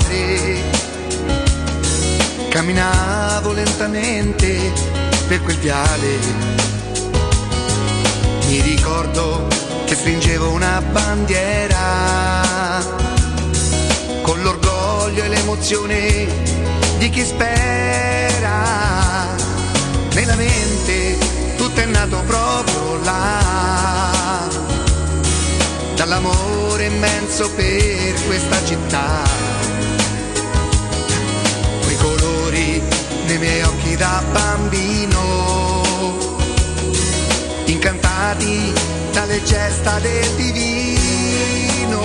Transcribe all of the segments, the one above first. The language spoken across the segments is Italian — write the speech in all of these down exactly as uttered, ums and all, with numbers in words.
mare. Camminavo lentamente per quel viale. Mi ricordo che stringevo una bandiera con l'orgoglio e l'emozione di chi spera. Nella mente tutto è nato proprio là, dall'amore immenso per questa città. Quei colori nei miei occhi da bambino, incantati dalle gesta del divino.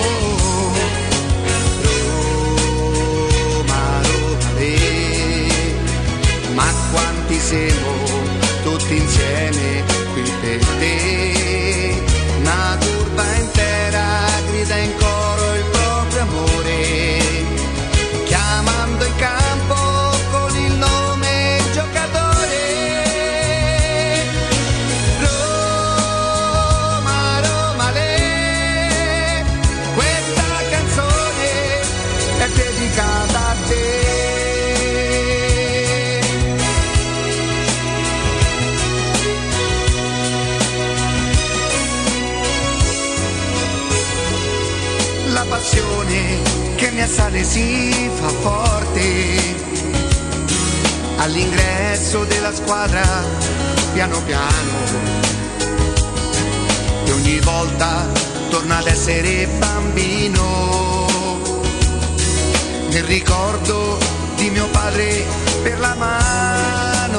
Roma, Roma, le, ma quanti siamo tutti insieme qui per te. Una curva intera grida in coro il proprio amore, chiamando in campo con il nome giocatore. Roma, Roma, le, questa canzone è dedicata a te. La passione che mi assale si fa forte all'ingresso della squadra, piano piano, e ogni volta torna ad essere bambino nel ricordo di mio padre per la mano.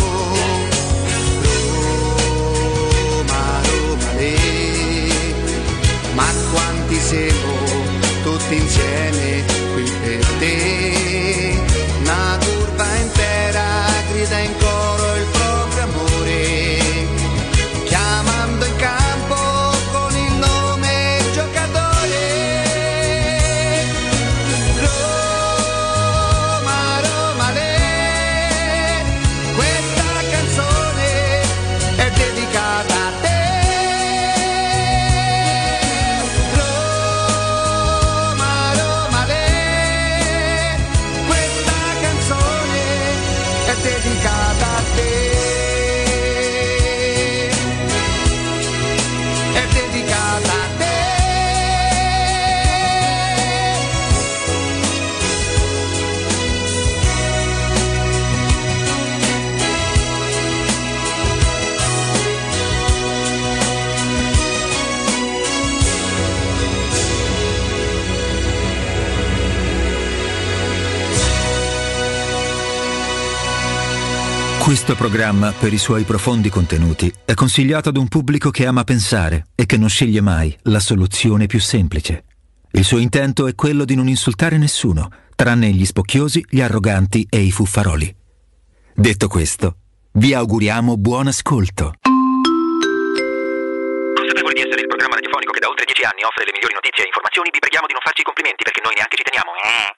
Roma, Roma, le, ma quanti siamo tutti insieme qui per te. Una curva intera grida in coro il proprio amore, chiamando in campo con il nome giocatore. Roma, Roma, le, questa canzone è dedicata a te. Dedicata a te, è dedicata a te. Questo programma, per i suoi profondi contenuti, è consigliato ad un pubblico che ama pensare e che non sceglie mai la soluzione più semplice. Il suo intento è quello di non insultare nessuno, tranne gli spocchiosi, gli arroganti e i fuffaroli. Detto questo, vi auguriamo buon ascolto. Consapevoli di essere il programma radiofonico che da oltre dieci anni offre le migliori notizie e informazioni, vi preghiamo di non farci i complimenti perché noi neanche ci teniamo. Eh.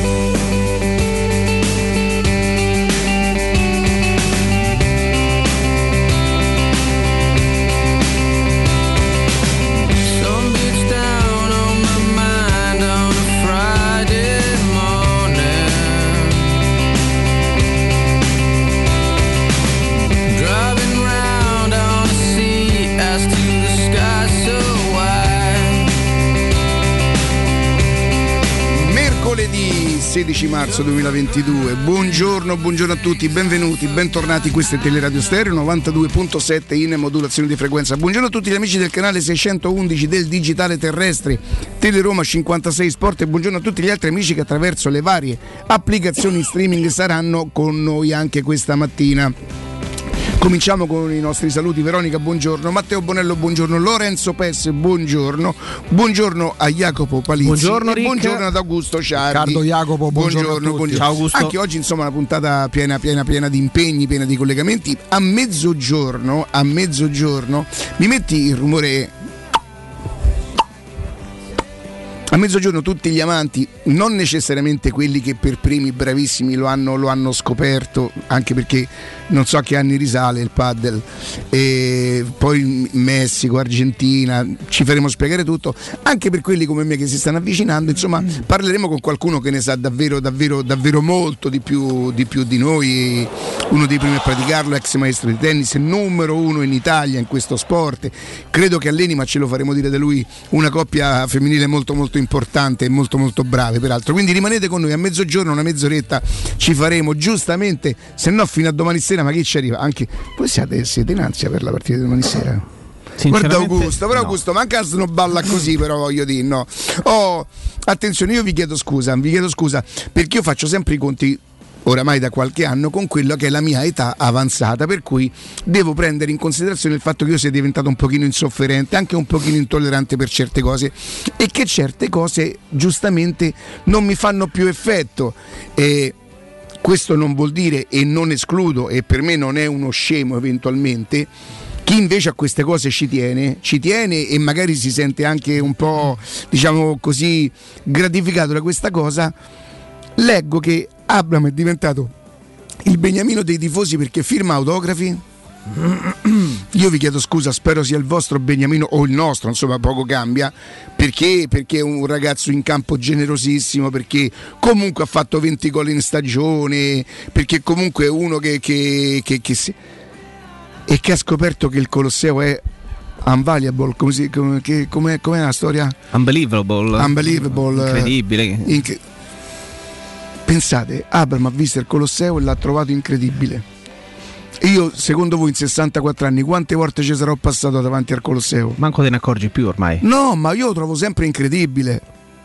sedici marzo duemilaventidue. Buongiorno, buongiorno a tutti, benvenuti, bentornati. Questo è Teleradio Stereo novantadue virgola sette in modulazione di frequenza. Buongiorno a tutti gli amici del canale seicentoundici del digitale terrestre Teleroma cinquantasei Sport e buongiorno a tutti gli altri amici che attraverso le varie applicazioni streaming saranno con noi anche questa mattina. Cominciamo con i nostri saluti. Veronica, buongiorno. Matteo Bonello, buongiorno. Lorenzo Pes, buongiorno. Buongiorno a Jacopo Palizzi. Buongiorno, e buongiorno ad Augusto Ciardi. Riccardo Jacopo, buongiorno. Buongiorno, buongiorno. Ciao Augusto. Anche oggi, insomma, una puntata piena, piena, piena di impegni, piena di collegamenti. A mezzogiorno, a mezzogiorno, mi metti il rumore. A mezzogiorno tutti gli amanti, non necessariamente quelli che per primi bravissimi lo hanno, lo hanno scoperto, anche perché non so a che anni risale il paddle, e poi Messico, Argentina, ci faremo spiegare tutto, anche per quelli come me che si stanno avvicinando, insomma parleremo con qualcuno che ne sa davvero davvero davvero molto di più di, più di noi, uno dei primi a praticarlo, ex maestro di tennis, numero uno in Italia in questo sport, credo che alleni, ma ce lo faremo dire da lui, una coppia femminile molto molto importante e molto molto brave peraltro, quindi rimanete con noi a mezzogiorno, una mezz'oretta ci faremo giustamente, se no fino a domani sera, ma chi ci arriva? Anche voi siete, siete in ansia per la partita di domani sera? Guarda Augusto, però no. Augusto manca snoballa così, però voglio dire no. Oh, attenzione, io vi chiedo scusa, vi chiedo scusa perché io faccio sempre i conti oramai da qualche anno con quello che è la mia età avanzata, per cui devo prendere in considerazione il fatto che io sia diventato un pochino insofferente, anche un pochino intollerante per certe cose, e che certe cose giustamente non mi fanno più effetto. E questo non vuol dire, e non escludo, e per me non è uno scemo eventualmente, chi invece a queste cose ci tiene, ci tiene e magari si sente anche un po', diciamo così, gratificato da questa cosa. Leggo che Abram è diventato il beniamino dei tifosi perché firma autografi. Io vi chiedo scusa, spero sia il vostro beniamino o il nostro, insomma poco cambia, perché perché è un ragazzo in campo generosissimo, perché comunque ha fatto venti gol in stagione, perché comunque è uno che, che, che, che si... e che ha scoperto che il Colosseo è unvaluable, come si, come, che, com'è, com'è la storia? Unbelievable, Unbelievable, incredibile. Inc- Pensate, Abram ha visto il Colosseo e l'ha trovato incredibile. Io, secondo voi, in sessantaquattro anni, quante volte ci sarò passato davanti al Colosseo? Manco te ne accorgi più ormai. No, ma io lo trovo sempre incredibile.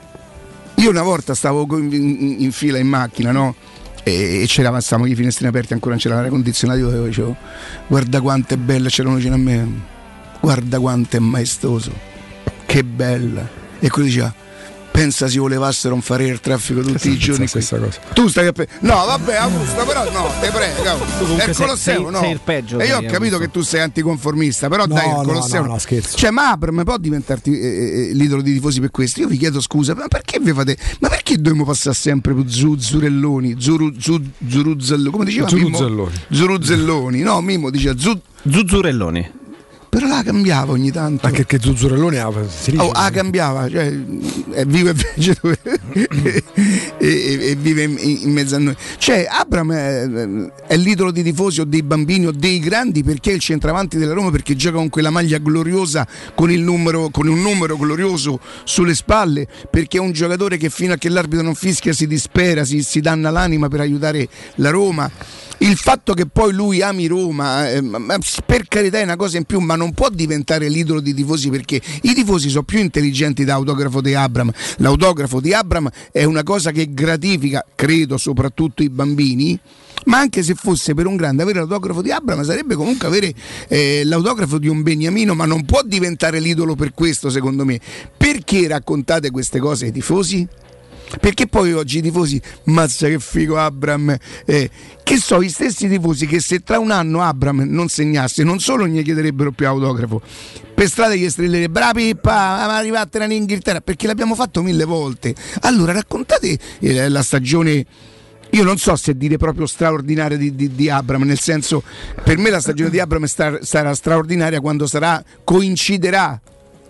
Io una volta stavo in, in, in fila in macchina, no? E, e c'eravamo, stavamo con i finestrini aperti, ancora non c'era l'aria condizionata. Io dicevo, guarda quanto è bella, c'erano vicino a me. Guarda quanto è maestoso, che bella. E quello diceva, pensa si volevassero non fare il traffico tutti i giorni. Stessa cosa. Tu stai a pe- no vabbè Augusto, però no, te prego, è il Colosseo, sei, no sei il peggio, e io ho sei, capito Augusto. Che tu sei anticonformista, però no, dai, il Colosseo no, no, no, scherzo. Cioè, ma Abram può diventarti eh, eh, l'idolo dei tifosi per questo? Io vi chiedo scusa, ma perché vi fate, ma perché dobbiamo passare sempre per zu, Zurelloni Zuru, zu, Zuruzzelloni, come diceva Zuruzzelloni Zuruzzelloni, no, Mimmo diceva zu, Zuzzurelloni, però la cambiava ogni tanto. Anche che Zuzzurelloni ha, si dice, oh, ah, cambiava, cioè è vivo e vegeto e, e, e vive in, in mezzo a noi. Cioè Abram è, è l'idolo dei tifosi o dei bambini o dei grandi perché è il centravanti della Roma, perché gioca con quella maglia gloriosa, con il numero, con un numero glorioso sulle spalle, perché è un giocatore che fino a che l'arbitro non fischia si dispera, si, si danna l'anima per aiutare la Roma. Il fatto che poi lui ami Roma, eh, per carità è una cosa in più, ma non può diventare l'idolo dei tifosi, perché i tifosi sono più intelligenti dell'autografo di Abram. L'autografo di Abram è una cosa che gratifica, credo, soprattutto i bambini, ma anche se fosse per un grande avere l'autografo di Abram sarebbe comunque avere eh, l'autografo di un beniamino, ma non può diventare l'idolo per questo, secondo me. Perché raccontate queste cose ai tifosi? Perché poi oggi i tifosi, mazza che figo Abram, eh, che so, gli stessi tifosi che se tra un anno Abram non segnasse non solo gli chiederebbero più autografo, per strada gli strillerebbero brava Pippa, ma arrivatene in Inghilterra, perché l'abbiamo fatto mille volte. Allora raccontate eh, la stagione, io non so se dire proprio straordinaria di, di, di Abram, nel senso, per me la stagione di Abram star, sarà straordinaria quando sarà, coinciderà,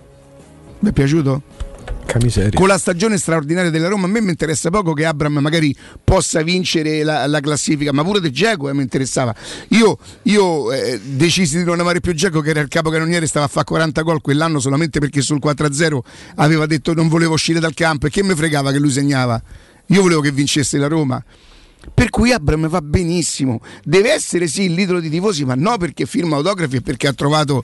mi è piaciuto? Camiseria. Con la stagione straordinaria della Roma. A me mi interessa poco che Abram magari possa vincere la, la classifica, ma pure De Dzeko eh, mi interessava. Io, io eh, decisi di non amare più Dzeko, che era il capocannoniere, stava a fare quaranta gol quell'anno solamente perché sul quattro a zero aveva detto non volevo uscire dal campo, e che mi fregava che lui segnava, io volevo che vincesse la Roma. Per cui Abram va benissimo, deve essere sì l'idolo dei tifosi, ma no perché firma autografi e perché ha trovato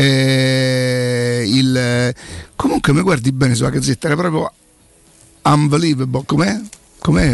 eh, il... Comunque mi guardi bene sulla gazzetta, era proprio unbelievable. Com'è? Com'è?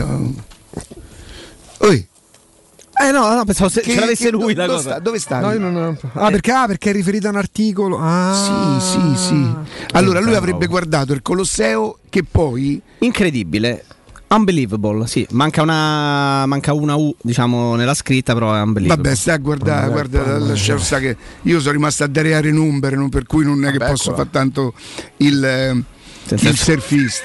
Oi. Eh no, no, pensavo se che, ce l'avesse lui do, la dove cosa. Sta, dove sta? No, io non... Ah, perché, ah, perché è riferito a un articolo. Ah. Sì, sì, sì. Allora lui avrebbe guardato il Colosseo, che poi... Incredibile. Unbelievable, sì, manca una manca una U, diciamo, nella scritta, però è unbelievable. Vabbè, stai a guardare, guarda, lascia stare che io sono rimasto a dare numeri, per cui non è che Vabbè, posso fare tanto il, il surfista.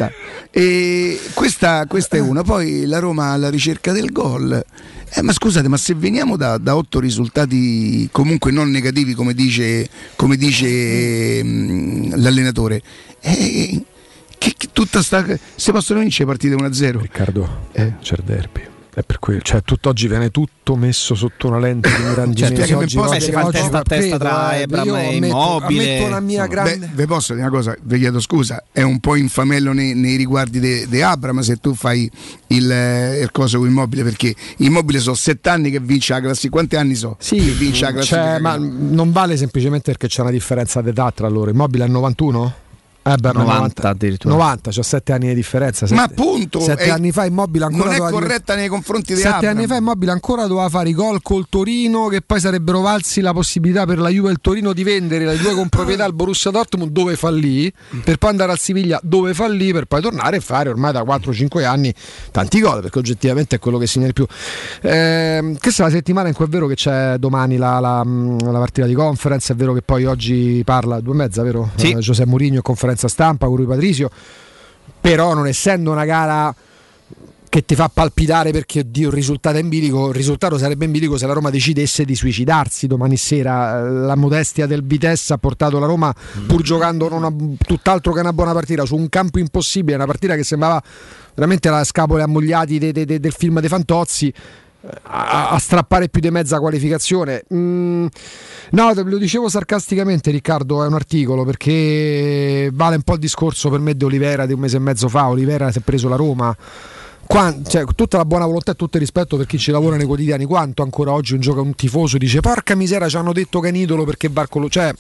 E questa, questa è una. Poi la Roma alla ricerca del gol. Eh, ma scusate, ma se veniamo da, da otto risultati comunque non negativi, come dice, come dice mh, l'allenatore, eh, che, che tutta sta. Se possono vincere partite uno a zero. Riccardo, eh? c'è il derby. È per quello, cioè tutt'oggi viene tutto messo sotto una lente di ingrandimento. Cioè, oggi, oggi, si fa il testa a testa tra Ebram e Immobile. Ammetto la mia grande... Beh, vi posso dire una cosa, vi chiedo scusa, è un po' infamello nei, nei riguardi di de, Abram se tu fai il, il coso con Immobile, perché Immobile sono sette anni che vince la classifica. Quanti anni so? Sì, che vince la classifica? Cioè, ma non vale semplicemente perché c'è una differenza d'età tra loro. Immobile è novantuno? Eh beh, novanta addirittura. novanta, cioè sette anni di differenza. Sette, ma appunto sette è, anni fa Immobile ancora non è corretta nei confronti di Abram. Sette anni fa Immobile ancora doveva fare i gol col Torino, che poi sarebbero valsi la possibilità per la Juve e il Torino di vendere le due comproprietà al Borussia Dortmund, dove fallì, per poi andare al Siviglia dove fallì, per poi tornare e fare ormai da quattro cinque anni tanti gol, perché oggettivamente è quello che segna di più. Eh, questa è la settimana in cui è vero che c'è domani la, la, la partita di Conference, è vero che poi oggi parla due e mezza, vero? Sì. Eh, José Mourinho, conferenza stampa con Rui Patrizio, però non essendo una gara che ti fa palpitare perché oddio il risultato è in bilico, il risultato sarebbe in bilico se la Roma decidesse di suicidarsi domani sera. La modestia del Vitesse ha portato la Roma, pur giocando non una, tutt'altro che una buona partita, su un campo impossibile, una partita che sembrava veramente la scapole ammogliati de, de, de, del film dei Fantozzi, a, a strappare più di mezza qualificazione. Mm, no, te lo dicevo sarcasticamente, Riccardo, è un articolo perché vale un po' il discorso per me di Olivera di un mese e mezzo fa. Olivera si è preso la Roma. Qua, cioè, tutta la buona volontà e tutto il rispetto per chi ci lavora nei quotidiani, quanto ancora oggi un gioca un tifoso dice porca misera ci hanno detto che è un idolo perché Barcolo, cioè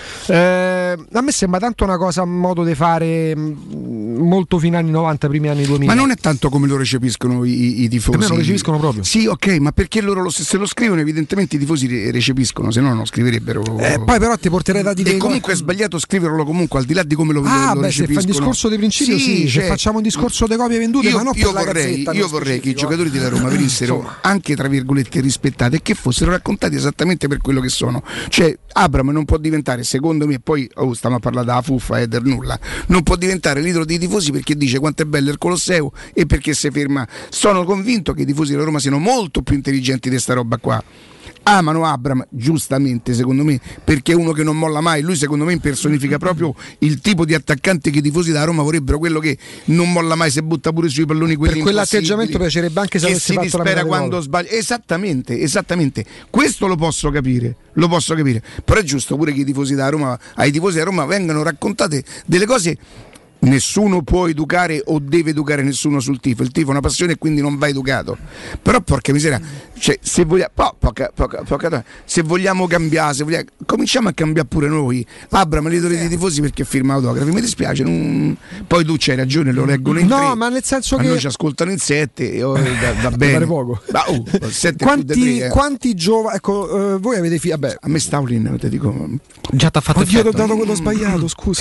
eh, a me sembra tanto una cosa, un modo di fare molto fine anni novanta, primi anni duemila. Ma non è tanto come lo recepiscono i, i tifosi. Per me lo recepiscono proprio. Sì, ok, ma perché loro lo, se lo scrivono evidentemente i tifosi recepiscono, se no non scriverebbero. Eh, poi però ti porterei dati dei e comunque è sbagliato scriverlo comunque al di là di come lo, ah, lo beh, recepiscono. Se fa il discorso di principio, sì, sì, cioè, se facciamo un discorso di copie vendute, io, ma non io per la vorrei, gazzetta, io vorrei che i giocatori della Roma venissero Insomma. anche tra virgolette rispettati e che fossero raccontati esattamente per quello che sono. Cioè Abram non può diventare, secondo me, poi oh, stiamo a parlare della fuffa e del nulla, non può diventare l'idolo dei tifosi perché dice quanto è bello il Colosseo e perché si ferma. Sono convinto che i tifosi della Roma siano molto più intelligenti di sta roba qua. Amano Abram, giustamente secondo me, perché è uno che non molla mai. Lui secondo me impersonifica proprio il tipo di attaccante che i tifosi della Roma vorrebbero, quello che non molla mai, si butta pure sui palloni quelli per quell'atteggiamento piacerebbe anche se che avesse si fatto la dispera quando sbaglia. Esattamente, esattamente. Questo lo posso capire, lo posso capire. Però è giusto pure che i tifosi della Roma, ai tifosi della Roma vengano raccontate delle cose. Nessuno può educare o deve educare nessuno sul tifo. Il tifo è una passione e quindi non va educato. Però porca miseria, cioè, se vogliamo, po, poca, poca, poca, se vogliamo cambiare, se vogliamo, cominciamo a cambiare pure noi. Abram l'idolo dei tifosi perché firma autografi. Mi dispiace, non... poi tu c'hai ragione, lo leggono in no, tre. ma nel senso ma che noi ci ascoltano in sette e oh, va, va bene. Poco. Ma, uh, sette quanti, più tre, eh. quanti giovani, ecco, uh, voi avete figli, vabbè. A me Staulin, ti dico. Già t'ha fatto Oddio, ti ho effetto. dato quello sbagliato, scusa.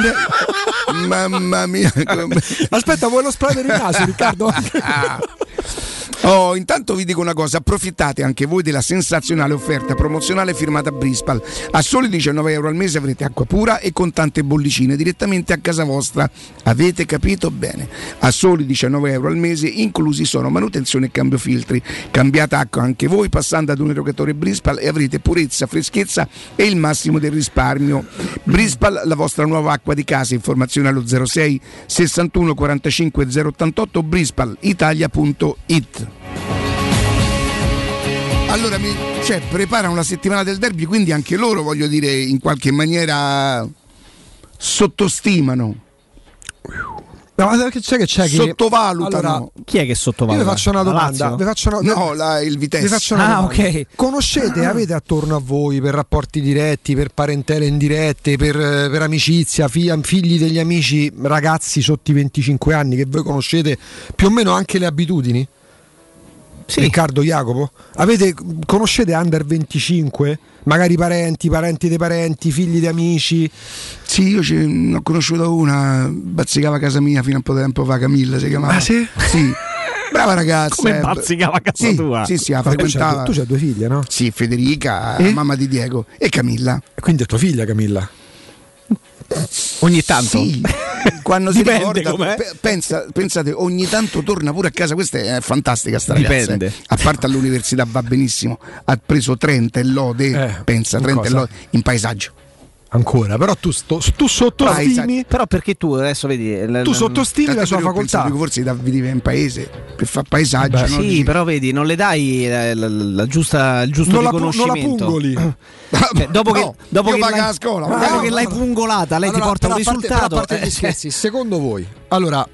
Mamma mia. Aspetta, vuoi lo spray per il naso, Riccardo? Oh, intanto vi dico una cosa, approfittate anche voi della sensazionale offerta promozionale firmata Brispal. A soli diciannove euro al mese avrete acqua pura e con tante bollicine direttamente a casa vostra. Avete capito bene? A soli diciannove euro al mese inclusi sono manutenzione e cambio filtri. Cambiate acqua anche voi passando ad un erogatore Brispal e avrete purezza, freschezza e il massimo del risparmio. Brispal, la vostra nuova acqua di casa. Informazioni allo zero sei sessantuno quarantacinque zero ottantotto brispal italia punto it. Allora, mi, cioè, preparano la settimana del derby, quindi anche loro, voglio dire, in qualche maniera sottostimano. No, che c'è che c'è che sottovalutano. Allora, chi è che sottovaluta? io vi faccio una domanda. Vi faccio una... No, la, il Vitesse. Vi faccio una ah, domanda. ok. Conoscete, avete attorno a voi per rapporti diretti, per parentele indirette, per, per amicizia, figli, figli degli amici, ragazzi sotto i venticinque anni che voi conoscete più o meno anche le abitudini? Sì. Riccardo, Jacopo, avete, conoscete under venticinque? Magari parenti, parenti dei parenti, figli di amici? Sì, io ce, ne ho conosciuto una, bazzicava a casa mia fino a un po' di tempo fa, Camilla si chiamava. Ah sì? Sì. Brava ragazza. Come bazzicava a casa sì, tua? Sì, sì, la Ma frequentava. Tu c'hai due figlie, no? Sì, Federica, eh? mamma di Diego, e Camilla. Quindi è tua figlia Camilla? Ogni tanto? Sì, quando si Dipende ricorda, com'è. pe- pensa, pensate, ogni tanto torna pure a casa. Questa è fantastica sta ragazza. Dipende. eh. A parte all'università va benissimo, ha preso trenta e lode, Eh, pensa, in trenta e cosa? lode in paesaggio. Ancora, però tu, sto, tu sottostimi Però perché tu adesso vedi l- tu l- sottostimi la Tanto sua io ho facoltà. pensato che forse Davide vive in paese per fare paesaggio. Beh, no? sì, Dici- però vedi, non le dai eh, la, la- la giusta, il giusto non la, pu- non la riconoscimento. pungoli. Cioè, dopo No, che, dopo io che pago l'hai, la scuola, dopo ma- che l'hai pungolata, lei Allora, ti porta un però a parte- però risultato. a parte gli eh, scherzi, secondo voi, allora,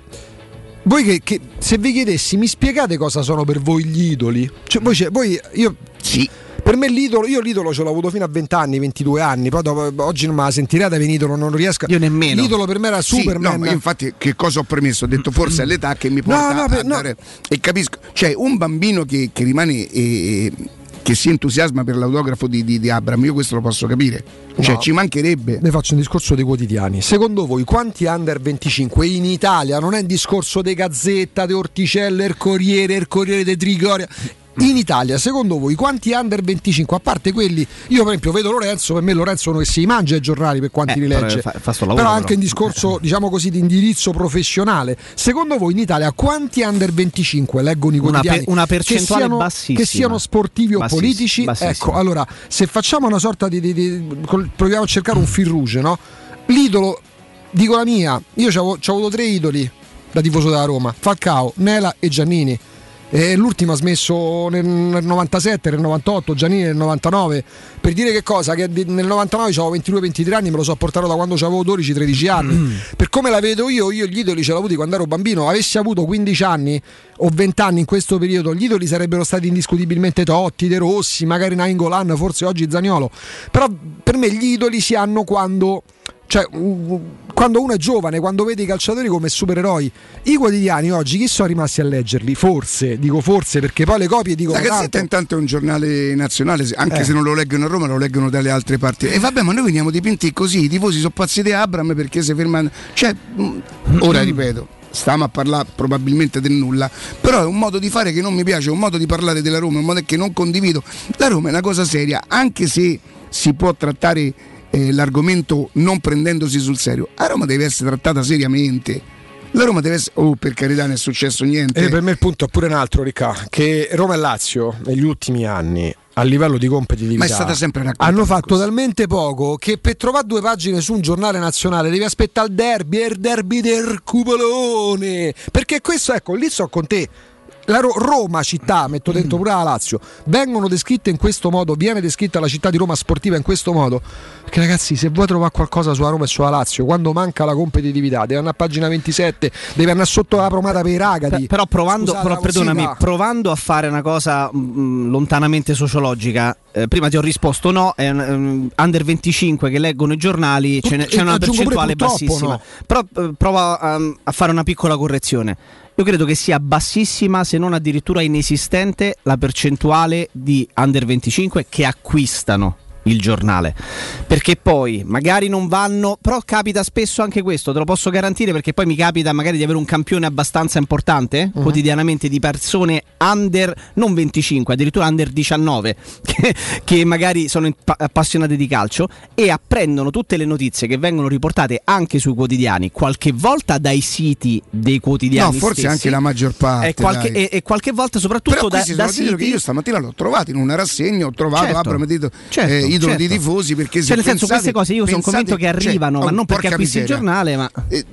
voi che, che- se vi chiedessi, mi spiegate cosa sono per voi gli idoli? Cioè, voi, c'è- voi io Sì. per me l'idolo, io l'idolo ce l'ho avuto fino a venti anni, ventidue anni, poi dopo, oggi non me la sentirete per idolo, non riesco. Io nemmeno. L'idolo per me era Sì, Superman. no, ma io infatti che cosa ho premesso? Ho detto forse è l'età che mi porta No, no, per- a no. dare- e capisco, cioè un bambino che, che rimane eh, che si entusiasma per l'autografo di, di, di Abram, io questo lo posso capire, cioè No. ci mancherebbe. Ne faccio un discorso dei quotidiani. Secondo voi quanti under venticinque in Italia? Non è un discorso di Gazzetta, di Orticelle, il Corriere, il Corriere di Trigoria. In Italia, secondo voi, quanti under venticinque? A parte quelli, io per esempio vedo Lorenzo, per me Lorenzo è uno che si mangia i giornali per quanti Eh, li però legge. fa- fa sto lavoro, però anche però. in discorso, diciamo così, di indirizzo professionale. Secondo voi in Italia quanti under venticinque leggono i Una quotidiani? per- una che percentuale siano, bassissima. che siano sportivi o Bassissima, politici? bassissima. Ecco, allora, se facciamo una sorta di, di- di- col- proviamo a cercare un fil rouge, no? L'idolo, dico la mia, io c'avevo, c'ho avuto tre idoli da tifoso della Roma: Falcao, Nela e Giannini. E l'ultimo ha smesso nel, nel novantasette, nel novantotto, Giannini nel novantanove. Per dire che cosa? Che di- nel novantanove avevo ventidue ventitré anni, me lo so portato da quando avevo dodici tredici anni. Per come la vedo io, io gli idoli ce l'ho avuti quando ero bambino. Avessi avuto quindici anni o venti anni in questo periodo, gli idoli sarebbero stati indiscutibilmente Totti, De Rossi, magari Nainggolan, forse oggi Zaniolo. Però per me gli idoli si hanno quando... Cioè, uh, quando uno è giovane, quando vede i calciatori come supereroi. I quotidiani oggi chi sono rimasti a leggerli? Forse, dico forse, perché poi le copie dicono La Gazzetta tanto. intanto è un giornale nazionale, anche Eh. se non lo leggono a Roma, lo leggono dalle altre parti. E vabbè, ma noi veniamo dipinti così, i tifosi sono pazzi di Abram perché si fermano. Cioè, mh, ora ripeto, stiamo a parlare probabilmente del nulla, però è un modo di fare che non mi piace, è un modo di parlare della Roma, è un modo che non condivido. La Roma è una cosa seria, anche se si può trattare eh, l'argomento non prendendosi sul serio. La Roma deve essere trattata seriamente. La Roma deve essere... Oh, per carità, non è successo niente. E per me il punto è pure un altro, Ricca, che Roma e Lazio negli ultimi anni a livello di competitività Ma è stata sempre raccontata hanno fatto così. talmente poco che per trovare due pagine su un giornale nazionale devi aspettare il derby, il derby del Cupolone, perché questo, ecco, lì so con te. La Ro- Roma città, metto dentro pure la Lazio, vengono descritte in questo modo, viene descritta la città di Roma sportiva in questo modo, perché ragazzi, se vuoi trovare qualcosa sulla Roma e sulla Lazio, quando manca la competitività devi andare a pagina ventisette, devi andare sotto la promata per i ragati. P- però provando, Scusate, però, la perdonami, consiglia. provando a fare una cosa mh, lontanamente sociologica, eh, prima ti ho risposto no, è un, um, under venticinque che leggono i giornali, ce n'è, Pur- c'è una aggiungo pure percentuale purtroppo, bassissima. no. Però eh, prova um, a fare una piccola correzione. Io credo che sia bassissima, se non addirittura inesistente, la percentuale di under venticinque che acquistano il giornale, perché poi magari non vanno, però capita spesso anche questo, te lo posso garantire, perché poi mi capita magari di avere un campione abbastanza importante uh-huh. quotidianamente di persone under non venticinque, addirittura under diciannove che, che magari sono impa- appassionate di calcio e apprendono tutte le notizie che vengono riportate anche sui quotidiani, qualche volta dai siti dei quotidiani No, forse stessi, anche la maggior parte, e qualche, dai. e, e qualche volta soprattutto Però da, questi da sono titoli siti che io stamattina l'ho trovato in una rassegna, ho trovato Certo, Abram Dito, certo, eh, idolo certo. dei tifosi, perché se cioè nel senso pensate, queste cose io sono pensate- convinto che arrivano, cioè, ma oh, non perché porca acquisti il miseria. giornale, ma Eh,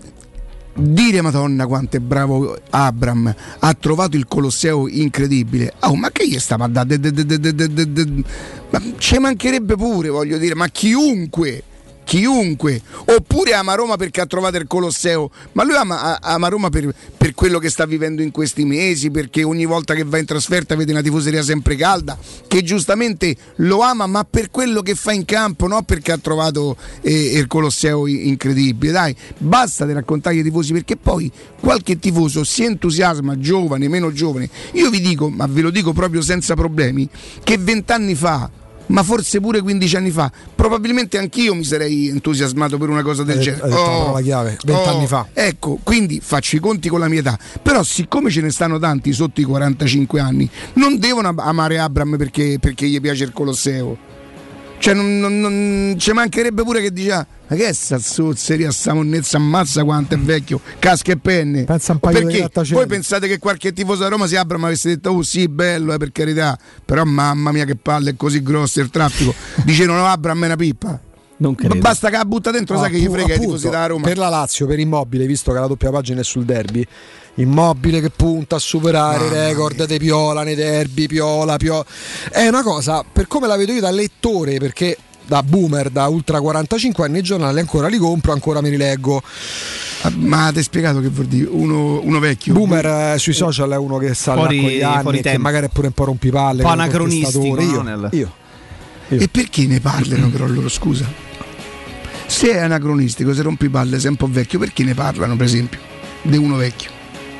dire Madonna quanto è bravo Abram, ha trovato il Colosseo incredibile. Oh, ma che gli stava a dare? De- de- de- de- de- de- de- ma ci mancherebbe pure, voglio dire, ma chiunque chiunque, oppure ama Roma perché ha trovato il Colosseo, ma lui ama, ama Roma per, per quello che sta vivendo in questi mesi, perché ogni volta che va in trasferta vede una tifoseria sempre calda, che giustamente lo ama, ma per quello che fa in campo, no perché ha trovato eh, il Colosseo incredibile. Dai, basta di raccontare ai tifosi, perché poi qualche tifoso si entusiasma, giovane, meno giovane. Io vi dico, ma ve lo dico proprio senza problemi, che vent'anni fa, ma forse pure quindici anni fa, probabilmente anch'io mi sarei entusiasmato per una cosa del Hai genere. detto la parola chiave, vent'anni fa. Ecco, quindi faccio i conti con la mia età. Però siccome ce ne stanno tanti sotto i quarantacinque anni, non devono amare Abram perché, perché gli piace il Colosseo. Cioè non, non, non ci mancherebbe pure che dice: ma che è sta zozzeria, sta monnezza, ammazza quanto è vecchio, casca e penne. Pensa un paio di Perché grattacieli. voi pensate che qualche tifoso da Roma si apra ma avesse detto: oh sì, bello, eh, per carità, però mamma mia che palle, è così grosso il traffico. Dice: non apra a me una pippa. Non credo. Basta che la butta dentro, No, sai che gli appunto, frega i tifosi da Roma. Per la Lazio, per Immobile, visto che la doppia pagina è sul derby, Immobile che punta a superare i record di Piola nei derby, Piola, Piola. È una cosa, per come la vedo io da lettore, perché da boomer, da ultra quarantacinque anni, i giornali ancora li compro, ancora mi rileggo. Ma ti hai spiegato che vuol dire? Uno, uno vecchio. Boomer eh, sui social è uno che sta là con Fuori- gli anni, fuori che tempo. magari è pure un po' rompipalle, Un po' che è anacronistico, contestatore. no? Io, Nel- io. E perché ne parlano però loro, scusa? Se è anacronistico, se rompi palle, sei un po' vecchio, perché ne parlano, per esempio, di uno vecchio?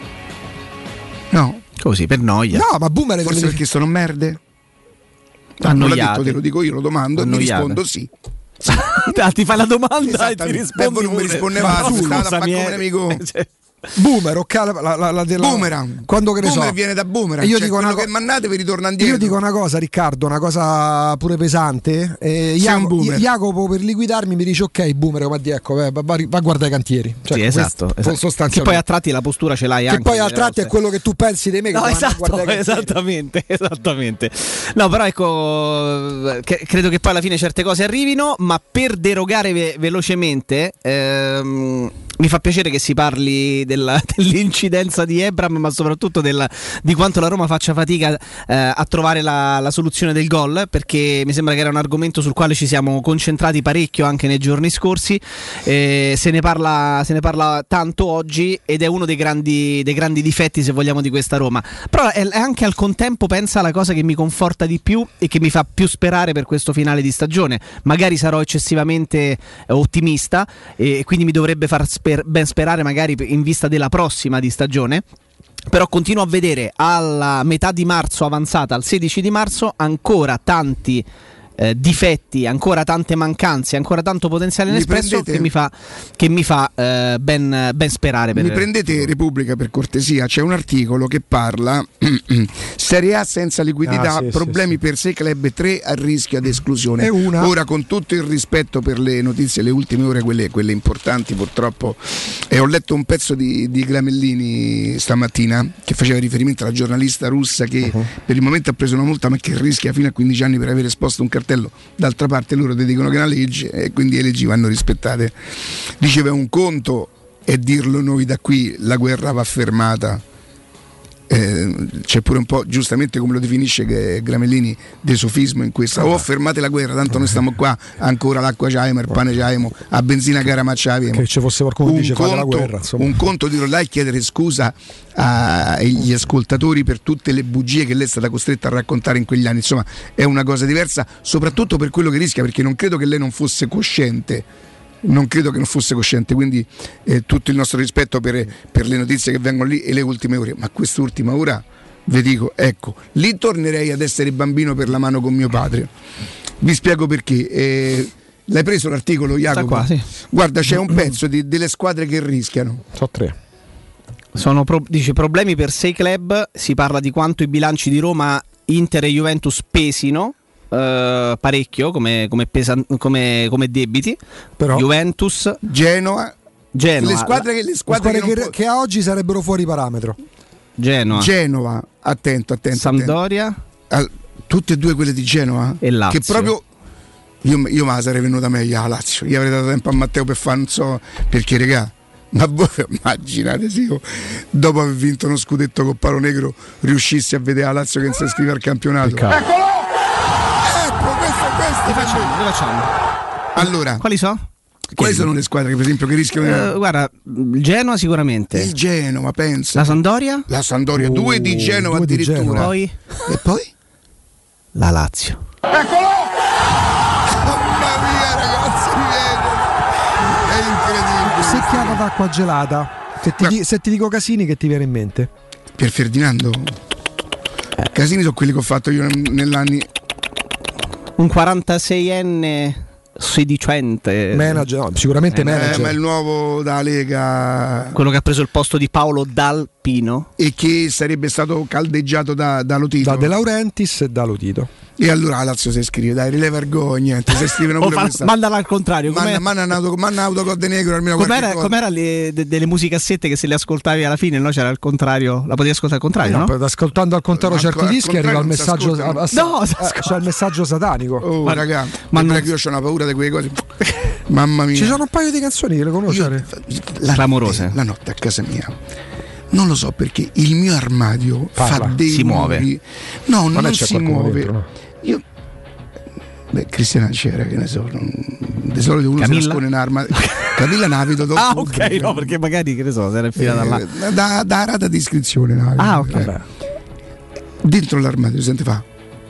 No, Così, per noia. No, ma boomer è forse perché sono merde? Annoiate. Non l'ha detto, te lo dico io, lo domando e mi Annoiate. rispondo sì. Ah, ti fai la domanda e ti Esattamente. rispondi Beh, voi non mi pure. rispondevate, Ma state a scusami, fare come eh. nemico. Cioè, Boomer, ok, la, la, la della- Boomerang. Quando che ne Boomerang so. viene da boomerang. Io Cioè, dico quello una co- che mandate vi ritorna indietro. Io dico una cosa, Riccardo, una cosa pure pesante. Eh, Sei un Jaco- boomer. Jacopo per liquidarmi mi dice: ok, boomer, come a dire, ecco, va, va- va a guardare i cantieri. Cioè, sì, questo, esatto, esatto. sostanzialmente. Che poi a tratti la postura ce l'hai Che anche. poi a delle tratti è volte. quello che tu pensi di me. Che No, vanno a esatto, guardare i cantieri. esattamente, esattamente. No, però ecco, che- credo che poi alla fine certe cose arrivino, ma per derogare ve- velocemente, ehm, mi fa piacere che si parli della- dell'incidenza di Ebram, ma soprattutto della- di quanto la Roma faccia fatica eh, a trovare la, la soluzione del gol, perché mi sembra che era un argomento sul quale ci siamo concentrati parecchio anche nei giorni scorsi. Eh, se ne parla, se ne parla tanto oggi ed è uno dei grandi, dei grandi difetti, se vogliamo, di questa Roma. Però è, è anche al contempo, pensa, la cosa che mi conforta di più e che mi fa più sperare per questo finale di stagione. Magari sarò eccessivamente eh, ottimista e quindi mi dovrebbe far sper- ben sperare magari in vista della prossima di stagione. Però continuo a vedere alla metà di marzo avanzata, al sedici di marzo, ancora tanti eh, difetti, ancora tante mancanze, ancora tanto potenziale Mi inespresso prendete- che mi fa, che mi fa eh, ben, ben sperare. Per Mi prendete Repubblica per cortesia, c'è un articolo che parla Serie A senza liquidità, Ah, sì, problemi sì, per sei club, tre a rischio ad esclusione. E una- Ora, con tutto il rispetto per le notizie, le ultime ore, quelle, quelle importanti purtroppo, e ho letto un pezzo di, di Gramellini stamattina che faceva riferimento alla giornalista russa che Uh-huh. per il momento ha preso una multa ma che rischia fino a quindici anni per aver esposto un cartello. D'altra parte loro ti dicono che è una legge e quindi le leggi vanno rispettate. Diceva un conto e dirlo noi da qui, la guerra va fermata. Eh, c'è pure un po', giustamente come lo definisce che Gramellini, de sofismo in questa: oh, fermate la guerra, tanto noi stiamo qua, ancora l'acqua c'aimo, il pane c'aimo, a benzina cara ma c'aviamo. Che ci fosse qualcuno che un dice fate la conto, guerra, insomma. un conto dirlo là e chiedere scusa agli ascoltatori per tutte le bugie che lei è stata costretta a raccontare in quegli anni. Insomma, è una cosa diversa, soprattutto per quello che rischia, perché non credo che lei non fosse cosciente. Non credo che non fosse cosciente, quindi eh, tutto il nostro rispetto per, per le notizie che vengono lì e le ultime ore, ma quest'ultima ora vi dico, ecco, lì tornerei ad essere bambino per la mano con mio padre. Vi spiego perché. Eh, l'hai preso l'articolo, Jacopo? qua, sì. Guarda, c'è un pezzo di, delle squadre che rischiano. So tre. Sono pro- dice problemi per sei club, si parla di quanto i bilanci di Roma, Inter e Juventus pesino. Uh, parecchio come, come, pesa- come, come debiti. Però Juventus, Genoa, Genoa, le squadre che, le le squadre squadre che, non che, può- che a oggi sarebbero fuori parametro. Genoa, Genova, attento, attento, attento. Sampdoria Al- tutte e due quelle di Genova e Lazio. che proprio io, io me la sarei venuta meglio a Lazio, io avrei dato tempo a Matteo per fare, non so perché, regà, ma voi immaginate se io dopo aver vinto uno scudetto con Palo Negro riuscissi a vedere la Lazio che non si iscrive al campionato. Peccato. Ecco, questo, questo Li facciamo, li facciamo. allora Quali so? quali sono le squadre che per esempio che rischiano di- Eh, guarda, il Genoa sicuramente. il Genova, pensa La Sampdoria? la Sampdoria, Oh, due di Genova due di addirittura. Genova. Poi E poi? la Lazio. Mamma mia ragazzi, mi viene. È incredibile. Secchiata d'acqua gelata. Se ti, Ma- di- se ti dico Casini, che ti viene in mente? Pier Ferdinando. Casini sono quelli che ho fatto io nell'anni. Un quarantaseienne sedicente. Manager, no, sicuramente Eh, Eh, manager. ma è il nuovo da Lega Quello che ha preso il posto di Paolo Dal Pino. e che sarebbe stato caldeggiato da, da Lotito. Da De Laurentiis e da Lotito. E allora la Lazio si scrive, dai, rileva vergogna, niente, si scrivono pure fa, questa. mandala al contrario. Manna, manna, manna, manna autocode negro almeno com'era, cosa. com'era le, de, delle musicassette che se le ascoltavi alla fine, no? C'era il contrario, la potevi ascoltare al contrario, no? no? Ascoltando al contrario Ma certi al dischi arriva il messaggio a, a, no, eh, c'è il messaggio satanico. Oh, ma, raga, ma non... non... io ho una paura di quelle cose. Mamma mia. Ci sono un paio di canzoni che le conoscere. La clamorose. notte, la notte a casa mia. Non lo so perché il mio armadio Parla. fa dei si muove. muove. No, non, non c'è si muove. Dentro, no? Io Beh, Cristiana c'era, che ne so, non... di solito uno Camilla? si nasconde in arma. Camilla Navido dopo. Ah, ok, no, perché magari che ne so, se era infilata là. Eh, da, da rata di iscrizione, Navido. Ah, ok. Eh. Dentro l'armadio sente fa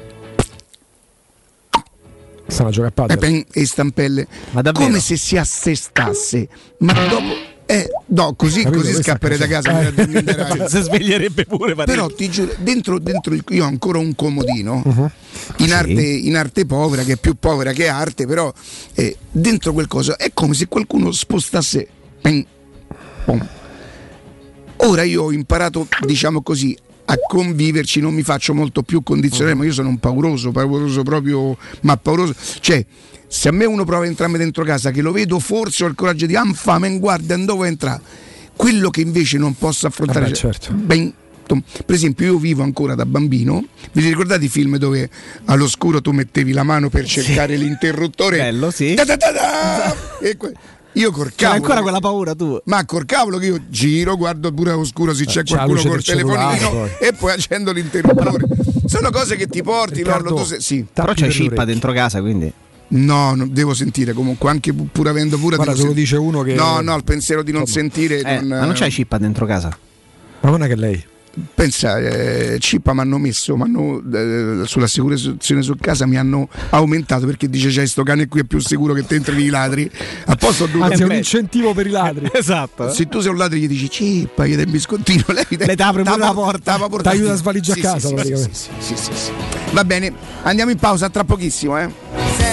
stanno a giocare a e, padel. pen, e stampelle Ma davvero? come se si assestasse, ma dopo eh, no, così, Capito, così questa scapperei da cosa. casa, mi addormenterai. Si sveglierebbe pure parecchio. Però ti giuro, dentro, dentro il, io ho ancora un comodino Uh-huh. in, Sì. arte, in arte povera, che è più povera che arte, però eh, dentro quel coso è come se qualcuno spostasse. Ping, pom. Ora io ho imparato, diciamo così, a conviverci, non mi faccio molto più condizionare, ma io sono un pauroso, pauroso proprio, ma pauroso. Cioè, se a me uno prova a entrarmi dentro casa, che lo vedo, forse ho il coraggio di anfame, guarda, non dove entrare. Quello che invece non posso affrontare. Vabbè, certo. Ben, per esempio, io vivo ancora da bambino. Vi ricordate i film dove all'oscuro tu mettevi la mano per cercare Sì. l'interruttore? Bello, sì. Da da da da! E que- io col C'hai cavolo. ancora quella paura tu? Ma col cavolo che io giro, guardo pure all'oscuro se c'è c'è la qualcuno luce col del cellulare, telefonino poi. e poi accendo l'interruttore. Sono cose che ti porti, Riccardo, Lollo, tu se- sì. Però Tappi c'hai per le cippa orecchie. dentro casa, quindi. No, no, devo sentire comunque, anche pu- pur avendo pure Guarda, devo te lo sen- dice uno che- No, no, il pensiero di non Insomma. sentire Eh, non, ma non c'hai cippa dentro casa? Ma non è che lei. Pensa, eh, Cippa mi hanno messo, m'hanno, eh, sull'assicurazione su casa mi hanno aumentato perché dice c'hai sto cane qui è più sicuro che te entri i ladri. A posto ho dovuto- Anzi, è un beh. incentivo per i ladri. Esatto. se tu sei un ladro gli dici Cippa, gli dai un biscottino, lei te- Le t'apre pure t'apre- la porta. t'apre porta- T'aiuta a svaligia Sì, a casa, sì, sì, praticamente. sì, sì, sì, sì, sì. Va bene, andiamo in pausa tra pochissimo, eh.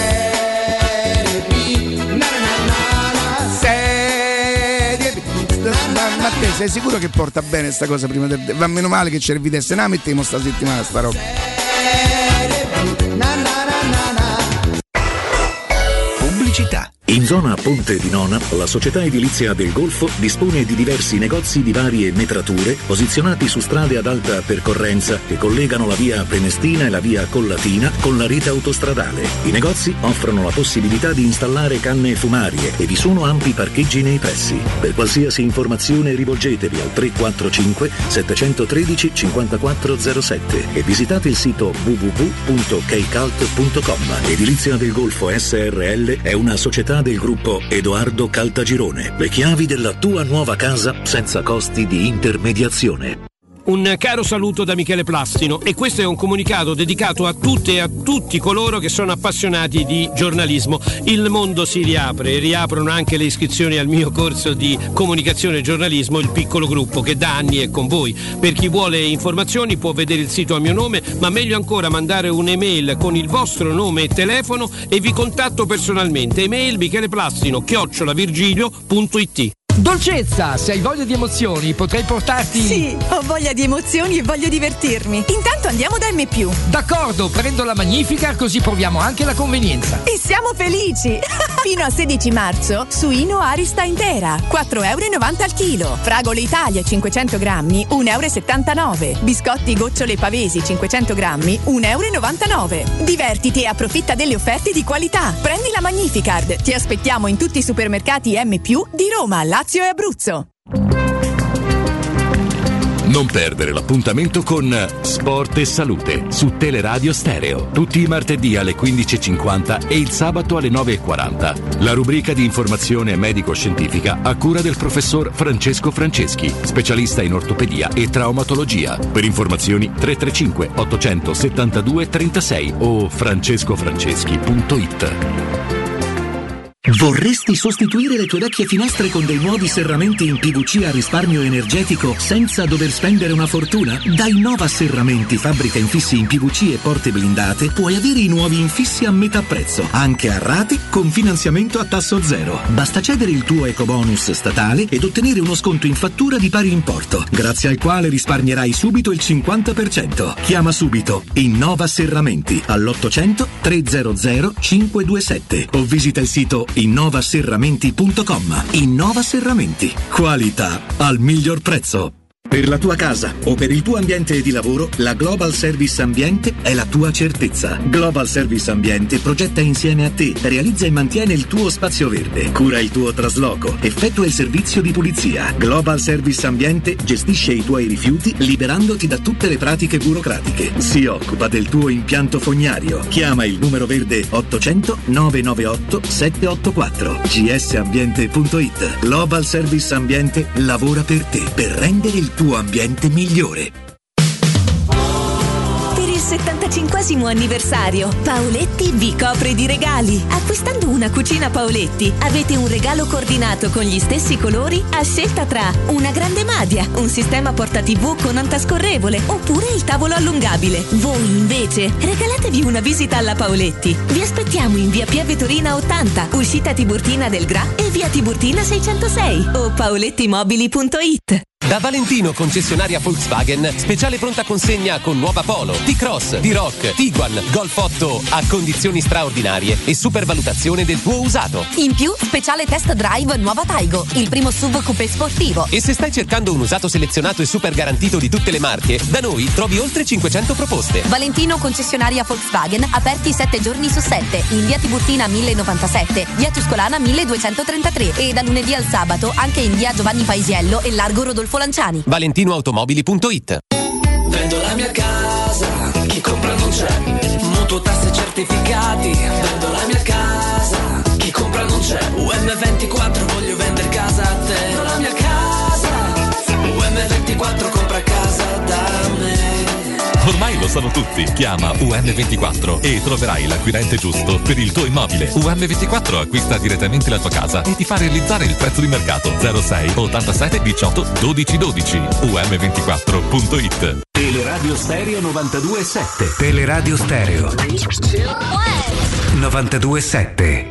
Serie B. Ma, ma te sei sicuro che porta bene sta cosa prima del. Va meno male che c'è il Vitesse, ne mettiamo sta settimana sta roba. Pubblicità. In zona Ponte di Nona, la società edilizia del Golfo dispone di diversi negozi di varie metrature posizionati su strade ad alta percorrenza che collegano la via Prenestina e la via Collatina con la rete autostradale. I negozi offrono la possibilità di installare canne fumarie e vi sono ampi parcheggi nei pressi. Per qualsiasi informazione rivolgetevi al tre quattro cinque sette uno tre cinque zero sette e visitate il sito w w w punto keicalt punto com. Edilizia del Golfo S R L è una società del gruppo Edoardo Caltagirone. Le chiavi della tua nuova casa senza costi di intermediazione. Un caro saluto da Michele Plastino e questo è un comunicato dedicato a tutte e a tutti coloro che sono appassionati di giornalismo. Il mondo si riapre e riaprono anche le iscrizioni al mio corso di comunicazione e giornalismo, il piccolo gruppo, che da anni è con voi. Per chi vuole informazioni può vedere il sito a mio nome, ma meglio ancora mandare un'email con il vostro nome e telefono e vi contatto personalmente. Email micheleplastino chiocciola virgilio punto it. Dolcezza, se hai voglia di emozioni potrei portarti... Sì, ho voglia di emozioni e voglio divertirmi. Intanto andiamo da M più. D'accordo, prendo la Magnifica così proviamo anche la convenienza. E siamo felici! Fino a sedici marzo, suino Arista intera, quattro e novanta euro al chilo. Fragole Italia cinquecento grammi, uno e settantanove euro. Biscotti gocciole pavesi cinquecento grammi, uno e novantanove euro. Divertiti e approfitta delle offerte di qualità. Prendi la Magnificard. Ti aspettiamo in tutti i supermercati M più di Roma, Lazio e Abruzzo. Non perdere l'appuntamento con Sport e Salute su Teleradio Stereo, tutti i martedì alle quindici e cinquanta e il sabato alle nove e quaranta. La rubrica di informazione medico-scientifica a cura del professor Francesco Franceschi, specialista in ortopedia e traumatologia. Per informazioni tre tre cinque otto settantadue trentasei o francescofranceschi punto it. Vorresti sostituire le tue vecchie finestre con dei nuovi serramenti in P V C a risparmio energetico senza dover spendere una fortuna? Da Innova Serramenti, fabbrica infissi in P V C e porte blindate, puoi avere i nuovi infissi a metà prezzo, anche a rate con finanziamento a tasso zero. Basta cedere il tuo ecobonus statale ed ottenere uno sconto in fattura di pari importo, grazie al quale risparmierai subito il cinquanta per cento. Chiama subito Innova Serramenti all'ottocento trecento cinque due sette o visita il sito innova serramenti punto com. Innova Serramenti, qualità al miglior prezzo. Per la tua casa o per il tuo ambiente di lavoro, la Global Service Ambiente è la tua certezza. Global Service Ambiente progetta insieme a te, realizza e mantiene il tuo spazio verde, cura il tuo trasloco, effettua il servizio di pulizia. Global Service Ambiente gestisce i tuoi rifiuti liberandoti da tutte le pratiche burocratiche. Si occupa del tuo impianto fognario. Chiama il numero verde ottocento nove nove otto sette otto quattro g s ambiente punto i t. Global Service Ambiente lavora per te, per rendere il tuo ambiente migliore. Per il settantacinquesimo anniversario, Paoletti vi copre di regali. Acquistando una cucina Paoletti, avete un regalo coordinato con gli stessi colori a scelta tra una grande madia, un sistema porta tivù con antascorrevole oppure il tavolo allungabile. Voi invece regalatevi una visita alla Paoletti. Vi aspettiamo in via Pieve Torina ottanta, uscita Tiburtina del Gra e via Tiburtina seicentosei o paolettimobili punto i t. Da Valentino, concessionaria Volkswagen, speciale pronta consegna con nuova Polo, T-Cross, T-Roc, Tiguan, Golf otto a condizioni straordinarie e supervalutazione del tuo usato. In più, speciale test drive nuova Taigo, il primo S U V coupé sportivo. E se stai cercando un usato selezionato e super garantito di tutte le marche, da noi trovi oltre cinquecento proposte. Valentino, concessionaria Volkswagen, aperti sette giorni su sette, in via Tiburtina mille novantasette, via Tuscolana milleduecentotrentatré e da lunedì al sabato anche in via Giovanni Paisiello e largo Rodolfo Lanciani. valentinoautomobili punto i t. Vendo la mia casa, chi compra non c'è. Mutuo, tasse, certificati. Vendo la mia casa, chi compra non c'è. U M ventiquattro, voglio vendere casa a te. Vendo la mia casa, U M ventiquattro, compra casa da me. Ormai lo sanno tutti. Chiama U M ventiquattro e troverai l'acquirente giusto per il tuo immobile. U M ventiquattro acquista direttamente la tua casa e ti fa realizzare il prezzo di mercato. zero sei ottantasette diciotto dodici dodici. U M ventiquattro punto i t. Teleradio Stereo novantadue sette. Teleradio Stereo novantadue sette.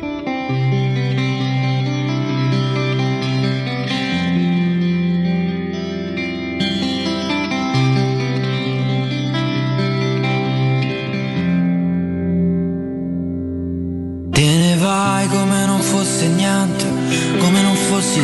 Te ne vai come non fosse niente, come non fossi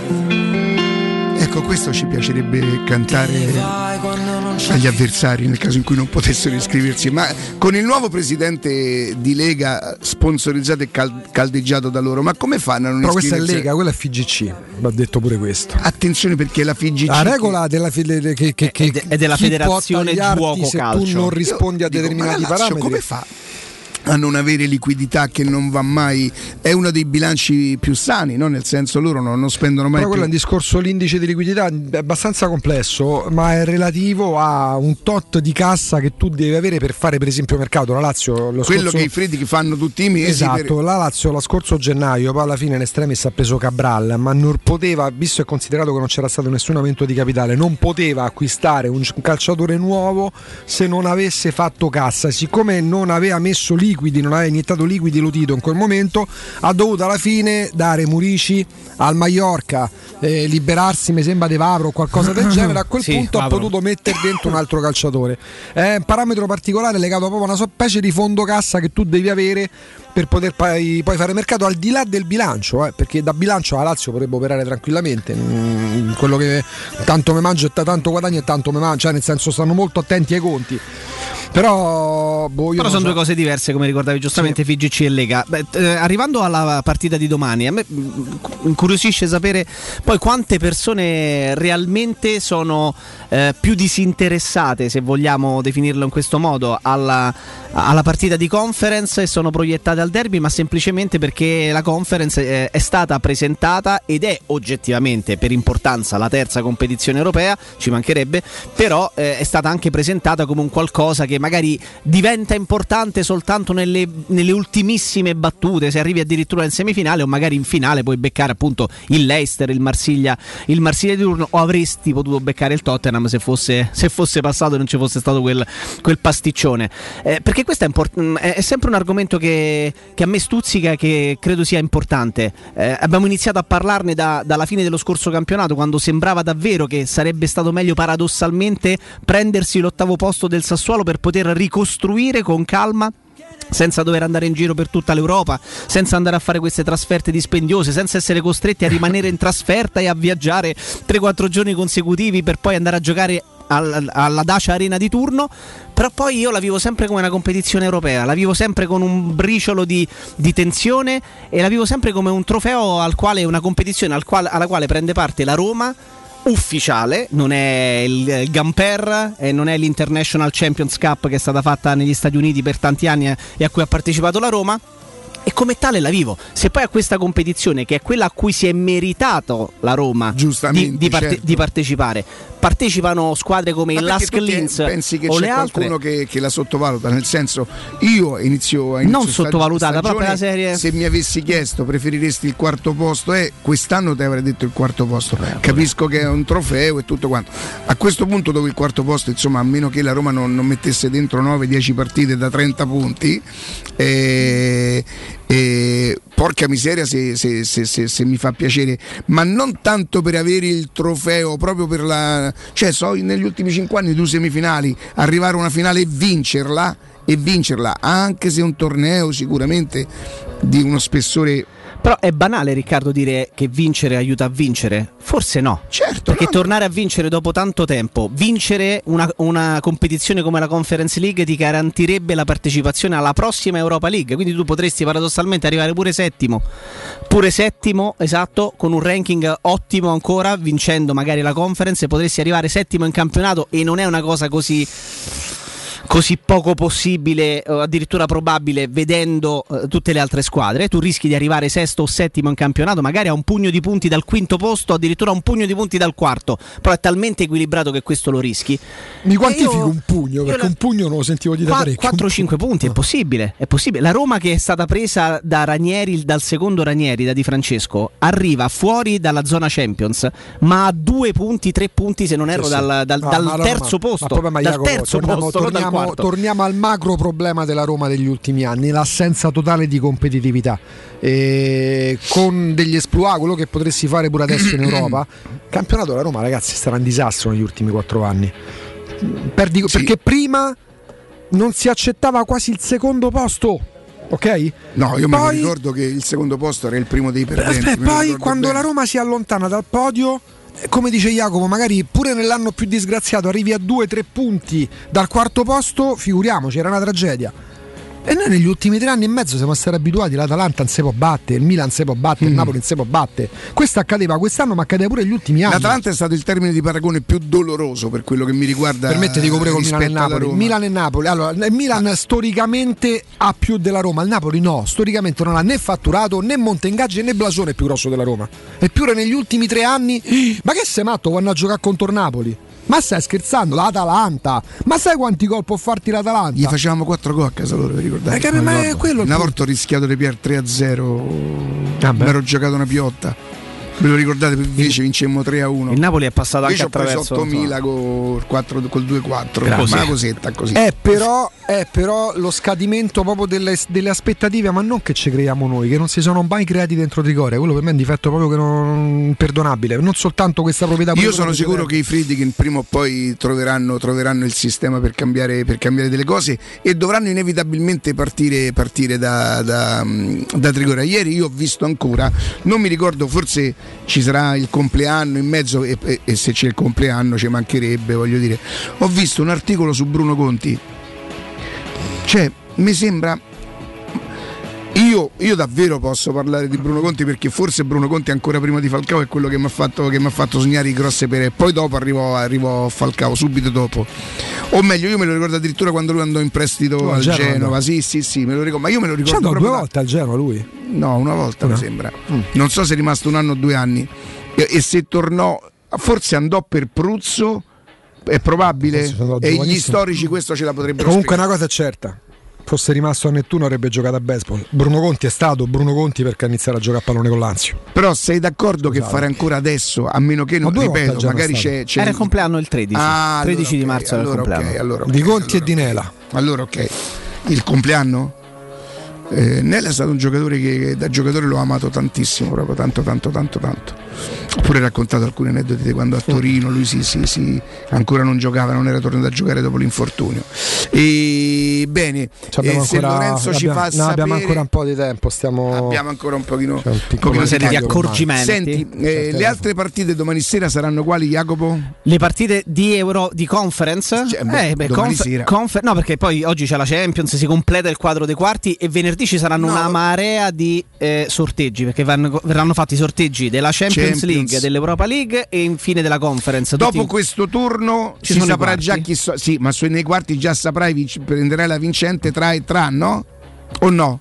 te. Ecco, questo ci piacerebbe cantare agli avversari nel caso in cui non potessero iscriversi, ma con il nuovo presidente di Lega sponsorizzato e cal- caldeggiato da loro, ma come fanno a non Però iscriversi? questa è Lega, quella è F G C, va detto pure questo. Attenzione, perché la F G C, la regola della fede, che, che, che è della chi federazione può giuoco se calcio. tu non rispondi Io a dico, determinati ma la Lazio parametri, come fa a non avere liquidità che non va mai? È uno dei bilanci più sani, no? Nel senso, loro non, non spendono mai però più. quello è un discorso, l'indice di liquidità è abbastanza complesso, ma è relativo a un tot di cassa che tu devi avere per fare per esempio mercato. La Lazio lo quello scorso... che i Friedrich fanno tutti i mesi, esatto, per... la Lazio lo scorso gennaio poi alla fine in estremis ha preso Cabral, ma non poteva, visto e considerato che non c'era stato nessun aumento di capitale, non poteva acquistare un calciatore nuovo se non avesse fatto cassa. Siccome non aveva messo liquidi, non aveva iniettato liquidi Lotito in quel momento, ha dovuto alla fine dare Murici al Mallorca, eh, liberarsi mi sembra De Vavro o qualcosa del genere. A quel sì, punto Vavro. ha potuto mettere dentro un altro calciatore. È un parametro particolare legato proprio a una specie di fondo cassa che tu devi avere per poter poi, poi fare mercato, al di là del bilancio, eh, perché da bilancio la Lazio potrebbe operare tranquillamente. Mm, quello che tanto me mangio e tanto guadagno e tanto me mangio, cioè nel senso stanno molto attenti ai conti. Però, boh, io Però sono so. due cose diverse, come ricordavi giustamente, sì. F G C e Lega. Beh, eh, arrivando alla partita di domani, a me mh, incuriosisce sapere poi quante persone realmente sono eh, più disinteressate, se vogliamo definirlo in questo modo, alla, alla partita di Conference e sono proiettate al derby, ma semplicemente perché la Conference eh, è stata presentata ed è oggettivamente per importanza la terza competizione europea, ci mancherebbe, però eh, è stata anche presentata come un qualcosa che magari diventa diventa importante soltanto nelle, nelle ultimissime battute, se arrivi addirittura in semifinale o magari in finale puoi beccare appunto il Leicester, il Marsiglia, il Marsiglia di turno, o avresti potuto beccare il Tottenham se fosse, se fosse passato e non ci fosse stato quel, quel pasticcione, eh, perché questo è, import- è sempre un argomento che, che a me stuzzica, che credo sia importante. Eh, abbiamo iniziato a parlarne da, dalla fine dello scorso campionato, quando sembrava davvero che sarebbe stato meglio paradossalmente prendersi l'ottavo posto del Sassuolo per poter ricostruire con calma, senza dover andare in giro per tutta l'Europa, senza andare a fare queste trasferte dispendiose, senza essere costretti a rimanere in trasferta e a viaggiare tre quattro giorni consecutivi per poi andare a giocare al, alla Dacia Arena di turno. Però poi io la vivo sempre come una competizione europea, la vivo sempre con un briciolo di, di tensione, e la vivo sempre come un trofeo al quale, una competizione al quale, alla quale prende parte la Roma ufficiale, non è il Gamper e non è l'International Champions Cup che è stata fatta negli Stati Uniti per tanti anni e a cui ha partecipato la Roma, e come tale la vivo. Se poi a questa competizione, che è quella a cui si è meritato la Roma di, di, parte, certo. di partecipare, partecipano squadre come Ma il Lask Linz pensi che o c'è le altre, qualcuno che, che la sottovaluta? Nel senso, io inizio a inizio non sottovalutata, stagione, proprio la serie. Se mi avessi chiesto preferiresti il quarto posto, eh, quest'anno ti avrei detto il quarto posto. Beh, capisco che è un trofeo e tutto quanto. A questo punto, dove il quarto posto, insomma, a meno che la Roma non, non mettesse dentro nove dieci partite da trenta punti, eh, eh, porca miseria se, se, se, se, se mi fa piacere, ma non tanto per avere il trofeo, proprio per la, cioè so negli ultimi cinque anni due semifinali, arrivare a una finale e vincerla e vincerla anche se è un torneo sicuramente di uno spessore. Però è banale, Riccardo, dire che vincere aiuta a vincere? Forse no. Certo. Perché no, tornare a vincere dopo tanto tempo, vincere una, una competizione come la Conference League ti garantirebbe la partecipazione alla prossima Europa League. Quindi tu potresti paradossalmente arrivare pure settimo. Pure settimo, esatto, con un ranking ottimo ancora, vincendo magari la Conference, e potresti arrivare settimo in campionato, e non è una cosa così... così poco possibile, o addirittura probabile, vedendo uh, tutte le altre squadre. Tu rischi di arrivare sesto o settimo in campionato, magari a un pugno di punti dal quinto posto, addirittura a un pugno di punti dal quarto, però è talmente equilibrato che questo lo rischi. Mi quantifico io, un pugno, perché la... un pugno non lo sentivo di da parecchio. quattro cinque punti, è possibile, è possibile. La Roma, che è stata presa da Ranieri, dal secondo Ranieri, da Di Francesco, arriva fuori dalla zona Champions, ma a due punti, tre punti se non erro, sì, sì. dal, dal, no, dal terzo Roma, posto, ma dal terzo torniamo, posto, torniamo, torniamo al macro problema della Roma degli ultimi anni, l'assenza totale di competitività, e con degli esploit, quello che potresti fare pure adesso in Europa. Campionato della Roma, ragazzi, sarà un disastro negli ultimi quattro anni. Perdi, sì. Perché prima non si accettava quasi il secondo posto, ok? No, io poi, mi ricordo che il secondo posto era il primo dei perdenti. Beh, poi quando bene. La Roma si allontana dal podio, come dice Jacopo, magari pure nell'anno più disgraziato arrivi a due tre punti dal quarto posto, figuriamoci, era una tragedia. E noi negli ultimi tre anni e mezzo siamo stati abituati, l'Atalanta non si può battere, il Milan non si può battere, mm. il Napoli non si può battere. Questo accadeva quest'anno, ma accadeva pure negli ultimi anni. L'Atalanta è stato il termine di paragone più doloroso per quello che mi riguarda. Permette, dico pure con Milan e Napoli. Milan e Napoli. Allora, il Milan ah. storicamente ha più della Roma, il Napoli no, storicamente non ha né fatturato, né monte ingaggi, né blasone più grosso della Roma. Eppure negli ultimi tre anni, ma che sei matto quando a giocare contro il Napoli? Ma stai scherzando? L'Atalanta, ma sai quanti gol può farti l'Atalanta? Gli facevamo quattro gol a casa loro, vi ricordate? Eh, ma è quello. Una volta ho rischiato di pigliare tre a zero, ah, mi ero giocato una piotta. Ve lo ricordate? Invece vincemmo tre a uno. Il Napoli è passato invece anche attraverso ottomila col, col due quattro, una cosetta così. È però, è però lo scadimento proprio delle, delle aspettative, ma non che ci creiamo noi, che non si sono mai creati dentro Trigoria. Quello per me è un difetto proprio che non imperdonabile. Non soltanto questa proprietà. Io sono sicuro che i Friedkin prima o poi troveranno, troveranno il sistema per cambiare, per cambiare delle cose, e dovranno inevitabilmente partire, partire da, da, da Trigoria. Ieri io ho visto ancora, non mi ricordo, forse ci sarà il compleanno in mezzo, e, e, e se c'è il compleanno ci mancherebbe, voglio dire. Ho visto un articolo su Bruno Conti, cioè mi sembra, io, io davvero posso parlare di Bruno Conti, perché forse Bruno Conti ancora prima di Falcao è quello che mi ha fatto, che mi ha fatto sognare i grosse pere, poi dopo arrivò, arrivò Falcao subito dopo, o meglio io me lo ricordo addirittura quando lui andò in prestito oh, al Genova, Genova. sì sì sì me lo ricordo, ma io me lo ricordo proprio due volte da... al Genova lui? No, una volta no. mi sembra, mm. non so se è rimasto un anno o due anni, e, e se tornò, forse andò per Pruzzo, è probabile, e gli storici questo ce la potrebbero comunque spiegare. Una cosa è certa, fosse rimasto a Nettuno avrebbe giocato a baseball. Bruno Conti è stato Bruno Conti perché ha iniziato a giocare a pallone con Lazio. Però sei d'accordo Scusate. che fare ancora adesso, a meno che non ripeto, magari c'è, c'è era il compleanno il tredici, ah, tredici allora, di marzo okay, era il allora, compleanno okay, allora, okay, di Conti allora, e di Nela. Allora ok, il compleanno? Eh, Nella è stato un giocatore che da giocatore l'ho amato tantissimo, proprio tanto tanto tanto tanto. Ho pure raccontato alcuni aneddoti di quando a Torino lui si, si, si ancora non giocava, non era tornato a giocare dopo l'infortunio. E bene, eh, se ancora, Lorenzo abbiamo, ci fa no, sapere, abbiamo ancora un po' di tempo, stiamo abbiamo ancora un pochino, un come una serie di accorgimenti. Senti, eh, le altre partite domani sera saranno quali, Jacopo? Le partite di Euro di Conference? Cioè, beh, eh, beh, domani conf- sera. Confer- no, perché poi oggi c'è la Champions, si completa il quadro dei quarti e venerdì ci saranno No. una marea di eh, sorteggi, perché vanno, verranno fatti i sorteggi della Champions, Champions. League, dell'Europa League e infine della Conference. Dopo Tutti... questo turno Ci si sono i saprà quarti? già chi so- sì, ma su- nei quarti già saprai, vinc- prenderai la vincente tra e tra, no? O no?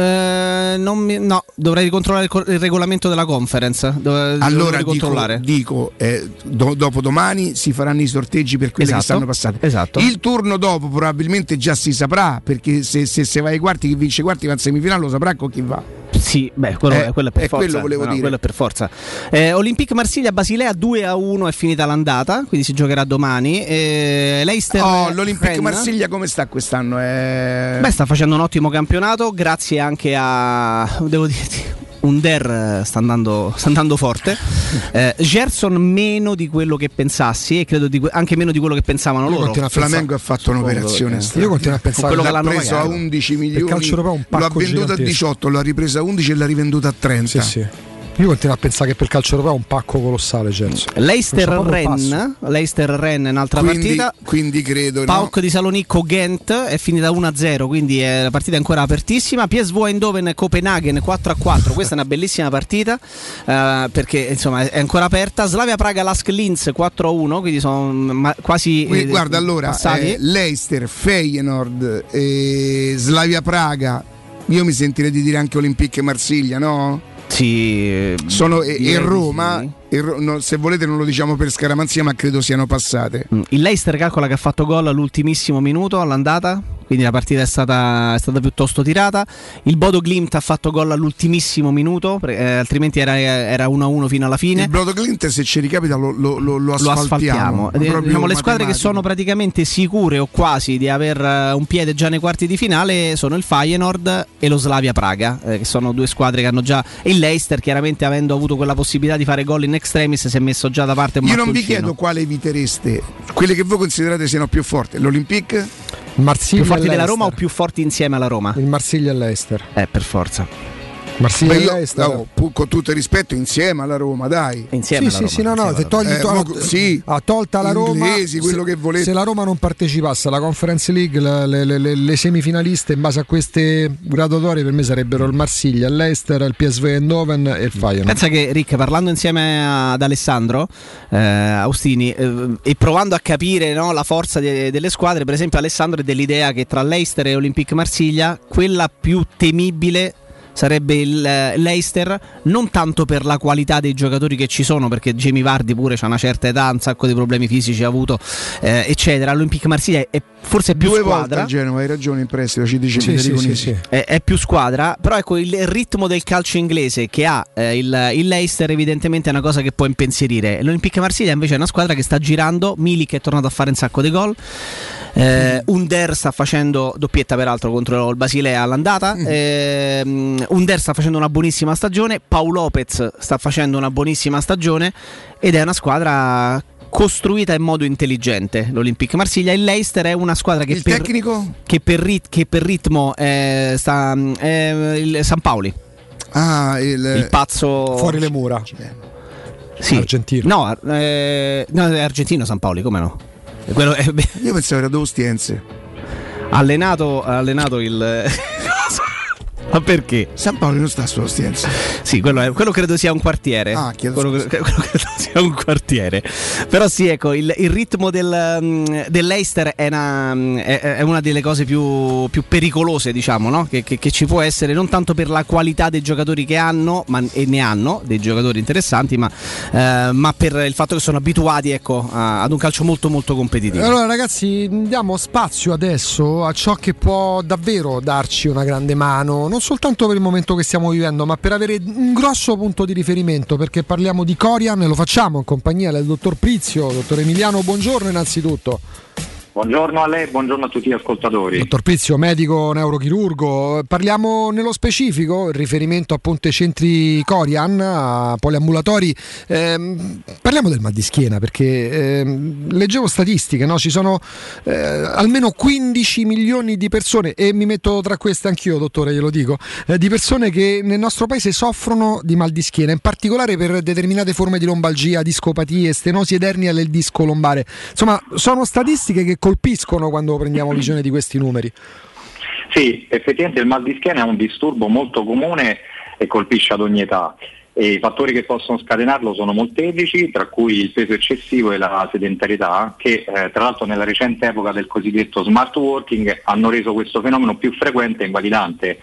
Eh, non mi, no, dovrei ricontrollare il, co- il regolamento della Conference. Dov- Allora dovrei dico, ricontrollare. dico eh, do- dopo domani si faranno i sorteggi per quelle Esatto, che stanno passate. esatto. Il turno dopo probabilmente già si saprà, perché se, se, se vai ai quarti, chi vince i quarti va in semifinale, lo saprà con chi va. Sì, beh, quello, Eh, è, quello è per eh, forza. quello volevo no, dire. quello è per forza. Eh, Olympique Marsiglia Basilea due a uno è finita l'andata, quindi si giocherà domani. Eh, Leicester Oh, l'Olympique Rennes. Marsiglia come sta quest'anno? Eh... Beh, sta facendo un ottimo campionato, grazie anche a, devo dirti, Under sta andando, sta andando forte. eh, Gerson meno di quello che pensassi e credo di, anche meno di quello che pensavano loro. Il Flamengo ha fatto un'operazione eh. Io continuo a pensare quello che l'ha l'hanno preso pagato. a undici Il milioni, calcio europeo è un l'ha pacco venduto a gigantesco. diciotto, l'ha ripresa a undici e l'ha rivenduta a trenta. Sì, sì. Io continuo a pensare che per il calcio europeo è un pacco colossale, Gelso. Leicester Non c'ha proprio il Rennes, Leicester Rennes un'altra Quindi, partita. quindi credo no? Pauk di Salonicco Ghent è finita uno a zero, quindi è, la partita è ancora apertissima. P S V Eindhoven Copenaghen quattro a quattro, questa è una bellissima partita eh, perché insomma è ancora aperta. Slavia Praga Lask Linz quattro a uno, quindi sono ma, quasi Quindi, eh, guarda allora passati. eh, Leicester, Feyenoord, eh, Slavia Praga, io mi sentirei di dire anche Olympique Marsiglia, no? Sì, sono e, e Roma sì. e, no, se volete non lo diciamo per scaramanzia, ma credo siano passate. Il Leicester calcola che ha fatto gol all'ultimissimo minuto all'andata, quindi la partita è stata, è stata piuttosto tirata. Il Bodo Glimt ha fatto gol all'ultimissimo minuto, eh, altrimenti era, era uno a uno fino alla fine. Il Bodo Glimt, se ci ricapita, lo, lo, lo, lo asfaltiamo. Lo asfaltiamo. Eh, diciamo, le squadre che sono praticamente sicure o quasi di aver uh, un piede già nei quarti di finale sono il Feyenoord e lo Slavia Praga, eh, che sono due squadre che hanno già. E il Leicester, chiaramente avendo avuto quella possibilità di fare gol in extremis, si è messo già da parte un Io non vi mattoncino. chiedo quale evitereste, quelle che voi considerate siano più forti, l'Olympique? Marsiglia Più forti e della Leicester. Roma o più forti insieme alla Roma? Il Marsiglia e Leicester. Eh, per forza. Marsiglia Beh, e io, Leicester. no, pu- con tutto il rispetto, insieme alla Roma, dai. Insieme sì, alla sì, Roma, sì, no, no, se togli Eh, to- mo- sì. ah, tolta la Roma, Inglesi, quello se, che volete. se la Roma non partecipasse alla Conference League, le, le- le- le semifinaliste in base a queste graduatorie per me sarebbero il Marsiglia, il Leicester, il P S V Eindhoven e il Feyenoord. Pensa che Rick, parlando insieme ad Alessandro eh, Austini eh, e provando a capire, no, la forza de- delle squadre, per esempio Alessandro è dell'idea che tra Leicester e Olympique Marsiglia quella più temibile sarebbe il eh, Leicester, non tanto per la qualità dei giocatori che ci sono, perché Jamie Vardy pure c'ha una certa età, un sacco di problemi fisici ha avuto, eh, eccetera. L'Olympique Marsiglia è forse più Due squadra. volte a Genova, hai ragione, in prestito, ci dice Sì, Federico sì, Nisi. sì, sì. È, è più squadra, però ecco il ritmo del calcio inglese che ha eh, il, il Leicester evidentemente è una cosa che può impensierire. L'Olympique Marsiglia invece è una squadra che sta girando, Milik è tornato a fare un sacco di gol, eh, Under sta facendo doppietta peraltro contro il Basilea all'andata, Mm. eh, Under sta facendo una buonissima stagione, Paul Lopez sta facendo una buonissima stagione ed è una squadra costruita in modo intelligente, l'Olympique Marsiglia. Il Leicester è una squadra che Il per, tecnico? che per, rit- che per ritmo eh, sta eh, il San Paoli, Ah, il, il pazzo Fuori le mura. sì. Argentino. No, eh, no, è argentino San Paoli, come no? Quello è, beh, Io pensavo era Dostiense. allenato, allenato il Ma perché? San Paolo non sta su Ostiense. Sì, quello, è, quello credo sia un quartiere. Ah, chiedo quello, quello credo sia un quartiere. Però sì, ecco, il, il ritmo del, dell'Eister è una, è, è una delle cose più, più pericolose, diciamo, no? Che, che, che ci può essere, non tanto per la qualità dei giocatori che hanno, ma, e ne hanno, dei giocatori interessanti, ma, eh, ma per il fatto che sono abituati, ecco, a, ad un calcio molto molto competitivo. Allora ragazzi, diamo spazio adesso a ciò che può davvero darci una grande mano, non soltanto per il momento che stiamo vivendo, ma per avere un grosso punto di riferimento, perché parliamo di Corian e lo facciamo in compagnia del dottor Prizio. Dottor Emiliano, buongiorno innanzitutto. Buongiorno a lei, buongiorno a tutti gli ascoltatori. Dottor Prizio, medico neurochirurgo, parliamo nello specifico, riferimento a Ponte Centri Corian, a poliambulatori, ehm, parliamo del mal di schiena, perché ehm, leggevo statistiche, no? Ci sono eh, almeno quindici milioni di persone, e mi metto tra queste anch'io, dottore, glielo dico, eh, di persone che nel nostro paese soffrono di mal di schiena, in particolare per determinate forme di lombalgia, discopatie, stenosi ed ernia del disco lombare. Insomma, sono statistiche che colpiscono quando prendiamo visione di questi numeri. Sì, effettivamente il mal di schiena è un disturbo molto comune e colpisce ad ogni età. E i fattori che possono scatenarlo sono molteplici, tra cui il peso eccessivo e la sedentarietà, che eh, tra l'altro nella recente epoca del cosiddetto smart working hanno reso questo fenomeno più frequente e invalidante.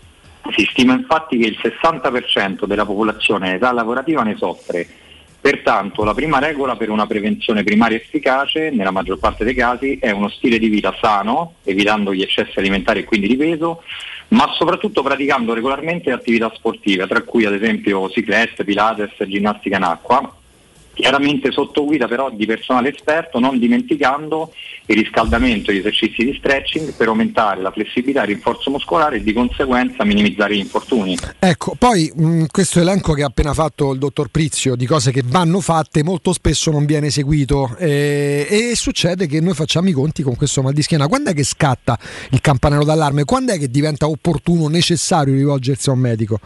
Si stima infatti che il sessanta per cento della popolazione in età lavorativa ne soffre. Pertanto la prima regola per una prevenzione primaria efficace, nella maggior parte dei casi, è uno stile di vita sano, evitando gli eccessi alimentari e quindi di peso, ma soprattutto praticando regolarmente attività sportive, tra cui ad esempio ciclette, pilates, ginnastica in acqua, chiaramente sotto guida però di personale esperto, non dimenticando il riscaldamento e gli esercizi di stretching per aumentare la flessibilità e il rinforzo muscolare e di conseguenza minimizzare gli infortuni. Ecco, poi mh, questo elenco che ha appena fatto il dottor Prizio di cose che vanno fatte molto spesso non viene eseguito, eh, e succede che noi facciamo i conti con questo mal di schiena. Quando è che scatta il campanello d'allarme? Quando è che diventa opportuno, necessario rivolgersi a un medico?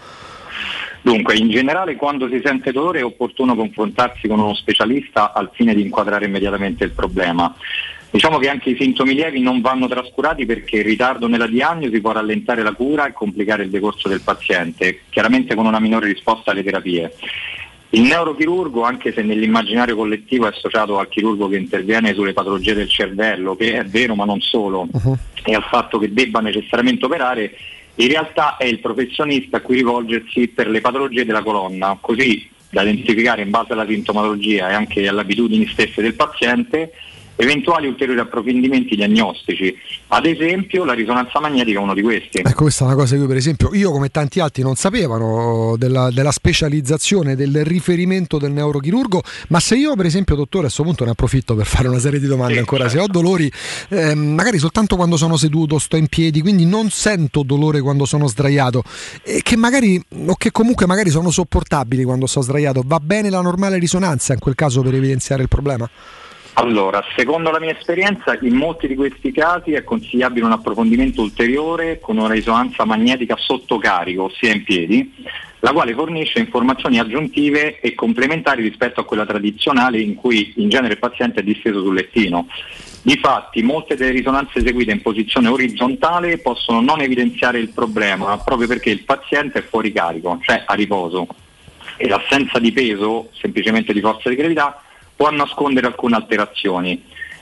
Dunque, in generale quando si sente dolore è opportuno confrontarsi con uno specialista al fine di inquadrare immediatamente il problema. Diciamo che anche i sintomi lievi non vanno trascurati, perché il ritardo nella diagnosi può rallentare la cura e complicare il decorso del paziente, chiaramente con una minore risposta alle terapie. Il neurochirurgo, anche se nell'immaginario collettivo è associato al chirurgo che interviene sulle patologie del cervello, che è vero ma non solo, uh-huh. e al fatto che debba necessariamente operare, in realtà è il professionista a cui rivolgersi per le patologie della colonna, così da identificare in base alla sintomatologia e anche alle abitudini stesse del paziente eventuali ulteriori approfondimenti diagnostici. Ad esempio la risonanza magnetica è uno di questi. Ecco, questa è una cosa che io per esempio, io come tanti altri non sapevano della, della specializzazione, del riferimento del neurochirurgo, ma se io per esempio, dottore, a questo punto ne approfitto per fare una serie di domande, sì, ancora, certo. Se ho dolori eh, magari soltanto quando sono seduto, sto in piedi, quindi non sento dolore quando sono sdraiato, e che magari, o che comunque magari sono sopportabili quando sto sdraiato, va bene la normale risonanza in quel caso per evidenziare il problema? Allora, secondo la mia esperienza, in molti di questi casi è consigliabile un approfondimento ulteriore con una risonanza magnetica sotto carico, ossia in piedi, la quale fornisce informazioni aggiuntive e complementari rispetto a quella tradizionale in cui in genere il paziente è disteso sul lettino. Difatti, molte delle risonanze eseguite in posizione orizzontale possono non evidenziare il problema, proprio perché il paziente è fuori carico, cioè a riposo, e l'assenza di peso, semplicemente di forza di gravità, può nascondere alcune alterazioni.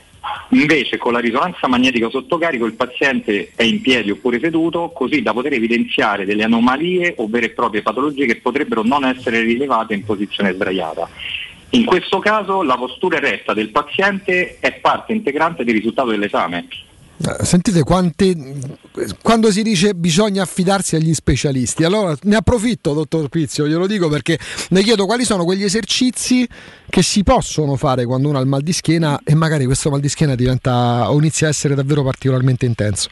Invece con la risonanza magnetica sotto carico il paziente è in piedi oppure seduto, così da poter evidenziare delle anomalie o vere e proprie patologie che potrebbero non essere rilevate in posizione sdraiata. In questo caso la postura eretta del paziente è parte integrante del risultato dell'esame. Sentite quante, quando si dice bisogna affidarsi agli specialisti, allora ne approfitto, dottor Prizio, glielo dico perché ne chiedo quali sono quegli esercizi che si possono fare quando uno ha il mal di schiena e magari questo mal di schiena diventa o inizia a essere davvero particolarmente intenso.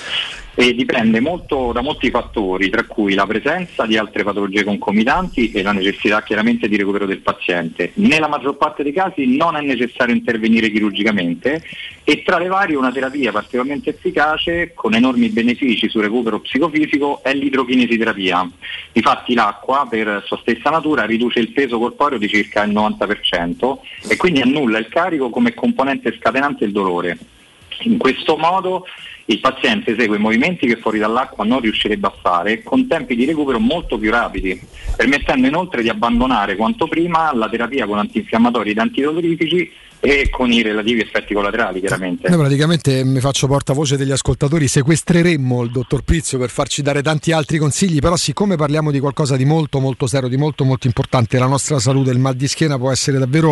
E dipende molto da molti fattori, tra cui la presenza di altre patologie concomitanti e la necessità chiaramente di recupero del paziente. Nella maggior parte dei casi non è necessario intervenire chirurgicamente e tra le varie una terapia particolarmente efficace con enormi benefici sul recupero psicofisico è l'idrochinesiterapia. Infatti l'acqua per sua stessa natura riduce il peso corporeo di circa il novanta per cento e quindi annulla il carico come componente scatenante del dolore. In questo modo il paziente esegue movimenti che fuori dall'acqua non riuscirebbe a fare, con tempi di recupero molto più rapidi, permettendo inoltre di abbandonare quanto prima la terapia con antinfiammatori ed antidolorifici e con i relativi effetti collaterali, chiaramente. Noi praticamente, mi faccio portavoce degli ascoltatori, sequestreremmo il dottor Prizio per farci dare tanti altri consigli, però siccome parliamo di qualcosa di molto molto serio, di molto molto importante, la nostra salute, il mal di schiena può essere davvero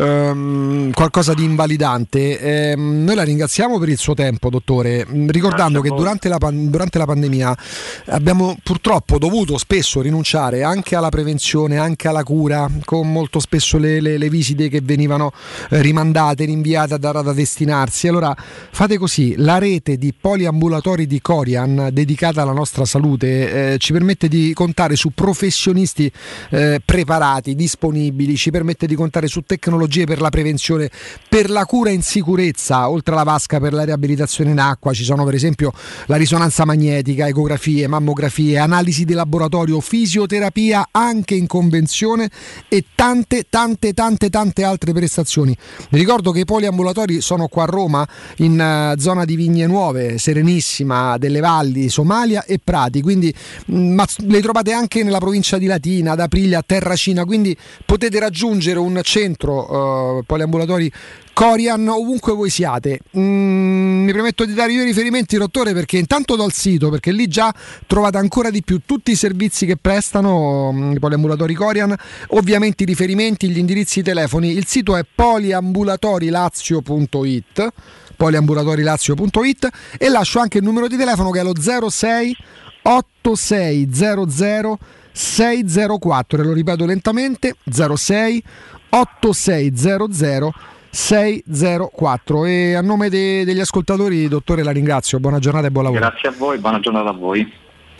ehm, qualcosa di invalidante. Ehm, noi la ringraziamo per il suo tempo, dottore, ricordando che durante la, durante la pandemia abbiamo purtroppo dovuto spesso rinunciare anche alla prevenzione, anche alla cura, con molto spesso le, le, le visite che venivano eh, rimandate, rinviate da, da destinarsi. Allora fate così: la rete di poliambulatori di Corian dedicata alla nostra salute eh, ci permette di contare su professionisti eh, preparati, disponibili, ci permette di contare su tecnologie per la prevenzione, per la cura in sicurezza, oltre alla vasca per la riabilitazione in acqua. Ci sono per esempio la risonanza magnetica, ecografie, mammografie, analisi di laboratorio, fisioterapia anche in convenzione e tante tante tante tante altre prestazioni. Vi ricordo che i poliambulatori sono qua a Roma, in uh, zona di Vigne Nuove, Serenissima, Delle Valli, Somalia e Prati, quindi mh, ma le trovate anche nella provincia di Latina, ad Aprilia, Terracina, quindi potete raggiungere un centro uh, poliambulatori Corian ovunque voi siate. Mm, mi permetto di dare io i riferimenti, dottore, perché intanto do il sito, perché lì già trovate ancora di più tutti i servizi che prestano mm, i poliambulatori Corian, ovviamente i riferimenti, gli indirizzi, i telefoni. Il sito è poliambulatorilazio punto it poliambulatorilazio punto it e lascio anche il numero di telefono, che è lo zero sei otto sei zero zero sei zero quattro, e lo ripeto lentamente: zero sei otto sei zero zero sei zero quattro. E a nome de- degli ascoltatori, dottore, la ringrazio, buona giornata e buon lavoro. Grazie a voi, buona giornata a voi.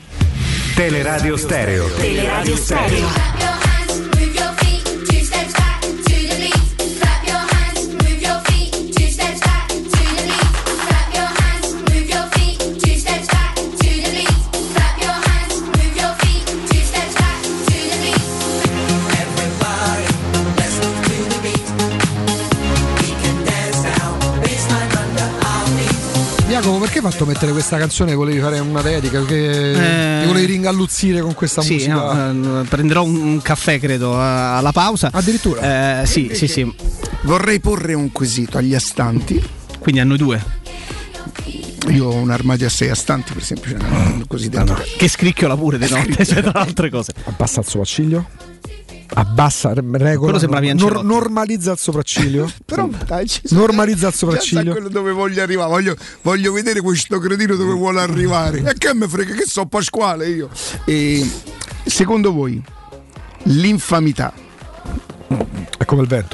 Teleradio Stereo. Teleradio Stereo. Jacopo, perché hai fatto mettere questa canzone? Volevi fare una dedica? Che Eh, ti volevi ringalluzzire con questa sì, musica? no, eh, prenderò un, un caffè, credo, a- alla pausa. Addirittura? Eh, sì, sì, sì. Vorrei porre un quesito agli astanti. Quindi a noi due. Io ho un armadio a sei astanti, per esempio, cioè, un cosiddetto. Che scricchiola pure di notte, cioè, tra altre cose. Abbassa il sopracciglio. Abbassa, regola, Quello sembrava nor- normalizza il sopracciglio. Però dai, ci sono- normalizza il già sa sopracciglio. quello dove voglio arrivare. Voglio, voglio vedere questo cretino dove vuole arrivare. E che me frega, che so Pasquale io. E secondo voi l'infamità è come il vento?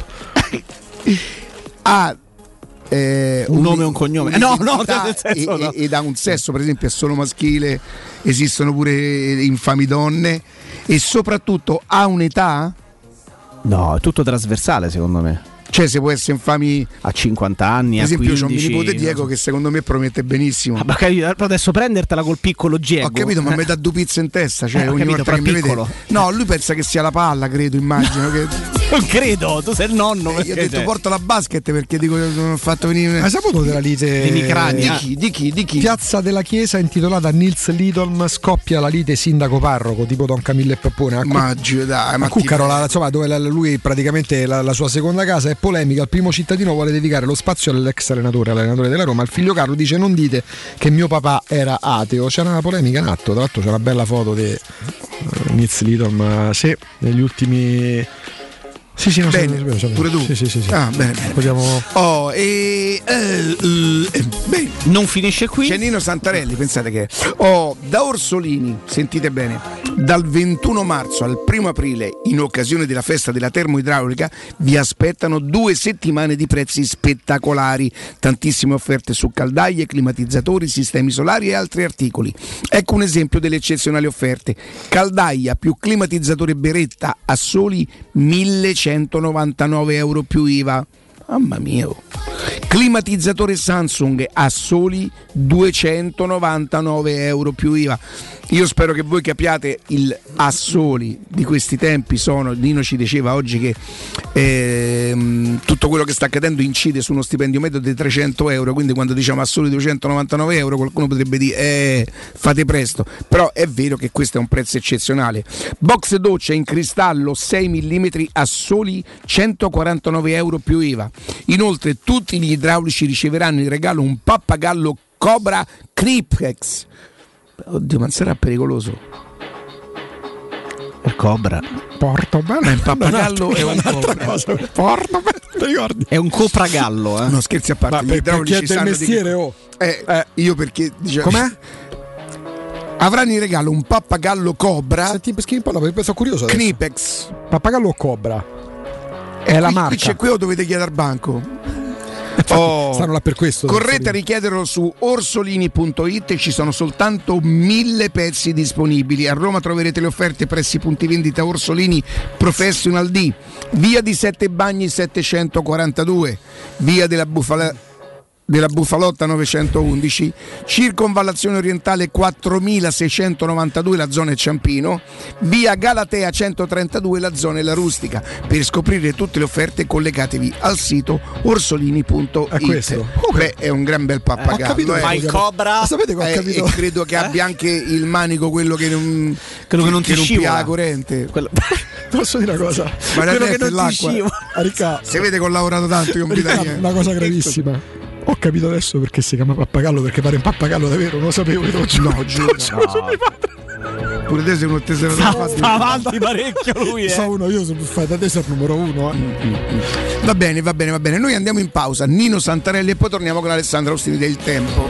ha eh, Un nome e un cognome. Eh, no, no, un'identità nel senso, e, no. e- ed ha un sesso, per esempio, è solo maschile, esistono pure infami donne, e soprattutto ha un'età? No, è tutto trasversale, secondo me. Cioè, se può essere infami a cinquanta anni, per esempio, a c'ho un quindici. mio nipote Diego che secondo me promette benissimo. Ah, ma capito, però adesso prendertela col piccolo Diego. Ho capito, ma mi dà due pizze in testa, cioè Eh, ho ogni capito, volta che però mi piccolo. vede. No, lui pensa che sia la palla, credo, immagino che Non credo, tu sei il nonno. Eh, io ho perché detto c'è- porta la basket perché dico non ho fatto venire. Hai saputo della lite Di Micrania. Di chi? Di chi? Di chi? Piazza della Chiesa intitolata Nils Lidolm, scoppia la lite sindaco parroco, tipo Don Camillo e Peppone. A Cu- Ma giù, dai, ma a Cuccaro, la- insomma, dove la- lui praticamente la, la sua seconda casa è polemica. Il primo cittadino vuole dedicare lo spazio all'ex allenatore, all'allenatore della Roma. Il figlio Carlo dice: non dite che mio papà era ateo. C'era una polemica in atto. Tra l'altro c'è una bella foto di uh, Nils Lidolm, se negli ultimi. Sì, sì, no, Bene, sapete, sapete. pure tu. Sì, sì, sì, sì. Ah, bene, bene. Possiamo... Oh, e eh, eh, bene. Non finisce qui. C'è Nino Santarelli, pensate che oh, da Orsolini, sentite bene, dal ventuno marzo al primo aprile, in occasione della festa della termoidraulica, vi aspettano due settimane di prezzi spettacolari, tantissime offerte su caldaie, climatizzatori, sistemi solari e altri articoli. Ecco un esempio delle eccezionali offerte: caldaia più climatizzatore Beretta a soli millecentonovantanove euro più I V A. Mamma mia, oh. Climatizzatore Samsung a soli duecentonovantanove euro più I V A. Io spero che voi capiate il a soli di questi tempi. Sono, Dino ci diceva oggi che ehm, tutto quello che sta accadendo incide su uno stipendio medio di trecento euro, quindi quando diciamo a soli duecentonovantanove euro qualcuno potrebbe dire eh, fate presto, però è vero che questo è un prezzo eccezionale. Box doccia in cristallo sei millimetri a soli centoquarantanove euro più I V A. Inoltre tutti gli idraulici riceveranno in regalo un pappagallo Cobra Knipex. Oddio, ma sarà pericoloso? Il Cobra. Porto bello. Il pappagallo è un un'altra cosa. Porto bello, ricordi? È un copragallo, eh? No, scherzi a parte. Ma per, per chi è del mestiere, di... oh. Eh, eh, io perché diciamo... Com'è? Avranno in regalo un pappagallo Cobra. Senti, perché sono curioso adesso. Knipex. Pappagallo o Cobra? È e la qui, marca. Qui c'è qui o dovete chiedere al banco? Oh, stanno là per questo. Correte a richiederlo su orsolini punto it, ci sono soltanto mille pezzi disponibili. A Roma troverete le offerte presso i punti vendita Orsolini Professional D, via di Sette Bagni settecentoquarantadue, via della Bufala della Bufalotta novecentoundici, circonvallazione orientale quattromilaseicentonovantadue, la zona è Ciampino, via Galatea centotrentadue, la zona è la Rustica. Per scoprire tutte le offerte collegatevi al sito orsolini punto it. Questo? Beh, è un gran bel pappagallo. Eh, ho capito, eh. Ma il Cobra? Ma sapete che ho Eh, capito? e credo che abbia anche il manico, quello che non, quello che non ti pia scivola. la corrente. Quello... Posso dire una cosa? Ma quello che non l'acqua. ti scivola. Ah, Ricca, Si vede che ho lavorato tanto io in vita mia. una cosa gravissima. Ho capito adesso perché si chiama pappagallo, perché pare un pappagallo davvero, non lo sapevo. Io no, giuro, no. Pure te sei uno tesoro sta, da sta avanti parecchio lui, eh. So uno, io sono da te sei il numero uno. Eh. Va bene, va bene, va bene. Noi andiamo in pausa. Nino Santarelli e poi torniamo con Alessandro Ostini del Tempo.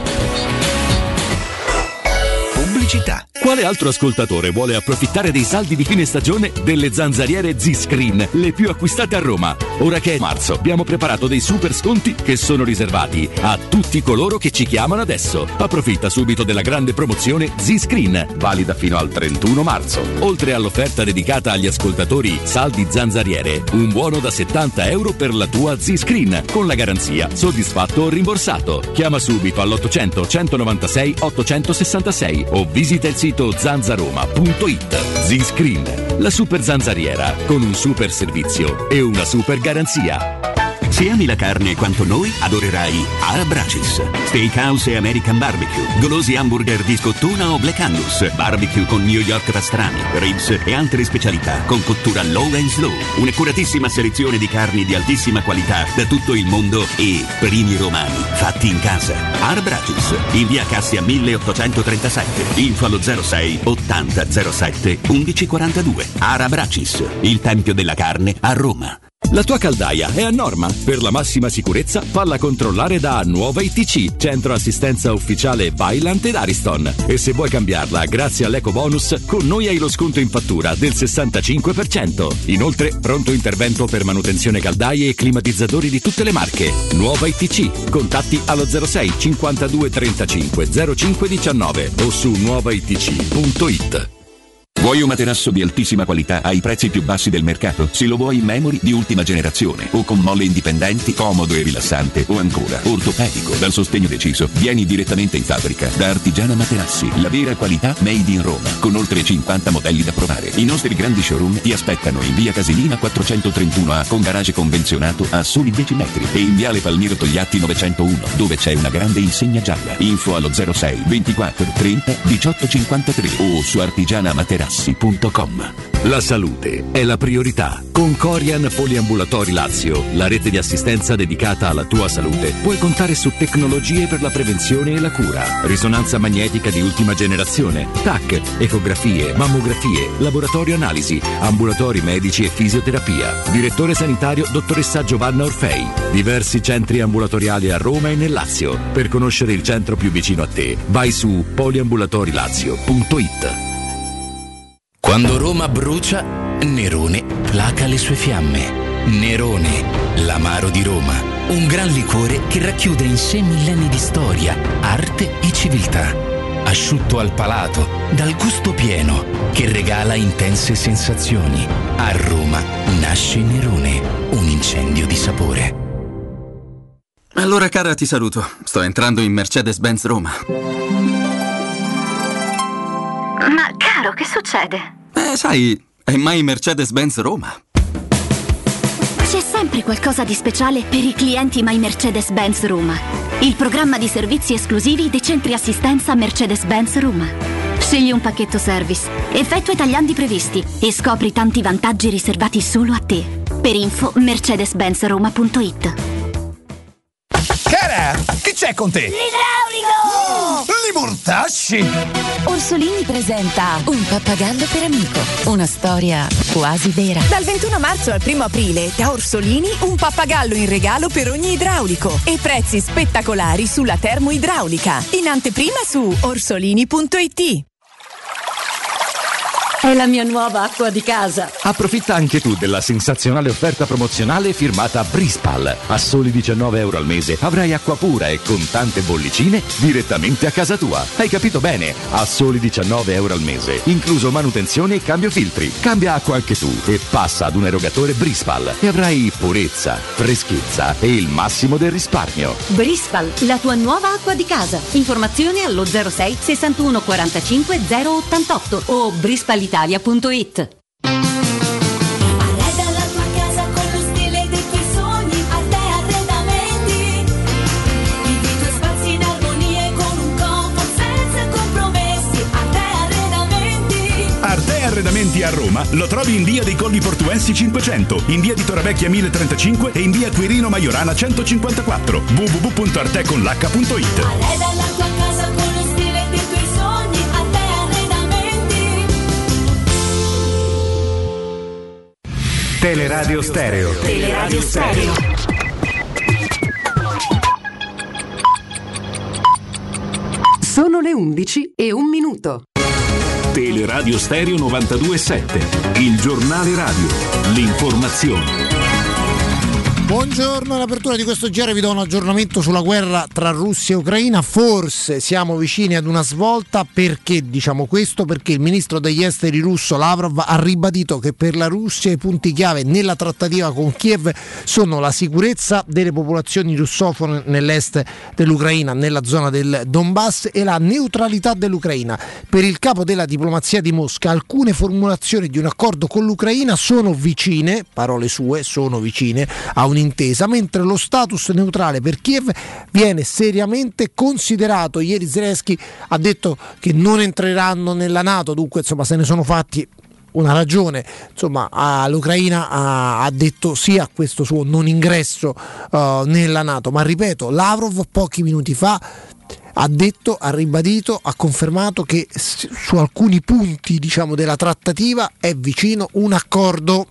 Pubblicità. Quale altro ascoltatore vuole approfittare dei saldi di fine stagione delle zanzariere Z-Screen, le più acquistate a Roma? Ora che è marzo, abbiamo preparato dei super sconti che sono riservati a tutti coloro che ci chiamano adesso. Approfitta subito della grande promozione Z-Screen, valida fino al trentuno marzo. Oltre all'offerta dedicata agli ascoltatori saldi zanzariere, un buono da settanta euro per la tua Z-Screen, con la garanzia soddisfatto o rimborsato. Chiama subito all'ottocento centonovantasei ottocentosessantasei o visita il sito zanzaroma punto it. Z-Screen, la super zanzariera con un super servizio e una super garanzia. Se ami la carne quanto noi, adorerai Arabracis. Steakhouse e American Barbecue, golosi hamburger di scottuna o Black Angus, barbecue con New York pastrami, ribs e altre specialità con cottura low and slow. Un'accuratissima selezione di carni di altissima qualità da tutto il mondo e primi romani fatti in casa. Arabracis, in via Cassia milleottocentotrentasette, info allo zero sei ottanta zero sette undici quarantadue. Arabracis, il tempio della carne a Roma. La tua caldaia è a norma? Per la massima sicurezza falla controllare da Nuova I T C, centro assistenza ufficiale Vaillant ed Ariston. E se vuoi cambiarla grazie all'eco bonus, con noi hai lo sconto in fattura del sessantacinque per cento. Inoltre pronto intervento per manutenzione caldaie e climatizzatori di tutte le marche. Nuova I T C, contatti allo zero sei cinquantadue trentacinque zero cinque diciannove o su nuova i t c punto it. Vuoi un materasso di altissima qualità ai prezzi più bassi del mercato? Se lo vuoi in memory di ultima generazione o con molle indipendenti, comodo e rilassante o ancora ortopedico dal sostegno deciso, vieni direttamente in fabbrica da Artigiana Materassi, la vera qualità made in Roma, con oltre cinquanta modelli da provare. I nostri grandi showroom ti aspettano in via Casilina quattrocentotrentuno A con garage convenzionato a soli dieci metri e in viale Palmiro Togliatti novecentouno dove c'è una grande insegna gialla. Info allo zero sei ventiquattro trenta diciotto cinquantatré o su artigiana materassi punto com. La salute è la priorità. Con Corian Poliambulatori Lazio, la rete di assistenza dedicata alla tua salute, puoi contare su tecnologie per la prevenzione e la cura. Risonanza magnetica di ultima generazione, T A C, ecografie, mammografie, laboratorio analisi, ambulatori medici e fisioterapia. Direttore sanitario dottoressa Giovanna Orfei. Diversi centri ambulatoriali a Roma e nel Lazio. Per conoscere il centro più vicino a te, vai su poliambulatorilazio punto it. Quando Roma brucia, Nerone placa le sue fiamme. Nerone, l'amaro di Roma. Un gran liquore che racchiude in sé millenni di storia, arte e civiltà. Asciutto al palato, dal gusto pieno, che regala intense sensazioni. A Roma nasce Nerone, un incendio di sapore. Allora cara, ti saluto. Sto entrando in Mercedes-Benz Roma. Ma caro, che succede? Eh, sai, è mai Mercedes-Benz Roma. C'è sempre qualcosa di speciale per i clienti My Mercedes-Benz Roma. Il programma di servizi esclusivi dei centri assistenza Mercedes-Benz Roma. Scegli un pacchetto service, effettua i tagliandi previsti e scopri tanti vantaggi riservati solo a te. Per info mercedes benz roma punto it. Cara, che c'è con te? L'idraulico! Li mortasci! Orsolini presenta Un pappagallo per amico, una storia quasi vera. Dal ventuno marzo al primo aprile da Orsolini un pappagallo in regalo per ogni idraulico e prezzi spettacolari sulla termoidraulica. In anteprima su orsolini punto it. È la mia nuova acqua di casa. Approfitta anche tu della sensazionale offerta promozionale firmata Brispal. A soli diciannove euro al mese avrai acqua pura e con tante bollicine direttamente a casa tua. Hai capito bene? A soli diciannove euro al mese, incluso manutenzione e cambio filtri. Cambia acqua anche tu e passa ad un erogatore Brispal e avrai purezza, freschezza e il massimo del risparmio. Brispal, la tua nuova acqua di casa. Informazioni allo zero sei sessantuno quarantacinque zero ottantotto o brispal italia punto it. Arreda la tua casa con lo stile dei tuoi sogni. Arte Arredamenti. Vivi i tuoi spazi in armonia con un comfort senza compromessi. Arte Arredamenti. Arte Arredamenti a Roma lo trovi in via dei Colli Portuensi cinquecento, in via di Torrevecchia mille trentacinque e in via Quirino Maiorana centocinquantaquattro. w w w punto arte con l'h punto it. Arreda la tua casa con lo stile dei tuoi sogni. Arte Arredamenti. Teleradio Stereo. Teleradio Stereo. Sono le undici e un minuto. Teleradio Stereo novantadue virgola sette, il giornale radio, l'informazione. Buongiorno, all'apertura di questo G R vi do un aggiornamento sulla guerra tra Russia e Ucraina. Forse siamo vicini ad una svolta. Perché diciamo questo? Perché il ministro degli esteri russo Lavrov ha ribadito che per la Russia i punti chiave nella trattativa con Kiev sono la sicurezza delle popolazioni russofone nell'est dell'Ucraina, nella zona del Donbass, e la neutralità dell'Ucraina. Per il capo della diplomazia di Mosca alcune formulazioni di un accordo con l'Ucraina sono vicine, parole sue, sono vicine a un intesa, mentre lo status neutrale per Kiev viene seriamente considerato. Ieri Zelensky ha detto che non entreranno nella NATO, dunque insomma se ne sono fatti una ragione. Insomma l'Ucraina ha, ha detto sì a questo suo non ingresso uh, nella NATO, ma ripeto, Lavrov pochi minuti fa ha detto, ha ribadito, ha confermato che su alcuni punti diciamo della trattativa è vicino un accordo.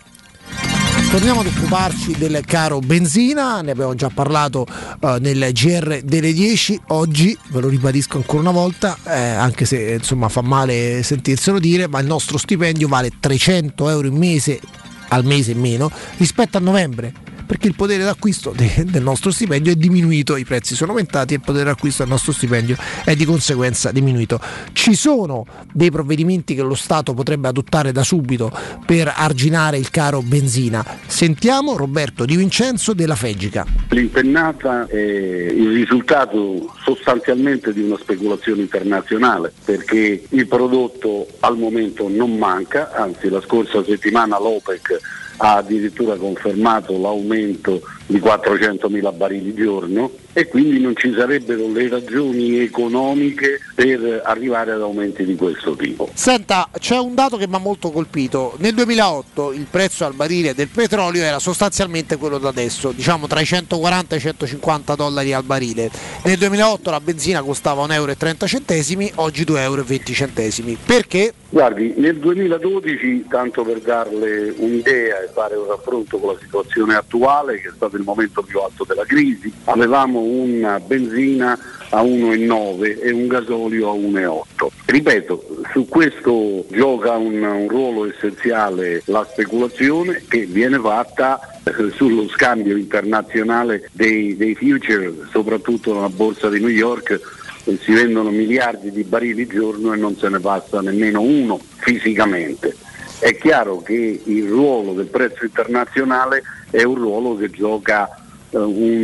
Torniamo ad occuparci del caro benzina, ne abbiamo già parlato uh, nel G R delle dieci. Oggi, ve lo ribadisco ancora una volta, eh, anche se insomma fa male sentirselo dire, ma il nostro stipendio vale trecento euro in mese, al mese in meno, rispetto a novembre, perché il potere d'acquisto de- del nostro stipendio è diminuito, i prezzi sono aumentati e il potere d'acquisto del nostro stipendio è di conseguenza diminuito. Ci sono dei provvedimenti che lo Stato potrebbe adottare da subito per arginare il caro benzina. Sentiamo Roberto Di Vincenzo della Fegica. L'impennata è il risultato sostanzialmente di una speculazione internazionale, perché il prodotto al momento non manca, anzi la scorsa settimana l'OPEC ha addirittura confermato l'aumento di quattrocentomila barili giorno e quindi non ci sarebbero le ragioni economiche per arrivare ad aumenti di questo tipo. Senta, c'è un dato che mi ha molto colpito. Nel duemilaotto il prezzo al barile del petrolio era sostanzialmente quello da adesso, diciamo tra i centoquaranta e i centocinquanta dollari al barile. Nel duemilaotto la benzina costava un euro e trenta centesimi, oggi due euro e venti centesimi. Perché? Guardi, nel duemiladodici, tanto per darle un'idea e fare un raffronto con la situazione attuale, che è stato il momento più alto della crisi, avevamo una benzina a uno virgola nove e un gasolio a uno virgola otto. Ripeto, su questo gioca un, un ruolo essenziale la speculazione che viene fatta eh, sullo scambio internazionale dei, dei future, soprattutto nella borsa di New York. Si vendono miliardi di barili giorno e non se ne passa nemmeno uno fisicamente. È chiaro che il ruolo del prezzo internazionale è un ruolo che gioca eh,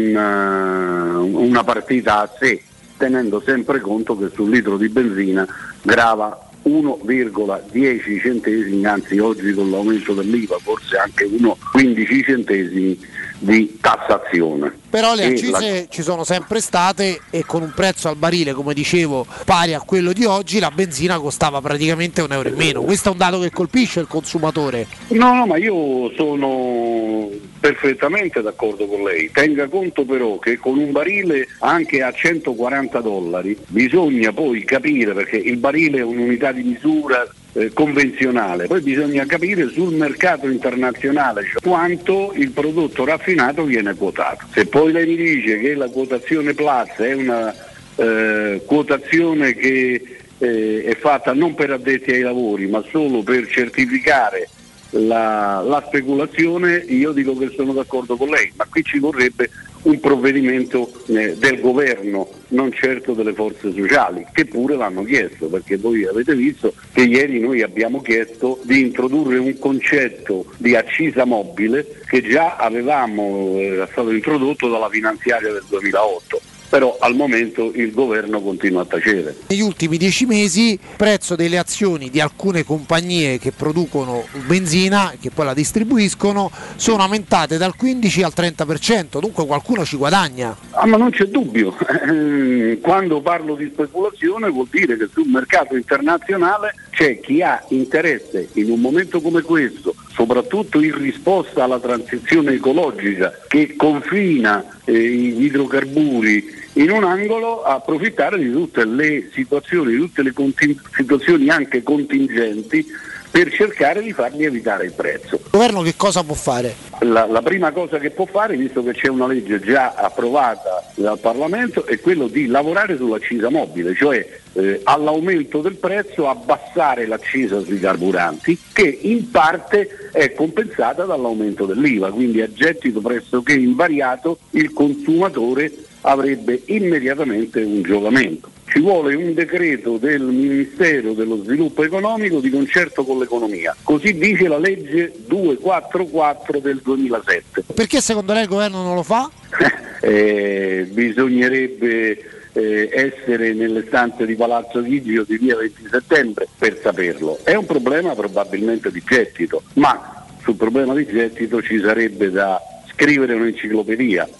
una, una partita a sé, tenendo sempre conto che sul litro di benzina grava uno virgola dieci centesimi, anzi oggi con l'aumento dell'I V A forse anche uno virgola quindici centesimi di tassazione. Però le E accise la- ci sono sempre state e con un prezzo al barile, come dicevo, pari a quello di oggi, la benzina costava praticamente un euro in meno. Questo è un dato che colpisce il consumatore. No, no, ma io sono perfettamente d'accordo con lei. Tenga conto però che con un barile anche a centoquaranta dollari bisogna poi capire, perché il barile è un'unità di misura eh, convenzionale, poi bisogna capire sul mercato internazionale, cioè, quanto il prodotto raffinato viene quotato. Se poi lei mi dice che la quotazione Platts è una eh, quotazione che eh, è fatta non per addetti ai lavori ma solo per certificare la, la speculazione, io dico che sono d'accordo con lei, ma qui ci vorrebbe un provvedimento eh, del governo, non certo delle forze sociali, che pure l'hanno chiesto, perché voi avete visto che ieri noi abbiamo chiesto di introdurre un concetto di accisa mobile che già avevamo, eh, era stato introdotto dalla finanziaria del duemilaotto. Però al momento il governo continua a tacere. Negli ultimi dieci mesi il prezzo delle azioni di alcune compagnie che producono benzina, che poi la distribuiscono, sono aumentate dal quindici al trenta per cento, dunque qualcuno ci guadagna. Ah, ma non c'è dubbio, quando parlo di speculazione vuol dire che sul mercato internazionale c'è chi ha interesse in un momento come questo, soprattutto in risposta alla transizione ecologica che confina eh, gli idrocarburi in un angolo, a approfittare di tutte le situazioni, di tutte le conti- situazioni anche contingenti per cercare di fargli evitare il prezzo. Il governo che cosa può fare? La, la prima cosa che può fare, visto che c'è una legge già approvata dal Parlamento, è quello di lavorare sull'accisa mobile, cioè eh, all'aumento del prezzo abbassare l'accisa sui carburanti, che in parte è compensata dall'aumento dell'I V A, quindi a gettito pressoché invariato il consumatore avrebbe immediatamente un giovamento. Ci vuole un decreto del Ministero dello Sviluppo Economico di concerto con l'economia, così dice la legge duecentoquarantaquattro del duemilasette. Perché secondo lei il governo non lo fa? eh, bisognerebbe eh, essere nelle stanze di Palazzo Chigi o di via venti settembre per saperlo. È un problema probabilmente di gettito, ma sul problema di gettito ci sarebbe da scrivere un'enciclopedia.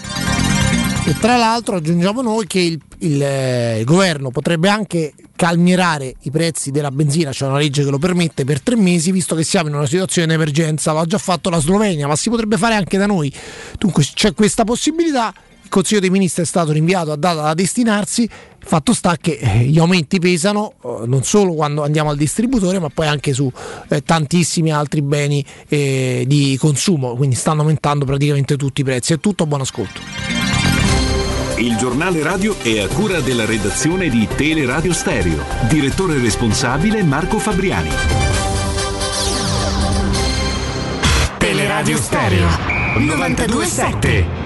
E tra l'altro aggiungiamo noi che il, il, eh, il governo potrebbe anche calmierare i prezzi della benzina, c'è una legge che lo permette, per tre mesi, visto che siamo in una situazione di emergenza. Lo ha già fatto la Slovenia, ma si potrebbe fare anche da noi. Dunque c'è questa possibilità. Il Consiglio dei Ministri è stato rinviato a data da destinarsi. Il fatto sta che eh, gli aumenti pesano eh, non solo quando andiamo al distributore, ma poi anche su eh, tantissimi altri beni eh, di consumo, quindi stanno aumentando praticamente tutti i prezzi. È tutto, buon ascolto. Il giornale radio è a cura della redazione di Teleradio Stereo. Direttore responsabile Marco Fabriani. Teleradio Stereo novantadue sette.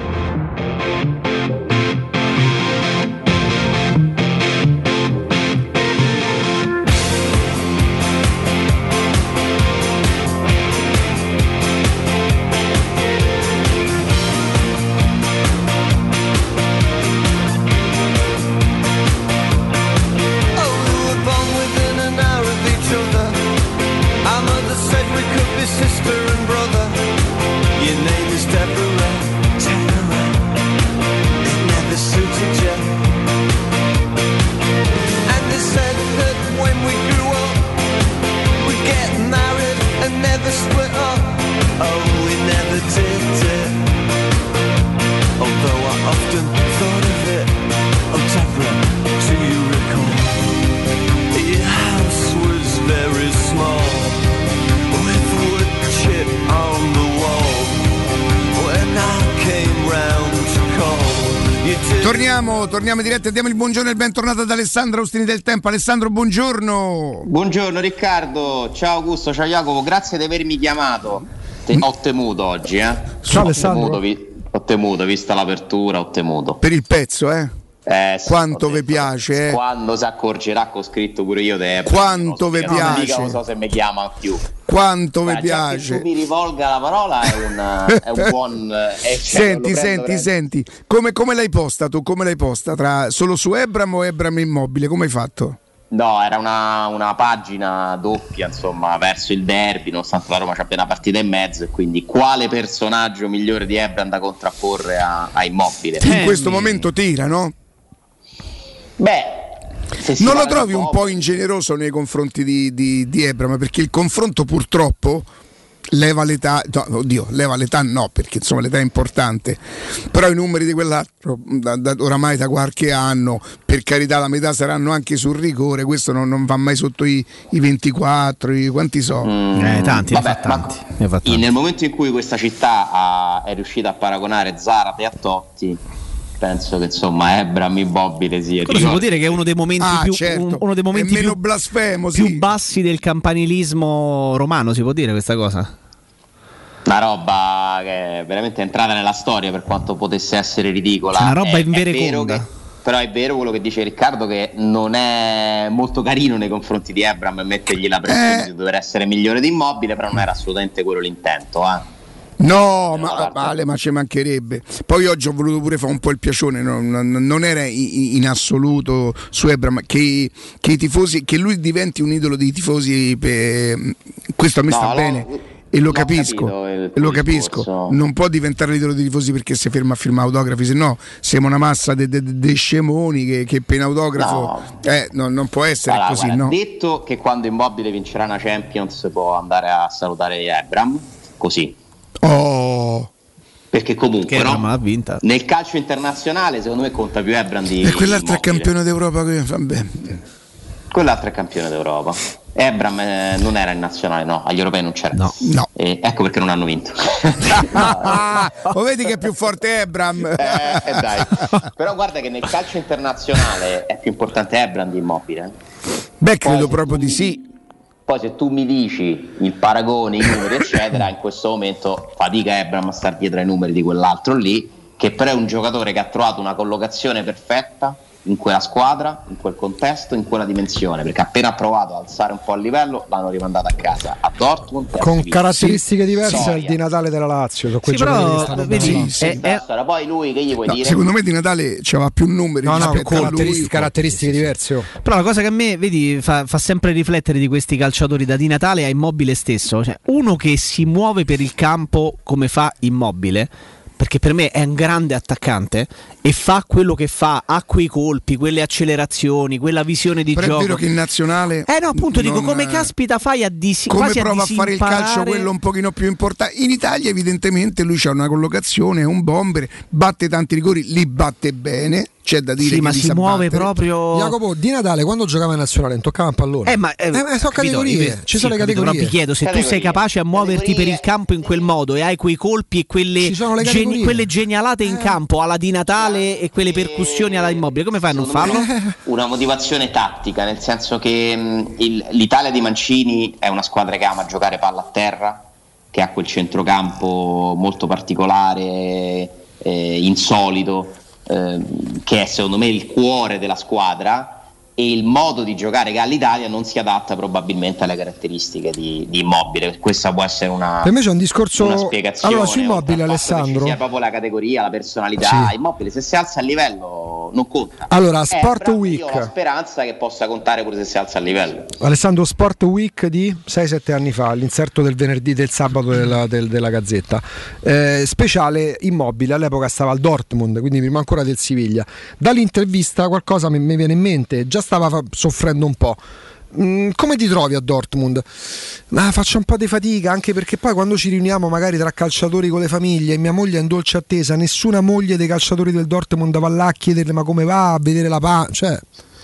Sister and brother, your name is Deborah, Deborah. It never suited you. And they said that when we grew up, we'd get married and never split up. Oh, we never did it. Although I often thought of it. Oh, Deborah, do you recall? Your house was very small. On the wall when I came round to call. Torniamo, torniamo in diretta e diamo il buongiorno e il bentornato ad Alessandro Austini del Tempo. Alessandro, buongiorno. Buongiorno Riccardo, ciao Augusto, ciao Jacopo, grazie di avermi chiamato. Te- ho temuto oggi, eh. Ciao ho Alessandro. Temuto, vi- ho temuto, vista l'apertura, ho temuto. Per il pezzo, eh? Eh, sì, quanto vi piace, eh? Quando si accorgerà che ho scritto pure io Debra. Quanto vi so, piace. mica non so se mi chiama più. quanto Guarda, mi piace. Che tu mi rivolga la parola è un, è un buon. È, cioè, Senti, lo prendo, senti, prendo. senti, come, come l'hai posta tu? Come l'hai posta? Tra, solo su Ebram o Ebram Immobile? Come hai fatto? No, era una, una pagina doppia, insomma, verso il derby, nonostante la Roma ci abbia una partita in mezzo, e quindi quale personaggio migliore di Ebram da contrapporre a, a Immobile? In questo momento tira, no? Beh, se si non lo parla trovi un Immobile- po' ingeneroso nei confronti di, di, di Ebram? Perché il confronto purtroppo leva l'età, no, oddio, leva l'età no, perché insomma l'età è importante, però i numeri di quell'altro da, da, oramai da qualche anno, per carità, la metà saranno anche sul rigore, questo non, non va mai sotto i, i ventiquattro, i, quanti so? Mm, Eh, tanti, ne vabbè, fa tanti, ne fa tanti. Nel momento in cui questa città ha- è riuscita a paragonare Zarate a Totti, penso che insomma Ebram Immobile sia Quello si può dire che è uno dei momenti Ah, più certo. un- uno dei momenti È meno più, blasfemo, più sì. bassi del campanilismo romano, si può dire questa cosa? una roba che è veramente entrata nella storia, per quanto potesse essere ridicola. Una roba È- in è vero vereconda. che- però è vero quello che dice Riccardo, che non è molto carino nei confronti di Ebram mettergli la pressione Eh. di dover essere migliore di Immobile, però non era assolutamente quello l'intento, eh. No, ma vale, ma ci mancherebbe. Poi oggi ho voluto pure fare un po' il piacione, no, non, non era in, in assoluto su Ebram, che, che i tifosi, che lui diventi un idolo dei tifosi, per, questo a me No, sta l'ho- bene e lo l'ho capisco, capito il e lo tuo capisco. discorso. Non può diventare l'idolo dei tifosi perché si ferma a firmare autografi, se no siamo una massa di de, de, de scemoni che, che per un autografo No. eh, no, non può essere Allora, così, guarda, no? detto che quando Immobile vincerà una Champions può andare a salutare Ebram, così. Oh, Perché comunque Che no? Ebram l'ha vinta. Nel calcio internazionale secondo me conta più Ebram di e quell'altro è Immobile. campione d'Europa, che- vabbè. Quell'altro è campione d'Europa. Ebram eh, non era in nazionale, no, agli europei non c'era. No. No. E ecco perché non hanno vinto. Ah, lo vedi che è più forte Ebram? Eh, dai. Però guarda che nel calcio internazionale è più importante Ebram di Immobile. Beh, credo Poi, proprio di sì. Poi se tu mi dici il paragone, i numeri eccetera, in questo momento fatica Ebram a star dietro ai numeri di quell'altro lì, che però è un giocatore che ha trovato una collocazione perfetta in quella squadra, in quel contesto, in quella dimensione, perché appena ha provato ad alzare un po' il livello l'hanno rimandato a casa a Dortmund e ha Con subito. caratteristiche diverse Storia. al di Natale della Lazio. Sono quei Sì, giocatori però, che stanno vedi, bene. Sì, sì. è- è- Storia. Poi lui che gli vuoi No, dire? secondo me Di Natale c'aveva più numeri No, no, rispetto a lui. caratteristiche, caratteristiche diverse. oh. Però la cosa che a me, vedi, fa, fa sempre riflettere di questi calciatori da Di Natale a Immobile stesso, cioè uno che si muove per il campo come fa Immobile, perché per me è un grande attaccante e fa quello che fa, ha quei colpi, quelle accelerazioni, quella visione di Però gioco. è vero che in nazionale Eh no, appunto dico, non- come caspita fai a disi- come quasi prova a, fare il calcio disimparare- quello un pochino più importante. In Italia evidentemente lui c'ha una collocazione, è un bomber, batte tanti rigori, li batte bene, c'è da dire Sì, che ma li si sa muove battere. proprio. Jacopo, Di Natale quando giocava in nazionale non toccava un pallone. Eh, ma, eh, Eh, ma sono capito, categorie, io- ci sì, sono le capito, categorie. Però ti chiedo, se tu sei Categorie. capace a muoverti Categorie. per il campo in quel modo e hai quei colpi e quelle, Ci sono le geni- categorie. quelle genialate in campo alla Di Natale e quelle percussioni alla Immobile, come fai a non Secondo farlo? me una motivazione tattica, nel senso che mh, il- l'Italia di Mancini è una squadra che ama giocare palla a terra, che ha quel centrocampo molto particolare, eh, insolito, ehm, che è secondo me il cuore della squadra, e il modo di giocare che ha l'Italia non si adatta probabilmente alle caratteristiche di, di Immobile. Questa può essere una, Per me c'è un discorso. una spiegazione. Allora, su oltre Immobile, al fatto che ci Alessandro. sia proprio la categoria, la personalità. Sì. Immobile, se si alza a livello, non conta. Allora, Eh, Sport però Week. Io ho la speranza che possa contare pure se si alza a livello. Alessandro, Sport Week di sei sette anni fa, l'inserto del venerdì, del sabato della, del- della Gazzetta. Eh, speciale Immobile, all'epoca stava al Dortmund, quindi prima ancora del Siviglia. Dall'intervista qualcosa mi, mi viene in mente, già stava fa- soffrendo un po'. Mm, come ti trovi a Dortmund? Ah, faccio un po' di fatica, anche perché poi quando ci riuniamo magari tra calciatori con le famiglie, mia moglie è in dolce attesa, nessuna moglie dei calciatori del Dortmund va là a chiederle ma come va, a vedere la pa... cioè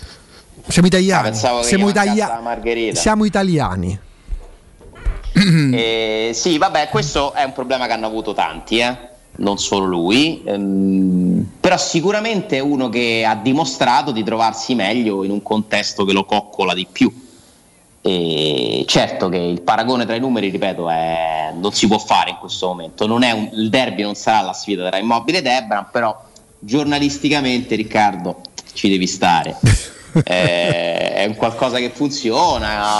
siamo italiani, Ah, pensavo che siamo, gli mancasse italia- la margherita. siamo italiani. Eh, sì, vabbè, questo è un problema che hanno avuto tanti, eh? Non solo lui, ehm, però sicuramente è uno che ha dimostrato di trovarsi meglio in un contesto che lo coccola di più. E certo che il paragone tra i numeri, ripeto, è, non si può fare in questo momento. Non è un, il derby non sarà la sfida tra Immobile ed Ebram, però giornalisticamente, Riccardo, ci devi stare. Eh, è un qualcosa che funziona.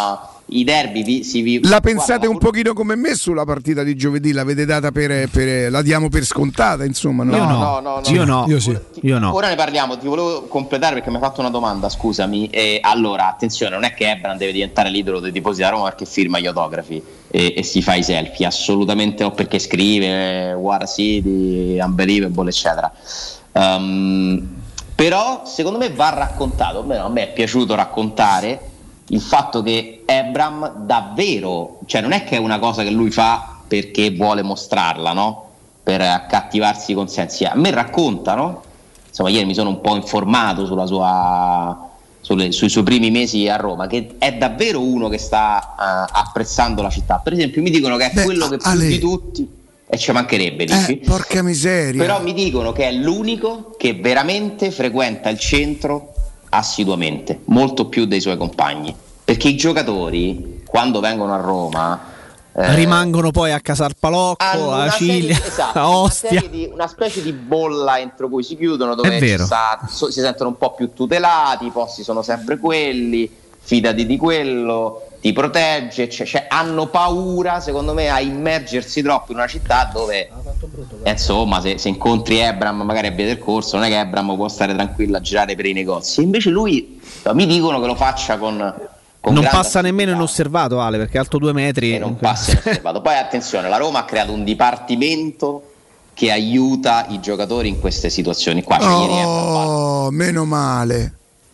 i derby vi, si vi La pensate guarda, un pochino come me sulla partita di giovedì? L'avete data per, per la diamo per scontata, insomma? No, Io no, no, no, no, io no, io sì. Io no. Ora ne parliamo, ti volevo completare perché mi hai fatto una domanda, scusami. E allora, attenzione, non è che Ebram deve diventare l'idolo dei tifosi da Roma perché firma gli autografi e, e si fa i selfie, assolutamente no, perché scrive War City, Unbelievable, eccetera. Um, però secondo me va raccontato, almeno a me è piaciuto raccontare il fatto che Ebram davvero, cioè non è che è una cosa che lui fa perché vuole mostrarla, no? Per accattivarsi i consensi. A me raccontano, insomma ieri mi sono un po' informato sulla sua, sulle, sui suoi primi mesi a Roma, che è davvero uno che sta uh, apprezzando la città. Per esempio mi dicono che è Beh, quello che più Ale, di tutti, e ci mancherebbe, dici? Eh, porca miseria. Però mi dicono che è l'unico che veramente frequenta il centro assiduamente, molto più dei suoi compagni, perché i giocatori quando vengono a Roma eh, rimangono poi a Casalpalocco, a Ciglia, esatto, a Ostia. Una, serie di, una specie di bolla entro cui si chiudono, dove È vero. ci sta, so, si sentono un po' più tutelati, i posti sono sempre quelli, fidati di quello, ti protegge, cioè, cioè, hanno paura secondo me a immergersi troppo in una città dove eh, insomma se, se incontri Ebram magari a Via del Corso, non è che Ebram può stare tranquillo a girare per i negozi, invece lui mi dicono che lo faccia con, con non grande passa nemmeno inosservato, Ale, perché è alto due metri e non passa inosservato. Poi attenzione, la Roma ha creato un dipartimento che aiuta i giocatori in queste situazioni qua, cioè, ieri Ebram, Oh, meno male.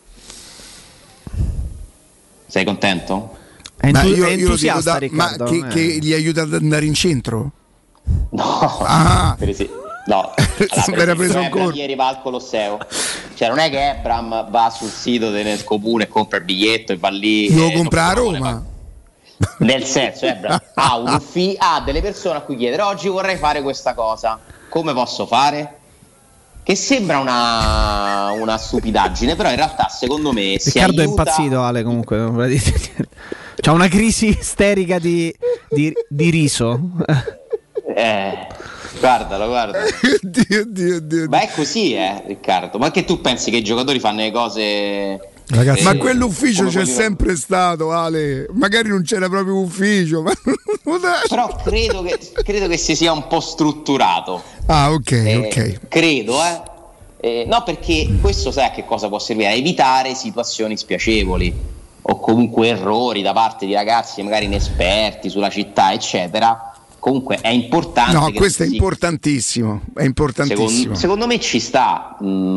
sei contento? È, Ma entu- io- è io lo dico entusiasta da- Riccardo, ma che, non è- che gli aiuta ad andare in centro? No, Ah. per esi- no. Si era preso un Ebram colpo. ieri va al Colosseo, cioè non è che Ebram va sul sito del comune e compra il biglietto e va lì, Lo e compra a non- Roma. nel senso Ebram ha, un uffi- ha delle persone a cui chiedere oggi vorrei fare questa cosa, come posso fare? Che sembra una, una stupidaggine, però in realtà secondo me si Riccardo è aiuta. impazzito, Ale, comunque non ve la dite niente. C'ha una crisi isterica di, di, di riso. Eh, guardalo, guarda. Dio, Dio, Dio. Ma è così, eh, Riccardo. Ma che tu pensi che i giocatori fanno le cose. Ragazzi, Ma quell'ufficio come c'è quelli- sempre stato, Ale. Magari non c'era proprio ufficio, ma Però credo che, credo che si sia un po' strutturato. Ah, ok, Eh, ok. Credo, eh. Eh, no, perché questo sai a che cosa può servire? A evitare situazioni spiacevoli o comunque errori da parte di ragazzi magari inesperti sulla città, eccetera. Comunque è importante. No, che questo è si- importantissimo. È importantissimo. Secondo, secondo me ci sta. Mm,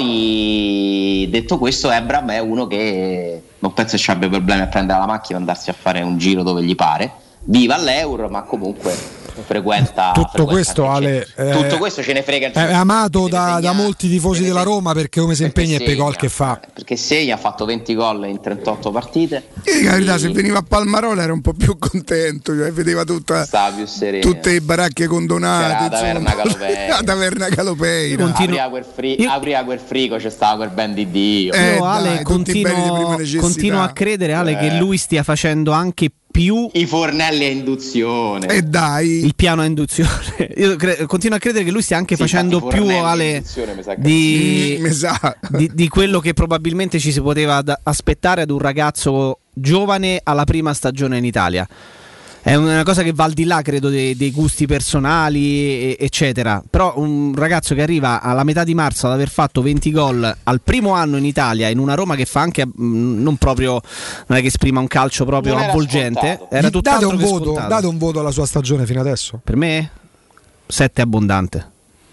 poi detto questo, Ebram è uno che non penso che ci abbia problemi a prendere la macchina e andarsi a fare un giro dove gli pare. Viva all'Euro, ma comunque frequenta. Tutto frequenta questo, anche il Ale, centro. eh, tutto questo ce ne frega il è centro. amato Deve da, da segnare, molti tifosi deve della segnare. Roma perché come si impegna e per i gol segna. che fa. Perché segna, ha fatto venti gol in trentotto partite. Io dico la verità, E se veniva a Palmarola era un po' più contento, cioè vedeva tutta, stava più sereno. tutte le baracche condonate. C'era la taverna insomma. Calopeira. La taverna Calopeira. Continuo- Apriva quel, fri- apriva quel frigo, c'è stava quel ben di Dio. Eh, Io, Ale, dai, tutti i beni di prima continuo, necessità. continuo a credere, Ale, Eh. che lui stia facendo anche più I fornelli a induzione. E dai. il piano a induzione. Io cre- continuo a credere che lui stia anche Sì, facendo infatti, più, fornelli a Ale, induzione, mi sa che- di, Mm, mi sa. di, di quello che probabilmente ci si poteva da- aspettare ad un ragazzo giovane alla prima stagione in Italia. È una cosa che va al di là, credo, dei, dei gusti personali, e- eccetera. Però un ragazzo che arriva alla metà di marzo ad aver fatto venti gol al primo anno in Italia, in una Roma che fa anche mh, non proprio, non è che esprima un calcio proprio Non era avvolgente, scontato. era Gli date tutt'altro un che voto, scontato. date un voto alla sua stagione fino adesso. Per me sette abbondante.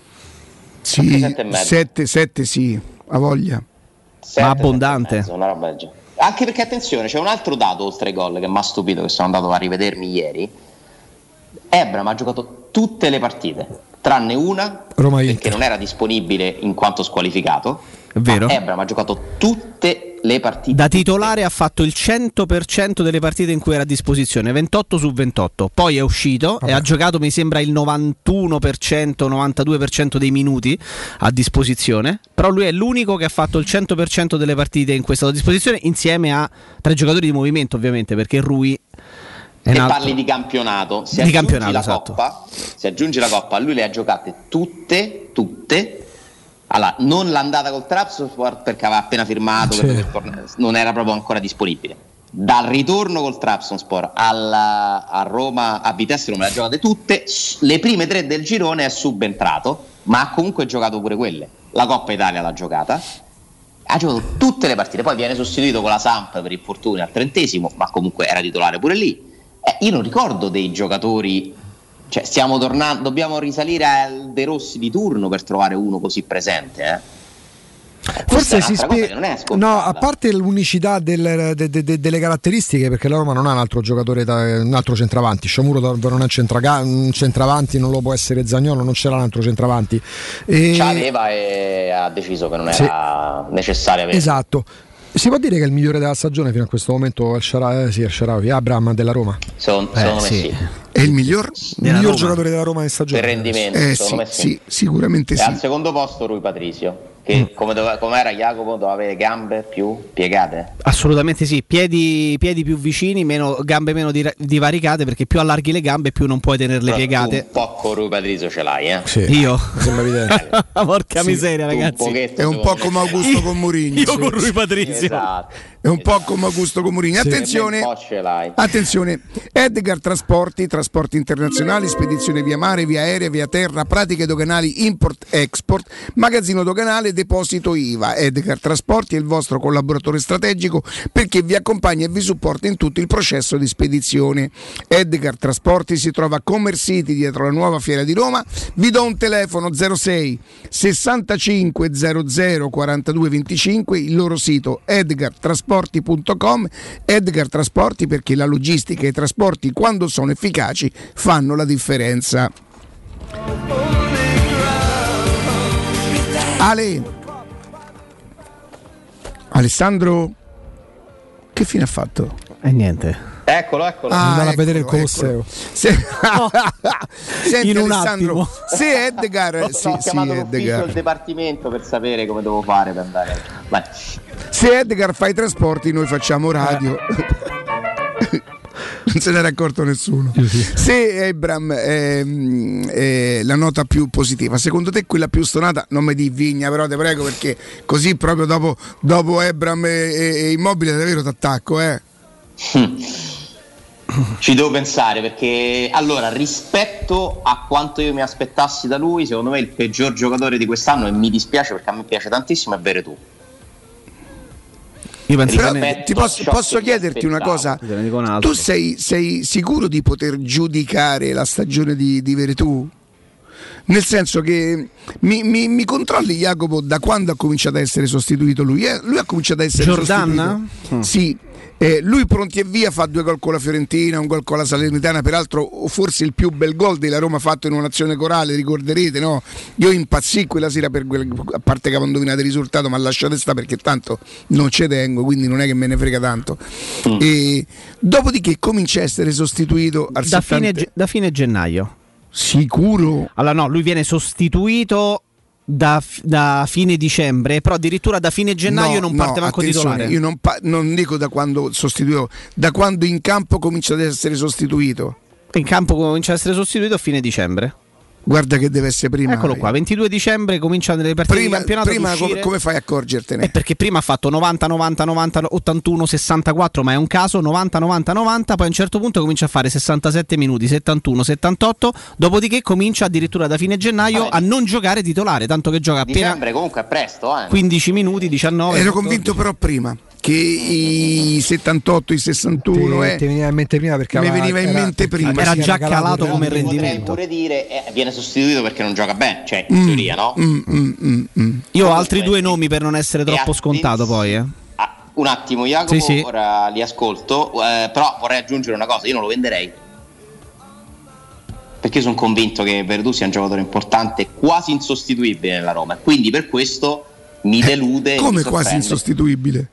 Sì, sette e mezzo. sette, sette sì, ha voglia. Sette, Ma abbondante. sette e mezzo, una roba del genere. Anche perché attenzione, c'è un altro dato oltre ai gol che mi ha stupito, che sono andato a rivedermi ieri. Ebram ha giocato tutte le partite, tranne una Roma perché Inter. non era disponibile in quanto squalificato. È vero. Ma Ebram ha giocato tutte le partite. Da titolare ha fatto il cento per cento delle partite in cui era a disposizione, ventotto su ventotto. Poi è uscito e ha giocato, mi sembra, il novantuno per cento, novantadue per cento dei minuti a disposizione. Però lui è l'unico che ha fatto il cento per cento delle partite in cui è stato a disposizione, insieme a tre giocatori di movimento, ovviamente, perché Rui è E un altro. parli di campionato. Se Di aggiungi campionato, la esatto. Coppa, se aggiungi la Coppa, lui le ha giocate tutte, tutte. Allora, non l'andata col Trabzonspor perché aveva appena firmato, Sì. credo che torna- non era proprio ancora disponibile. dal ritorno col Trabzonspor alla, a Roma, a Vitesse non me le ha giocate tutte, le prime tre del girone è subentrato, ma ha comunque giocato pure quelle. La Coppa Italia l'ha giocata, ha giocato tutte le partite, poi viene sostituito con la Samp per infortunio al trentesimo, ma comunque era titolare pure lì. Eh, io non ricordo dei giocatori, cioè stiamo tornando, dobbiamo risalire al De Rossi di turno per trovare uno così presente, eh. Forse si spiega, no, a parte l'unicità del, de, de, de, delle caratteristiche, perché la Roma non ha un altro giocatore, da, un altro centravanti. Sciamuro non è centra, un centravanti, non lo può essere Zaniolo, non c'era un altro centravanti. E... C'aveva e ha deciso che non era sì. necessario avere. Esatto. Si può dire che è il migliore della stagione fino a questo momento il Sharawi, eh, sì, Sharawi, Abraham della Roma? Secondo, eh, secondo me sì. sì. È il miglior, miglior giocatore della Roma in stagione. Per rendimento, eh, secondo sì, me sì. sì, sicuramente e sì. Al secondo posto Rui Patricio, che mm. come dove, era Jacopo, doveva avere gambe più piegate. Assolutamente sì, piedi, piedi più vicini, meno, gambe meno di, divaricate, perché più allarghi le gambe più non puoi tenerle però piegate. Un po' con Rui Patricio ce l'hai, eh? Sì. Io? Sembra evidente. Porca sì, miseria, ragazzi. Un è un po' come Augusto con Mourinho. Io sì. con Rui Patricio. Esatto. È un po' come Augusto con Mourinho. Sì. Attenzione, attenzione, Edgar Trasporti, trasporti internazionali, spedizione via mare, via aerea, via terra, pratiche doganali, import-export, magazzino doganale, deposito I V A. Edgar Trasporti è il vostro collaboratore strategico perché vi accompagna e vi supporta in tutto il processo di spedizione. Edgar Trasporti si trova a Commercity dietro la nuova fiera di Roma. Vi do un telefono zero sei sessantacinque zero zero quarantadue venticinque, il loro sito edgar trasporti punto com. Edgar Trasporti perché la logistica e i trasporti, quando sono efficaci, fanno la differenza. Ale Alessandro, che fine ha fatto? E eh, niente. Eccolo, eccolo. Ah, andare eccolo, a vedere il Colosseo. Se... Oh. Senti, in un Alessandro, attimo. se Edgar no, sì, ho sì, chiamato Edgar. il dipartimento per sapere come devo fare per andare. Vai. Se Edgar fa i trasporti, noi facciamo radio. Non se n'era accorto nessuno. Se Ebram è, è la nota più positiva, secondo te quella più stonata, non mi di Vigna, però te prego, perché così proprio dopo, dopo Ebram e, e, e Immobile davvero t'attacco, eh? Ci devo pensare, perché allora, rispetto a quanto io mi aspettassi da lui, secondo me il peggior giocatore di quest'anno, e mi dispiace perché a me piace tantissimo, è Veretù. Io penso Però, che ti posso, posso chiederti una cosa? Un tu sei, sei sicuro di poter giudicare la stagione di, di Veretù? Nel senso che mi, mi, mi controlli, Jacopo, da quando ha cominciato a essere sostituito lui? Eh, lui ha cominciato a essere Giordana? sostituito. Mm. Sì. Eh, lui pronti e via fa due gol con la Fiorentina, un gol con la Salernitana, peraltro forse il più bel gol della Roma fatto in un'azione corale, ricorderete, no? Io impazzì quella sera, per quel, a parte che avevo indovinato il risultato, ma lasciate stare perché tanto non ci tengo, quindi non è che me ne frega tanto. Mm. E dopodiché comincia a essere sostituito al da, fine, da fine gennaio. Sicuro? Allora no, lui viene sostituito Da, da fine dicembre, però addirittura da fine gennaio no, non parte no, manco titolare. Io non, pa- non dico da quando sostituivo, da quando in campo comincia ad essere sostituito. In campo comincia ad essere sostituito a fine dicembre. Guarda che deve essere prima. Eccolo qua, ventidue dicembre cominciano le partite prima, di campionato. Prima come, come fai a accorgertene? Eh, perché prima ha fatto novanta novanta novanta ottantuno sessantaquattro, ma è un caso, novanta novanta novanta, poi a un certo punto comincia a fare sessantasette minuti, settantuno settantotto, dopodiché comincia addirittura da fine gennaio Vabbè. a non giocare titolare, tanto che gioca appena dicembre comunque è presto, eh. quindici minuti, diciannove. Ero convinto però prima che i settantotto, i sessantuno ti, eh, ti veniva in mente prima perché mi veniva in mente prima, era già calato come rendimento. Potrei pure dire eh, viene sostituito perché non gioca bene, cioè in mm, teoria, no? Mm, mm, mm, mm. Io ho altri due nomi per non essere troppo attenz- scontato poi eh. ah, un attimo Jacopo, sì, sì. Ora li ascolto, eh, però vorrei aggiungere una cosa, io non lo venderei. Perché sono convinto che Veretù sia un giocatore importante, quasi insostituibile nella Roma, quindi per questo mi delude. Eh, come mi quasi insostituibile?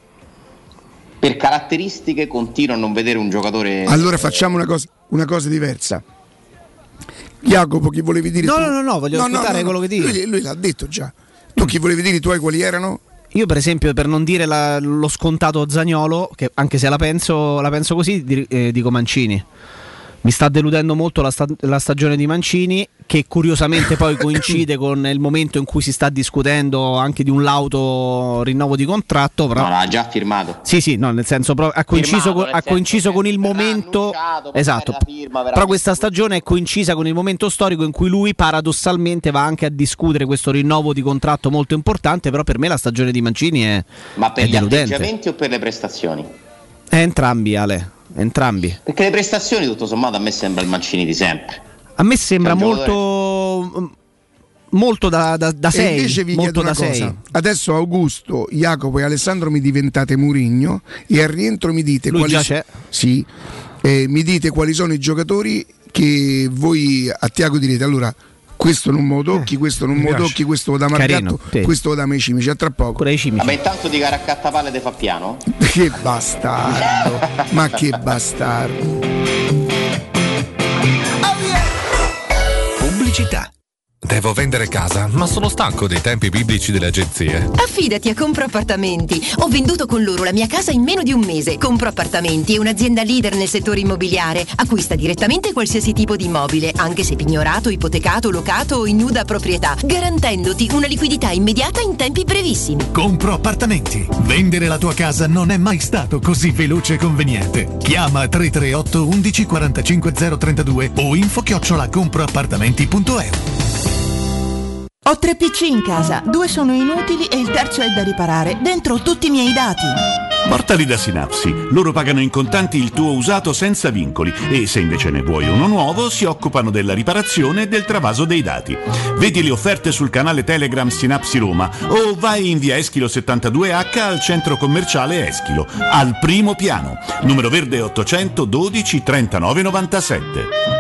Per caratteristiche continuo a non vedere un giocatore. Allora facciamo una cosa, una cosa diversa. Jacopo, chi volevi dire? No, tu? no, no, no, voglio no, ascoltare no, no, quello che dici. Lui, lui l'ha detto già. Tu chi volevi dire i tuoi quali erano? Io per esempio, per non dire la, lo scontato Zaniolo, che anche se la penso, la penso così, di, eh, dico Mancini. Mi sta deludendo molto la, sta- la stagione di Mancini, che curiosamente poi coincide con il momento in cui si sta discutendo anche di un lauto rinnovo di contratto. Però... No, l'ha già firmato. Sì, sì, no, nel senso pro- ha coinciso, Firmato, con, nel ha senso coinciso con il momento. Esatto. Firma, però questa stagione è coincisa con il momento storico in cui lui paradossalmente va anche a discutere questo rinnovo di contratto molto importante. Però per me la stagione di Mancini è, Ma per è gli deludente. atteggiamenti o per le prestazioni? È entrambi, Ale. Entrambi. Perché le prestazioni, tutto sommato, a me sembra il Mancini di sempre. A me sembra È un molto molto da, da, da E sei. invece vi molto chiedo una da cosa. sei. Adesso Augusto, Jacopo e Alessandro mi diventate Mourinho e al rientro mi dite Lui quali già so- c'è. Sì, eh, mi dite quali sono i giocatori che voi a Tiago direte allora questo non me lo tocchi, questo non mi me lo piace. tocchi, questo lo da Carino, Margatto, sì. questo lo da Mai Cimici, a tra poco. Pure i cimici. Vabbè, intanto di Caraccattapalle te fa piano? Che bastardo, ma che bastardo. Pubblicità. Devo vendere casa, ma sono stanco dei tempi biblici delle agenzie. Affidati a Compro Appartamenti. Ho venduto con loro la mia casa in meno di un mese. Compro Appartamenti è un'azienda leader nel settore immobiliare. Acquista direttamente qualsiasi tipo di immobile, anche se pignorato, ipotecato, locato o in nuda proprietà, garantendoti una liquidità immediata in tempi brevissimi. Compro Appartamenti. Vendere la tua casa non è mai stato così veloce e conveniente. Chiama tre tre otto undici quarantacinque zero trentadue o info chiocciola comproappartamenti punto e u. Ho tre P C in casa, due sono inutili e il terzo è da riparare. Dentro ho tutti i miei dati. Portali da Synapsi, loro pagano in contanti il tuo usato senza vincoli e se invece ne vuoi uno nuovo si occupano della riparazione e del travaso dei dati. Vedi le offerte sul canale Telegram Synapsi Roma o vai in via Eschilo settantadue H al centro commerciale Eschilo, al primo piano, numero verde ottocento dodici trentanove novantasette.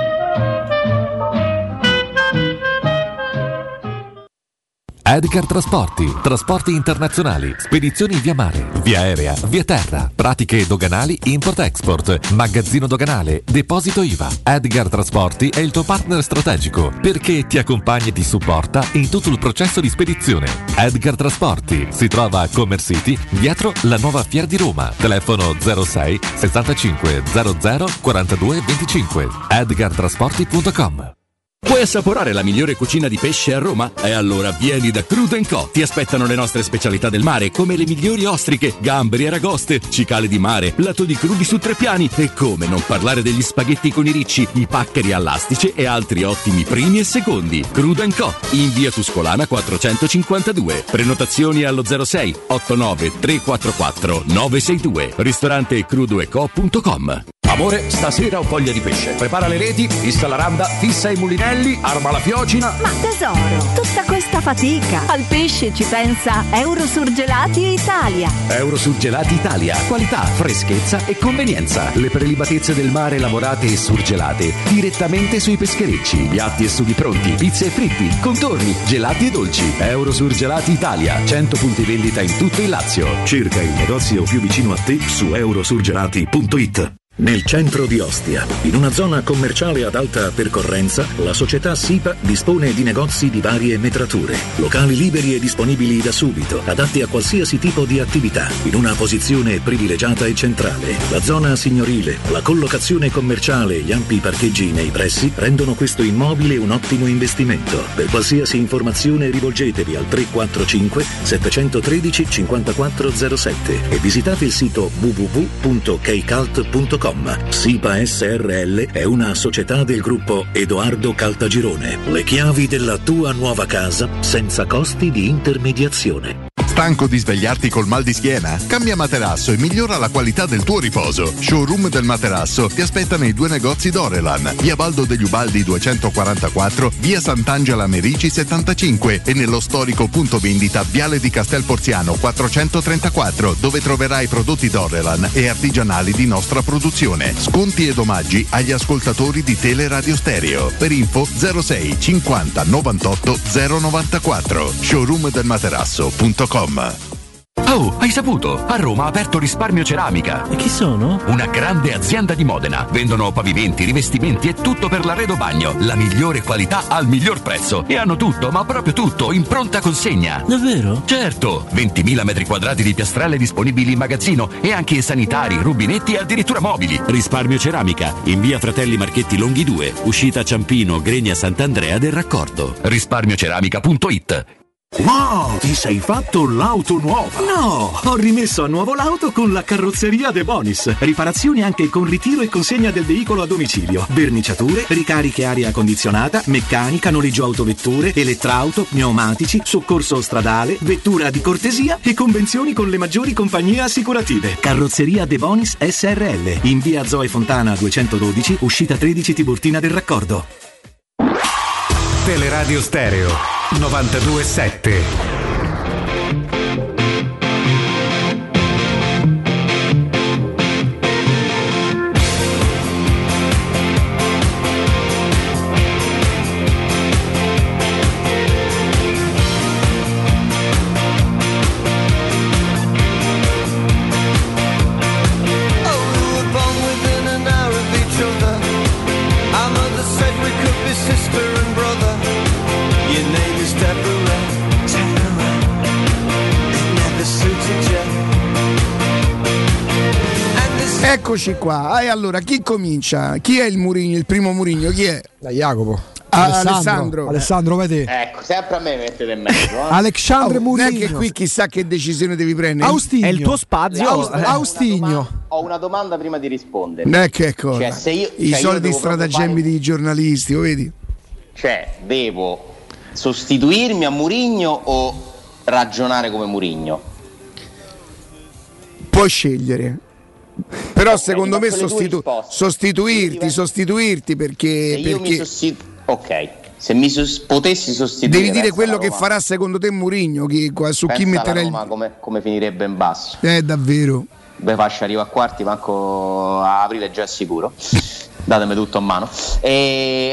Edgar Trasporti, trasporti internazionali, spedizioni via mare, via aerea, via terra, pratiche doganali import-export, magazzino doganale, deposito I V A. Edgar Trasporti è il tuo partner strategico perché ti accompagna e ti supporta in tutto il processo di spedizione. Edgar Trasporti si trova a Commerce City, dietro la nuova Fiera di Roma. Telefono zero sei sessantacinque zero zero quarantadue venticinque. edgar trasporti punto com. Vuoi assaporare la migliore cucina di pesce a Roma? E allora vieni da Crudo and Co. Ti aspettano le nostre specialità del mare, come le migliori ostriche, gamberi e aragoste, cicale di mare, lato di crudi su tre piani e come non parlare degli spaghetti con i ricci, i paccheri all'astice e altri ottimi primi e secondi. Crudo and Co. in via Tuscolana quattrocentocinquantadue. Prenotazioni allo zero sei ottantanove trequarantaquattro nove sei due. Ristorante crudo e co punto com. Amore, stasera ho voglia di pesce. Prepara le reti, fissa la randa, fissa i mulinelli, arma la fiocina. Ma tesoro, tutta questa fatica. Al pesce ci pensa Eurosurgelati Italia. Eurosurgelati Italia. Qualità, freschezza e convenienza. Le prelibatezze del mare lavorate e surgelate direttamente sui pescherecci. Piatti e sughi pronti, pizze e fritti, contorni, gelati e dolci. Eurosurgelati Italia. cento punti vendita in tutto il Lazio. Cerca il negozio più vicino a te su eurosurgelati punto it. Nel centro di Ostia, in una zona commerciale ad alta percorrenza, la società SIPA dispone di negozi di varie metrature, locali liberi e disponibili da subito, adatti a qualsiasi tipo di attività, in una posizione privilegiata e centrale. La zona signorile, la collocazione commerciale e gli ampi parcheggi nei pressi rendono questo immobile un ottimo investimento. Per qualsiasi informazione rivolgetevi al tre quattro cinque sette uno tre cinque zero sette e visitate il sito w w w punto keicalt punto com. SIPA S R L è una società del gruppo Edoardo Caltagirone. Le chiavi della tua nuova casa senza costi di intermediazione. Stanco di svegliarti col mal di schiena? Cambia materasso e migliora la qualità del tuo riposo. Showroom del materasso ti aspetta nei due negozi Dorelan, via Baldo degli Ubaldi duecentoquarantaquattro, via Sant'Angela Merici settantacinque e nello storico punto vendita Viale di Castel Porziano quattrocentotrentaquattro, dove troverai prodotti Dorelan e artigianali di nostra produzione. Sconti ed omaggi agli ascoltatori di Teleradio Stereo. Per info zero sei cinquanta novantotto zero novantaquattro. showroom del materasso punto com. Oh, hai saputo? A Roma ha aperto Risparmio Ceramica. E chi sono? Una grande azienda di Modena. Vendono pavimenti, rivestimenti e tutto per l'arredo bagno. La migliore qualità al miglior prezzo. E hanno tutto, ma proprio tutto, in pronta consegna. Davvero? Certo, ventimila metri quadrati di piastrelle disponibili in magazzino e anche sanitari, rubinetti e addirittura mobili. Risparmio Ceramica, in via Fratelli Marchetti Longhi due, uscita Ciampino, Gregna Sant'Andrea del Raccordo. risparmioceramica punto it. Wow, ti sei fatto l'auto nuova? No, ho rimesso a nuovo l'auto con la carrozzeria De Bonis. Riparazioni anche con ritiro e consegna del veicolo a domicilio, verniciature, ricariche aria condizionata, meccanica, noleggio autovetture, elettrauto, pneumatici, soccorso stradale, vettura di cortesia e convenzioni con le maggiori compagnie assicurative. Carrozzeria De Bonis S R L, in via Zoe Fontana duecentododici, uscita tredici Tiburtina del Raccordo. Teleradio Stereo novantadue sette. Eccoci qua. E allora chi comincia? Chi è il Mourinho, il primo Mourinho? Chi è? Da Jacopo. Ah, Alessandro. Alessandro. Alessandro, vai te. Ecco, sempre a me mettete in mezzo. Eh? Alexandre oh, Mourinho. Non è che qui chissà che decisione devi prendere. Austigno. È il tuo spazio. Aust- Ho Austigno. una domanda- Ho una domanda prima di rispondere. Non è che cosa. Cioè, se io, I cioè, soliti io stratagemmi fare... di giornalisti, lo vedi? Cioè, devo sostituirmi a Mourinho o ragionare come Mourinho? Puoi scegliere. Però okay, secondo me sostitu- sostituirti, Quindi, sostituirti perché, se io perché mi sostitu- ok, se mi sos- potessi sostituire, devi dire quello Roma, che farà secondo te Mourinho, chi, su chi metterà il... come, come finirebbe in basso. Eh, davvero. Beh, fascia arriva a quarti, manco a aprile già è sicuro. Datemi tutto a mano. E...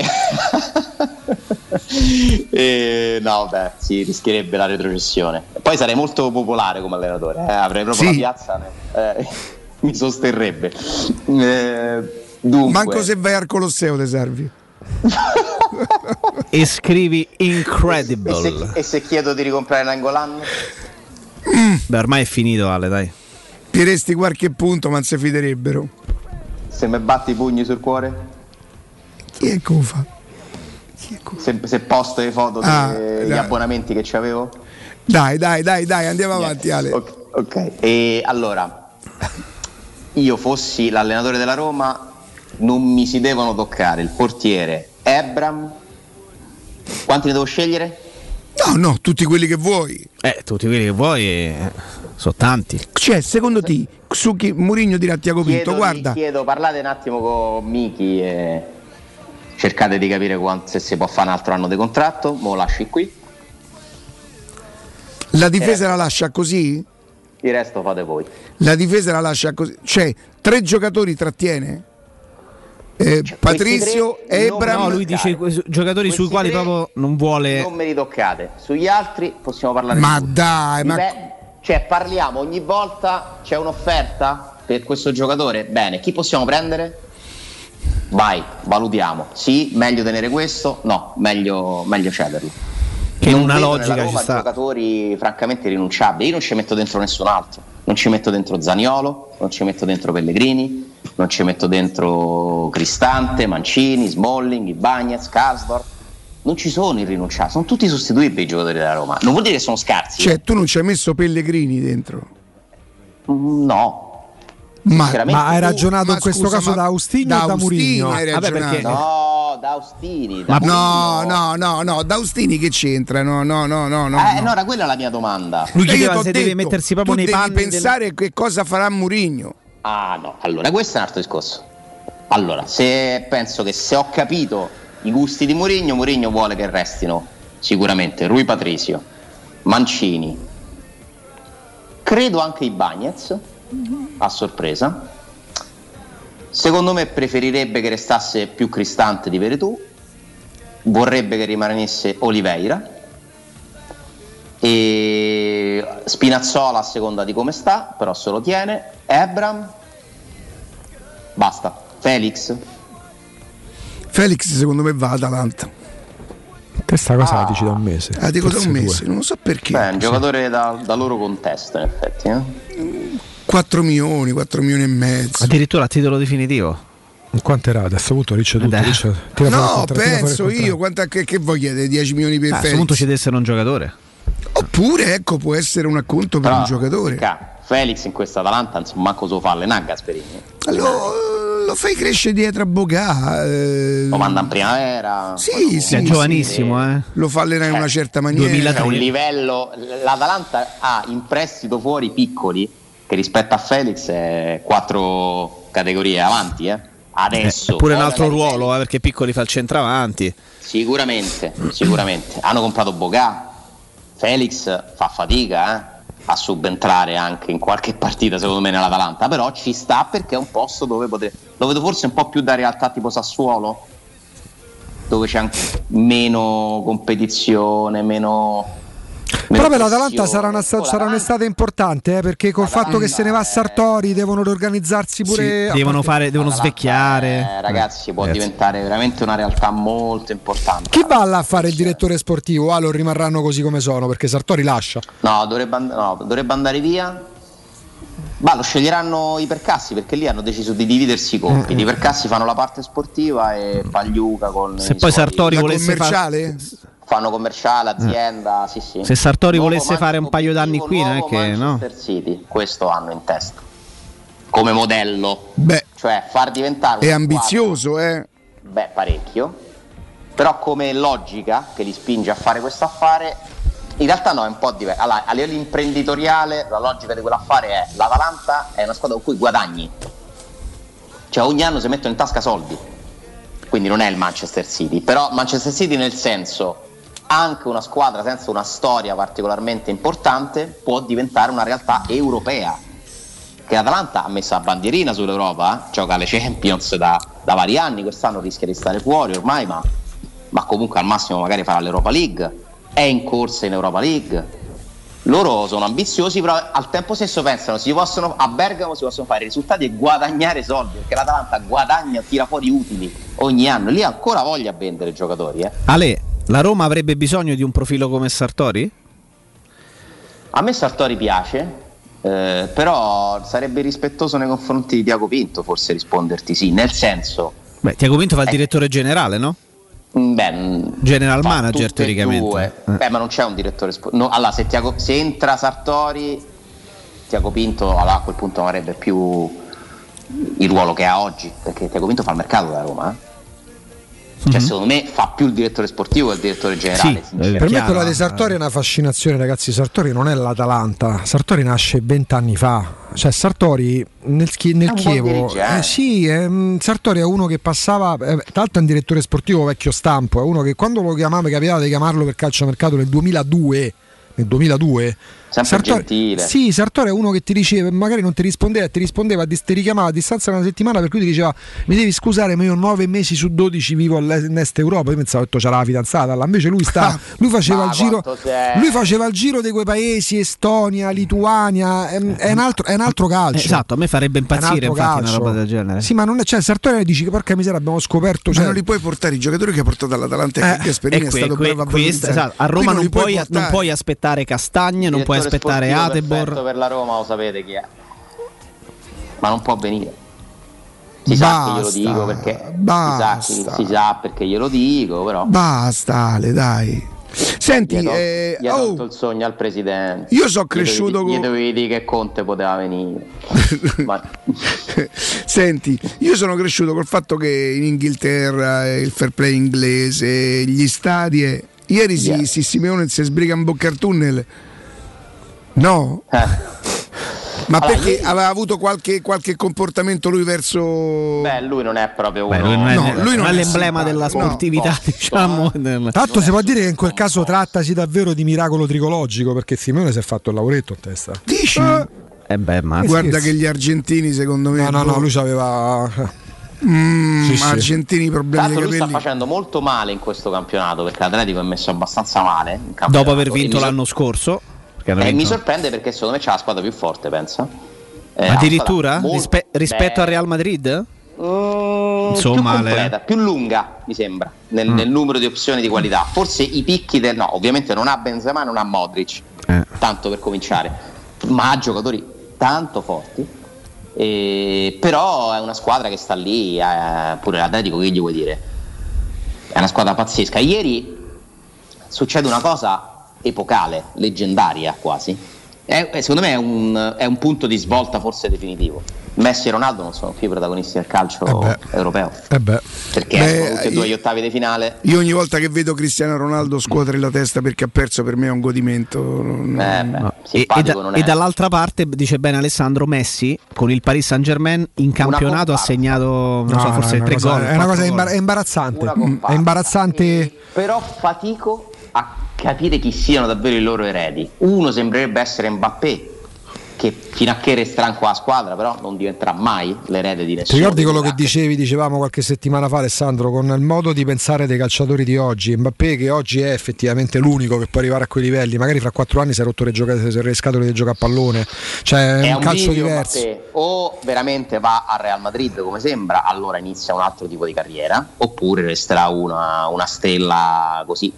e... No, beh, si rischierebbe la retrocessione. Poi sarei molto popolare come allenatore, eh? Avrei proprio sì. la piazza, eh, mi sosterrebbe. Eh, dunque... Manco se vai al Colosseo te servi. E scrivi incredible. E se, e se chiedo di ricomprare Nangolan? Mm. Beh, ormai è finito, Ale, dai. Tiresti qualche punto, ma non si fiderebbero. Se mi batti i pugni sul cuore? Chi è che fa? Se, se posto le foto ah, degli dai. abbonamenti che c'avevo? Dai, dai, dai, dai, andiamo yes. avanti, Ale. Ok, ok. E allora, io fossi l'allenatore della Roma, non mi si devono toccare il portiere Ebram. Quanti ne devo scegliere? No, no, tutti quelli che vuoi. Eh, tutti quelli che vuoi eh, sono tanti. Cioè, secondo te, su chi Mourinho dirà a Tiago Pinto, guarda. Chiedo, parlate un attimo con Miki e cercate di capire quanto, se si può fare un altro anno di contratto, me lo lasci qui. La difesa eh. la lascia così? Il resto fate voi. La difesa la lascia così, cioè tre giocatori trattiene. Eh, cioè, Patrizio, Ebram. No, lui dice giocatori sui quali proprio non vuole. Non me li toccate. Sugli altri possiamo parlare. Ma di dai, ma... cioè parliamo ogni volta, c'è un'offerta per questo giocatore. Bene, chi possiamo prendere? Vai, valutiamo. Sì, meglio tenere questo? No, meglio, meglio cederlo. Che non una vedo logica nella Roma ci sta. Giocatori francamente rinunciabili. Io non ci metto dentro nessun altro. Non ci metto dentro Zaniolo, non ci metto dentro Pellegrini, non ci metto dentro Cristante, Mancini, Smalling, Ibañez, Karsdorp. Non ci sono irrinunciabili, sono tutti sostituibili i giocatori della Roma. Non vuol dire che sono scarsi. Cioè, tu non ci hai messo Pellegrini dentro? No. Ma, ma hai ragionato ma in questo scusa, caso da Austigno da o da Mourinho? Hai Vabbè, perché... No, da Austini. Da ma no, no, no, no, da Austini che c'entra? No, no, no, no, no. Eh, no, era quella la mia domanda. Lui chiedeva se deve mettersi proprio tu nei devi panni pensare del... che cosa farà Mourinho. Ah, no, allora questo è un altro discorso. Allora, se penso che se ho capito i gusti di Mourinho, Mourinho vuole che restino sicuramente Rui Patricio, Mancini, credo anche Ibañez, a sorpresa. Secondo me preferirebbe che restasse più Cristante di Veretù, vorrebbe che rimanesse Oliveira e Spinazzola a seconda di come sta, però se lo tiene. Ebram, basta. Felix. Felix secondo me va Atalanta. Questa cosa ah. la dici da un mese. Ah, dico da un mese, due. non lo so perché. Beh, è un giocatore da, da loro contesto, in effetti. Eh? quattro milioni, quattro milioni e mezzo. Addirittura a titolo definitivo. In quante rate? A questo punto dice tutto. Dice, no, penso io. Quanta, che, che voi chiedete? dieci milioni per ah, Felix? A questo punto ci deve essere un giocatore. Oppure, ecco, può essere un acconto per però, un giocatore. Felix in questa Atalanta, insomma, manco so fa le Gasperini. Lo, lo fai crescere dietro a Bogà. Eh. Lo manda in primavera. Sì, sì, è giovanissimo, sì. eh. Lo fa allenare in eh, una certa maniera. C'è un livello. L'Atalanta ha in prestito fuori piccoli che rispetto a Felix è quattro categorie avanti, eh. Adesso. È pure un altro ruolo, eh, perché Piccoli fa il centravanti. Sicuramente, sicuramente. Hanno comprato Bogà. Felix fa fatica, eh. a subentrare anche in qualche partita secondo me nell'Atalanta, però ci sta perché è un posto dove poter, lo vedo forse un po' più da realtà tipo Sassuolo, dove c'è anche meno competizione, meno, meno però per l'Atalanta sarà, una, sarà un'estate importante, eh, perché col Atalanta fatto che se ne va Sartori devono riorganizzarsi pure, sì, devono, fare, devono svecchiare, eh, ragazzi, può ragazzi. diventare veramente una realtà molto importante. Chi va là a fare il direttore sportivo? Ah, lo rimarranno così come sono perché Sartori lascia. No, dovrebbe, and- no, dovrebbe andare via. Ma lo sceglieranno i Percassi, perché lì hanno deciso di dividersi i compiti. Mm-hmm. I Percassi fanno la parte sportiva e Pagliuca con se poi Sartori la volesse commerciale fa... fanno commerciale, azienda, eh. sì sì. Se Sartori nuovo volesse fare un paio d'anni qui, non è che no. Manchester City, questo hanno in testa come modello. Beh, cioè far diventare è ambizioso, squadra, eh. Beh, parecchio. Però come logica che li spinge a fare questo affare, in realtà no, è un po' diverso. Allora, a livello imprenditoriale la logica di quell'affare è: l'Atalanta è una squadra con cui guadagni, cioè ogni anno si mettono in tasca soldi, quindi non è il Manchester City. Però Manchester City nel senso, anche una squadra senza una storia particolarmente importante può diventare una realtà europea, che l'Atalanta ha messo la bandierina sull'Europa, eh? Gioca alle Champions da, da vari anni, quest'anno rischia di stare fuori ormai, ma, ma comunque al massimo magari farà l'Europa League, è in corsa in Europa League. Loro sono ambiziosi, però al tempo stesso pensano si possono, a Bergamo si possono fare risultati e guadagnare soldi, perché l'Atalanta guadagna, tira fuori utili ogni anno, lì ha ancora voglia a vendere giocatori, eh. Ale, la Roma avrebbe bisogno di un profilo come Sartori? A me Sartori piace, eh, però sarebbe rispettoso nei confronti di Tiago Pinto forse risponderti sì, nel senso, beh, Tiago Pinto fa il direttore generale, no? Beh, general manager teoricamente, eh. Beh, ma non c'è un direttore sp- no, allora se, Tiago, se entra Sartori, Tiago Pinto allora, a quel punto non avrebbe più il ruolo che ha oggi, perché Tiago Pinto fa il mercato da Roma, eh? Cioè, mm-hmm. secondo me fa più il direttore sportivo che il direttore generale. Sì, per me quella di Sartori è una fascinazione, ragazzi. Sartori non è l'Atalanta, Sartori nasce vent'anni fa. Cioè Sartori nel, nel Chievo eh, sì, eh, Sartori è uno che passava, eh, tra l'altro è un direttore sportivo vecchio stampo, è uno che quando lo chiamava, capitava di chiamarlo per calciomercato nel duemiladue, nel duemiladue sempre Sartori, gentile. Sì, Sartori è uno che ti diceva, magari non ti rispondeva, ti rispondeva, ti richiamava a distanza di una settimana, per cui ti diceva mi devi scusare ma io nove mesi su dodici vivo all'est Europa. Io pensavo che c'era la fidanzata là, invece lui sta lui faceva il giro lui faceva il giro di quei paesi, Estonia, Lituania, è, è, un, altro, è un altro calcio. Esatto, a me farebbe impazzire infatti una roba del genere. Sì, ma non è, cioè Sartori dici che porca miseria abbiamo scoperto, cioè, ma non li puoi portare i giocatori che ha portato all'Atalanta, eh, Gasperini è que, stato que, bravo a questa, esatto, a Roma non, non, puoi, non puoi aspettare Castagne, non puoi aspettare Atebor. Per la Roma lo sapete chi è, ma non può venire. Si basta, sa che glielo dico perché basta. Si, sa, si sa perché glielo dico, però basta Ale, dai. Senti, gli ha tolto, eh, gli ha tolto oh, il sogno al presidente. Io sono cresciuto con... Gli dovevi dire che Conte poteva venire. Ma... Senti, io sono cresciuto col fatto che in Inghilterra il fair play inglese, gli stadi e... ieri yeah. si, si Simeone si sbriga in bocca al tunnel. No, eh. ma allora, perché ieri... aveva avuto qualche, qualche comportamento lui verso. Beh, lui non è proprio uno. Beh, lui non è, no, lui non è è l'emblema della sportività, no, diciamo. Del... Tanto si può dire che in quel caso trattasi davvero di miracolo tricologico, perché Simeone si è fatto il lavoretto a testa. Dici? Eh, eh beh, ma guarda che gli argentini, secondo me. No, no, no, lui c'aveva. Mm, sì, argentini sì. problemi Tanto di lui capelli. sta facendo molto male in questo campionato, perché l'Atletico è messo abbastanza male in dopo aver vinto l'anno scorso, che hanno Eh, vinto. mi sorprende perché secondo me c'è la squadra più forte, pensa. Eh, Addirittura? molto- Rispe- rispetto beh, al Real Madrid? Mm, Insomma, più le- completa, più lunga mi sembra nel, Mm. nel numero di opzioni di qualità. Forse i picchi del no, ovviamente non ha Benzema, non ha Modric, Eh. tanto per cominciare, ma ha giocatori tanto forti. E, però è una squadra che sta lì, eh, pure l'Atletico, che gli vuoi dire? È una squadra pazzesca. Ieri succede una cosa epocale, leggendaria quasi. È, è- secondo me è un, è un punto di svolta forse definitivo. Messi e Ronaldo non sono più i protagonisti del calcio Eh europeo, Eh beh. perché Beh, escono tutti e due gli ottavi di finale. Io ogni volta che vedo Cristiano Ronaldo scuotere la testa perché ha perso, per me è un godimento. Non- Eh, beh, No. E, e simpatico da- non e è. dall'altra parte dice bene Alessandro, Messi con il Paris Saint Germain in campionato ha segnato non No, so, no, forse è una tre cosa- gol. È una quattro cosa gol. imbar- è imbarazzante. Una Mm, comparsa. È imbarazzante. Però fatico a capire chi siano davvero i loro eredi. Uno sembrerebbe essere Mbappé, che fino a che resterà in qua la squadra però non diventerà mai l'erede di Ti nessuno. ricordi quello che Quindi, dicevi, dicevamo qualche settimana fa, Alessandro, con il modo di pensare dei calciatori di oggi? Mbappé, che oggi è effettivamente l'unico che può arrivare a quei livelli, magari fra quattro anni si è rotto le, gioca- le scatole di giocare a pallone, cioè è è un un calcio bivio, diverso. Mbappé. O veramente va al Real Madrid come sembra, allora inizia un altro tipo di carriera, oppure resterà una, una stella così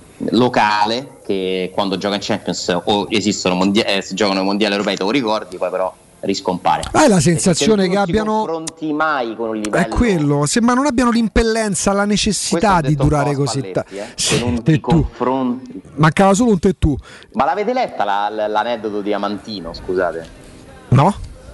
locale che quando gioca in Champions o esistono mondia- eh, si giocano i mondiali europei, te lo ricordi, poi però riscompare. Hai la Perché sensazione se tu che non ti abbiano. confronti mai con un livello. È quello, sembra non abbiano l'impellenza, la necessità Questo ha di detto un durare po' così Spalletti, tanto. eh, se non ti confronti. Mancava solo un te tu. Ma l'avete letta la- la- l'aneddoto di Amantino, scusate? No?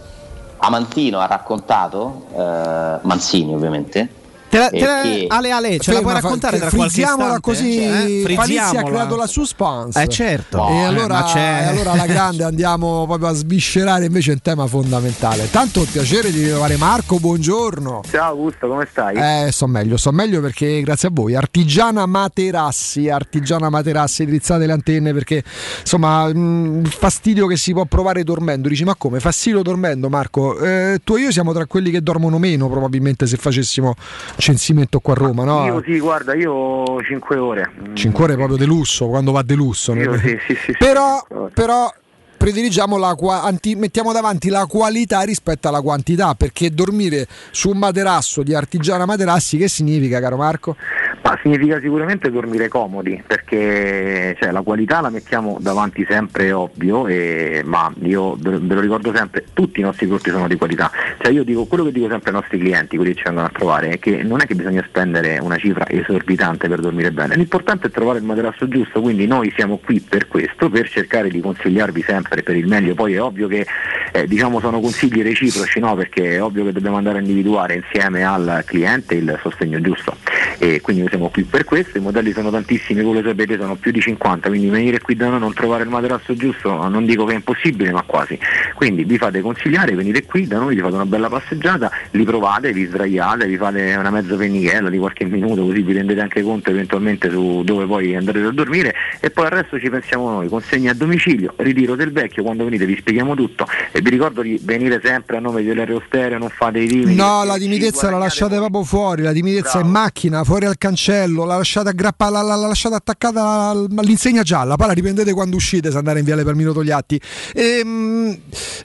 Amantino ha raccontato, eh, Manzini ovviamente. Te la- te eh, la- che- Ale Ale, ce la puoi Ferma, fa- raccontare tra qualche frizziamola istante? così. Eh? Falizzi ha Frizziamola. creato la suspense. Eh, certo. E Eh, allora, ma c'è- e allora alla grande andiamo proprio a sviscerare invece un tema fondamentale. Tanto il piacere di ritrovare Marco, buongiorno. Ciao Augusto, come stai? Eh, sto meglio, sto meglio perché grazie a voi. Artigiana Materassi, Artigiana Materassi, drizzate le antenne perché insomma mh, il fastidio che si può provare dormendo. Dici, ma come? Fastidio dormendo, Marco? Eh, tu e io siamo tra quelli che dormono meno probabilmente se facessimo censimento qua a Roma, no? Io sì, guarda, io cinque ore. cinque ore proprio de lusso, quando va de lusso. Io no? sì, sì, sì, però, sì, sì. però prediligiamo la qua- anti- mettiamo davanti la qualità rispetto alla quantità, perché dormire su un materasso di Artigiana Materassi che significa, caro Marco? Ma significa sicuramente dormire comodi, perché cioè, la qualità la mettiamo davanti sempre, è ovvio, e, ma io ve ve lo ricordo sempre, tutti i nostri prodotti sono di qualità. Cioè io dico, quello che dico sempre ai nostri clienti, quelli che ci vengono a trovare, è che non è che bisogna spendere una cifra esorbitante per dormire bene, l'importante è trovare il materasso giusto, quindi noi siamo qui per questo, per cercare di consigliarvi sempre per il meglio. Poi è ovvio che eh, diciamo sono consigli reciproci, no? Perché è ovvio che dobbiamo andare a individuare insieme al cliente il sostegno giusto, e quindi noi siamo qui per questo. I modelli sono tantissimi, come sapete sono più di cinquanta, quindi venire qui da noi non trovare il materasso giusto non dico che è impossibile, ma quasi. Quindi vi fate consigliare, venite qui da noi, vi fate una bella passeggiata, li provate, vi sdraiate, vi fate una mezza pennichella di qualche minuto, così vi rendete anche conto eventualmente su dove poi andrete a dormire, e poi al resto ci pensiamo noi. Consegna a domicilio, ritiro del vecchio, quando venite vi spieghiamo tutto, e vi ricordo di venire sempre a nome dell'Aereo Stereo, non fate i limiti. No, la timidezza la lasciate proprio fuori, la timidezza in macchina, fuori al cancello, la lasciate aggrappata, la, la, la lasciate attaccata all'insegna gialla, poi la riprendete quando uscite se andare in Viale Palmiro Togliatti. Ehm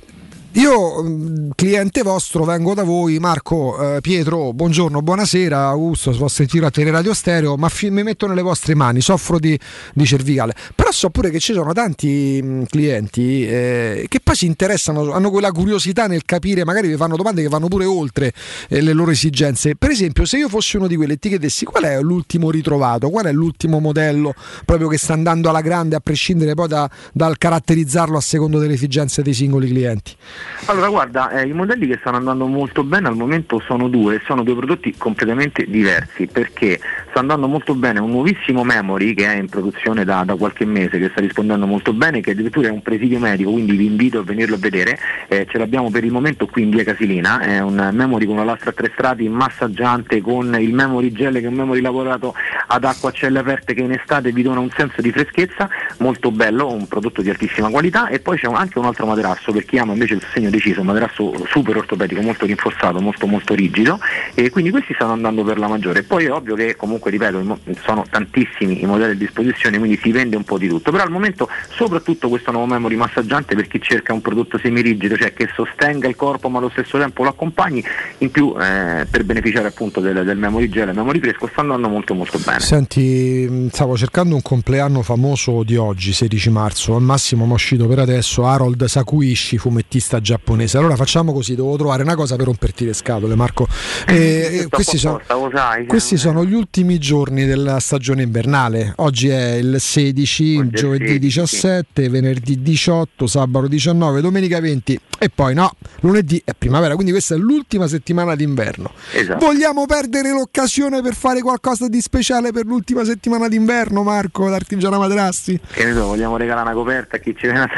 Io, cliente vostro, vengo da voi, Marco, eh, Pietro, buongiorno, buonasera, Augusto, ho sentito a Teleradio Stereo, ma fi- mi metto nelle vostre mani, soffro di, di cervicale, però so pure che ci sono tanti mh, clienti eh, che poi si interessano, hanno quella curiosità nel capire, magari vi fanno domande che vanno pure oltre eh, le loro esigenze. Per esempio, se io fossi uno di quelli e ti chiedessi qual è l'ultimo ritrovato, qual è l'ultimo modello proprio che sta andando alla grande, a prescindere poi da, dal caratterizzarlo a secondo delle esigenze dei singoli clienti. Allora guarda, eh, i modelli che stanno andando molto bene al momento sono due, sono due prodotti completamente diversi, perché sta andando molto bene un nuovissimo memory che è in produzione da, da qualche mese, che sta rispondendo molto bene, che addirittura è un presidio medico, quindi vi invito a venirlo a vedere. Eh, ce l'abbiamo per il momento qui in via Casilina, è un memory con una lastra a tre strati massaggiante, con il memory gel che è un memory lavorato ad acqua a celle aperte, che in estate vi dona un senso di freschezza, molto bello, un prodotto di altissima qualità. E poi c'è anche un altro materasso per chi ama invece il segno deciso, un materasso super ortopedico, molto rinforzato, molto molto rigido, e quindi questi stanno andando per la maggiore. Poi è ovvio che comunque comunque ripeto sono tantissimi i modelli a disposizione, quindi si vende un po' di tutto, però al momento soprattutto questo nuovo memory massaggiante per chi cerca un prodotto semirigido, cioè che sostenga il corpo ma allo stesso tempo lo accompagni, in più eh, per beneficiare appunto del, del memory gel e memory fresco sta andando molto molto bene. Senti, stavo cercando un compleanno famoso di oggi, sedici marzo, al massimo mi è uscito per adesso Harold Sakuishi, fumettista giapponese. Allora facciamo così, devo trovare una cosa per romperti le scatole, Marco. Eh, questi sono, sai, questi sono gli ultimi giorni della stagione invernale. Oggi è il sedici, oggi giovedì sedici, diciassette, sì. Venerdì diciotto, sabato diciannove, domenica venti e poi no, lunedì è primavera, quindi questa è l'ultima settimana d'inverno. Esatto. Vogliamo perdere l'occasione per fare qualcosa di speciale per l'ultima settimana d'inverno, Marco, d'Artigiana Materassi? Che ne so, vogliamo regalare una coperta a chi ci viene a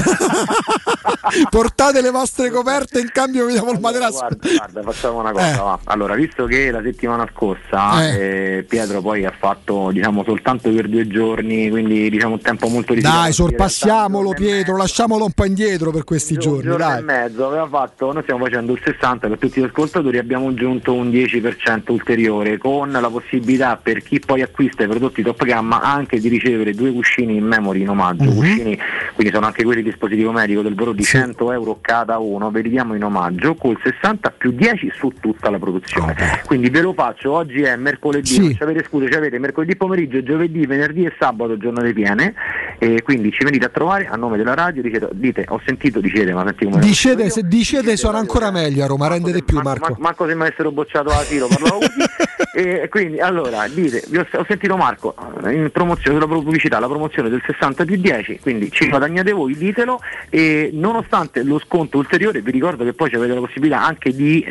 portate le vostre coperte, in cambio vediamo il materasso. Guarda, guarda, facciamo una cosa, eh. va. Allora, visto che la settimana scorsa eh. Eh, Pietro poi ha fatto diciamo soltanto per due giorni, quindi diciamo un tempo molto ridotto. Dai, sorpassiamolo Pietro, lasciamolo un po' indietro per questi un giorni. giorno dai. e mezzo aveva fatto, noi stiamo facendo il sessanta per tutti gli ascoltatori, abbiamo aggiunto un dieci per cento ulteriore con la possibilità per chi poi acquista i prodotti top gamma anche di ricevere due cuscini in memory in omaggio, mm-hmm. cuscini, quindi sono anche quelli dispositivo medico del valore di sì. cento euro cada uno, ve li diamo in omaggio col sessanta più dieci su tutta la produzione. Oh, quindi ve lo faccio, oggi è mercoledì, sì. non ci avete scuse, ci avete mercoledì pomeriggio, giovedì, venerdì e sabato giornate piene, e quindi ci venite a trovare a nome della radio, dite, dite ho sentito, dicete, ma senti come dicete, se dicete sono ancora meglio a Roma, rendete se, più manco, Marco. Manco, manco se mi avessero bocciato la tiro, parlavo così. E quindi allora dite, vi ho, ho sentito Marco in promozione sulla pubblicità, la promozione del sessanta più dieci, quindi ci guadagnate voi, ditelo, e nonostante lo sconto ulteriore vi ricordo che poi avete la possibilità anche di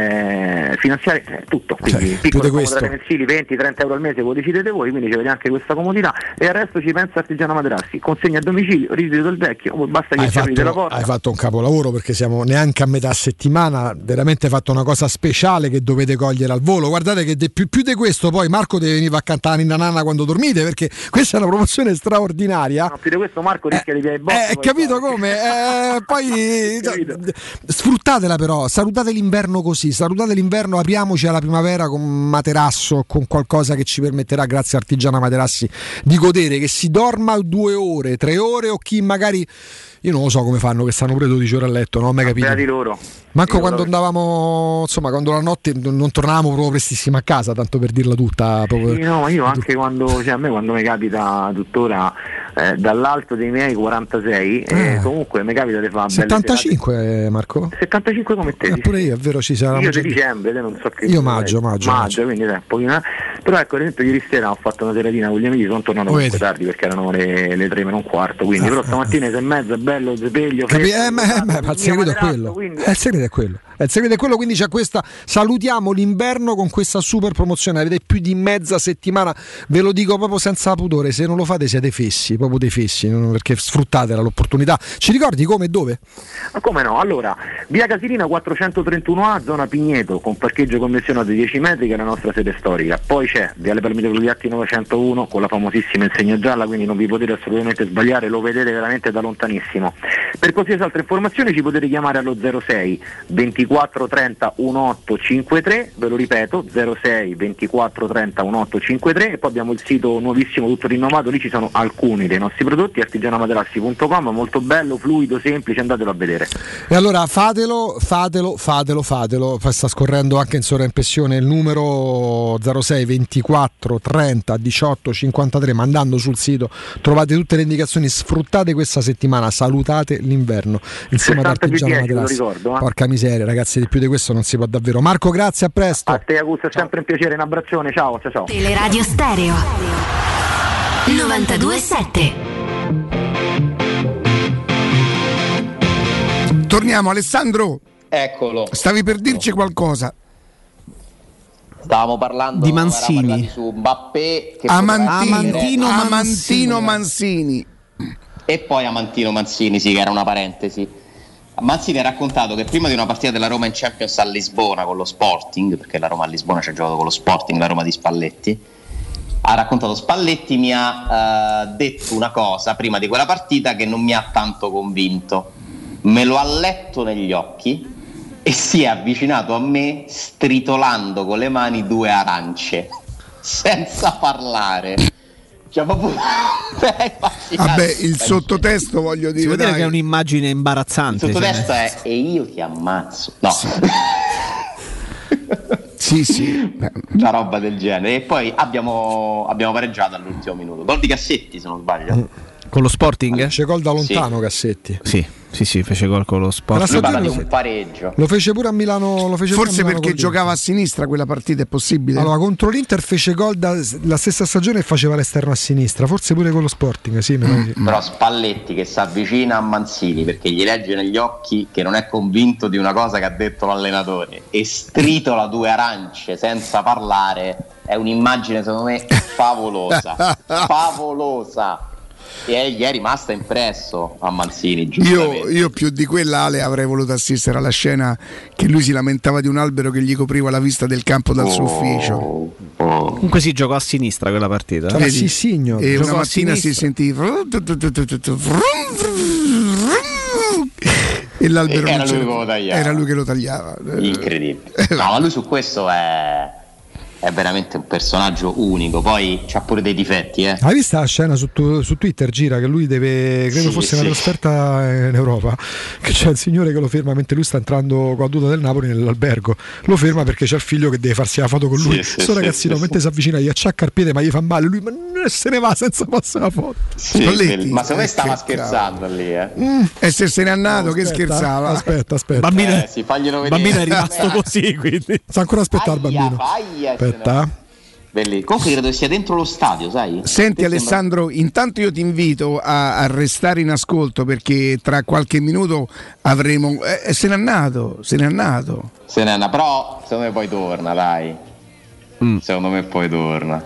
eh, finanziare eh, tutto, quindi cioè, piccoli comodati mensili, venti trenta euro al mese, voi decidete voi, quindi avete anche questa comodità, e al resto ci pensa Artigiana Materassi, consegna a domicilio, ritiro del vecchio, basta che hai ci aprite fatto, la porta. Hai fatto un capolavoro, perché siamo neanche a metà settimana, veramente hai fatto una cosa speciale che dovete cogliere al volo. Guardate che de, più, più di questo poi Marco deve venire a cantare Ninna Nanna quando dormite, perché questa è una promozione straordinaria. No, più di questo Marco rischia di via i boss. Eh, capito poi. come? Eh, poi capito. Sfruttatela, però, salutate l'inverno così, salutate l'inverno, apriamoci alla primavera con un materasso, con qualcosa che ci permetterà, grazie a Artigiana Materassi, di godere, che si dorma due ore, tre ore, o chi magari, io non lo so come fanno, che stanno pure dodici ore a letto, non ho mai capito. Di loro. Manco di quando loro. andavamo, insomma, quando la notte non tornavamo proprio prestissimo a casa, tanto per dirla tutta. Proprio. Sì, no, io anche quando, cioè a me quando mi capita tuttora eh, dall'alto dei miei quarantasei, eh. Eh, comunque mi capita di fare settantacinque, Marco? settantacinque come te? Eh, pure io, è vero, ci sarà. Io di dicembre, te non so che. Io maggio, maggio, maggio, quindi eh, un pochino. Eh. Però ecco, ad esempio ieri sera ho fatto una seratina con gli amici, sono tornato molto tardi perché erano le, le tre meno un quarto, quindi ah, però stamattina alle sei e mezza, bello, sveglio, Capi- eh, ma, eh, ma il segreto è quello. Quindi... Eh, il segreto è quello. Il segreto è quello, quindi c'è questa. Salutiamo l'inverno con questa super promozione. Avete più di mezza settimana, ve lo dico proprio senza pudore. Se non lo fate siete fessi, proprio dei fessi, perché sfruttatela l'opportunità. Ci ricordi come e dove? Ma come no? Allora, via Casilina quattrocentotrentuno A, zona Pigneto, con parcheggio convenzionato di dieci metri, che è la nostra sede storica. Poi c'è viale Palmiro Fluviati novecentouno con la famosissima insegna gialla, quindi non vi potete assolutamente sbagliare, lo vedete veramente da lontanissimo. Per qualsiasi altra informazione ci potete chiamare allo zero sei ventiquattro trenta diciotto cinquantatré, ve lo ripeto, zero sei ventiquattro trenta diciotto cinquantatré, e poi abbiamo il sito nuovissimo, tutto rinnovato, lì ci sono alcuni dei nostri prodotti, artigianamaterassi punto com, molto bello, fluido, semplice, andatelo a vedere. E allora fatelo, fatelo, fatelo, fatelo, sta scorrendo anche in sovraimpressione il numero zero sei ventiquattro trenta diciotto cinquantatré, mandando sul sito trovate tutte le indicazioni, sfruttate questa settimana, salutate l'inverno insieme ad Artigiana Materassi. Ricordo, eh? Porca miseria ragazzi, di più di questo non si può davvero. Marco, grazie, a presto. A te Augusto, è sempre un piacere, un abbraccione, ciao ciao ciao. Teleradio Stereo novantadue sette. Torniamo, Alessandro. Eccolo. Stavi per dirci qualcosa? Stavamo parlando di Mancini su Mbappé, che Amantino, Amantino, Amantino Mancini. E poi Amantino Mancini, sì, che era una parentesi. Mancini ha raccontato che prima di una partita della Roma in Champions a Lisbona con lo Sporting, perché la Roma a Lisbona ci ha giocato con lo Sporting, la Roma di Spalletti, ha raccontato Spalletti mi ha uh, detto una cosa prima di quella partita che non mi ha tanto convinto, me lo ha letto negli occhi e si è avvicinato a me stritolando con le mani due arance. senza parlare. Cioè, proprio... Vabbè, il sottotesto, voglio dire, si può dire dai. che è un'immagine imbarazzante. Il sottotesto cioè. è e io ti ammazzo. No. Sì, sì. Una roba del genere. E poi abbiamo, abbiamo pareggiato all'ultimo minuto. Gol di Cassetti, se non sbaglio. Con lo Sporting? Fece gol da lontano Sì. Cassetti. Sì, sì, sì, fece gol con lo Sporting. Lui parla di un pareggio. Lo fece pure a Milano. Lo fece Forse pure a Milano perché col giocava a sinistra quella partita, è possibile? Allora, contro l'Inter fece gol da, la stessa stagione e faceva l'esterno a sinistra, forse pure con lo Sporting, sì, mm. Però Spalletti che si avvicina a Mancini perché gli legge negli occhi che non è convinto di una cosa che ha detto l'allenatore e stritola due arance senza parlare, è un'immagine secondo me favolosa. Favolosa. E gli è rimasta impresso a Mancini. Io, io più di quella, Ale, avrei voluto assistere alla scena che lui si lamentava di un albero che gli copriva la vista del campo dal oh, suo ufficio. Oh. Comunque si giocò a sinistra quella partita. Cioè, Vedi? Sissigno. E Giocò una mattina si sentiva e l'albero era, non lui c'era. che lo tagliava. Era lui che lo tagliava. Incredibile. No, ma lui su questo è è veramente un personaggio unico. Poi c'ha pure dei difetti, eh. Hai visto la scena su, tu, su Twitter? Gira che lui deve, credo sì, fosse sì. una trasferta in Europa, che c'è il signore che lo ferma mentre lui sta entrando con la tuta del Napoli nell'albergo. Lo ferma perché c'è il figlio che deve farsi la foto con lui. Sì, Questo sì, ragazzino sì, mentre sì. si avvicina gli acciacca il piede ma gli fa male, lui ma se ne va senza passare la foto. Sì, Spalletti, ma secondo me eh, stava che scherzando lì, eh. Mm, e se se n'è andato, No, che aspetta, scherzava. Aspetta, aspetta. Bambino, Eh, sì, faglielo il vedere. bambino è rimasto così, quindi. Sta ancora aspettare il Aia, bambino. aia, Aspetta. Belli. Comunque credo che sia dentro lo stadio, sai? Senti Che Alessandro, sembra... intanto io ti invito a, a restare in ascolto perché tra qualche minuto avremo... Eh, se n'è andato, se n'è andato. Se n'è andato, però secondo me poi torna, dai. Mm. Secondo me poi torna.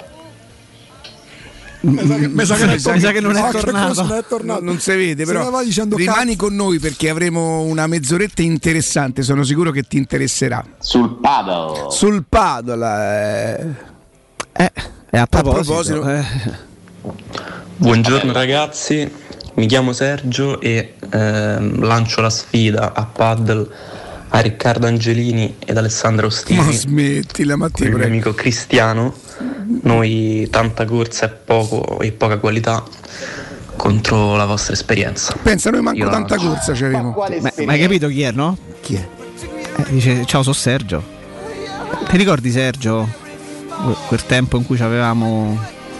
Mi sa che, Mi sa che non è tornato. Non è tornato. No, non si vede, Se però ne va dicendo rimani cazzo. con noi perché avremo una mezz'oretta interessante, sono sicuro che ti interesserà. Sul paddle. Sul paddle. Eh. Eh, e a proposito, A proposito eh. Buongiorno ragazzi, mi chiamo Sergio e ehm, lancio la sfida a paddle a Riccardo Angelini ed Alessandro Ostini. Ma smettila, ma ti con il mio prego. amico Cristiano. Noi tanta corsa e poco e poca qualità contro la vostra esperienza. Pensa, noi manco Io tanta lancio. corsa c'avevo. Ma, ma hai capito chi è, no? Chi è? Eh, dice ciao, sono Sergio. Ti ricordi Sergio? Quel tempo in cui avevamo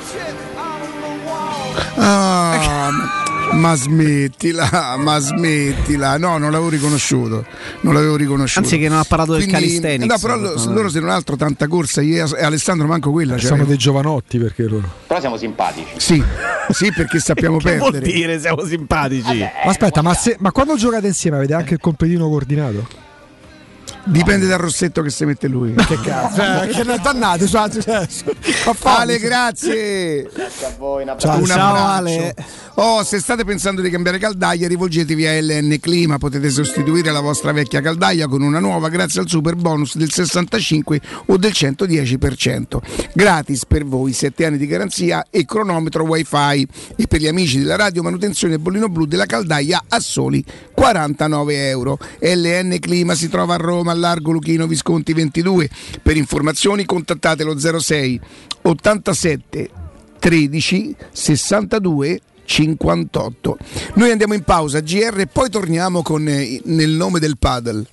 Ah, ma smettila, ma smettila. No, non l'avevo riconosciuto. Non l'avevo riconosciuto. Anzi, che non ha parlato Quindi, del calisthenics. No, però loro, loro se non altro tanta corsa, io e Alessandro manco quella. Siamo cioè. dei giovanotti perché loro. Però siamo simpatici. Sì, sì, perché sappiamo che perdere. vuol dire siamo simpatici? Vabbè, Ma aspetta, ma, se, ma quando giocate insieme avete anche il completino coordinato? Dipende dal rossetto che si mette lui. Che cazzo? Cioè, che ne dannate, cioè, cioè, Ale, grazie. Grazie a voi, un abbraccio. Ciao, un Ciao, abbraccio. Ale. Oh, se state pensando di cambiare caldaia, rivolgetevi a L N Clima. Potete sostituire la vostra vecchia caldaia con una nuova grazie al super bonus del sessantacinque o del centodieci per cento. Gratis per voi, sette anni di garanzia e cronometro wifi. E per gli amici della radio, manutenzione e bollino blu della caldaia a soli quarantanove euro. L N Clima si trova a Roma, al largo Luchino Visconti ventidue. Per informazioni contattate lo zero sei ottantasette tredici sessantadue cinquantotto. Noi andiamo in pausa G R e poi torniamo con eh, Nel nome del paddle.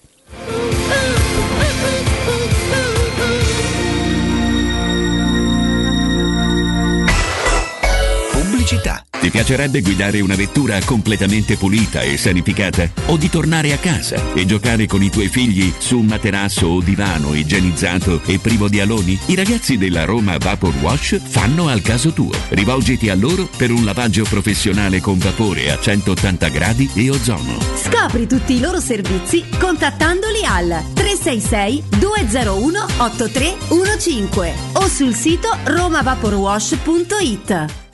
Pubblicità. Ti piacerebbe guidare una vettura completamente pulita e sanificata? O di tornare a casa e giocare con i tuoi figli su un materasso o divano igienizzato e privo di aloni? I ragazzi della Roma Vapor Wash fanno al caso tuo. Rivolgiti a loro per un lavaggio professionale con vapore a centottanta gradi e ozono. Scopri tutti i loro servizi contattandoli al tre sei sei due zero uno otto tre uno cinque o sul sito roma vapor wash punto it.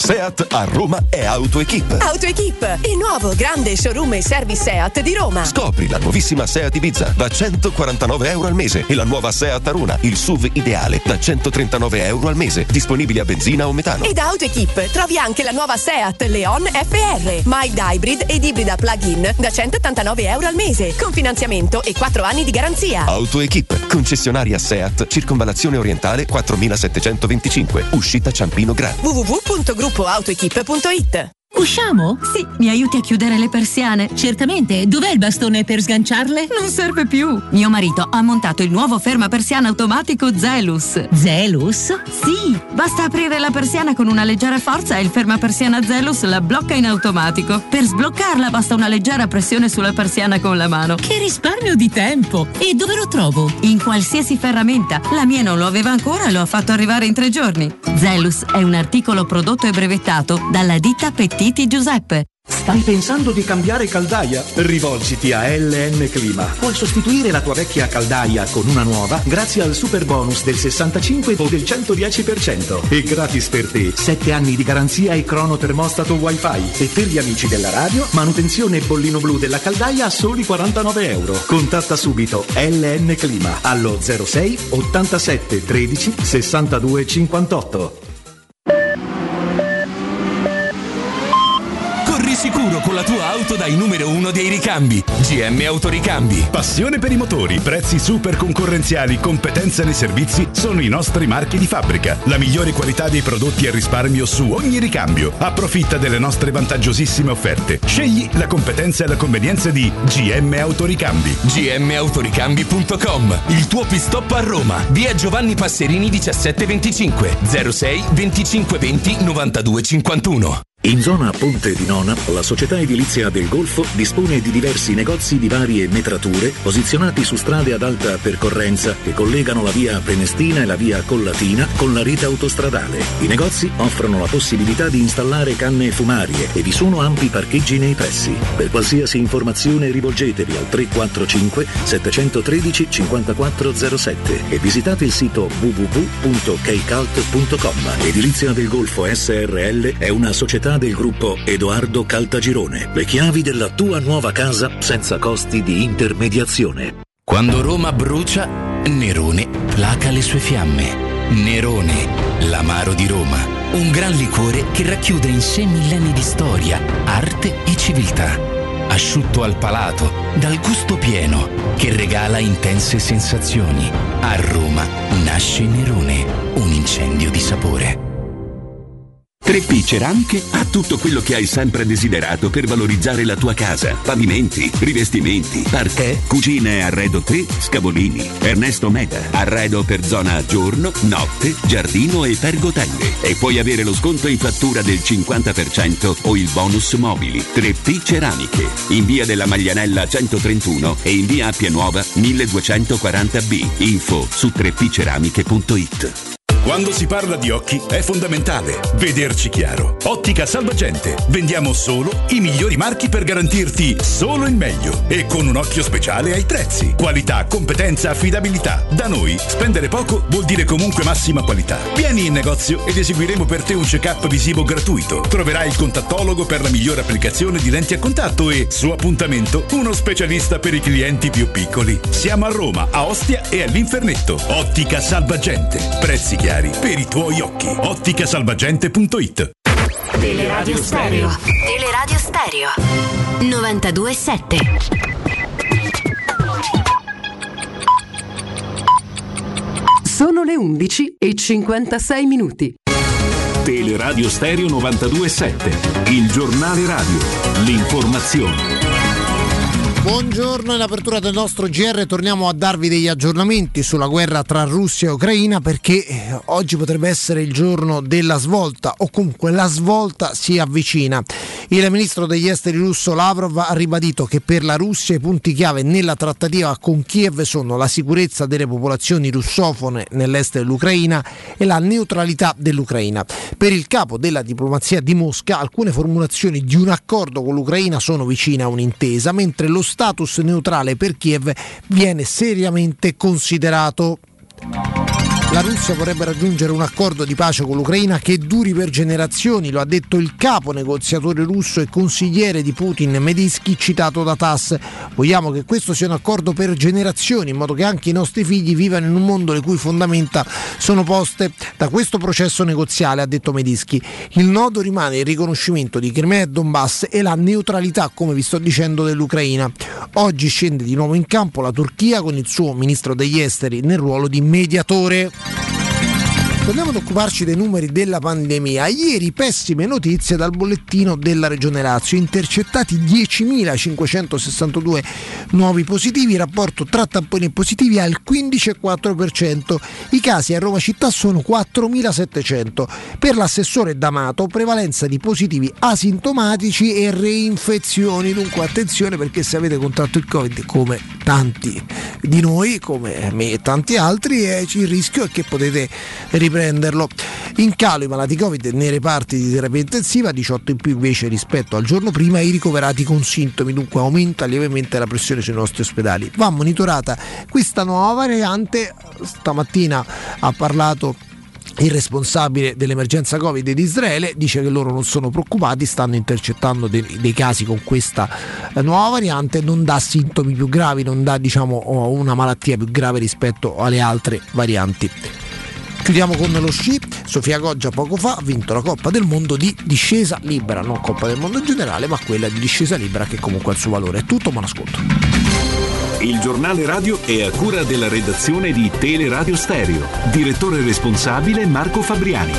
Seat a Roma è AutoEquip. AutoEquip, il nuovo grande showroom e service Seat di Roma. Scopri la nuovissima Seat Ibiza da centoquarantanove euro al mese e la nuova Seat Arona, il S U V ideale, da centotrentanove euro al mese, disponibili a benzina o metano. E da AutoEquip trovi anche la nuova Seat Leon F R, mild hybrid ed ibrida plug-in da centottantanove euro al mese, con finanziamento e quattro anni di garanzia. AutoEquip, concessionaria Seat, Circonvallazione Orientale quattromilasettecentoventicinque, uscita Ciampino Grande. w w w punto gruppo autoequip punto it. Usciamo? Sì, mi aiuti a chiudere le persiane? Certamente, dov'è il bastone per sganciarle? Non serve più. Mio marito ha montato il nuovo fermapersiana automatico Zelus. Zelus? Sì, basta aprire la persiana con una leggera forza e il fermapersiana Zelus la blocca in automatico. Per sbloccarla basta una leggera pressione sulla persiana con la mano. Che risparmio di tempo! E dove lo trovo? In qualsiasi ferramenta. La mia non lo aveva ancora e lo ha fatto arrivare in tre giorni. Zelus è un articolo prodotto e brevettato dalla ditta Pettiti Giuseppe. Stai pensando di cambiare caldaia? Rivolgiti a L N Clima. Puoi sostituire la tua vecchia caldaia con una nuova grazie al super bonus del sessantacinque o del centodieci per cento. E gratis per te sette anni di garanzia e crono termostato wifi. E per gli amici della radio, manutenzione e bollino blu della caldaia a soli quarantanove euro. Contatta subito L N Clima allo zero sei ottantasette tredici sessantadue cinquantotto. Sicuro con la tua auto dai numero uno dei ricambi. G M Autoricambi. Passione per i motori, prezzi super concorrenziali, competenza nei servizi sono i nostri marchi di fabbrica. La migliore qualità dei prodotti e risparmio su ogni ricambio. Approfitta delle nostre vantaggiosissime offerte. Scegli la competenza e la convenienza di G M Autoricambi. G M Autoricambi punto com. Il tuo pit stop a Roma. Via Giovanni Passerini diciassette venticinque zero sei venticinque venti novantadue cinquantuno. In zona Ponte di Nona, la società edilizia del Golfo dispone di diversi negozi di varie metrature posizionati su strade ad alta percorrenza che collegano la via Prenestina e la via Collatina con la rete autostradale. I negozi offrono la possibilità di installare canne fumarie e vi sono ampi parcheggi nei pressi. Per qualsiasi informazione rivolgetevi al tre quattro cinque sette uno tre cinque quattro zero sette e visitate il sito w w w punto keicalt punto com. Edilizia del Golfo S R L è una società del gruppo Edoardo Caltagirone. Le chiavi della tua nuova casa senza costi di intermediazione. Quando Roma brucia, Nerone placa le sue fiamme. Nerone, l'amaro di Roma. Un gran liquore che racchiude in sé millenni di storia, arte e civiltà. Asciutto al palato, dal gusto pieno, che regala intense sensazioni. A Roma nasce Nerone, un incendio di sapore. tre P Ceramiche ha tutto quello che hai sempre desiderato per valorizzare la tua casa. Pavimenti, rivestimenti, parquet, cucine e arredo tre, Scavolini, Ernesto Meda. Arredo per zona giorno, notte, giardino e pergotelle. E puoi avere lo sconto in fattura del cinquanta per cento o il bonus mobili. tre P Ceramiche. In via della Maglianella centotrentuno e in via Appia Nuova milleduecentoquaranta B. Info su tre p ceramiche punto it. Quando si parla di occhi è fondamentale vederci chiaro. Ottica Salvagente. Vendiamo solo i migliori marchi per garantirti solo il meglio e con un occhio speciale ai prezzi. Qualità, competenza, affidabilità. Da noi spendere poco vuol dire comunque massima qualità. Vieni in negozio ed eseguiremo per te un check-up visivo gratuito. Troverai il contattologo per la migliore applicazione di lenti a contatto e, su appuntamento, uno specialista per i clienti più piccoli. Siamo a Roma, a Ostia e all'Infernetto. Ottica Salvagente. Prezzi chiari per i tuoi occhi. ottica salvagente punto it. Teleradio Stereo. Teleradio Stereo novantadue sette. Sono le undici e cinquantasei minuti. Teleradio Stereo novantadue sette. Il giornale radio. L'informazione. Buongiorno, in apertura del nostro G R torniamo a darvi degli aggiornamenti sulla guerra tra Russia e Ucraina, perché oggi potrebbe essere il giorno della svolta, o comunque la svolta si avvicina. Il ministro degli esteri russo Lavrov ha ribadito che per la Russia i punti chiave nella trattativa con Kiev sono la sicurezza delle popolazioni russofone nell'est dell'Ucraina e la neutralità dell'Ucraina. Per il capo della diplomazia di Mosca alcune formulazioni di un accordo con l'Ucraina sono vicine a un'intesa, mentre lo status neutrale per Kiev viene seriamente considerato. La Russia vorrebbe raggiungere un accordo di pace con l'Ucraina che duri per generazioni, lo ha detto il capo negoziatore russo e consigliere di Putin Medisky, citato da T A S. Vogliamo che questo sia un accordo per generazioni, in modo che anche i nostri figli vivano in un mondo le cui fondamenta sono poste da questo processo negoziale, ha detto Medisky. Il nodo rimane il riconoscimento di Crimea e Donbass e la neutralità, come vi sto dicendo, dell'Ucraina. Oggi scende di nuovo in campo la Turchia con il suo ministro degli esteri nel ruolo di mediatore. Torniamo ad occuparci dei numeri della pandemia. Ieri pessime notizie dal bollettino della Regione Lazio. Intercettati diecimilacinquecentosessantadue nuovi positivi, il rapporto tra tamponi e positivi al quindici virgola quattro per cento. I casi a Roma città sono quattromilasettecento. Per l'assessore D'Amato, prevalenza di positivi asintomatici e reinfezioni. Dunque attenzione, perché se avete contratto il Covid, come tanti di noi, come me e tanti altri, eh, il rischio è che potete riprenderlo. In calo i malati Covid nei reparti di terapia intensiva, diciotto in più invece rispetto al giorno prima, i ricoverati con sintomi, dunque aumenta lievemente la pressione sui nostri ospedali. Va monitorata questa nuova variante. Stamattina ha parlato il responsabile dell'emergenza Covid di Israele, dice che loro non sono preoccupati, stanno intercettando dei, dei casi con questa nuova variante, non dà sintomi più gravi, non dà, diciamo, una malattia più grave rispetto alle altre varianti. Chiudiamo con lo sci. Sofia Goggia poco fa ha vinto la Coppa del Mondo di discesa libera, non Coppa del Mondo in generale, ma quella di discesa libera, che comunque ha il suo valore. È tutto, buon ascolto. Il giornale radio è a cura della redazione di Teleradio Stereo. Direttore responsabile Marco Fabriani.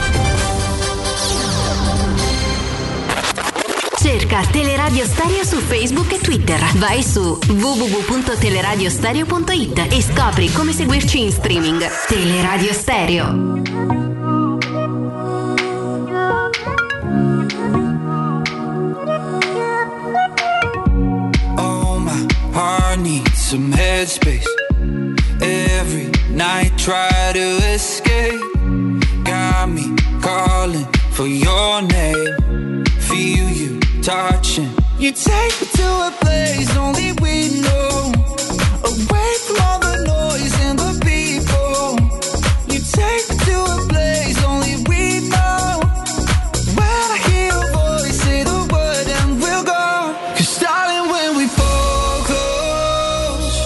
Cerca Teleradio Stereo su Facebook e Twitter. Vai su w w w punto teleradiostereo punto it e scopri come seguirci in streaming. Teleradio Stereo. Oh, my heart needs some headspace. Every night try to escape. Got me calling for your name. Feel you touching. You take me to a place only we know, away from all the noise and the people. You take me to a place only we know. When I hear your voice, say the word and we'll go. 'Cause darling, when we fall close,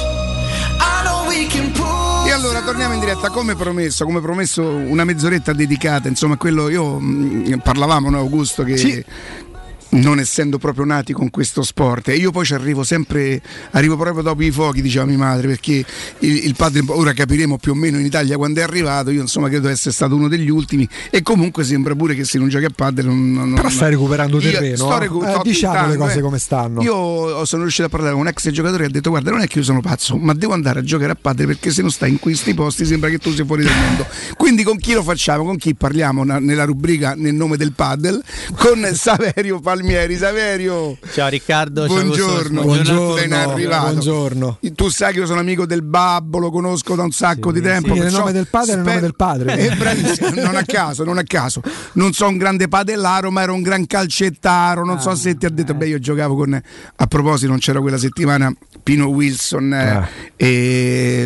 I know we can pull. E allora torniamo in diretta, come promesso, come promesso una mezz'oretta dedicata, insomma, quello io mh, parlavamo, no, Augusto, che sì, non essendo proprio nati con questo sport, e io poi ci arrivo sempre, arrivo proprio dopo i fuochi, diceva mia madre, perché il, il padre, ora capiremo più o meno in Italia quando è arrivato, io insomma credo essere stato uno degli ultimi, e comunque sembra pure che se non giochi a padel non, non, però stai recuperando terreno, sto recu- eh, diciamo le cose eh. come stanno. Io sono riuscito a parlare con un ex giocatore e ha detto: guarda, non è che io sono pazzo, ma devo andare a giocare a padel, perché se non stai in questi posti sembra che tu sei fuori dal mondo. Quindi con chi lo facciamo? Con chi parliamo nella rubrica Nel nome del padel? Con Saverio Palmieri. Saverio, ciao Riccardo, buongiorno, ciao, buongiorno, ben arrivato. Buongiorno. Tu sai che io sono amico del Babbo, lo conosco da un sacco sì, di tempo. Sì, nel nome del padre, nel nome del padre. È bravissimo, non a caso, non a caso. Non so un grande padellaro, ma ero un gran calcettaro. Non ah, so se ti ha detto, eh. beh, io giocavo con. A proposito, non c'era quella settimana Pino Wilson. Ah. E,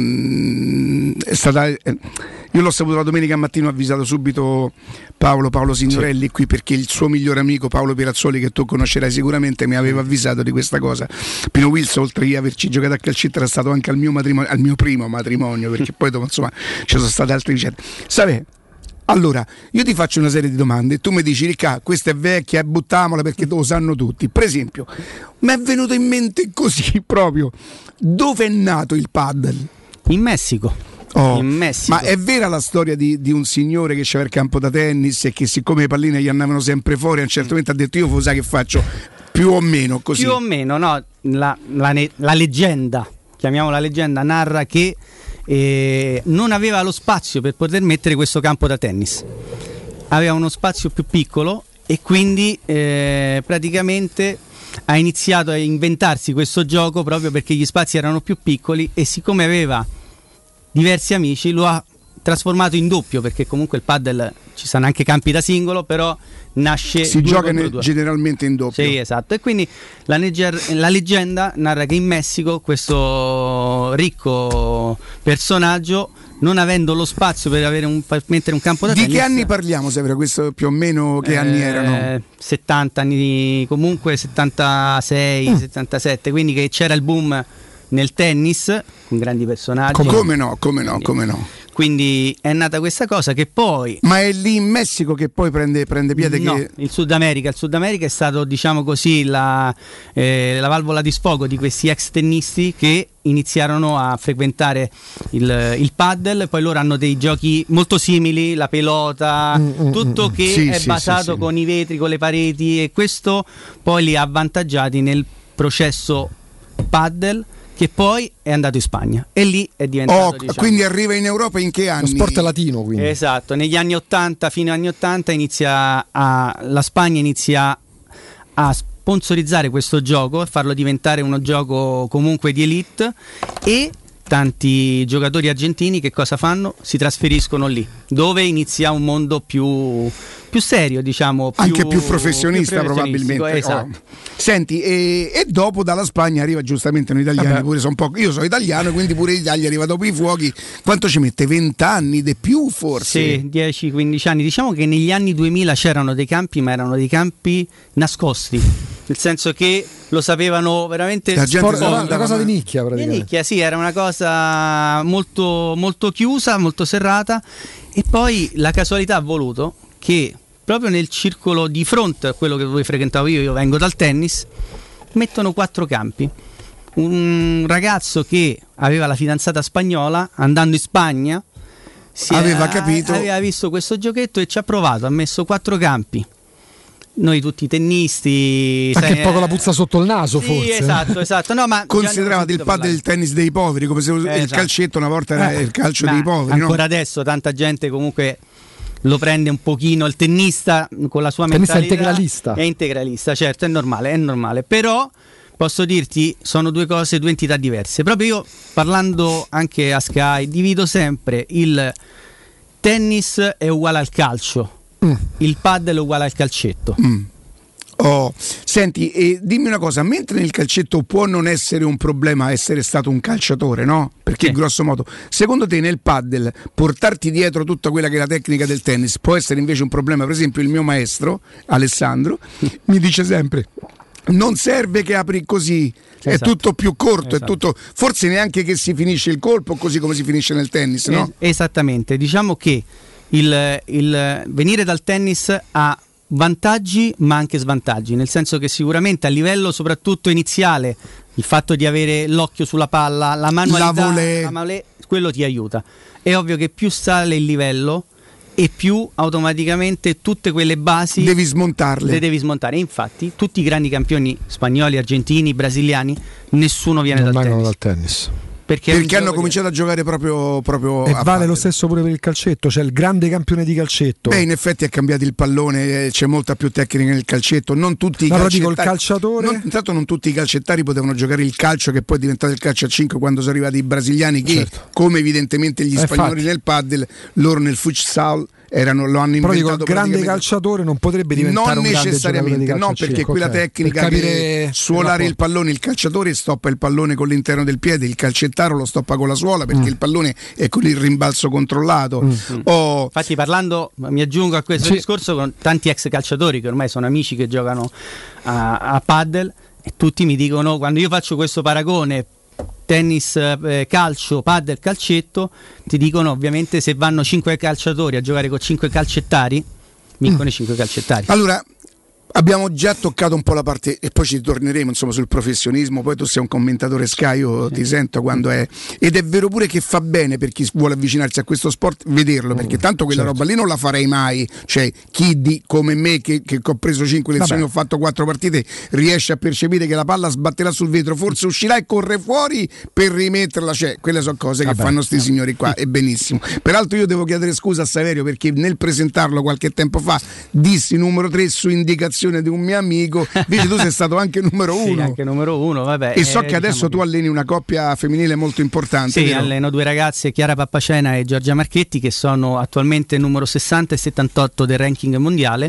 mh, è stata. Eh, Io l'ho saputo la domenica mattina, ho avvisato subito Paolo, Paolo Signorelli sì. qui, perché il suo migliore amico Paolo Pirazzoli, che tu conoscerai sicuramente, mi aveva avvisato di questa cosa. Pino Wilson, oltre a averci giocato a calcetto, era stato anche al mio matrimonio, al mio primo matrimonio, perché poi insomma ci sono state altre vicende. Sapete? Allora, io ti faccio una serie di domande e tu mi dici: Ricca, questa è vecchia, buttiamola perché lo sanno tutti. Per esempio, mi è venuto in mente così proprio, dove è nato il paddle? In Messico. Oh, in Messico. Ma è vera la storia di, di un signore che c'era il campo da tennis e che, siccome le palline gli andavano sempre fuori, a un certo momento ha detto: io sai che faccio, più o meno così? Più o meno, no, la, la, la leggenda, chiamiamola leggenda, narra che eh, non aveva lo spazio per poter mettere questo campo da tennis, aveva uno spazio più piccolo e quindi eh, praticamente ha iniziato a inventarsi questo gioco proprio perché gli spazi erano più piccoli, e siccome aveva diversi amici lo ha trasformato in doppio, perché comunque il padel ci sono anche campi da singolo, però nasce si due gioca contro ne- due. generalmente in doppio. Sì, esatto. E quindi la, legger- la leggenda narra che in Messico questo ricco personaggio, non avendo lo spazio per, avere un, per mettere un campo da Di tennis, che anni parliamo, Severo? Questo più o meno che eh, anni erano? settanta anni, comunque settantasei, Mm. settantasette, quindi che c'era il boom nel tennis con grandi personaggi. Come no, come no, come no. Quindi è nata questa cosa che poi... Ma è lì in Messico che poi prende, prende piede? No, che... il Sud America. Il Sud America è stato, diciamo così, la, eh, la valvola di sfogo di questi ex tennisti che iniziarono a frequentare il, il paddle. Poi loro hanno dei giochi molto simili, la pelota, mm, tutto mm, che sì, è sì, basato sì, con i vetri, con le pareti, e questo poi li ha avvantaggiati nel processo paddle, che poi è andato in Spagna e lì è diventato, Oh, diciamo, quindi arriva in Europa in che anni? Lo sport latino, quindi. esatto, negli anni ottanta, fino agli anni ottanta inizia a, la Spagna inizia a sponsorizzare questo gioco e farlo diventare uno gioco comunque di elite, e tanti giocatori argentini che cosa fanno? Si trasferiscono lì, dove inizia un mondo più, più serio, diciamo, più, anche più professionista, più probabilmente. esatto. Oh. Senti, e, e dopo dalla Spagna arriva giustamente noi italiani. Vabbè. Pure sono un po', io sono italiano, quindi pure l'Italia arriva dopo i fuochi. Quanto ci mette? vent'anni di più forse? Sì, dieci quindici anni. Diciamo che negli anni duemila c'erano dei campi, ma erano dei campi nascosti, nel senso che lo sapevano veramente. La gente pochi. Una, una cosa di nicchia, Di praticamente. nicchia, sì, era una cosa molto, molto chiusa, molto serrata, e poi la casualità ha voluto che proprio nel circolo di fronte a quello che voi frequentavo io, io vengo dal tennis, mettono quattro campi. Un ragazzo che aveva la fidanzata spagnola, andando in Spagna, si Aveva era- capito. aveva visto questo giochetto e ci ha provato, ha messo quattro campi. Noi tutti tennisti, Anche sai, poco eh, la puzza sotto il naso, sì, forse. esatto, esatto. No, ma Consideravate il padel il tennis dei poveri, come se il Esatto. calcetto una volta era Eh, il calcio ma dei poveri, ancora no? adesso tanta gente comunque lo prende un pochino, il tennista con la sua Il tennista mentalità integralista. è integralista, certo, è normale, è normale, però posso dirti sono due cose, due entità diverse. Proprio io, parlando anche a Sky, divido sempre il tennis è uguale al calcio, Mm. il padel è uguale al calcetto. Mm. Oh, senti, e dimmi una cosa, mentre nel calcetto può non essere un problema essere stato un calciatore, no? Perché Sì. grosso modo, secondo te nel paddle portarti dietro tutta quella che è la tecnica del tennis può essere invece un problema? Per esempio il mio maestro, Alessandro, mi dice sempre: non serve che apri così, è Esatto. tutto più corto, Esatto. è tutto, forse neanche che si finisce il colpo così come si finisce nel tennis, no? Es- esattamente, diciamo che il, il venire dal tennis ha vantaggi ma anche svantaggi, nel senso che sicuramente a livello soprattutto iniziale il fatto di avere l'occhio sulla palla, la manualità, La volée. la volée, quello ti aiuta. È ovvio che più sale il livello e più automaticamente tutte quelle basi Devi smontarle. le devi smontare. Infatti tutti i grandi campioni spagnoli, argentini, brasiliani, nessuno viene Non dal vengono tennis, dal tennis. perché, è un Perché hanno gioco di- cominciato a giocare proprio, proprio E a vale paddle. lo stesso pure per il calcetto, c'è il grande campione di calcetto. Beh, in effetti è cambiato il pallone, eh, c'è molta più tecnica nel calcetto. Non tutti i No, però dico, calcettari, il calciatore- non- intanto non tutti i calcettari potevano giocare il calcio, che poi è diventato il calcio a cinque quando sono arrivati i brasiliani, che Certo. come evidentemente gli Eh, spagnoli infatti. nel paddle, loro nel futsal erano, lo hanno Però dico, inventato il grande praticamente- calciatore non potrebbe diventare non un grande necessariamente, giocatore di no, calcio a perché cinque, quella ok. tecnica Per che capire suolare il il pallone, il calciatore stoppa il pallone con l'interno del piede, il calcettaro lo stoppa con la suola perché Mm. il pallone è con il rimbalzo controllato. Mm. Oh, Infatti, parlando, mi aggiungo a questo Sì. discorso con tanti ex calciatori che ormai sono amici che giocano a, a paddle, e tutti mi dicono, quando io faccio questo paragone tennis, eh, calcio, paddle, calcetto, ti dicono ovviamente se vanno cinque calciatori a giocare con cinque calcettari, vincono i cinque calcettari. Allora, abbiamo già toccato un po' la parte, e poi ci torneremo insomma sul professionismo. Poi tu sei un commentatore Sky, io ti sento quando è, ed è vero pure che fa bene per chi vuole avvicinarsi a questo sport vederlo, perché tanto quella certo. roba lì non la farei mai. Cioè, chi di, come me che, che ho preso cinque lezioni, Vabbè. ho fatto quattro partite, riesce a percepire che la palla sbatterà sul vetro, forse uscirà e corre fuori per rimetterla. Cioè, quelle sono cose che Vabbè. fanno sti signori qua, e benissimo. Peraltro io devo chiedere scusa a Saverio perché nel presentarlo qualche tempo fa dissi numero tre su indicazione generazione di un mio amico, invece tu sei stato anche numero sì, uno. anche numero uno, vabbè. E so eh, che adesso diciamo tu alleni una coppia femminile molto importante. Sì, vero? alleno due ragazze, Chiara Pappacena e Giorgia Marchetti, che sono attualmente numero sessanta e settantotto del ranking mondiale.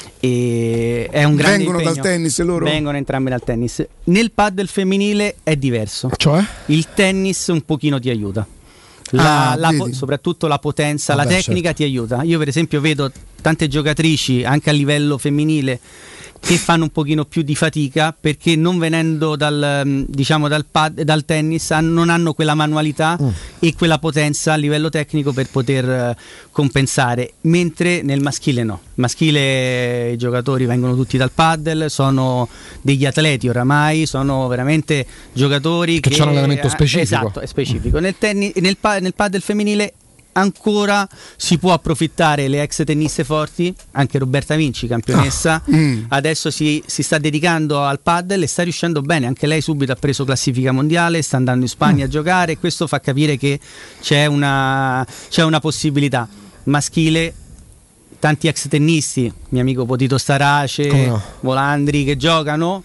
E è un grande vengono impegno. dal tennis loro? Vengono entrambe dal tennis. Nel paddle femminile è diverso. Cioè? Il tennis un pochino ti aiuta. La, Ah, la vedi. po- soprattutto la potenza, Vabbè, la tecnica certo. ti aiuta. Io per esempio vedo tante giocatrici anche a livello femminile che fanno un pochino più di fatica perché non venendo dal, diciamo, dal, pad, dal tennis han- non hanno quella manualità Mm. e quella potenza a livello tecnico per poter eh, compensare, mentre nel maschile no. Maschile i giocatori vengono tutti dal paddle, sono degli atleti oramai, sono veramente giocatori Che che, c'hanno l'elemento eh, specifico. Esatto, è specifico. Nel, tennis, nel, pa- nel paddle femminile ancora si può approfittare le ex tenniste forti, anche Roberta Vinci, campionessa, Ah, mm. adesso si, si sta dedicando al paddle e sta riuscendo bene, anche lei subito ha preso classifica mondiale, sta andando in Spagna Mm. a giocare e questo fa capire che c'è una, c'è una possibilità maschile. Tanti ex tennisti, mio amico Potito Starace, Come no? Volandri, che giocano,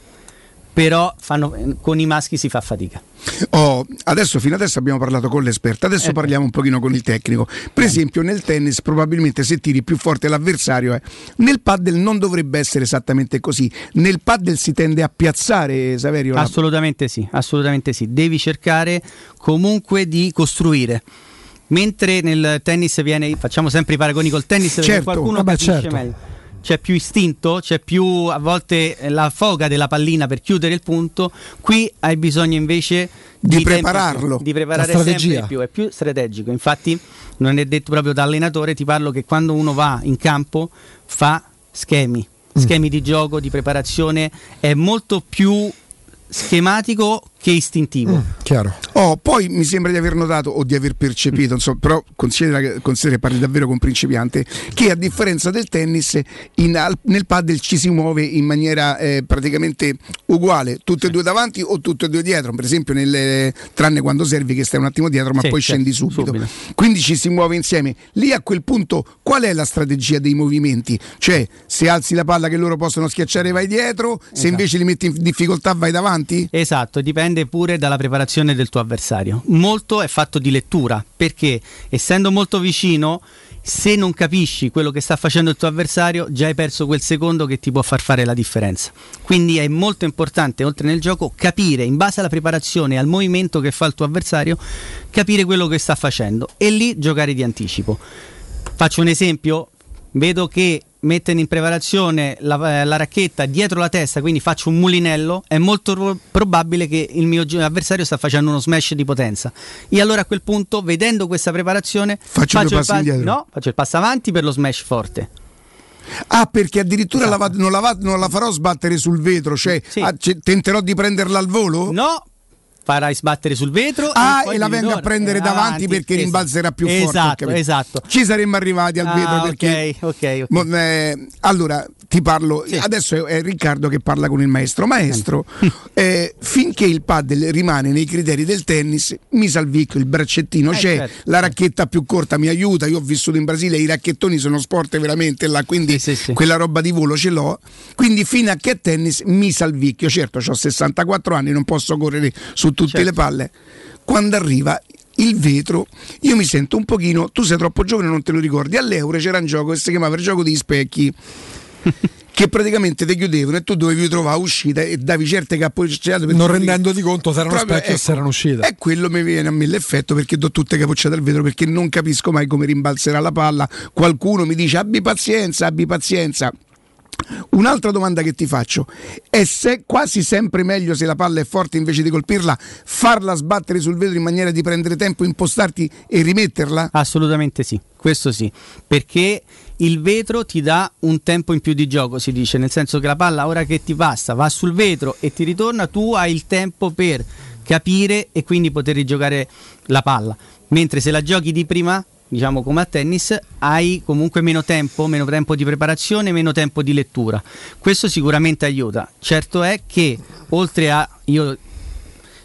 però fanno, con i maschi si fa fatica. Oh, adesso fino adesso abbiamo parlato con l'esperto, adesso Eh. parliamo un pochino con il tecnico. Per esempio nel tennis probabilmente se tiri più forte l'avversario è. Nel paddle non dovrebbe essere esattamente così. Nel paddle si tende a piazzare, Saverio. la- Assolutamente sì, assolutamente sì. Devi cercare comunque di costruire. Mentre nel tennis viene, facciamo sempre i paragoni col tennis perché Certo, qualcuno vabbè, capisce certo. meglio. C'è più istinto, c'è più a volte eh, la foga della pallina per chiudere il punto. Qui hai bisogno invece Di tempo in prepararlo. più, di preparare La sempre strategia. di più, è più strategico. Infatti non è detto proprio da allenatore, ti parlo che quando uno va in campo fa schemi, schemi di gioco, di preparazione, è molto più schematico che istintivo. Chiaro. Oh, poi mi sembra di aver notato o di aver percepito, insomma, però considera che, considera che parli davvero con principiante, che a differenza del tennis in- al- nel paddle ci si muove in maniera eh, praticamente uguale, tutte e due davanti o tutte e due dietro, per esempio nelle, tranne quando servi che stai un attimo dietro ma Sì, poi certo, scendi subito. subito. Quindi ci si muove insieme. Lì a quel punto qual è la strategia dei movimenti? Cioè se alzi la palla che loro possono schiacciare vai dietro, se Esatto. invece li metti in difficoltà vai davanti? Esatto, dipende pure dalla preparazione del tuo avversario. Molto è fatto di lettura, perché essendo molto vicino, se non capisci quello che sta facendo il tuo avversario, già hai perso quel secondo che ti può far fare la differenza. Quindi è molto importante, oltre nel gioco, capire in base alla preparazione e al movimento che fa il tuo avversario, capire quello che sta facendo e lì giocare di anticipo. Faccio un esempio, vedo che mettono in preparazione la, la racchetta dietro la testa, quindi faccio un mulinello, è molto ro- probabile che il mio gi- avversario sta facendo uno smash di potenza e allora a quel punto, vedendo questa preparazione, Faccio due il passi indietro. no, faccio il passo avanti per lo smash forte. Ah, perché addirittura la va- non, la va- non la farò sbattere sul vetro, cioè Sì. ah, c- tenterò di prenderla al volo? No, farai sbattere sul vetro Ah, poi e la mi vengo a ritorna. prendere Eh, davanti avanti, perché esatto. rimbalzerà più forte. ho Esatto, capito. esatto. Ci saremmo arrivati al Ah, vetro perché ok, ok, ok. Mo- eh, allora ti parlo Sì. adesso è, è Riccardo che parla con il maestro maestro eh, finché il paddle rimane nei criteri del tennis mi salvicchio il braccettino Eh, c'è, certo. la racchetta più corta mi aiuta, io ho vissuto in Brasile, i racchettoni sono sport veramente là, quindi Sì, sì, sì. quella roba di volo ce l'ho, quindi fino a che è tennis mi salvicchio, certo ho sessantaquattro anni, non posso correre su tutte Certo. le palle. Quando arriva il vetro io mi sento un pochino, tu sei troppo giovane non te lo ricordi, all'Euro c'era un gioco che si chiamava il gioco degli specchi che praticamente ti chiudevano e tu dovevi trovare uscita e davi certe capocciate per Non dire- rendendoti conto se erano Proprio, specchi o ecco, se erano uscite. e quello mi viene a me l'effetto perché do tutte capocciate al vetro perché non capisco mai come rimbalzerà la palla, qualcuno mi dice abbi pazienza, abbi pazienza. Un'altra domanda che ti faccio è se quasi sempre meglio se la palla è forte invece di colpirla farla sbattere sul vetro in maniera di prendere tempo, impostarti e rimetterla? Assolutamente sì, questo sì, perché il vetro ti dà un tempo in più di gioco, si dice, nel senso che la palla ora che ti passa va sul vetro e ti ritorna, tu hai il tempo per capire e quindi poter rigiocare la palla, mentre se la giochi di prima, diciamo come a tennis, hai comunque meno tempo, meno tempo di preparazione, meno tempo di lettura. Questo sicuramente aiuta. Certo è che oltre a io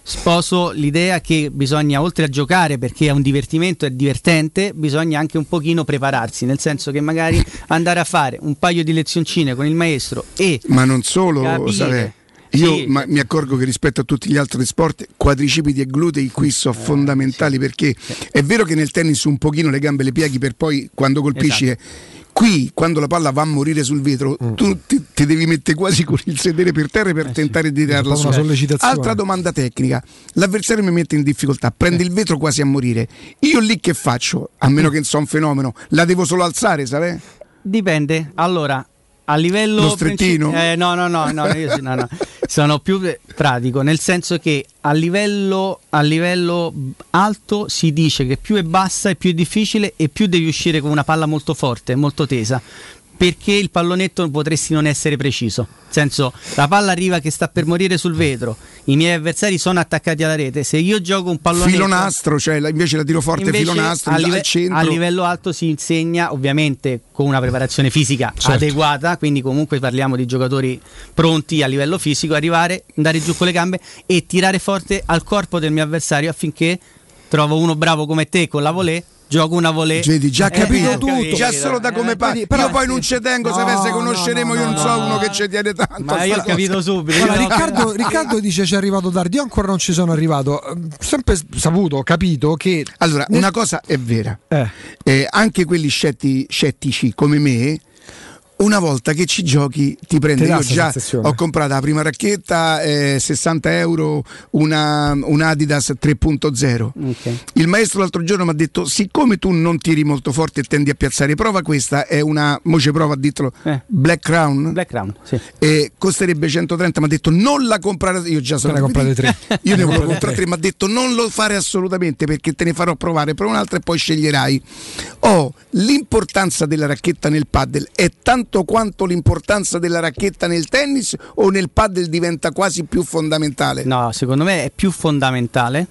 sposo l'idea che bisogna, oltre a giocare perché è un divertimento, è divertente, bisogna anche un pochino prepararsi, nel senso che magari andare a fare un paio di lezioncine con il maestro e ma non solo, capire, Savè. Io sì, ma, mi accorgo che rispetto a tutti gli altri sport, quadricipiti e glutei qui sono eh, fondamentali, sì, perché sì. È vero che nel tennis un pochino le gambe le pieghi per poi quando colpisci, esatto. Qui quando la palla va a morire sul vetro, mm. tu ti, ti devi mettere quasi con il sedere per terra per eh tentare sì. di tirarla su. Altra domanda tecnica: l'avversario mi mette in difficoltà, prende eh. il vetro quasi a morire, io lì che faccio? A meno che non sia un fenomeno, la devo solo alzare, sai? Dipende. Allora, a livello lo strettino? Principi- eh, no, no, no, no, io no, no. Sono più pratico, nel senso che a livello, a livello alto si dice che più è bassa e più è difficile e più devi uscire con una palla molto forte, molto tesa, perché il pallonetto potresti non essere preciso. Nel senso, la palla arriva che sta per morire sul vetro, i miei avversari sono attaccati alla rete, se io gioco un pallonetto filonastro, cioè invece la tiro forte filonastro a, live- al centro. A livello alto si insegna ovviamente con una preparazione fisica certo. adeguata, quindi comunque parliamo di giocatori pronti a livello fisico, arrivare, andare giù con le gambe e tirare forte al corpo del mio avversario affinché trovo uno bravo come te con la volée, gioco una volée. Vedi, già capito eh, tutto, già solo da come eh, parli. Io poi non ci tengo, no, se conosceremo, no, no, io non so no, uno che ci tiene tanto. Ma io ho capito subito. Allora, no, Riccardo, Riccardo dice ci è arrivato tardi, io ancora non ci sono arrivato. Sempre saputo, ho capito che. Allora, nel... una cosa è vera. Eh. Eh, anche quelli scetti, scettici come me. Una volta che ci giochi ti prende. Io già ho comprato la prima racchetta, eh, sessanta euro, una, un Adidas tre punto zero. Okay. Il maestro l'altro giorno mi ha detto: siccome tu non tiri molto forte e tendi a piazzare, prova questa, è una, mo ci prova a dirtelo, eh. Black Crown, Black Crown sì. eh, costerebbe centotrenta, mi ha detto non la comprare, io già sono comprate tre. Io ne volevo comprare tre, mi ha detto non lo fare assolutamente perché te ne farò provare, prova un'altra e poi sceglierai. Oh, l'importanza della racchetta nel paddle è tanto quanto l'importanza della racchetta nel tennis, o nel paddle diventa quasi più fondamentale? No, secondo me è più fondamentale,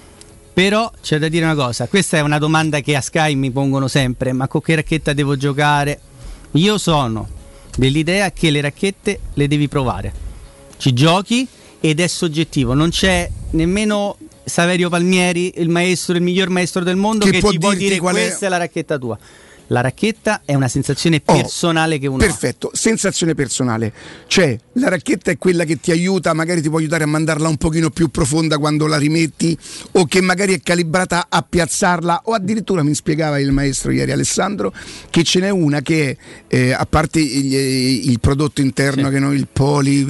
però c'è da dire una cosa, questa è una domanda che a Sky mi pongono sempre: ma con che racchetta devo giocare? Io sono dell'idea che le racchette le devi provare, ci giochi ed è soggettivo, non c'è nemmeno Saverio Palmieri, il maestro, il miglior maestro del mondo, che, che può ti può dire questa è... è la racchetta tua. La racchetta è una sensazione personale oh, che uno perfetto, ha. Sensazione personale. Cioè, la racchetta è quella che ti aiuta, magari ti può aiutare a mandarla un pochino più profonda quando la rimetti, o che magari è calibrata a piazzarla, o addirittura mi spiegava il maestro ieri Alessandro che ce n'è una che è, eh, a parte il, il prodotto interno, sì, che no, il poli,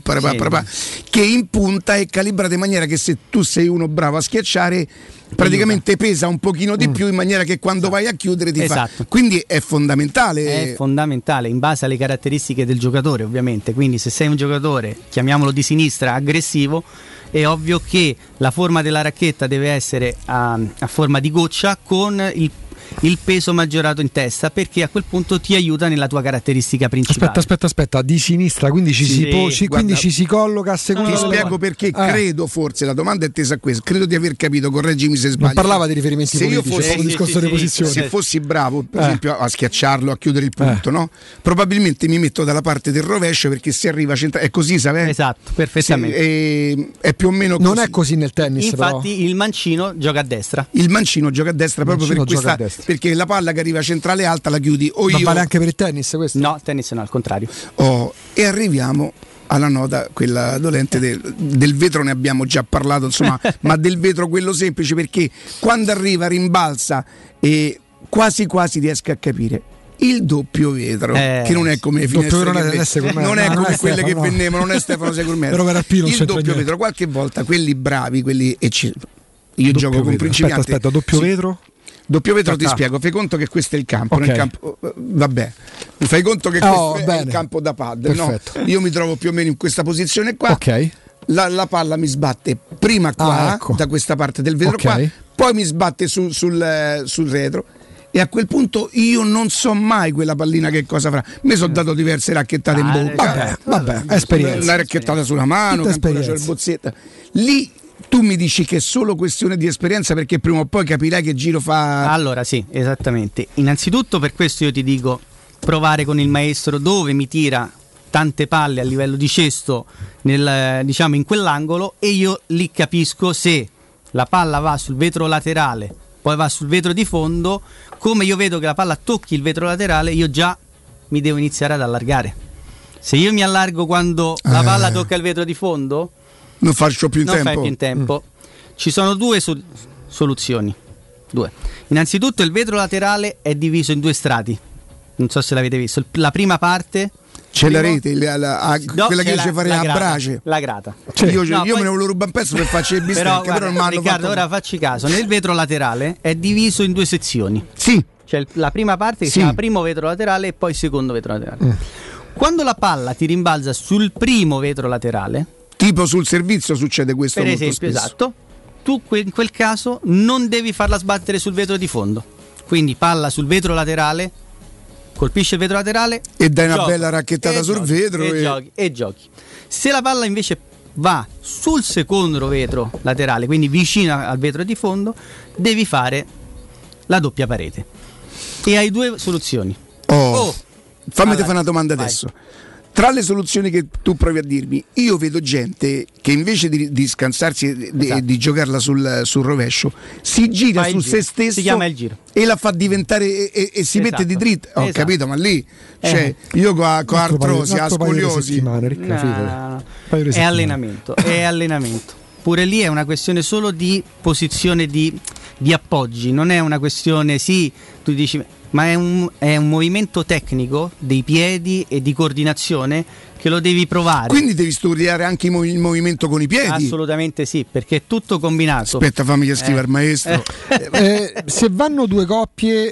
sì, che in punta è calibrata in maniera che se tu sei uno bravo a schiacciare praticamente pesa un pochino di mm. più, in maniera che quando vai a chiudere ti esatto. fa. Quindi è fondamentale. È fondamentale in base alle caratteristiche del giocatore, ovviamente. Quindi se sei un giocatore, chiamiamolo di sinistra, aggressivo, è ovvio che la forma della racchetta deve essere a, a forma di goccia con il il peso maggiorato in testa, perché a quel punto ti aiuta nella tua caratteristica principale. Aspetta, aspetta, aspetta, di sinistra, quindi ci, sì, si, po- ci, guarda, quindi ci si colloca a seconda. Ti spiego perché, eh. credo, forse la domanda è tesa a questo, credo di aver capito, correggimi se sbaglio. Non parlava di riferimenti se politici, io fossi, eh, sì, discorso sì, di posizione. Se fossi bravo, per eh. esempio, a schiacciarlo, a chiudere il punto, eh. no? Probabilmente mi metto dalla parte del rovescio, perché si arriva centrale, è così, sai? Esatto, perfettamente. Sì, è, è più o meno non così. È così nel tennis. Infatti però. il mancino gioca a destra. Il mancino gioca a destra il proprio per questa, perché la palla che arriva centrale alta la chiudi o ma io. Vale anche per il tennis questo? No, tennis no, al contrario. Oh, e arriviamo alla nota, quella dolente del, del vetro, ne abbiamo già parlato, insomma, ma del vetro quello semplice, perché quando arriva rimbalza e quasi quasi riesco a capire. Il doppio vetro, eh, che non è come le finestre, non è, che ve- non è no, come non è quelle Stefano, che no. vendevano, non è Stefano Segurmezzo. Il doppio niente. vetro, qualche volta quelli bravi, quelli ecc- io doppio gioco con principianti. Aspetta, aspetta, doppio sì. vetro? Doppio vetro Aspetta. ti spiego, fai conto che questo è il campo, okay. nel campo vabbè, fai conto che oh, questo bene. è il campo da paddle, no? Io mi trovo più o meno in questa posizione qua. Ok. La, la palla mi sbatte prima qua, ah, ecco. da questa parte del vetro okay. qua, poi mi sbatte su, sul, sul retro. E a quel punto io non so mai quella pallina che cosa farà. Mi sono dato diverse racchettate in bocca. Vabbè, vabbè, esperienza. Una racchettata sulla mano, che ancora c'è il bozzetta. Lì tu mi dici che è solo questione di esperienza, perché prima o poi capirai che giro fa. Allora sì, esattamente. Innanzitutto per questo io ti dico provare con il maestro dove mi tira tante palle a livello di cesto nel, diciamo in quell'angolo, e io lì capisco se la palla va sul vetro laterale, poi va sul vetro di fondo. Come io vedo che la palla tocchi il vetro laterale, io già mi devo iniziare ad allargare. Se io mi allargo quando la palla Eh. tocca il vetro di fondo, Non faccio più in non tempo. fai più in tempo. Ci sono due sol- soluzioni. Due. Innanzitutto il vetro laterale è diviso in due strati. Non so se l'avete visto. Il- La prima parte C'è la primo- rete, la- la- a- No, quella c'è che la- ci fare la a grata, brace. La grata. Cioè, io No, io poi- me ne volevo rubare un pezzo per farci le bistecche, Però, però, guarda, non mi hanno Riccardo, fatto. ora facci caso. Nel vetro laterale è diviso in due sezioni. Sì. C'è il- la prima parte che Sì. si chiama primo vetro laterale e poi secondo vetro laterale. Quando la palla ti rimbalza sul primo vetro laterale, Tipo sul servizio succede questo per molto esempio, spesso. esatto, tu que- in quel caso non devi farla sbattere sul vetro di fondo. Quindi palla sul vetro laterale, colpisce il vetro laterale E dai una gioca, bella racchettata e sul giochi, vetro e, e- giochi, e giochi. Se la palla invece va sul secondo vetro laterale, quindi vicino al vetro di fondo, devi fare la doppia parete. E hai due soluzioni. Oh, fammi allora, te fare una domanda vai. adesso. Tra le soluzioni che tu provi a dirmi, io vedo gente che invece di, di scansarsi e di, Esatto. di giocarla sul, sul rovescio, si gira Fa il su giro. se stesso Si chiama il giro. e la fa diventare e, e- e si Esatto. mette di dritta. Ho Esatto. capito, ma lì Eh. cioè, io con Un altro paio- artrosi, un altro paio di ascoliosi. settimane, Ricca, No, fidati. no, no. Un paio di È settimane. allenamento, è allenamento. Pure lì è una questione solo di posizione di, di appoggi, non è una questione, sì, tu dici, ma è un, è un movimento tecnico dei piedi e di coordinazione che lo devi provare. Quindi devi studiare anche il movi- il movimento con i piedi. Assolutamente sì, perché è tutto combinato. Aspetta, fammi che scriva Eh. il maestro. Eh, se vanno due coppie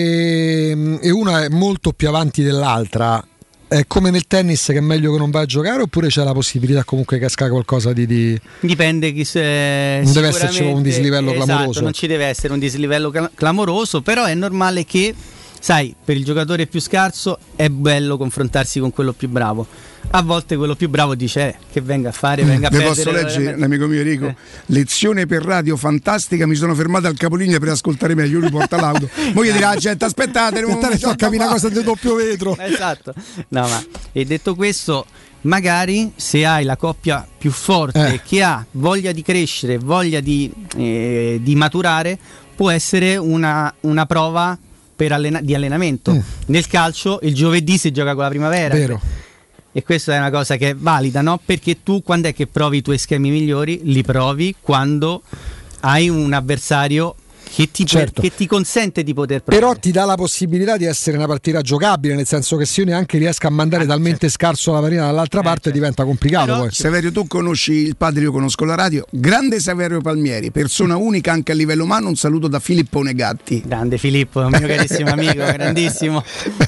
e, e una è molto più avanti dell'altra, è come nel tennis che è meglio che non vai a giocare, oppure c'è la possibilità comunque che esca qualcosa di... di... Dipende chi se Non deve esserci sicuramente- un dislivello esatto, clamoroso. non ci deve essere un dislivello cla- clamoroso, però è normale che, sai, per il giocatore più scarso è bello confrontarsi con quello più bravo. A volte quello più bravo dice eh, che venga a fare, venga a Ne perdere. posso leggere, l'amico mio Enrico, Eh. lezione per radio fantastica, mi sono fermato al capolinea per ascoltare meglio, lui porta l'auto. Poi gli dirà la gente aspettate, non Aspettate, sto a capire una cosa del doppio vetro. Esatto. No, ma e detto questo, magari se hai la coppia più forte Eh. che ha voglia di crescere, voglia di, eh, di maturare, può essere una, una prova per allena- di allenamento. Mm. Nel calcio il giovedì si gioca con la primavera. Vero. E questa è una cosa che è valida, no? Perché tu quando è che provi i tuoi schemi migliori? Li provi quando hai un avversario che ti, Certo. che ti consente di poter provare. Però ti dà la possibilità di essere una partita giocabile, nel senso che se io neanche riesco a mandare Ah, talmente scarso la pallina dall'altra Eh, parte certo. diventa complicato Però- poi. Saverio, tu conosci il padre, io conosco la radio. Grande Saverio Palmieri, persona unica anche a livello umano. Un saluto da Filippone Gatti. Grande Filippo, un mio carissimo amico, grandissimo.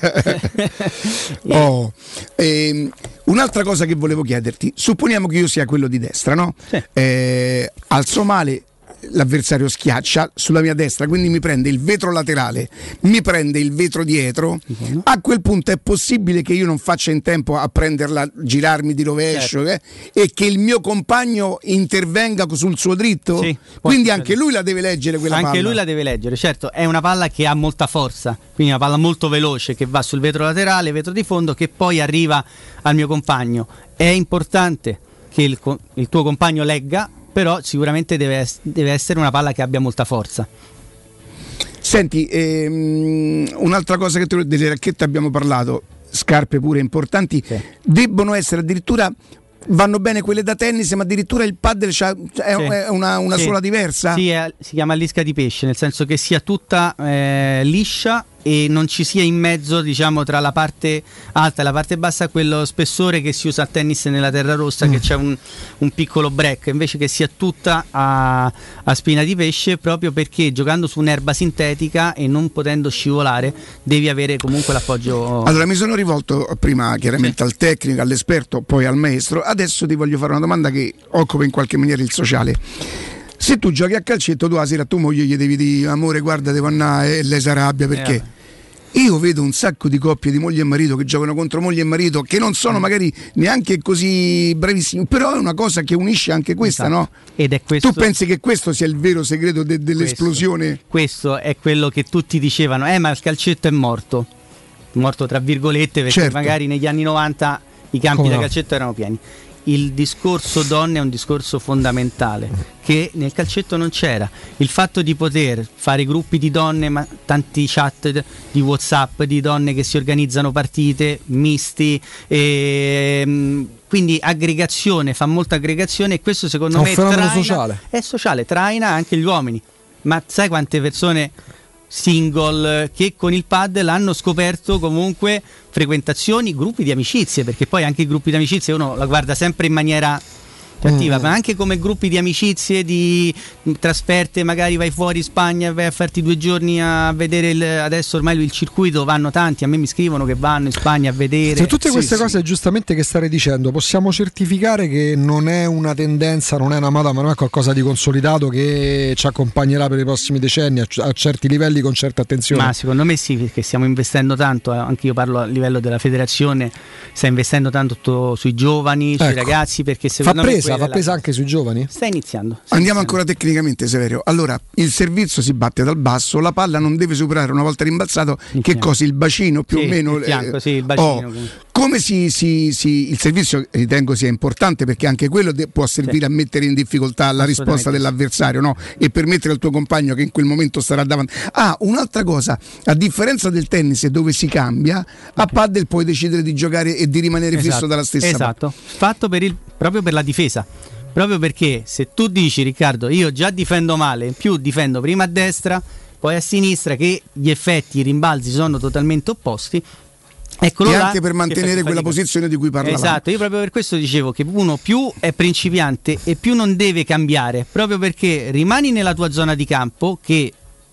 Oh, ehm, un'altra cosa che volevo chiederti, supponiamo che io sia quello di destra, no? Sì. Eh, alzo male, l'avversario schiaccia sulla mia destra, quindi mi prende il vetro laterale, mi prende il vetro dietro. A quel punto è possibile che io non faccia in tempo a prenderla, girarmi di rovescio, Certo. eh, e che il mio compagno intervenga sul suo dritto? Sì, può Quindi succedere. anche lui la deve leggere quella Anche palla. lui la deve leggere, certo, è una palla che ha molta forza, quindi una palla molto veloce che va sul vetro laterale, vetro di fondo, che poi arriva al mio compagno. È importante che il, co- il tuo compagno legga, però sicuramente deve, es- deve essere una palla che abbia molta forza. Senti, ehm, un'altra cosa che te, delle racchette abbiamo parlato, scarpe pure importanti, Sì. debbono essere addirittura, vanno bene quelle da tennis, ma addirittura il paddle c'ha- è, Sì. è una, una Sì. sola diversa? Sì, è- si chiama lisca di pesce, nel senso che sia tutta eh, liscia e non ci sia in mezzo, diciamo, tra la parte alta e la parte bassa quello spessore che si usa a tennis nella terra rossa, Mm. che c'è un, un piccolo break, invece che sia tutta a, a spina di pesce, proprio perché giocando su un'erba sintetica e non potendo scivolare devi avere comunque l'appoggio. Allora mi sono rivolto prima chiaramente al tecnico, all'esperto, poi al maestro. Adesso ti voglio fare una domanda che occupa in qualche maniera il sociale. Se tu giochi a calcetto, tu la sera a tua moglie gli devi dire amore guarda devo andare, e lei si arrabbia perché? Eh. Io vedo un sacco di coppie di moglie e marito che giocano contro moglie e marito che non sono magari neanche così bravissimi, però è una cosa che unisce anche questa, Esatto. no? Ed è questo. Tu pensi che questo sia il vero segreto de- dell'esplosione? Questo è quello che tutti dicevano, eh ma il calcetto è morto, morto tra virgolette, perché Certo. magari negli anni novanta i campi Come da no? calcetto erano pieni. Il discorso donne è un discorso fondamentale che nel calcetto non c'era. Il fatto di poter fare gruppi di donne, ma tanti chat di WhatsApp di donne che si organizzano partite misti, e, quindi aggregazione, fa molta aggregazione, e questo secondo È un me fenomeno traina, sociale. è sociale, traina anche gli uomini. Ma sai quante persone single che con il paddle hanno scoperto comunque frequentazioni, gruppi di amicizie, perché poi anche i gruppi di amicizie uno la guarda sempre in maniera più attiva, Mm. ma anche come gruppi di amicizie, di trasferte, magari vai fuori in Spagna, vai a farti due giorni a vedere il, adesso ormai il circuito, vanno tanti, a me mi scrivono che vanno in Spagna a vedere. Se tutte queste Sì, cose sì. giustamente che stai dicendo, possiamo certificare che non è una tendenza, non è una moda, ma non è qualcosa di consolidato che ci accompagnerà per i prossimi decenni a, a certi livelli con certa attenzione. Ma secondo me sì, perché stiamo investendo tanto, eh, anche io parlo a livello della federazione, sta investendo tanto tu- sui giovani, sui Ecco. ragazzi, perché Fa secondo me presa, quella fa è la- presa anche sui giovani? sta iniziando. Andiamo ancora tecnicamente, Severio. Allora, il servizio si batte dal basso, la palla non deve superare, una volta rimbalzato, che fianco. cosa? Il bacino più Sì, o meno. il fianco, eh, sì, il bacino, oh, comunque. come si, si- si- il servizio ritengo sia importante, perché anche quello de- può servire a mettere in difficoltà la risposta Assolutamente dell'avversario, no? E permettere al tuo compagno che in quel momento starà davanti. Ah, un'altra cosa, a differenza del tennis dove si cambia, a paddle puoi decidere di giocare e di rimanere fisso Esatto, dalla stessa esatto, fatto per il, proprio per la difesa. Proprio perché se tu dici, Riccardo, io già difendo male, in più difendo prima a destra, poi a sinistra, che gli effetti, i rimbalzi sono totalmente opposti. Eccolo e là, anche per che mantenere fai quella fatica. posizione di cui parlavamo. Esatto, io proprio per questo dicevo che uno più è principiante e più non deve cambiare, proprio perché rimani nella tua zona di campo, che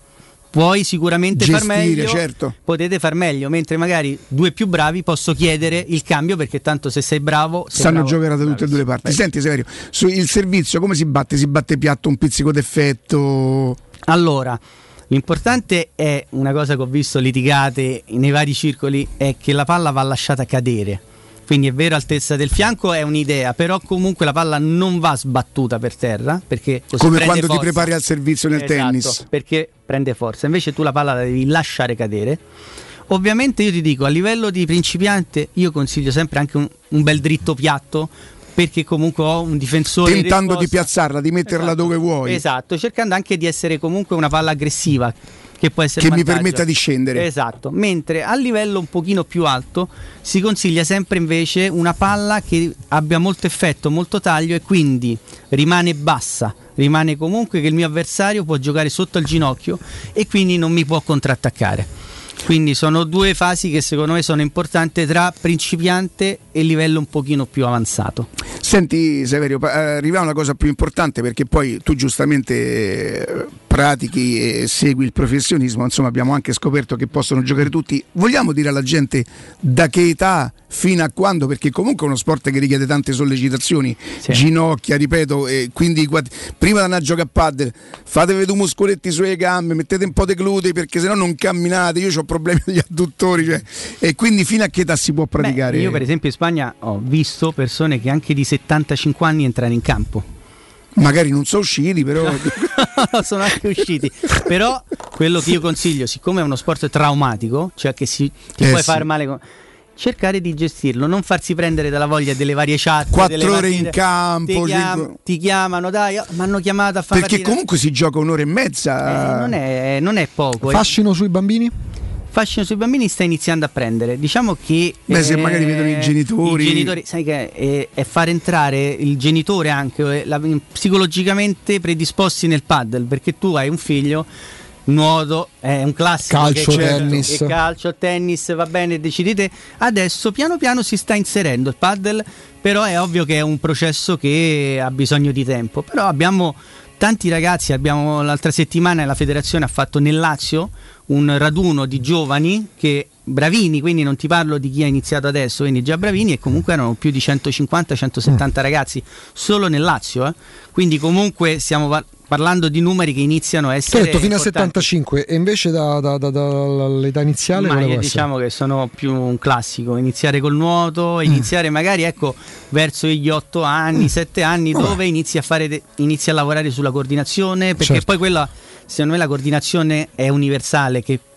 puoi sicuramente far Gestire, meglio, certo. potete far meglio, mentre magari due più bravi posso chiedere il cambio, perché tanto se sei bravo sei Sanno bravo. giocare da tutte e due le parti. Senti Severio, su il servizio come si batte? Si batte piatto, un pizzico d'effetto? Allora, l'importante è una cosa che ho visto litigate nei vari circoli, è che la palla va lasciata cadere. Quindi è vero, altezza del fianco è un'idea, però comunque la palla non va sbattuta per terra, perché così Come prende quando forza. ti prepari al servizio nel Esatto, tennis. perché prende forza. Invece tu la palla la devi lasciare cadere. Ovviamente io ti dico, a livello di principiante io consiglio sempre anche un, un bel dritto piatto, perché comunque ho un difensore in Tentando di risposta. piazzarla, di metterla Esatto. dove vuoi. Esatto, cercando anche di essere comunque una palla aggressiva, che può essere Che mi vantaggio. permetta di scendere. Esatto, mentre a livello un pochino più alto si consiglia sempre invece una palla che abbia molto effetto, molto taglio, e quindi rimane bassa, rimane comunque che il mio avversario può giocare sotto il ginocchio e quindi non mi può contrattaccare. Quindi sono due fasi che secondo me sono importanti tra principiante e livello un pochino più avanzato. Senti Severio, pa- arriva una cosa più importante, perché poi tu giustamente eh, pratichi e segui il professionismo, insomma abbiamo anche scoperto che possono giocare tutti. Vogliamo dire alla gente da che età, fino a quando? Perché comunque è uno sport che richiede tante sollecitazioni, Sì. ginocchia, ripeto, e quindi guardi- prima di andare a giocare a paddle fatevi due muscoletti sulle gambe, mettete un po' di glutei, perché sennò non camminate. Io ho problemi agli adduttori, cioè, e quindi fino a che età si può praticare? Beh, io per esempio in Spagna ho visto persone che anche di settantacinque anni entrano in campo. Magari non sono usciti, però sono anche usciti. Però quello che io consiglio, siccome è uno sport traumatico, cioè che si, ti Eh puoi sì. fare male, con- cercare di gestirlo, non farsi prendere dalla voglia delle varie chat, Quattro delle ore partite. in campo, ti, chiam- cinque- ti chiamano, dai, mi hanno chiamato a fare perché comunque si gioca un'ora e mezza. Eh, non, è, non è poco. eh. Fascino sui bambini? Fascino sui bambini sta iniziando a prendere. Diciamo che Beh, se magari vedono i genitori. i genitori, sai che è, è far entrare il genitore anche eh, la- psicologicamente predisposti nel paddle, perché tu hai un figlio, nuoto è un classico, Calcio, che, tennis. che calcio, tennis, va bene, decidi te. Adesso piano piano si sta inserendo il paddle, però è ovvio che è un processo che ha bisogno di tempo. Però abbiamo tanti ragazzi, abbiamo l'altra settimana la federazione ha fatto nel Lazio un raduno di giovani che bravini, quindi non ti parlo di chi ha iniziato adesso, quindi già bravini, e comunque erano più di centocinquanta centosettanta ragazzi solo nel Lazio, eh. Quindi comunque stiamo par- parlando di numeri che iniziano a Tu essere hai detto fino a importanti. settantacinque e invece da, da, da, dall'età iniziale Ma quale io può essere? diciamo che sono più un classico, iniziare col nuoto, iniziare magari ecco verso gli otto anni, sette anni, Vabbè. dove inizi a fare de- inizi a lavorare sulla coordinazione, perché Certo. poi quella, secondo me la coordinazione è universale, che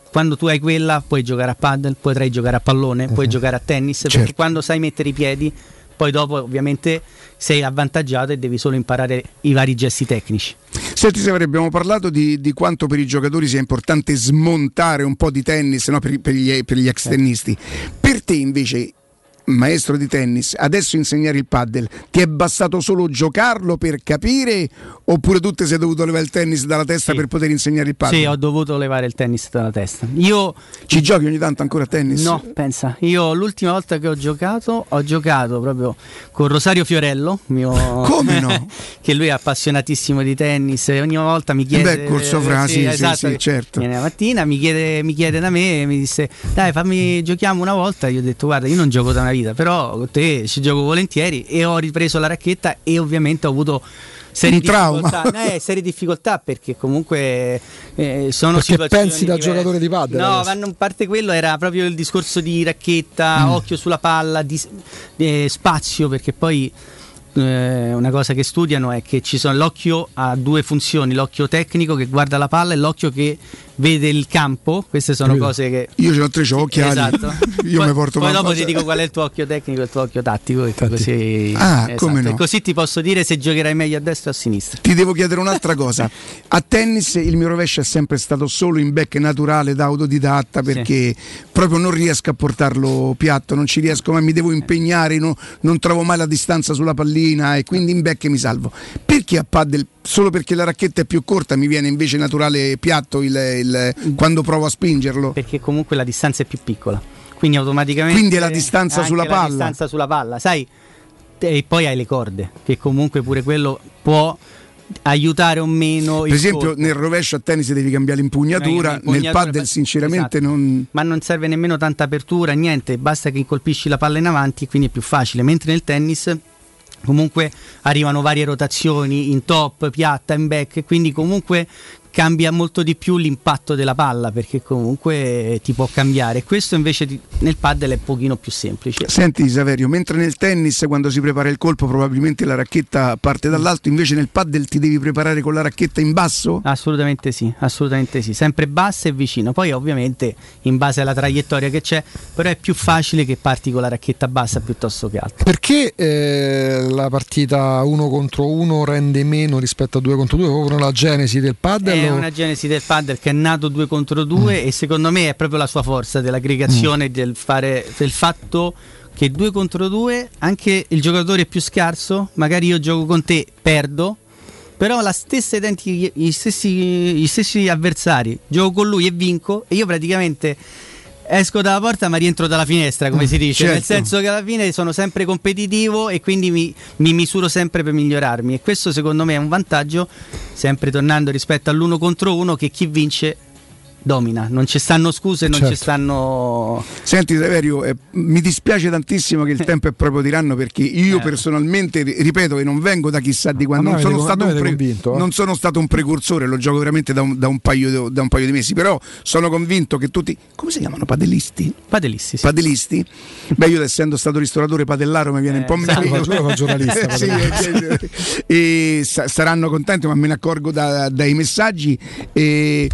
quando tu hai quella puoi giocare a paddle, potrai giocare a pallone, uh-huh. puoi giocare a tennis, certo. perché quando sai mettere i piedi poi dopo ovviamente sei avvantaggiato e devi solo imparare i vari gesti tecnici. Senti, se abbiamo parlato di, di quanto per i giocatori sia importante smontare un po' di tennis, no? per, per, gli, per gli ex tennisti. Per te invece, maestro di tennis, adesso insegnare il paddle, ti è bastato solo giocarlo per capire, oppure tu ti sei dovuto levare il tennis dalla testa sì. per poter insegnare il paddle? Sì, ho dovuto levare il tennis dalla testa. Io ci giochi ogni tanto ancora a tennis? No, pensa, io l'ultima volta che ho giocato ho giocato proprio con Rosario Fiorello, mio come no? che lui è appassionatissimo di tennis e ogni volta mi chiede beh, corso frasi, sì, sì, esatto, sì, certo. Viene la mattina, mi chiede, mi chiede da me e mi disse dai fammi giochiamo una volta. Io ho detto guarda, io non gioco da una vita, però con te ci gioco volentieri, e ho ripreso la racchetta e ovviamente ho avuto serie difficoltà, eh, serie difficoltà perché comunque eh, sono perché situazioni pensi da diverse. Giocatore di paddle no, adesso. ma non parte quello, era proprio il discorso di racchetta, mm. occhio sulla palla, di, eh, spazio, perché poi eh, una cosa che studiano è che ci sono l'occhio ha due funzioni, l'occhio tecnico che guarda la palla e l'occhio che vede il campo. Queste sono Capito. cose che io ce l'ho tre occhiali, esatto. io poi, mi porto poi dopo cosa. ti dico qual è il tuo occhio tecnico e il tuo occhio tattico e così, ah, esatto. come no. E così ti posso dire se giocherai meglio a destra o a sinistra. Ti devo chiedere un'altra cosa. A tennis il mio rovescio è sempre stato solo in back naturale da autodidatta, perché sì. proprio non riesco a portarlo piatto, non ci riesco, ma mi devo impegnare, no, non trovo mai la distanza sulla pallina e quindi in back mi salvo. Perché a paddle solo perché la racchetta è più corta mi viene invece naturale piatto il, il, quando provo a spingerlo? Perché comunque la distanza è più piccola, quindi automaticamente quindi è la distanza sulla la palla distanza sulla palla, sai, e poi hai le corde che comunque pure quello può aiutare o meno il per esempio colpo. Nel rovescio a tennis devi cambiare l'impugnatura, l'impugnatura nel paddle sinceramente esatto. non ma non serve nemmeno tanta apertura, niente, basta che colpisci la palla in avanti e quindi è più facile, mentre nel tennis comunque arrivano varie rotazioni in top, piatta, in back, quindi comunque cambia molto di più l'impatto della palla, perché comunque ti può cambiare. Questo invece ti, nel paddle è un pochino più semplice. Senti Saverio, mentre nel tennis quando si prepara il colpo probabilmente la racchetta parte dall'alto, invece nel paddle ti devi preparare con la racchetta in basso? Assolutamente sì, assolutamente sì, sempre bassa e vicino, poi ovviamente in base alla traiettoria che c'è, però è più facile che parti con la racchetta bassa piuttosto che alta. Perché eh, la partita uno contro uno rende meno rispetto a due contro due? Proprio la genesi del paddle? È una genesi del paddle che è nato due contro due mm. e secondo me è proprio la sua forza dell'aggregazione, mm. del fare del fatto che due contro due anche il giocatore più scarso, magari io gioco con te, perdo, però la stessa identica, gli stessi, gli stessi avversari, gioco con lui e vinco, e io praticamente esco dalla porta ma rientro dalla finestra, come si dice, certo. nel senso che alla fine sono sempre competitivo e quindi mi, mi misuro sempre per migliorarmi, e questo secondo me è un vantaggio, sempre tornando rispetto all'uno contro uno, che chi vince domina, non ci stanno scuse, non certo. ci stanno. Senti Saverio, eh, mi dispiace tantissimo che il tempo è proprio tiranno, perché io eh. personalmente ripeto che non vengo da chissà di quando, non sono, stato un pre- convinto, eh? non sono stato un precursore, lo gioco veramente da un, da, un paio, da un paio di mesi, però sono convinto che tutti, come si chiamano, padelisti? Padelisti, sì. Padelisti? Beh, io essendo stato ristoratore padellaro mi viene eh, un po' meglio. Io giornalista. sì, e, e saranno contenti, ma me ne accorgo da, dai messaggi. E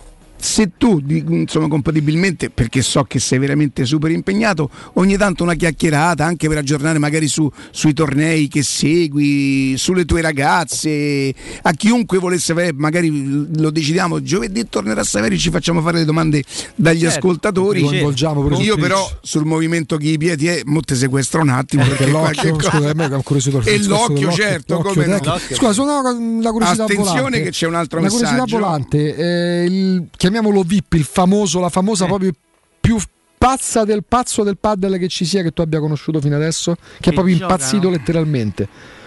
se tu, insomma, compatibilmente, perché so che sei veramente super impegnato, ogni tanto una chiacchierata anche per aggiornare magari su, sui tornei che segui, sulle tue ragazze, a chiunque volesse, magari lo decidiamo giovedì tornerà Saverio, ci facciamo fare le domande dagli certo, ascoltatori, coinvolgiamo io però sul movimento che i piedi è, mo te sequestro un attimo, perché l'occhio, scusa, a me è curiosità, e l'occhio, certo, l'occhio come no. L'occhio. Scusa, sono la curiosità attenzione volante. Che c'è un altro la messaggio, curiosità volante, eh, il, chiamiamolo V I P, il famoso, la famosa eh. proprio più pazza del pazzo del paddle che ci sia, che tu abbia conosciuto fino adesso, che, che è proprio gioca, impazzito no? letteralmente.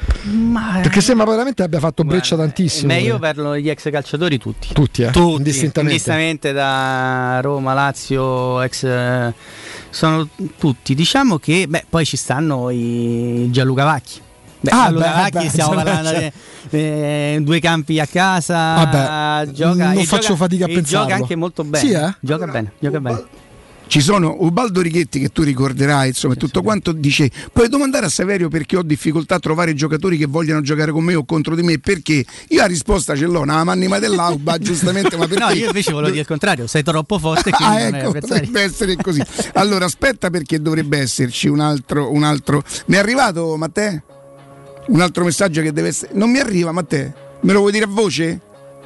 Ma perché sembra veramente abbia fatto guarda, breccia tantissimo. Beh, io parlo degli ex calciatori tutti. Tutti, eh? tutti indistintamente. indistintamente da Roma, Lazio, ex sono tutti. Diciamo che beh, poi ci stanno i Gianluca Vacchi. Beh, ah, Gianluca beh, Vacchi beh, stiamo beh, parlando cioè. di eh, due campi a casa. Vabbè, gioca, non e faccio gioca, fatica a e pensarlo. Gioca anche molto bene. Sì, eh? Gioca bene, gioca bene. ci sono Ubaldo Righetti, che tu ricorderai, insomma, e tutto quanto, dice: puoi domandare a Saverio perché ho difficoltà a trovare giocatori che vogliano giocare con me o contro di me, perché io la risposta ce l'ho, una manima dell'Auba, giustamente, ma perché? No, io invece volevo dire il contrario, sei troppo forte, quindi ah, non ecco, è dovrebbe essere così. Allora aspetta, perché dovrebbe esserci un altro, un altro. Mi è arrivato, Matteo? Un altro messaggio che deve essere. Non mi arriva, Matteo? Me lo vuoi dire a voce?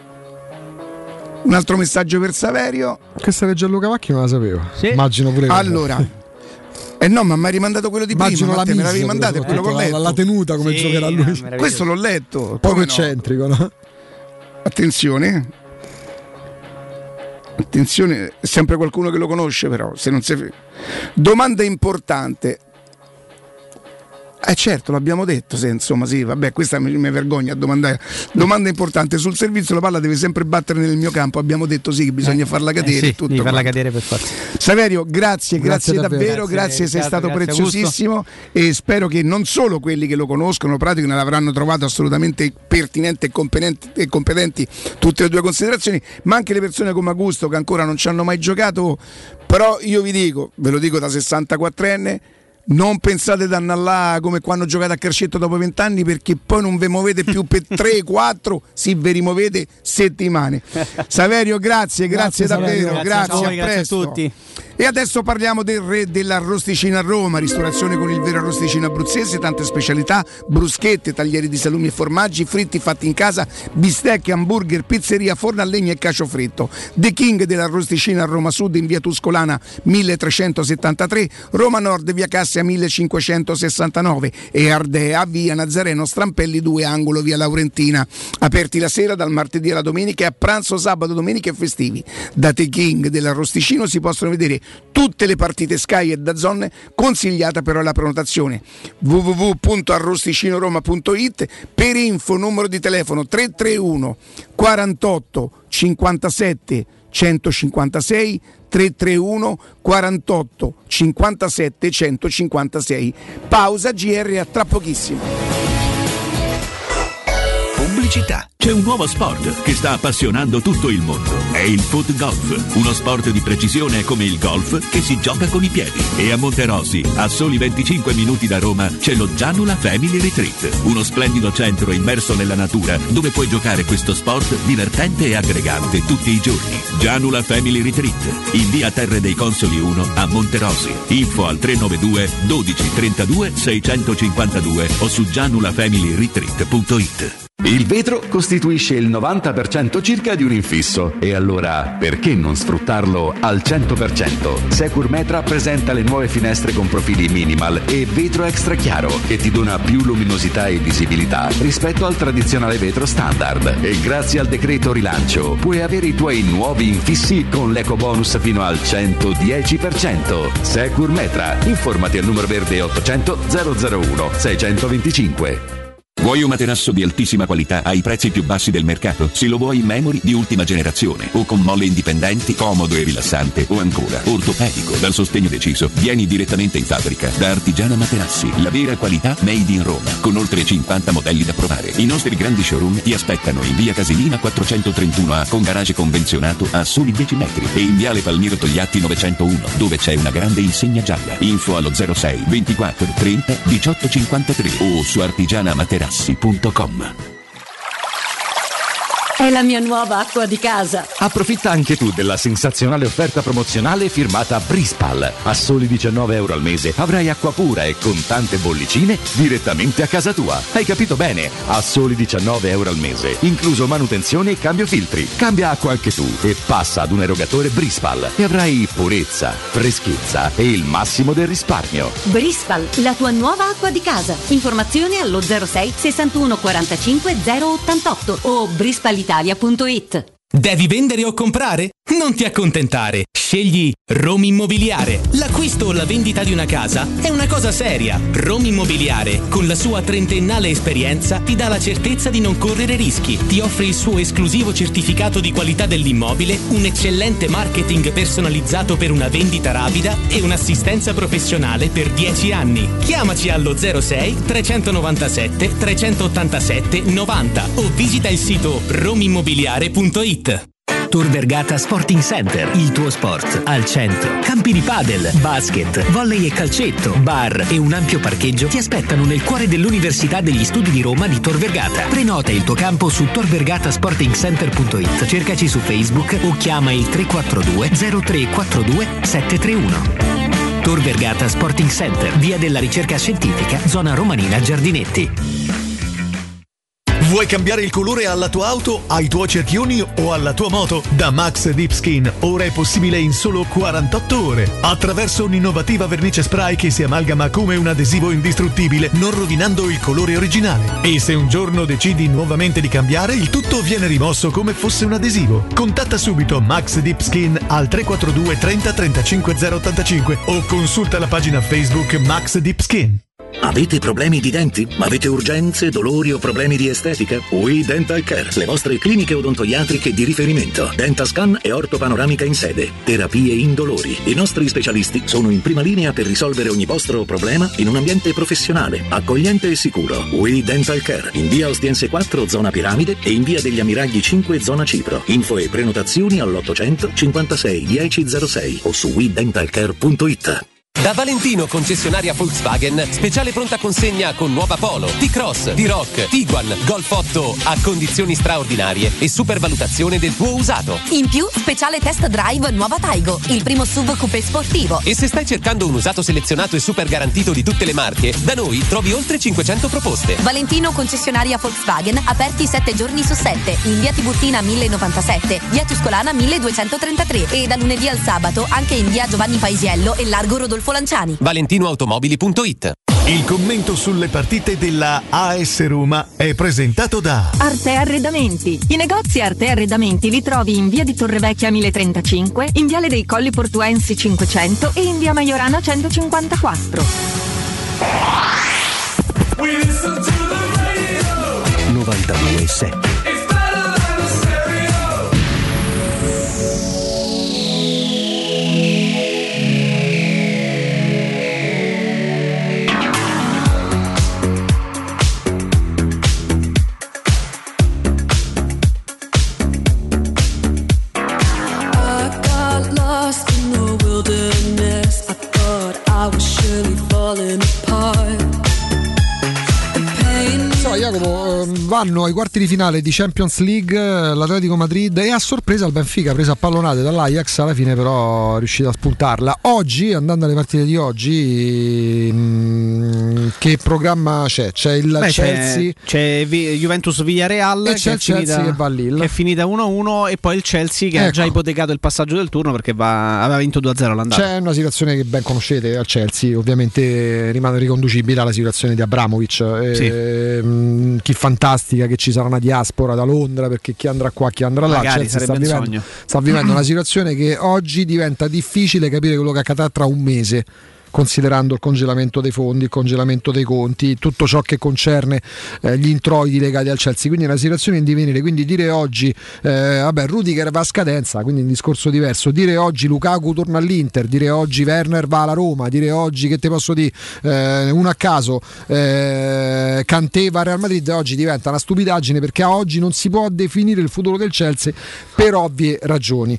Un altro messaggio per Saverio. Questa di Gianluca Vacchi non la sapevo. Sì. Immagino pure. Allora. Eh no, ma mi hai rimandato quello di Immagino prima, la me l'avevi mandato, è quello che ho letto. La tenuta come sì, giocherà lui. Questo l'ho letto. Poco eccentrico, no? no? Attenzione. Attenzione, è sempre qualcuno che lo conosce, però, se non si... Domanda importante. Eh certo, l'abbiamo detto, se, insomma, sì, vabbè, questa mi, mi vergogna a domandare. Domanda importante: sul servizio la palla deve sempre battere nel mio campo. Abbiamo detto sì che bisogna eh, farla cadere. Eh sì, tutto farla cadere per forza. Saverio, grazie, grazie, grazie davvero, davvero, grazie, grazie sei Riccardo, stato grazie preziosissimo e spero che non solo quelli che lo conoscono, praticano, l'avranno trovato assolutamente pertinente e competenti, e competenti tutte le tue considerazioni, ma anche le persone come Augusto che ancora non ci hanno mai giocato. Però io vi dico, ve lo dico da sessantaquattrenne, non pensate ad andare là come quando giocate a calcetto dopo vent'anni, perché poi non vi muovete più per tre quattro, sì, vi rimuovete settimane. Saverio, grazie, grazie, grazie davvero, Saverio. grazie, Ciao, a grazie presto. a tutti. E adesso parliamo del re dell'arrosticino a Roma, ristorazione con il vero arrosticino abruzzese, tante specialità, bruschette, taglieri di salumi e formaggi, fritti fatti in casa, bistecche, hamburger, pizzeria, forno a legna e cacio fritto. The King dell'arrosticino a Roma Sud in via Tuscolana milletrecentosettantatré, Roma Nord via Cassia millecinquecentosessantanove e Ardea via Nazareno Strampelli due angolo via Laurentina. Aperti la sera dal martedì alla domenica e a pranzo sabato, domenica e festivi. Da The King dell'arrosticino si possono vedere tutte le partite Sky e DAZN, consigliata però la prenotazione. w w w punto arrosticinoroma punto it. Per info numero di telefono tre tre uno quarantotto cinquantasette centocinquantasei, tre tre uno quarantotto cinquantasette centocinquantasei. Pausa G R, a tra pochissimo. Pubblicità. C'è un nuovo sport che sta appassionando tutto il mondo. È il foot golf, uno sport di precisione come il golf che si gioca con i piedi. E a Monterosi, a soli venticinque minuti da Roma, c'è lo Gianula Family Retreat, uno splendido centro immerso nella natura dove puoi giocare questo sport divertente e aggregante tutti i giorni. Gianula Family Retreat, in via Terre dei Consoli uno a Monterosi. Info al tre nove due dodici trentadue seicentocinquantadue o su gianula family retreat punto it. Il vetro costituisce il novanta per cento circa di un infisso e allora perché non sfruttarlo al cento per cento? Securmetra presenta le nuove finestre con profili minimal e vetro extra chiaro che ti dona più luminosità e visibilità rispetto al tradizionale vetro standard, e grazie al decreto rilancio puoi avere i tuoi nuovi infissi con l'eco bonus fino al centodieci per cento. Securmetra, informati al numero verde ottocento zero zero uno seicentoventicinque. Vuoi un materasso di altissima qualità ai prezzi più bassi del mercato? Se lo vuoi in memory di ultima generazione o con molle indipendenti, comodo e rilassante, o ancora ortopedico dal sostegno deciso, vieni direttamente in fabbrica da Artigiana Materassi, la vera qualità made in Roma, con oltre cinquanta modelli da provare. I nostri grandi showroom ti aspettano in via Casilina quattrocentotrentuno A con garage convenzionato a soli dieci metri e in viale Palmiro Togliatti novecentouno, dove c'è una grande insegna gialla. Info allo zero sei ventiquattro trenta diciotto cinquantatré o su artigiana materassi punto com. È la mia nuova acqua di casa. Approfitta anche tu della sensazionale offerta promozionale firmata Brispal. A soli diciannove euro al mese avrai acqua pura e con tante bollicine direttamente a casa tua. Hai capito bene? A soli diciannove euro al mese, incluso manutenzione e cambio filtri. Cambia acqua anche tu e passa ad un erogatore Brispal e avrai purezza, freschezza e il massimo del risparmio. Brispal, la tua nuova acqua di casa. Informazioni allo zero sei sessantuno quarantacinque zero ottantotto o brispal italia punto it. Devi vendere o comprare? Non ti accontentare. Scegli Roma Immobiliare. L'acquisto o la vendita di una casa è una cosa seria. Roma Immobiliare, con la sua trentennale esperienza, ti dà la certezza di non correre rischi. Ti offre il suo esclusivo certificato di qualità dell'immobile, un eccellente marketing personalizzato per una vendita rapida e un'assistenza professionale per dieci anni. Chiamaci allo zero sei trecentonovantasette trecentottantasette novanta o visita il sito romimmobiliare punto it. Tor Vergata Sporting Center, il tuo sport al centro. Campi di padel, basket, volley e calcetto, bar e un ampio parcheggio ti aspettano nel cuore dell'Università degli Studi di Roma di Tor Vergata. Prenota il tuo campo su tor vergata sporting center punto it. Cercaci su Facebook o chiama il tre quattro due zero tre quattro due sette tre uno. Tor Vergata Sporting Center, via della Ricerca Scientifica, zona Romanina Giardinetti. Vuoi cambiare il colore alla tua auto, ai tuoi cerchioni o alla tua moto? Da Max Deep Skin ora è possibile in solo quarantotto ore attraverso un'innovativa vernice spray che si amalgama come un adesivo indistruttibile, non rovinando il colore originale. E se un giorno decidi nuovamente di cambiare, il tutto viene rimosso come fosse un adesivo. Contatta subito Max Deep Skin al tre quattro due trenta trentacinque zero ottantacinque o consulta la pagina Facebook Max Deep Skin. Avete problemi di denti? Avete urgenze, dolori o problemi di estetica? We Dental Care, le vostre cliniche odontoiatriche di riferimento. Dentascan e ortopanoramica in sede. Terapie indolori. I nostri specialisti sono in prima linea per risolvere ogni vostro problema in un ambiente professionale, accogliente e sicuro. We Dental Care, in via Ostiense quattro, zona Piramide, e in via degli Ammiragli cinque, zona Cipro. Info e prenotazioni all'ottocento cinquantasei dieci zero sei o su we dental care punto it. Da Valentino, concessionaria Volkswagen, speciale pronta consegna con nuova Polo, T-Cross, T-Roc, Tiguan, Golf otto a condizioni straordinarie e supervalutazione del tuo usato. In più, speciale test drive nuova Taigo, il primo S U V coupé sportivo. E se stai cercando un usato selezionato e super garantito di tutte le marche, da noi trovi oltre cinquecento proposte. Valentino, concessionaria Volkswagen, aperti sette giorni su sette, in via Tiburtina mille novantasette, via Tuscolana milleduecentotrentatré e da lunedì al sabato anche in via Giovanni Paisiello e largo Rodolfo Lanciani. valentinoautomobili punto it. Il commento sulle partite della A S Roma è presentato da Arte Arredamenti. I negozi Arte Arredamenti li trovi in via di Torrevecchia mille trentacinque, in viale dei Colli Portuensi cinquecento e in via Maiorana centocinquantaquattro. novantadue sette. So, Jacopo, vanno ai quarti di finale di Champions League l'Atletico Madrid e a sorpresa il Benfica, presa a pallonate dall'Ajax, alla fine però è riuscito a spuntarla. Oggi, andando alle partite di oggi, mh, che programma c'è? C'è il Beh, Chelsea, c'è, c'è Juventus Villarreal e che c'è è il Chelsea finita, che va a Lille, che è finita uno a uno, e poi il Chelsea che ecco. ha già ipotecato il passaggio del turno perché va, aveva vinto due a zero all'andata. C'è una situazione che ben conoscete al Chelsea, ovviamente rimane riconducibile alla situazione di Abramovic, sì. eh, mh, chi fantastica che ci sarà una diaspora da Londra perché chi andrà qua, chi andrà là. Magari Chelsea sta sarebbe un vivendo, sogno. sta vivendo una situazione che oggi diventa difficile capire quello che accadrà tra un mese, considerando il congelamento dei fondi, il congelamento dei conti, tutto ciò che concerne eh, gli introiti legati al Chelsea, quindi è una situazione in divenire. Quindi dire oggi eh, vabbè, Rudiger va a scadenza, quindi un discorso diverso, dire oggi Lukaku torna all'Inter, dire oggi Werner va alla Roma, dire oggi, che te posso dire, eh, uno a caso, eh, Kanté va al Real Madrid, oggi diventa una stupidaggine, perché a oggi non si può definire il futuro del Chelsea per ovvie ragioni.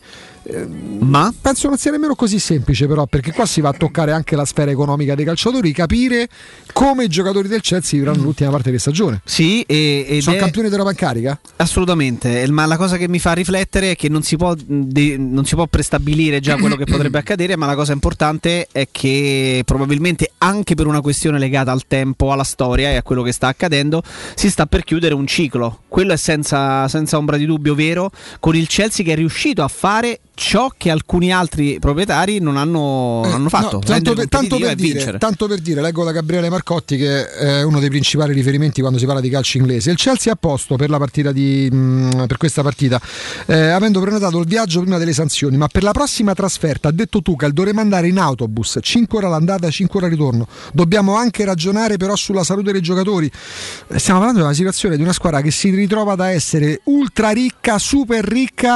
Ma penso non sia nemmeno così semplice, però, perché qua si va a toccare anche la sfera economica dei calciatori, capire come i giocatori del Chelsea vivranno l'ultima parte di stagione. Sì, e, ed sono è... campioni d'Europa in carica? Assolutamente, ma la cosa che mi fa riflettere è che non si può, de- non si può prestabilire già quello che potrebbe accadere, ma la cosa importante è che probabilmente anche per una questione legata al tempo, alla storia e a quello che sta accadendo, si sta per chiudere un ciclo. Quello è senza, senza ombra di dubbio vero, con il Chelsea che è riuscito a fare ciò che alcuni altri proprietari non hanno, eh, hanno fatto, no, tanto, per, tanto, per e dire, vincere. tanto per dire, leggo da Gabriele Marcotti, che è uno dei principali riferimenti quando si parla di calcio inglese. Il Chelsea ha posto per la partita di mh, per questa partita, eh, avendo prenotato il viaggio prima delle sanzioni, ma per la prossima trasferta ha detto Tuchel dovremo andare in autobus, cinque ore all'andata, cinque ore al ritorno. Dobbiamo anche ragionare però sulla salute dei giocatori. Stiamo parlando di una situazione di una squadra che si ritrova da essere ultra ricca, super ricca,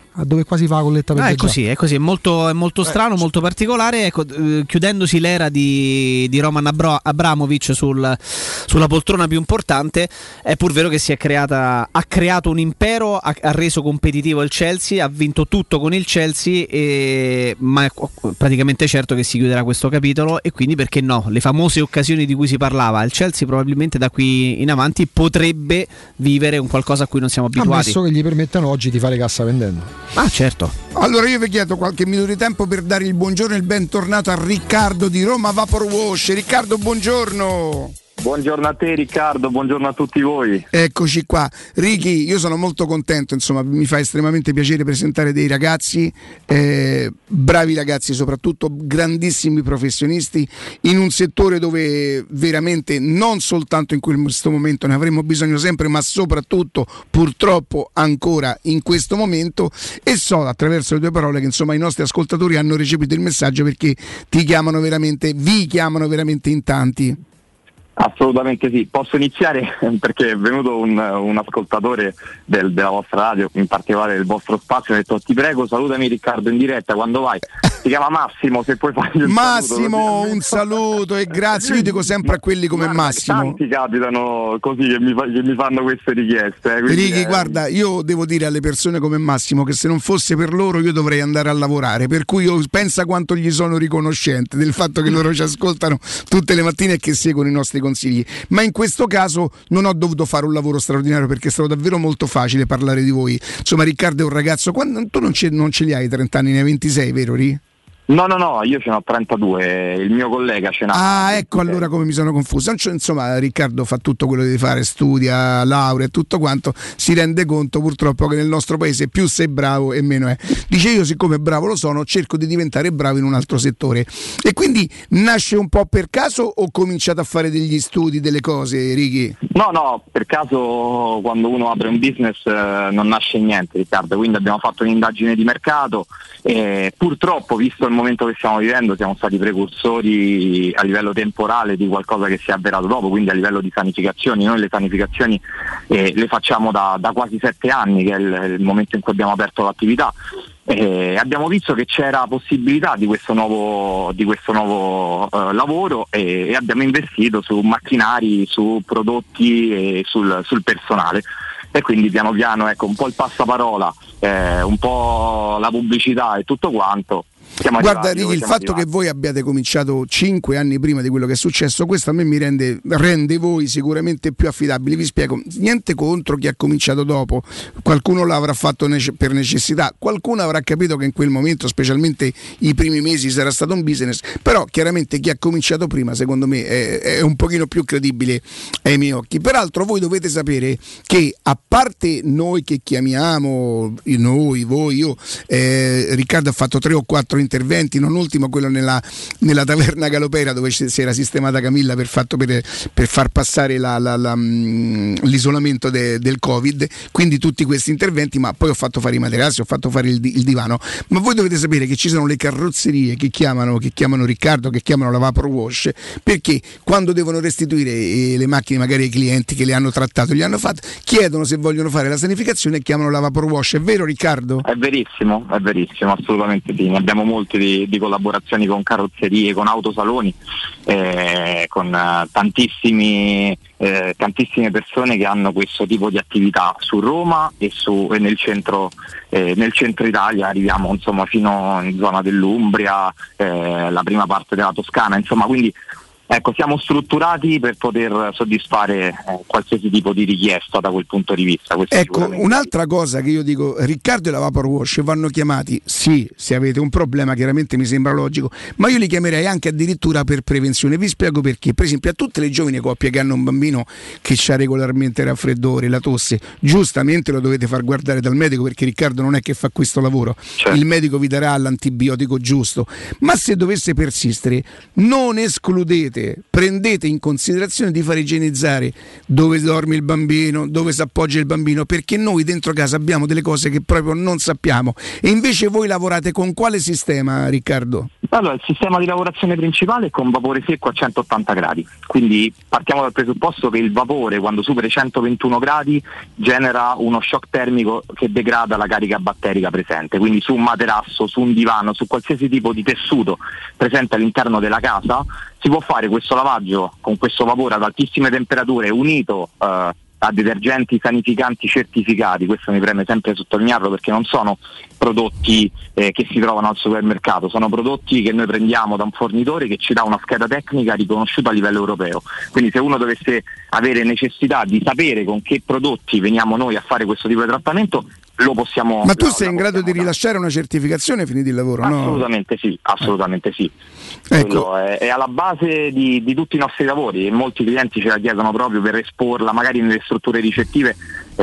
a dove quasi fa la colletta per ah, è viaggiare. così, è così, è molto, è molto strano, molto particolare. Ecco, eh, chiudendosi l'era di, di Roman Abro- Abramovic sul, sulla poltrona più importante, è pur vero che si è creata, ha creato un impero, ha, ha reso competitivo il Chelsea, ha vinto tutto con il Chelsea, e, ma è praticamente certo che si chiuderà questo capitolo, e quindi perché no? Le famose occasioni di cui si parlava, il Chelsea probabilmente da qui in avanti potrebbe vivere un qualcosa a cui non siamo abituati. Ammesso che gli permettano oggi di fare cassa vendendo. Ah, certo. Allora io vi chiedo qualche minuto di tempo per dare il buongiorno e il bentornato a Riccardo di Roma Vapor Wash. Riccardo, buongiorno. Buongiorno a te Riccardo, buongiorno a tutti voi. Eccoci qua. Ricky, io sono molto contento, insomma, mi fa estremamente piacere presentare dei ragazzi, eh, bravi ragazzi, soprattutto grandissimi professionisti, in un settore dove veramente non soltanto in questo momento ne avremo bisogno sempre, ma soprattutto purtroppo ancora in questo momento, e so attraverso le tue parole che insomma i nostri ascoltatori hanno recepito il messaggio, perché ti chiamano veramente, vi chiamano veramente in tanti. Assolutamente sì, posso iniziare perché è venuto un, un ascoltatore del, della vostra radio, in particolare del vostro spazio, e ha detto: ti prego salutami Riccardo in diretta quando vai. Si chiama Massimo, se puoi fargli un Massimo, saluto, un saluto e grazie. Io dico sempre a quelli come guarda, Massimo. Tanti capitano così che mi, fa, che mi fanno queste richieste. Eh, Ricky, è... guarda, io devo dire alle persone come Massimo che se non fosse per loro io dovrei andare a lavorare, per cui io pensa quanto gli sono riconoscente del fatto che loro ci ascoltano tutte le mattine e che seguono i nostri consigli. Ma in questo caso non ho dovuto fare un lavoro straordinario, perché è stato davvero molto facile parlare di voi. Insomma, Riccardo è un ragazzo, quando, tu non ce, non ce li hai trenta anni, ne hai ventisei, vero Ri? No, no, no, io ce n'ho trentadue, il mio collega ce n'ha. Ah, ecco allora come mi sono confuso. Insomma, Riccardo fa tutto quello che deve fare, studia, laurea e tutto quanto, si rende conto purtroppo che nel nostro paese più sei bravo e meno è. Dice: io siccome bravo lo sono, cerco di diventare bravo in un altro settore. E quindi nasce un po' per caso o cominciate a fare degli studi, delle cose, Ricky? No, no, per caso quando uno apre un business eh, non nasce niente, Riccardo, quindi abbiamo fatto un'indagine di mercato e purtroppo, visto il momento che stiamo vivendo, siamo stati precursori a livello temporale di qualcosa che si è avverato dopo, quindi a livello di sanificazioni. Noi le sanificazioni eh, le facciamo da, da quasi sette anni, che è il, il momento in cui abbiamo aperto l'attività. Eh, abbiamo visto che c'era possibilità di questo nuovo, di questo nuovo eh, lavoro e, e abbiamo investito su macchinari, su prodotti e sul, sul personale. E quindi piano piano, ecco, un po' il passaparola, eh, un po' la pubblicità e tutto quanto. Guarda Ricky, il fatto arrivati. che voi abbiate cominciato cinque anni prima di quello che è successo, questo a me mi rende, rende voi sicuramente più affidabili. Vi spiego, niente contro chi ha cominciato dopo, qualcuno l'avrà fatto nece- per necessità, qualcuno avrà capito che in quel momento, specialmente i primi mesi, sarà stato un business, però chiaramente chi ha cominciato prima secondo me è, è un pochino più credibile ai miei occhi. Peraltro voi dovete sapere che, a parte noi che chiamiamo, noi, voi, io, eh, Riccardo ha fatto tre o quattro interventi, non ultimo quello nella, nella taverna Galopera, dove si era sistemata Camilla per, fatto per, per far passare la, la, la, l'isolamento de, del Covid, quindi tutti questi interventi, ma poi ho fatto fare i materassi, ho fatto fare il, il divano. Ma voi dovete sapere che ci sono le carrozzerie che chiamano, che chiamano Riccardo, che chiamano la Vapor Wash, perché quando devono restituire eh, le macchine magari ai clienti che le hanno trattate, li hanno fatte, chiedono se vogliono fare la sanificazione e chiamano la Vapor Wash. È vero Riccardo? È verissimo, è verissimo, assolutamente sì. Ne abbiamo molte di, di collaborazioni con carrozzerie, con autosaloni, eh, con eh, tantissimi eh, tantissime persone che hanno questo tipo di attività su Roma e, su, e nel centro eh, nel centro Italia. Arriviamo insomma fino in zona dell'Umbria, eh, la prima parte della Toscana, insomma, quindi ecco, siamo strutturati per poter soddisfare eh, qualsiasi tipo di richiesta da quel punto di vista. Questo ecco, un'altra cosa che io dico: Riccardo e la Vapor Wash vanno chiamati, sì, se avete un problema, chiaramente mi sembra logico, ma io li chiamerei anche addirittura per prevenzione. Vi spiego perché. Per esempio, a tutte le giovani coppie che hanno un bambino che ha regolarmente il raffreddore, la tosse, giustamente lo dovete far guardare dal medico, perché Riccardo non è che fa questo lavoro, certo. Il medico vi darà l'antibiotico giusto, ma se dovesse persistere non escludete prendete, prendete in considerazione di far igienizzare dove dorme il bambino, dove si appoggia il bambino, perché noi dentro casa abbiamo delle cose che proprio non sappiamo. E invece voi lavorate con quale sistema, Riccardo? Allora, il sistema di lavorazione principale è con vapore secco a centottanta gradi, quindi partiamo dal presupposto che il vapore, quando supera i centoventuno gradi, genera uno shock termico che degrada la carica batterica presente, quindi su un materasso, su un divano, su qualsiasi tipo di tessuto presente all'interno della casa si può fare questo lavaggio con questo vapore ad altissime temperature unito eh, a detergenti sanificanti certificati. Questo mi preme sempre sottolinearlo, perché non sono prodotti eh, che si trovano al supermercato, sono prodotti che noi prendiamo da un fornitore che ci dà una scheda tecnica riconosciuta a livello europeo. Quindi se uno dovesse avere necessità di sapere con che prodotti veniamo noi a fare questo tipo di trattamento, lo possiamo. Ma tu lo, sei in grado di rilasciare una certificazione finito il lavoro? Assolutamente no? sì, assolutamente sì. Ecco. È, è alla base di, di tutti i nostri lavori, e molti clienti ce la chiedono proprio per esporla, magari nelle strutture ricettive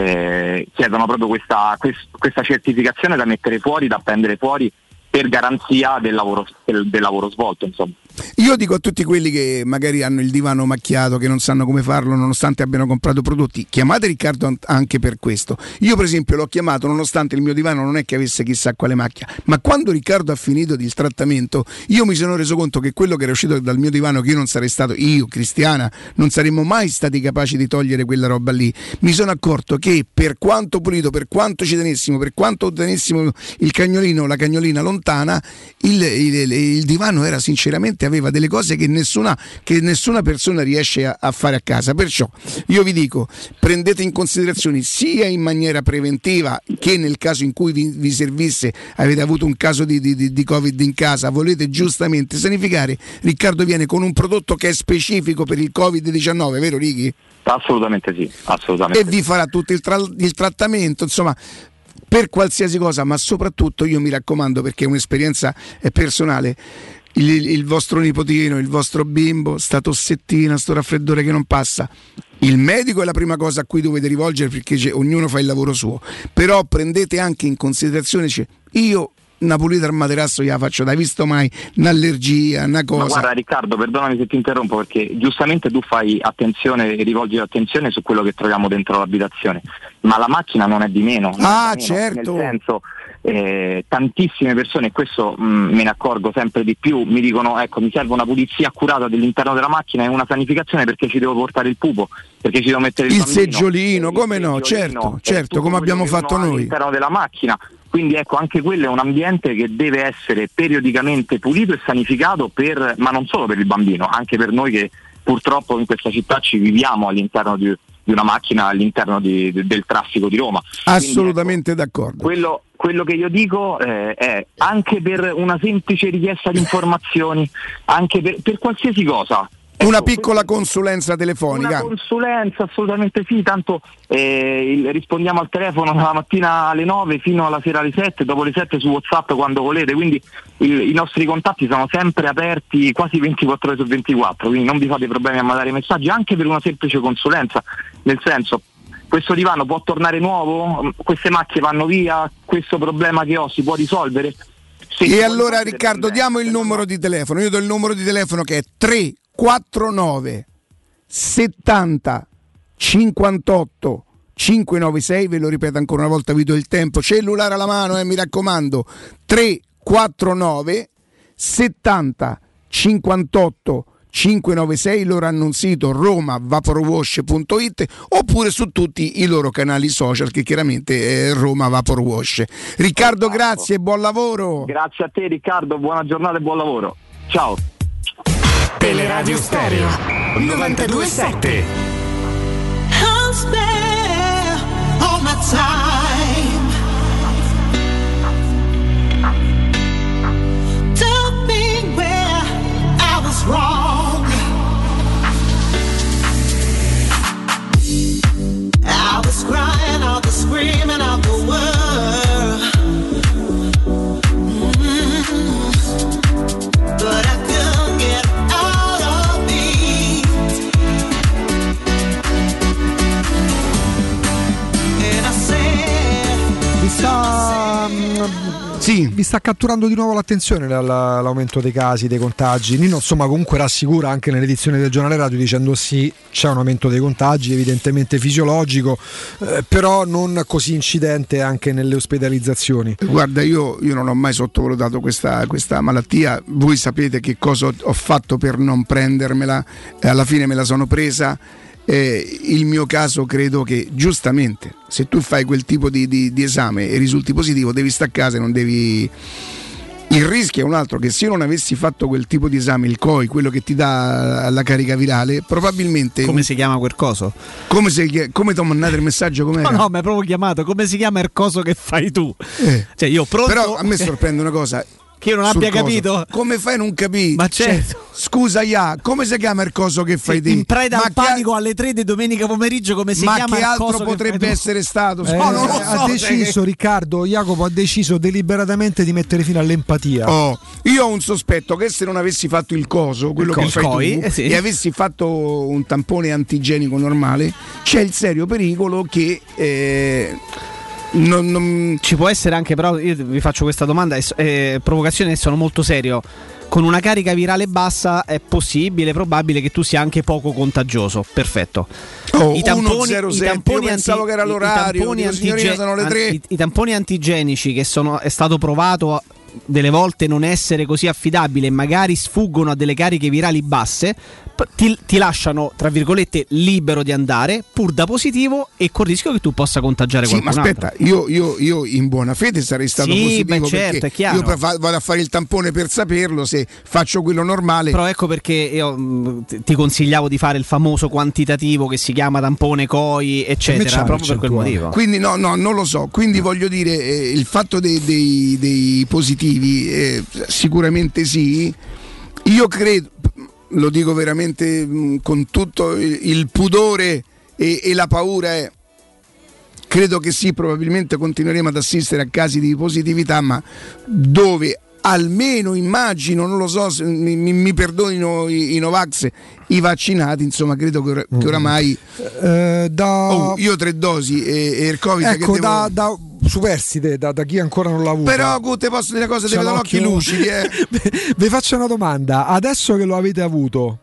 eh, chiedono proprio questa, quest, questa certificazione da mettere fuori, da appendere fuori, per garanzia del lavoro, del, del lavoro svolto, insomma. Io dico a tutti quelli che magari hanno il divano macchiato, che non sanno come farlo nonostante abbiano comprato prodotti, chiamate Riccardo anche per questo. Io per esempio l'ho chiamato nonostante il mio divano non è che avesse chissà quale macchia, ma quando Riccardo ha finito il trattamento io mi sono reso conto che quello che era uscito dal mio divano, che io non sarei stato, io, Cristiana, non saremmo mai stati capaci di togliere quella roba lì. Mi sono accorto che per quanto pulito, per quanto ci tenessimo, per quanto tenessimo il cagnolino, la cagnolina lontana, il, il, il divano era sinceramente, aveva delle cose che nessuna, che nessuna persona riesce a, a fare a casa. Perciò io vi dico, prendete in considerazione sia in maniera preventiva, che nel caso in cui vi, vi servisse, avete avuto un caso di, di, di Covid in casa, volete giustamente sanificare, Riccardo viene con un prodotto che è specifico per il covid diciannove, vero Righi? Assolutamente sì, assolutamente. E vi farà tutto il, tra- il trattamento, insomma, per qualsiasi cosa, ma soprattutto io mi raccomando, perché è un'esperienza personale, il, il vostro nipotino, il vostro bimbo, sta tossettina, sto raffreddore che non passa, il medico è la prima cosa a cui dovete rivolgere, perché ognuno fa il lavoro suo, però prendete anche in considerazione, cioè, io una pulita al materasso gliela faccio, l'hai visto mai un'allergia, una cosa? Ma guarda Riccardo, perdonami se ti interrompo, perché giustamente tu fai attenzione e rivolgi l'attenzione su quello che troviamo dentro l'abitazione, ma la macchina non è di meno. Ah, di meno, certo. Nel senso, eh, tantissime persone, e questo mh, me ne accorgo sempre di più, mi dicono ecco, mi serve una pulizia accurata dell'interno della macchina e una sanificazione, perché ci devo portare il pupo, perché ci devo mettere il, il bambino, seggiolino, come il no, seggiolino, certo, certo, come abbiamo fatto noi all'interno della macchina. Quindi ecco, anche quello è un ambiente che deve essere periodicamente pulito e sanificato, per, ma non solo per il bambino, anche per noi che purtroppo in questa città ci viviamo all'interno di, di una macchina, all'interno di, de, del traffico di Roma. Assolutamente Quindi, ecco, d'accordo. Quello, quello che io dico eh, è anche per una semplice richiesta di informazioni, anche per, per qualsiasi cosa. Una piccola consulenza telefonica. Una consulenza, assolutamente sì, tanto eh, il, rispondiamo al telefono dalla mattina alle nove fino alla sera alle sette, dopo le sette su WhatsApp quando volete, quindi il, i nostri contatti sono sempre aperti quasi ventiquattro ore su ventiquattro, quindi non vi fate problemi a mandare messaggi anche per una semplice consulenza, nel senso, questo divano può tornare nuovo, queste macchie vanno via, questo problema che ho si può risolvere? Se e allora Riccardo diamo il numero di telefono, io do il numero di telefono che è tre quattro nove settanta cinquantotto cinquecentonovantasei, ve lo ripeto ancora una volta, vi do il tempo, cellulare alla mano, eh, mi raccomando, tre quattro nove settanta cinquantotto cinquecentonovantasei, loro hanno un sito roma vapor wash punto it oppure su tutti i loro canali social, che chiaramente è Roma Vapor Wash. Riccardo, grazie e buon lavoro. Grazie a te Riccardo, buona giornata e buon lavoro, ciao. Teleradio Stereo novantadue sette. I'll spare all my time. Tell me where I was wrong. I was crying out the screaming of the world. Mm-hmm. But I couldn't get out of me. And I said sì. vi sta catturando di nuovo l'attenzione l'aumento dei casi, dei contagi. Nino insomma comunque rassicura anche nell'edizione del giornale radio dicendo sì, c'è un aumento dei contagi evidentemente fisiologico, eh, però non così incidente anche nelle ospedalizzazioni. Guarda, io, io non ho mai sottovalutato questa, questa malattia. Voi sapete che cosa ho fatto per non prendermela, e alla fine me la sono presa. Eh, il mio caso credo che giustamente se tu fai quel tipo di, di, di esame e risulti positivo devi stare a casa e non devi. Il rischio è un altro, che se io non avessi fatto quel tipo di esame, il C O I, quello che ti dà la carica virale, probabilmente. Come si chiama quel coso? Come ti come ho mandato il messaggio? Com'era? No, no, mi hai proprio chiamato. Come si chiama il coso che fai tu? Eh. Cioè, io pronto. Però a me sorprende una cosa. Che io non abbia coso. capito? Come fai a non capire? Ma certo. Cioè, scusa, Ia, come si chiama il coso che fai sì, te? In preda al panico alle tre di domenica pomeriggio, come si ma chiama che il altro coso potrebbe che essere stato? Eh, no, non lo so, ha deciso, che... Riccardo, Jacopo ha deciso deliberatamente di mettere fine all'empatia. Oh, io ho un sospetto che se non avessi fatto il coso, quello il che co- fai coi, tu, eh sì. e avessi fatto un tampone antigenico normale, c'è il serio pericolo che... Eh, Non, non... Ci può essere anche, però io vi faccio questa domanda, eh, provocazione, sono molto serio. Con una carica virale bassa è possibile, probabile che tu sia anche poco contagioso. Perfetto. Oh, I tamponi, uno zero sette, i tamponi io pensavo anti, che era l'orario, i tamponi, dico, antige- sono le tre. I, i tamponi antigenici che sono, è stato provato delle volte non essere così affidabile e magari sfuggono a delle cariche virali basse, ti, ti lasciano tra virgolette libero di andare pur da positivo e col rischio che tu possa contagiare sì, qualcun ma aspetta, io, io, io in buona fede sarei stato sì, positivo, beh, certo, perché è chiaro. io vado a fare il tampone per saperlo, se faccio quello normale. Però ecco perché io mh, ti consigliavo di fare il famoso quantitativo che si chiama tampone C O I eccetera, proprio per quel motivo. Quindi no, no, non lo so, quindi voglio dire eh, il fatto dei, dei, dei positivi eh, sicuramente sì. Io credo, lo dico veramente mh, con tutto il, il pudore e, e la paura, è, credo che sì, probabilmente continueremo ad assistere a casi di positività, ma dove almeno immagino, non lo so, se, mi, mi perdonino i, i Novax, i vaccinati, insomma credo che, or- che oramai eh, da... oh, io tre dosi e, e il Covid ecco, che devo... da, da superstite, da, da chi ancora non l'ha avuto. Però te posso dire una cosa, devo dare occhi lucidi eh. Vi faccio una domanda, adesso che lo avete avuto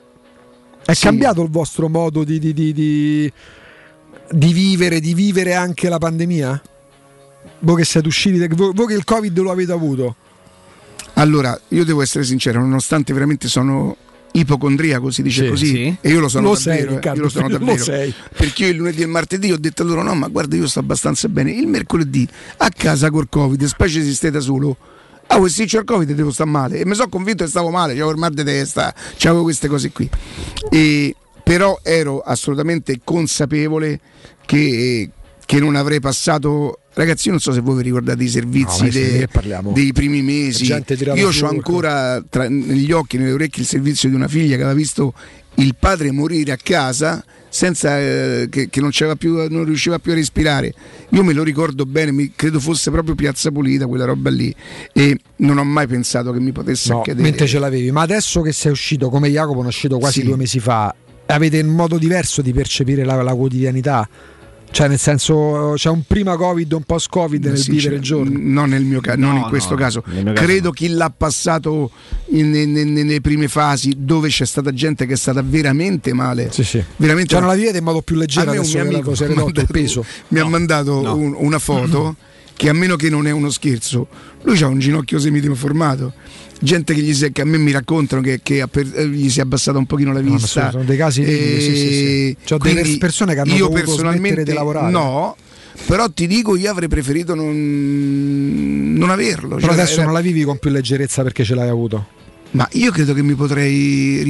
è sì. cambiato il vostro modo di, di, di, di, di vivere, di vivere anche la pandemia? Voi che siete usciti, voi, voi che il Covid lo avete avuto? Allora, io devo essere sincero, nonostante veramente sono ipocondriaco, si dice sì, così, sì. e io lo sono lo davvero, sei, Riccardo, io lo sono davvero, lo sei. Perché io il lunedì e il martedì ho detto a loro no, ma guarda, io sto abbastanza bene, il mercoledì a casa col Covid, specie se stai da solo, ah, se c'è il Covid devo stare male, e mi sono convinto che stavo male, c'avevo il mal di testa, c'avevo queste cose qui, e, però ero assolutamente consapevole che, che non avrei passato. Ragazzi, io non so se voi vi ricordate i servizi no, de, dei primi mesi. Io ho ancora tra, negli occhi, nelle orecchie, il servizio di una figlia che aveva visto il padre morire a casa senza eh, che, che non, c'era più, non riusciva più a respirare. Io me lo ricordo bene, mi, credo fosse proprio Piazza Pulita, quella roba lì, e non ho mai pensato che mi potesse no, accadere. Mentre ce l'avevi, ma adesso che sei uscito come Jacopo, è uscito quasi sì. due mesi fa, avete un modo diverso di percepire la, la quotidianità? Cioè, nel senso, c'è un prima Covid, un post Covid nel sì, vivere il giorno? Non nel mio caso, no, non in questo no, caso. Credo caso no. Chi l'ha passato in, in, in, nelle prime fasi, dove c'è stata gente che è stata veramente male. Sì, sì. Veramente cioè, non la vivete in modo più leggero adesso che la cosa ridotto il peso. Mi no. ha mandato no. un, una foto che, a meno che non è uno scherzo, lui ha un ginocchio semideformato. Gente che, gli si, che a me mi raccontano che, che per, gli si è abbassata un pochino la vista. No, sono dei casi e, sì, sì, sì. Cioè, delle persone che hanno io dovuto personalmente di lavorare. No, però ti dico, io avrei preferito non, non averlo. Però cioè, adesso era... non la vivi con più leggerezza perché ce l'hai avuto. Ma io credo che mi potrei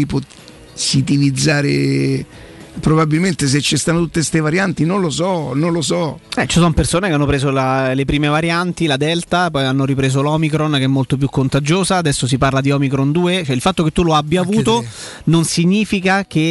ripositivizzare. Probabilmente se ci stanno tutte queste varianti, non lo so, non lo so. Eh, ci sono persone che hanno preso la, le prime varianti, la Delta, poi hanno ripreso l'Omicron che è molto più contagiosa, adesso si parla di Omicron due, cioè il fatto che tu lo abbia Anche avuto te. non significa che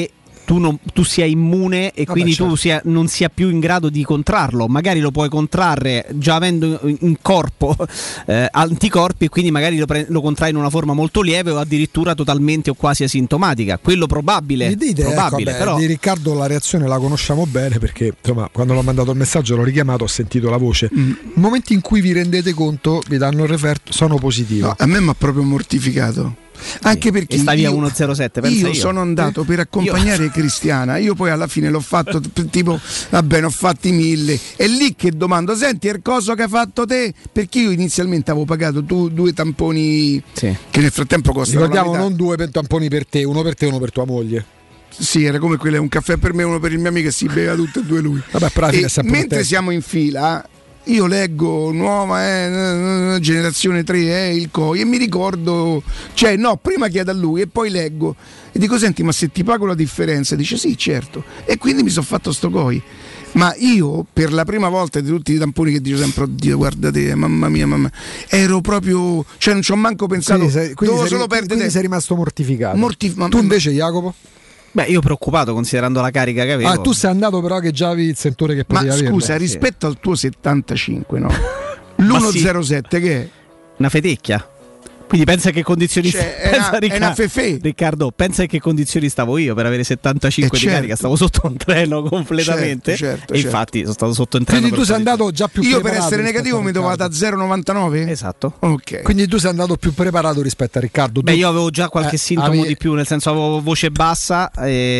tu, non, tu sia immune e Vabbè, quindi certo. tu sia, non sia più in grado di contrarlo. Magari lo puoi contrarre già avendo in corpo eh, anticorpi e quindi magari lo, pre- lo contrai in una forma molto lieve o addirittura totalmente o quasi asintomatica. Quello probabile, Mi dite, probabile ecco, beh, però di Riccardo la reazione la conosciamo bene perché insomma quando l'ho mandato il messaggio l'ho richiamato, ho sentito la voce. Mm. Nel momento in cui vi rendete conto vi danno il referto, sono positivo. No, a me mi ha proprio mortificato. Anche perché e stavi a io, uno zero sette, pensa io io sono andato per accompagnare Io- Cristiana, io poi alla fine l'ho fatto t- tipo vabbè, ne ho fatti mille, è lì che domando: senti, è il coso che hai fatto te? Perché io inizialmente avevo pagato tu due tamponi sì. che nel frattempo costano Ricordiamo la metà. non due per tamponi per te, uno per te e uno per tua moglie. Sì, era come quello, un caffè per me e uno per il mio amico, e si beveva tutte e due lui. Vabbè, però alla fine E è sempre mentre contento. siamo in fila io leggo nuova eh, generazione tre eh, il C O I e mi ricordo, cioè no, prima chiedo a lui e poi leggo e dico: senti, ma se ti pago la differenza? Dice sì, certo. E quindi mi sono fatto sto C O I. Ma io per la prima volta di tutti i tamponi che dico sempre: oddio, guardate, mamma mia, mamma, ero proprio, cioè non ci ho manco pensato, Quindi sei, quindi dovevo sei, solo perdere quindi tempo. sei rimasto mortificato. Mortif- ma- tu invece, Jacopo? Beh, io preoccupato considerando la carica che avevo. Ah, tu sei andato però che già avevi il sentore che Ma potevi avere. scusa, sì. rispetto al tuo settantacinque, no? l'uno zero sette che è? Una fetecchia. Quindi pensa a che condizioni Cioè, è pensa, una- è Riccardo, una fefè. Riccardo, pensa a che condizioni stavo io per avere settantacinque Eh, di certo. carica, stavo sotto un treno completamente. Certo, certo, e certo. infatti sono stato sotto un treno. Quindi tu per sei un po' di andato già più Io per preparato essere rispetto negativo a mi devo Riccardo. da zero virgola novantanove? Esatto. Ok. Quindi tu sei andato più preparato rispetto a Riccardo. Beh, Tu- io avevo già qualche eh, sintomo avevi- di più, nel senso avevo voce bassa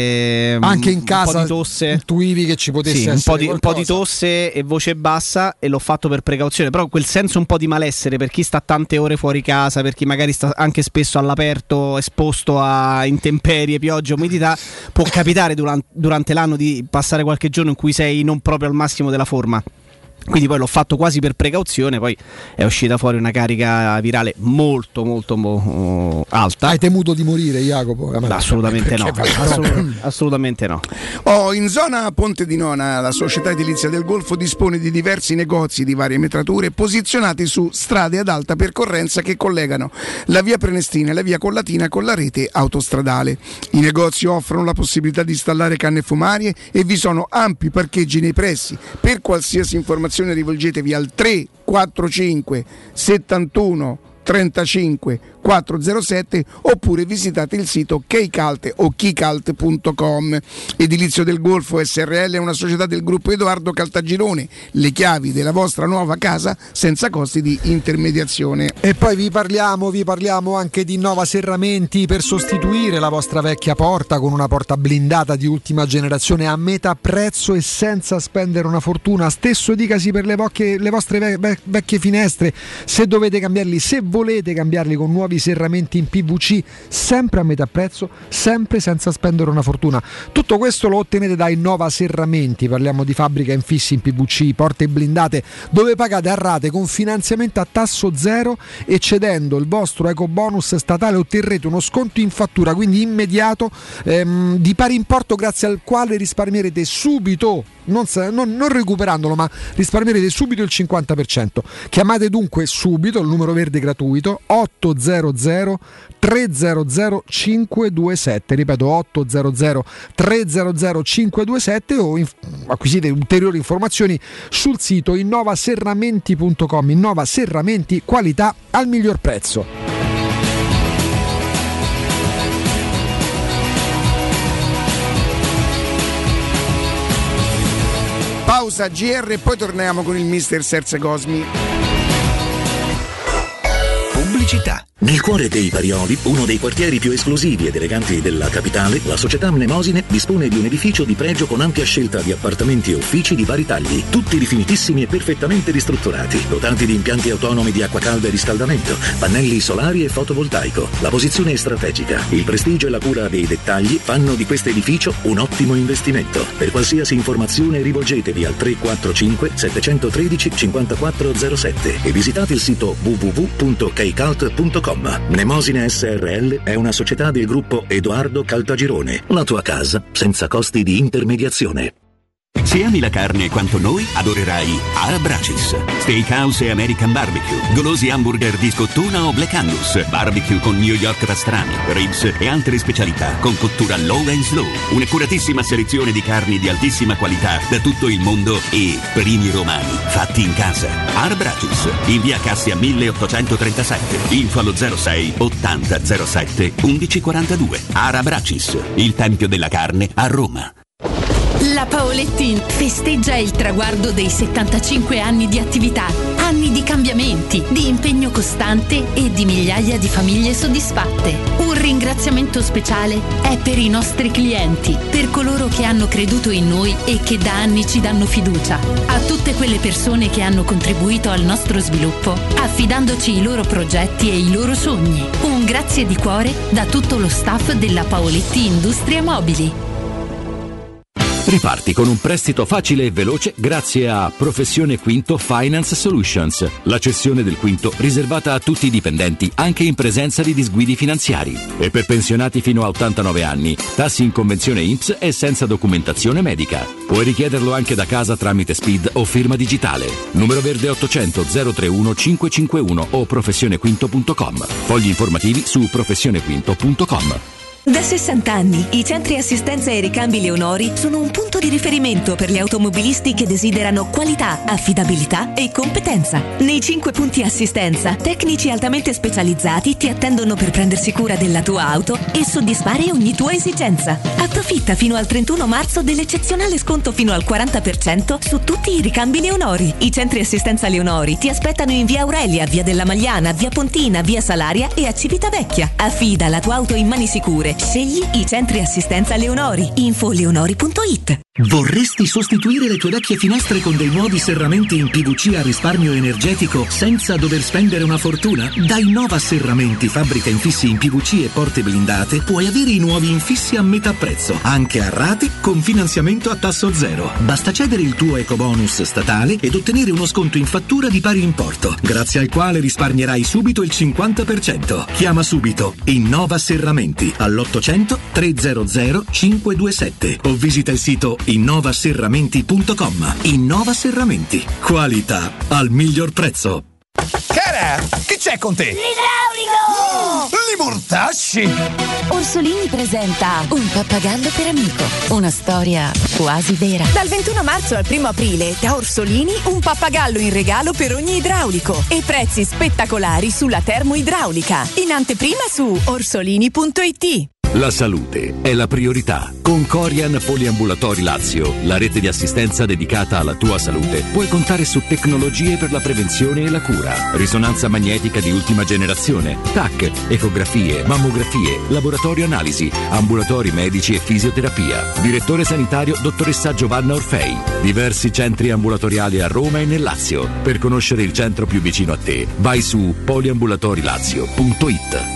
e Anche in un casa po' di tosse. intuivi che ci potesse Sì, un essere po, di, un po' di qualcosa. tosse e voce bassa e l'ho fatto per precauzione, però quel senso un po' di malessere per chi sta tante ore fuori casa, per chi magari sta anche spesso all'aperto esposto a intemperie, pioggia, umidità, può capitare durante, durante l'anno di passare qualche giorno in cui sei non proprio al massimo della forma. Quindi poi l'ho fatto quasi per precauzione, poi è uscita fuori una carica virale molto molto mo- alta. Hai temuto di morire, Jacopo? Assolutamente no, Perché- assolut- assolutamente no. Oh, in zona Ponte di Nona la società edilizia del Golfo dispone di diversi negozi di varie metrature posizionati su strade ad alta percorrenza che collegano la via Prenestina e la via Collatina con la rete autostradale. I negozi offrono la possibilità di installare canne fumarie e vi sono ampi parcheggi nei pressi. Per qualsiasi informazione rivolgetevi al tre quattro cinque settantuno trentacinque quattrocentosette oppure visitate il sito keycalt o keycalt punto com. Edilizio del Golfo S R L è una società del gruppo Edoardo Caltagirone, le chiavi della vostra nuova casa senza costi di intermediazione. E poi vi parliamo, vi parliamo anche di Nova Serramenti per sostituire la vostra vecchia porta con una porta blindata di ultima generazione a metà prezzo e senza spendere una fortuna. Stesso dicasi per le, vocche, le vostre ve- ve- vecchie finestre, se dovete cambiarli, se volete cambiarli con nuovi serramenti in P V C, sempre a metà prezzo, sempre senza spendere una fortuna. Tutto questo lo ottenete da Innova Serramenti, parliamo di fabbrica infissi in P V C, porte blindate, dove pagate a rate con finanziamento a tasso zero e cedendo il vostro eco bonus statale otterrete uno sconto in fattura, quindi immediato, ehm, di pari importo, grazie al quale risparmierete subito, non, non, non recuperandolo, ma risparmierete subito il cinquanta per cento. Chiamate dunque subito il numero verde gratuito otto zero zero tre zero zero cinque due sette, ripeto otto zero zero tre zero zero cinque due sette, o inf- acquisite ulteriori informazioni sul sito innovaserramenti punto com. Innova Serramenti, qualità al miglior prezzo. Pausa G R e poi torniamo con il mister Serse Cosmi. Pubblicità. Nel cuore dei Parioli, uno dei quartieri più esclusivi ed eleganti della capitale, la società Mnemosine dispone di un edificio di pregio con ampia scelta di appartamenti e uffici di vari tagli, tutti rifinitissimi e perfettamente ristrutturati, dotati di impianti autonomi di acqua calda e riscaldamento, pannelli solari e fotovoltaico. La posizione è strategica, il prestigio e la cura dei dettagli fanno di questo edificio un ottimo investimento. Per qualsiasi informazione rivolgetevi al tre quattro cinque sette uno tre cinque quattro zero sette e visitate il sito w w w punto keycult punto com. Mnemosine S R L è una società del gruppo Edoardo Caltagirone. La tua casa senza costi di intermediazione. Se ami la carne quanto noi, adorerai Arabracis. Steakhouse e American Barbecue, golosi hamburger di scottuna o Black Angus, barbecue con New York pastrami, ribs e altre specialità con cottura low and slow. Un'accuratissima selezione di carni di altissima qualità da tutto il mondo e primi romani fatti in casa. Arabracis, in via Cassia milleottocentotrentasette, info allo zero sei ottanta zero sette undici quarantadue. Arabracis, il tempio della carne a Roma. La Paolettin festeggia il traguardo dei settantacinque anni di attività, anni di cambiamenti, di impegno costante e di migliaia di famiglie soddisfatte. Un ringraziamento speciale è per i nostri clienti, per coloro che hanno creduto in noi e che da anni ci danno fiducia, a tutte quelle persone che hanno contribuito al nostro sviluppo, affidandoci i loro progetti e i loro sogni. Un grazie di cuore da tutto lo staff della Paoletti Industrie Mobili. Riparti con un prestito facile e veloce grazie a Professione Quinto Finance Solutions, la cessione del quinto riservata a tutti i dipendenti anche in presenza di disguidi finanziari. E per pensionati fino a ottantanove anni, tassi in convenzione I N P S e senza documentazione medica. Puoi richiederlo anche da casa tramite S P I D o firma digitale. Numero verde ottocento zero trentuno cinquecentocinquantuno o professionequinto punto com. Fogli informativi su professionequinto punto com. Da sessanta anni, i centri assistenza e ricambi Leonori sono un punto di riferimento per gli automobilisti che desiderano qualità, affidabilità e competenza. Nei cinque punti assistenza, tecnici altamente specializzati ti attendono per prendersi cura della tua auto e soddisfare ogni tua esigenza. Approfitta fino al trentuno marzo dell'eccezionale sconto fino al quaranta per cento su tutti i ricambi Leonori. I centri assistenza Leonori ti aspettano in via Aurelia, via della Magliana, via Pontina, via Salaria e a Civitavecchia. Affida la tua auto in mani sicure. Scegli i centri assistenza Leonori. info leonori punto it. Vorresti sostituire le tue vecchie finestre con dei nuovi serramenti in P V C a risparmio energetico senza dover spendere una fortuna? Da Innova Serramenti, fabbrica infissi in P V C e porte blindate, puoi avere i nuovi infissi a metà prezzo, anche a rate con finanziamento a tasso zero. Basta cedere il tuo ecobonus statale ed ottenere uno sconto in fattura di pari importo, grazie al quale risparmierai subito il cinquanta per cento. Chiama subito Innova Serramenti all'ottocento trecento cinque due sette o visita il sito innova serramenti punto com. Innova Serramenti, qualità al miglior prezzo. Cara, che c'è con te? L'idraulico! Li mortasci! Orsolini presenta Un pappagallo per amico, una storia quasi vera. Dal ventuno marzo al primo aprile, da Orsolini, un pappagallo in regalo per ogni idraulico e prezzi spettacolari sulla termoidraulica. In anteprima su orsolini punto it. La salute è la priorità. Con Corian Poliambulatori Lazio, la rete di assistenza dedicata alla tua salute, puoi contare su tecnologie per la prevenzione e la cura. Risonanza magnetica di ultima generazione, T A C, ecografie, mammografie, laboratorio analisi, ambulatori medici e fisioterapia. Direttore sanitario dottoressa Giovanna Orfei. Diversi centri ambulatoriali a Roma e nel Lazio. Per conoscere il centro più vicino a te, vai su poliambulatorilazio punto it.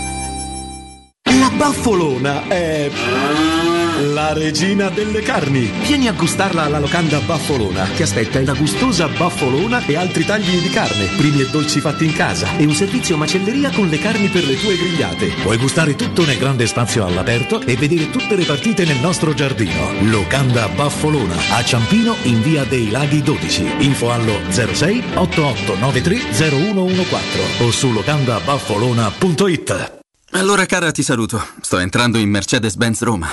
La Baffolona è la regina delle carni. Vieni a gustarla alla locanda Baffolona. Ti aspetta una gustosa baffolona e altri tagli di carne, primi e dolci fatti in casa e un servizio macelleria con le carni per le tue grigliate. Puoi gustare tutto nel grande spazio all'aperto e vedere tutte le partite nel nostro giardino. Locanda Baffolona a Ciampino in via dei Laghi dodici. Info allo zero sei otto otto nove tre zero uno uno quattro o su locanda baffolona punto it. Allora cara, ti saluto. Sto entrando in Mercedes-Benz Roma.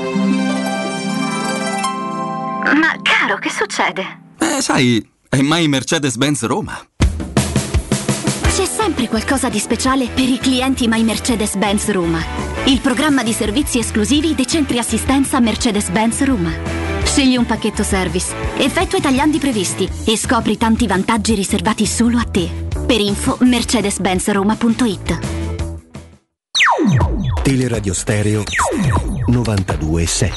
Ma caro, che succede? Eh, sai, è mai Mercedes-Benz Roma. C'è sempre qualcosa di speciale per i clienti My Mercedes-Benz Roma. Il programma di servizi esclusivi dei centri assistenza Mercedes-Benz Roma. Scegli un pacchetto service, effettua i tagliandi previsti e scopri tanti vantaggi riservati solo a te. Per info mercedes benz roma punto it. Teleradio Stereo novantadue sette.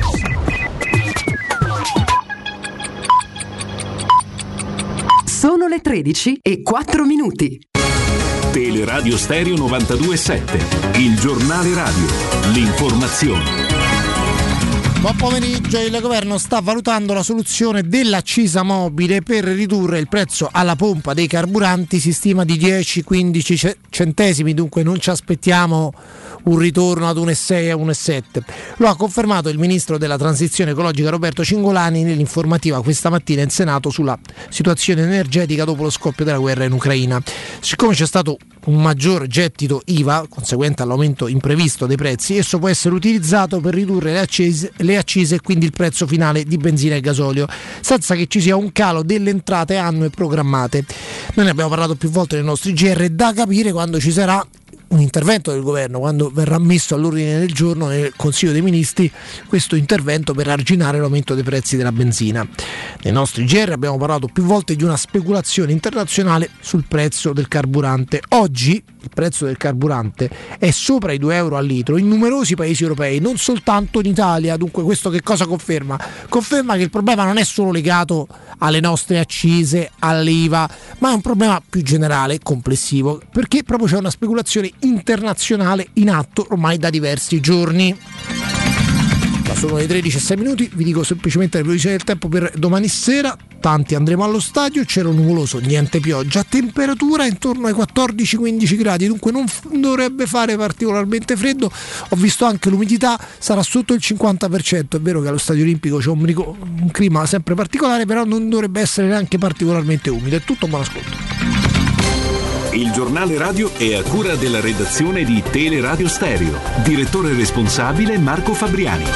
Sono le tredici e quattro minuti. Teleradio Stereo novantadue sette, il giornale radio, l'informazione. Buon pomeriggio, il governo sta valutando la soluzione dell'accisa mobile per ridurre il prezzo alla pompa dei carburanti, si stima di dieci quindici centesimi, dunque non ci aspettiamo un ritorno ad uno virgola sei a uno virgola sette. Lo ha confermato il ministro della transizione ecologica Roberto Cingolani nell'informativa questa mattina in Senato sulla situazione energetica dopo lo scoppio della guerra in Ucraina. Siccome c'è stato un maggior gettito I V A conseguente all'aumento imprevisto dei prezzi, esso può essere utilizzato per ridurre le accise, le accise e quindi il prezzo finale di benzina e gasolio, senza che ci sia un calo delle entrate annue programmate. Noi ne abbiamo parlato più volte nei nostri G R, da capire quando ci sarà un intervento del governo, quando verrà messo all'ordine del giorno nel Consiglio dei Ministri questo intervento per arginare l'aumento dei prezzi della benzina. Nei nostri G R abbiamo parlato più volte di una speculazione internazionale sul prezzo del carburante. Oggi il prezzo del carburante è sopra i due euro al litro in numerosi paesi europei, non soltanto in Italia. Dunque questo che cosa conferma? Conferma che il problema non è solo legato alle nostre accise, all'I V A, ma è un problema più generale, complessivo, perché proprio c'è una speculazione internazionale in atto ormai da diversi giorni. Sono le tredici e sei minuti, vi dico semplicemente le previsioni del tempo per domani sera. Tanti andremo allo stadio, cielo nuvoloso, niente pioggia, temperatura intorno ai quattordici quindici gradi, dunque non f- dovrebbe fare particolarmente freddo. Ho visto anche l'umidità, sarà sotto il cinquanta per cento. È vero che allo Stadio Olimpico c'è un, rico- un clima sempre particolare, però non dovrebbe essere neanche particolarmente umido. È tutto, buon ascolto. Il giornale radio è a cura della redazione di Teleradio Stereo. Direttore responsabile Marco Fabriani.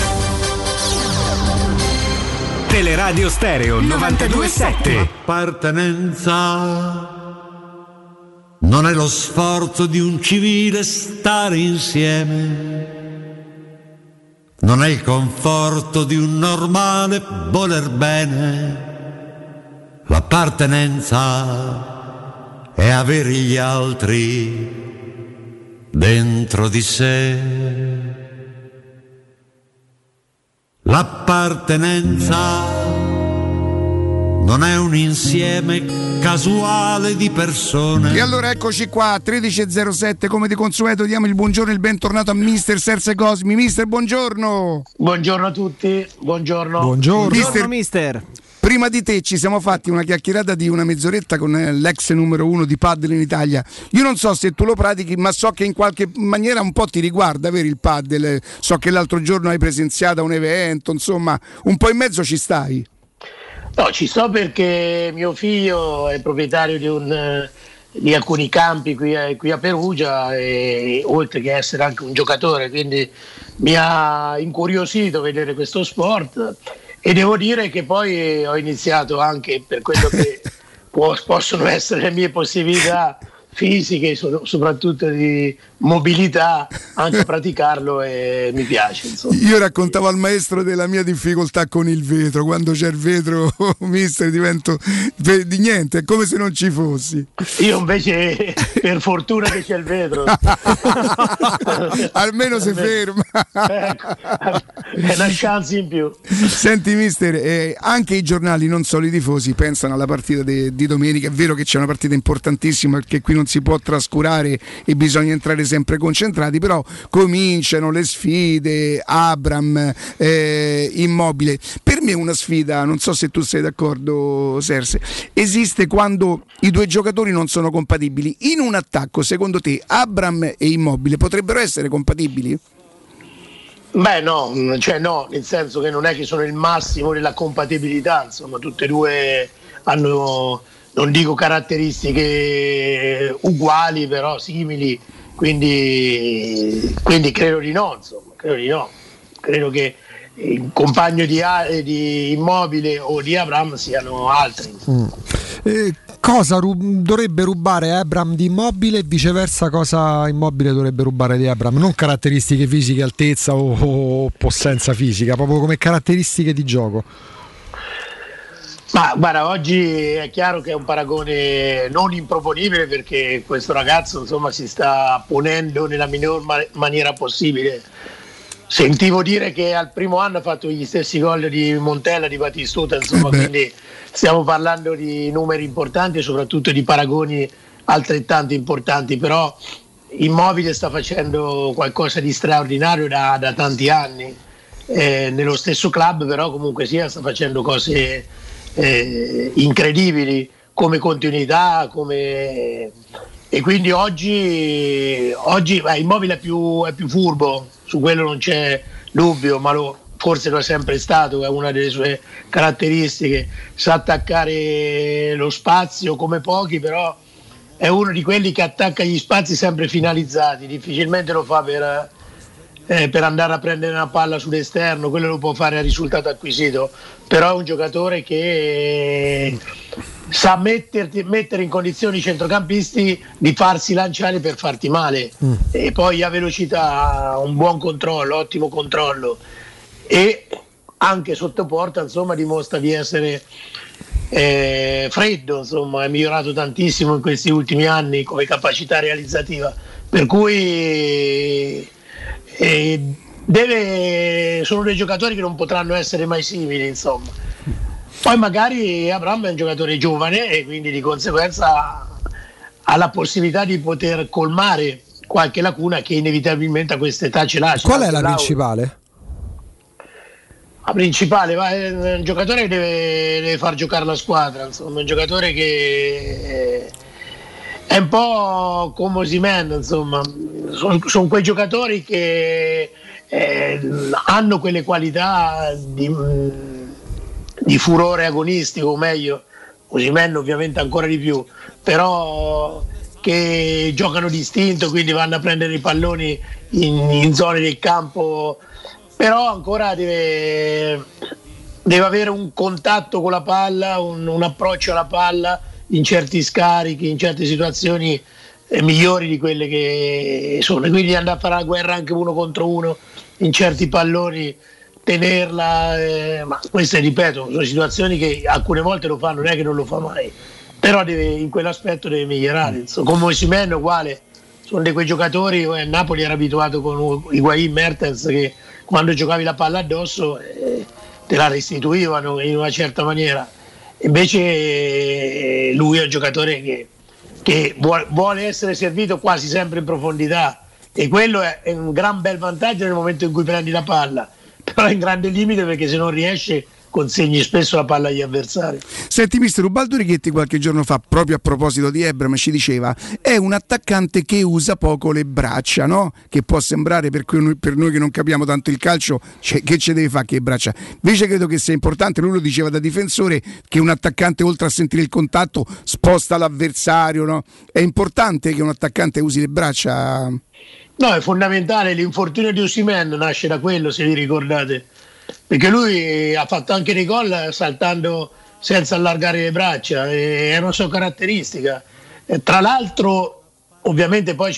Teleradio Stereo novantadue sette. L'appartenenza non è lo sforzo di un civile stare insieme, non è il conforto di un normale voler bene. L'appartenenza è avere gli altri dentro di sé. L'appartenenza non è un insieme casuale di persone. E allora eccoci qua, tredici e zero sette, come di consueto diamo il buongiorno e il bentornato a mister Serse Cosmi. Mister, buongiorno. Buongiorno a tutti, buongiorno. Buongiorno, mister. mister. Prima di te ci siamo fatti una chiacchierata di una mezz'oretta con l'ex numero uno di paddle in Italia. Io non so se tu lo pratichi, ma so che in qualche maniera un po' ti riguarda, vero, il paddle? So che l'altro giorno hai presenziato a un evento, insomma, un po' in mezzo ci stai. No, ci sto perché mio figlio è proprietario di, un, di alcuni campi qui a, qui a Perugia, e oltre che essere anche un giocatore, quindi mi ha incuriosito vedere questo sport. E devo dire che poi ho iniziato anche per quello che può, possono essere le mie possibilità fisiche, soprattutto di mobilità, anche a praticarlo, e mi piace, insomma. Io raccontavo al maestro della mia difficoltà con il vetro. Quando c'è il vetro, mister, divento di niente, è come se non ci fossi. Io invece per fortuna che c'è il vetro almeno si ferma, ecco, è una chance in più. Senti mister, eh, anche i giornali, non solo i tifosi, pensano alla partita de- di domenica. È vero che c'è una partita importantissima, perché qui non si può trascurare e bisogna entrare sempre concentrati, però cominciano le sfide. Abram, eh, Immobile, per me è una sfida, non so se tu sei d'accordo Serse, esiste quando i due giocatori non sono compatibili. In un attacco, secondo te Abram e Immobile potrebbero essere compatibili? Beh no, cioè no, nel senso che non è che sono il massimo della compatibilità, insomma tutte e due hanno, non dico caratteristiche uguali, però simili, quindi, quindi credo di no, insomma, credo di no. Credo che il compagno di, di Immobile o di Abraham siano altri. Mm. Eh, cosa rub- dovrebbe rubare Abraham di Immobile e viceversa cosa Immobile dovrebbe rubare di Abraham? Non caratteristiche fisiche, altezza o, o possenza fisica, proprio come caratteristiche di gioco. Ma guarda, oggi è chiaro che è un paragone non improponibile, perché questo ragazzo insomma si sta ponendo nella miglior ma- maniera possibile. Sentivo dire che al primo anno ha fatto gli stessi gol di Montella, di Batistuta, insomma, eh quindi stiamo parlando di numeri importanti e soprattutto di paragoni altrettanto importanti, però Immobile sta facendo qualcosa di straordinario da, da tanti anni, eh, nello stesso club, però comunque sia sta facendo cose eh, incredibili come continuità, come... e quindi oggi, oggi beh, Immobile è più, è più furbo, su quello non c'è dubbio, ma lo, forse lo è sempre stato, è una delle sue caratteristiche, sa attaccare lo spazio come pochi, però è uno di quelli che attacca gli spazi sempre finalizzati, difficilmente lo fa per, eh, per andare a prendere una palla sull'esterno, quello lo può fare a risultato acquisito, però è un giocatore che sa metterti, mettere in condizioni i centrocampisti di farsi lanciare per farti male, mm. e poi ha velocità, ha un buon controllo, ottimo controllo, e anche sotto porta insomma dimostra di essere eh, freddo, insomma è migliorato tantissimo in questi ultimi anni come capacità realizzativa, per cui eh, deve, sono dei giocatori che non potranno essere mai simili, insomma. Poi magari Abraham è un giocatore giovane e quindi di conseguenza ha la possibilità di poter colmare qualche lacuna che inevitabilmente a quest'età ce l'ha. Qual è la principale? La principale, va, è un giocatore che deve, deve far giocare la squadra, insomma, un giocatore che è un po' come Osimhen, insomma, sono son quei giocatori che eh, hanno quelle qualità di di furore agonistico, o meglio Osimhen ovviamente ancora di più, però che giocano distinto, quindi vanno a prendere i palloni in, in zone del campo, però ancora deve, deve avere un contatto con la palla, un, un approccio alla palla in certi scarichi, in certe situazioni eh, migliori di quelle che sono, e quindi andare a fare la guerra anche uno contro uno in certi palloni, tenerla, eh, ma queste ripeto sono situazioni che alcune volte lo fa, non è che non lo fa mai, però deve, in quell'aspetto deve migliorare, insomma. Come Osimhen uguale, sono di quei giocatori, eh, Napoli era abituato con Higuaín, Mertens, che quando giocavi la palla addosso eh, te la restituivano in una certa maniera, invece eh, lui è un giocatore che, che vuole, vuole essere servito quasi sempre in profondità, e quello è, è un gran bel vantaggio nel momento in cui prendi la palla, però è in grande limite perché se non riesce consegni spesso la palla agli avversari. Senti, mister Ubaldo Righetti qualche giorno fa, proprio a proposito di Ebram, ci diceva è un attaccante che usa poco le braccia, no? Che può sembrare per, noi, per noi che non capiamo tanto il calcio, cioè, che ci deve fare che braccia, invece credo che sia importante, lui lo diceva da difensore, che un attaccante oltre a sentire il contatto sposta l'avversario, no? È importante che un attaccante usi le braccia. No, è fondamentale, l'infortunio di Osimhen nasce da quello, se vi ricordate, perché lui ha fatto anche dei gol saltando senza allargare le braccia, è una sua caratteristica. E tra l'altro ovviamente poi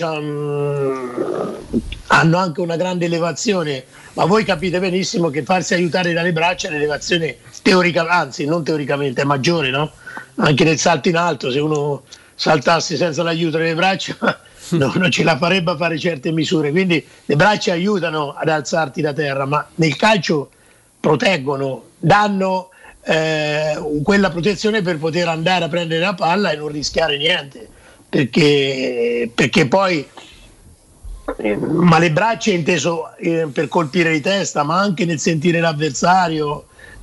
um, hanno anche una grande elevazione, ma voi capite benissimo che farsi aiutare dalle braccia è l'elevazione teorica, anzi non teoricamente, è maggiore, no? Anche nel salto in alto, se uno saltasse senza l'aiuto delle braccia no, non ce la farebbe a fare certe misure, quindi le braccia aiutano ad alzarti da terra, ma nel calcio proteggono, danno eh, quella protezione per poter andare a prendere la palla e non rischiare niente, perché, perché poi eh, ma le braccia è inteso eh, per colpire di testa, ma anche nel sentire l'avversario,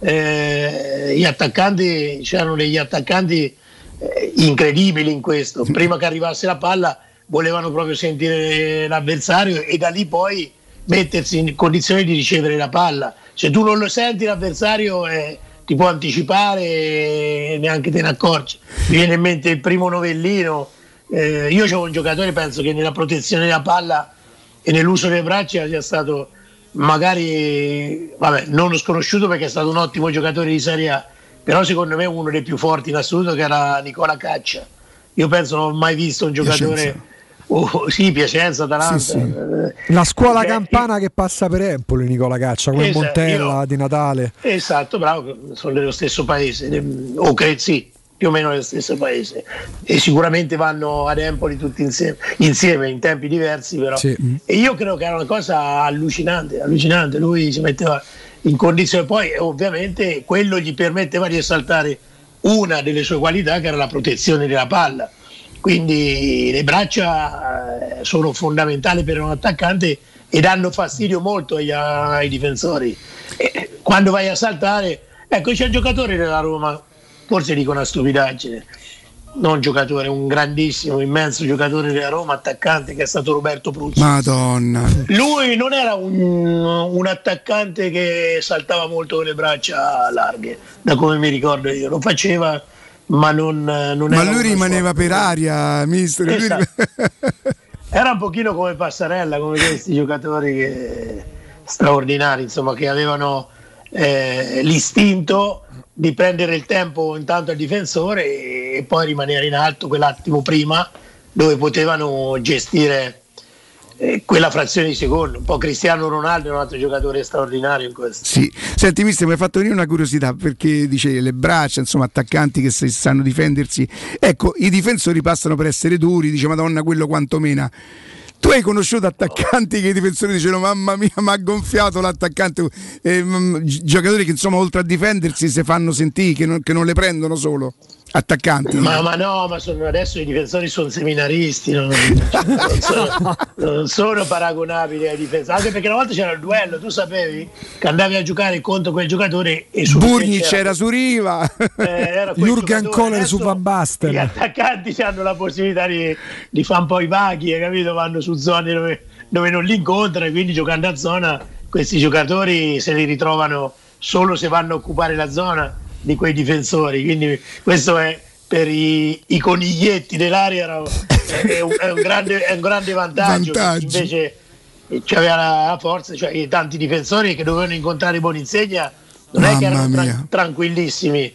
eh, gli attaccanti, c'erano degli attaccanti eh, incredibili in questo, prima che arrivasse la palla volevano proprio sentire l'avversario e da lì poi mettersi in condizione di ricevere la palla. Se tu non lo senti l'avversario eh, ti può anticipare e neanche te ne accorgi. Mi viene in mente il primo Novellino, eh, io c'ho un giocatore, penso che nella protezione della palla e nell'uso delle braccia sia stato magari, vabbè, non lo sconosciuto perché è stato un ottimo giocatore di Serie A, però secondo me uno dei più forti in assoluto, che era Nicola Caccia. Io penso non ho mai visto un giocatore. Oh, sì, Piacenza, Atalanta. Sì, sì. La scuola cioè, campana io... che passa per Empoli, Nicola Caccia, come esatto, Montella io... di Natale. Esatto, bravo, sono dello stesso paese, o credo sì, più o meno dello stesso paese. E sicuramente vanno ad Empoli tutti insieme, insieme in tempi diversi, però. Sì. E io credo che era una cosa allucinante, allucinante. Lui si metteva in condizione, poi ovviamente quello gli permetteva di esaltare una delle sue qualità, che era la protezione della palla. Quindi le braccia sono fondamentali per un attaccante e danno fastidio molto agli, ai difensori. E quando vai a saltare, ecco, c'è il giocatore della Roma, forse dico una stupidaggine, non giocatore, un grandissimo, immenso giocatore della Roma, attaccante, che è stato Roberto Pruzzi. Madonna. Lui non era un, un attaccante che saltava molto con le braccia larghe, da come mi ricordo io, lo faceva, ma non, non ma era lui rimaneva per aria, mister. Esatto. Era un pochino come Passarella, come questi giocatori che, straordinari, insomma, che avevano eh, l'istinto di prendere il tempo intanto al difensore e, e poi rimanere in alto quell'attimo prima, dove potevano gestire eh, quella frazione di secondo. Un po' Cristiano Ronaldo è un altro giocatore straordinario in questo. Sì, senti mister, mi ha fatto venire una curiosità, perché dice le braccia, insomma, attaccanti che sanno difendersi, ecco, i difensori passano per essere duri, dice Madonna quello quanto mena. Tu hai conosciuto attaccanti che i difensori dicevano mamma mia, mi ha gonfiato l'attaccante, eh, giocatori che insomma oltre a difendersi si fanno sentire, che non, che non le prendono solo attaccanti? Ma, ma no, ma sono, adesso i difensori sono seminaristi, non, non, sono, non sono paragonabili ai difensori, anche perché una volta c'era il duello, tu sapevi che andavi a giocare contro quel giocatore e su Burnic c'era, era su Riva, eh, Jürgen Kohler su Van Basten. Gli attaccanti hanno la possibilità di, di fare un po' i vaghi, capito? Vanno su zone dove, dove non li incontrano, e quindi giocando a zona questi giocatori se li ritrovano solo se vanno a occupare la zona di quei difensori, quindi questo è per i, i coniglietti dell'area era, è, un, è, un grande, è un grande vantaggio. Invece c'aveva la forza, cioè tanti difensori che dovevano incontrare Boninsegna non Mamma è che erano tra, tranquillissimi,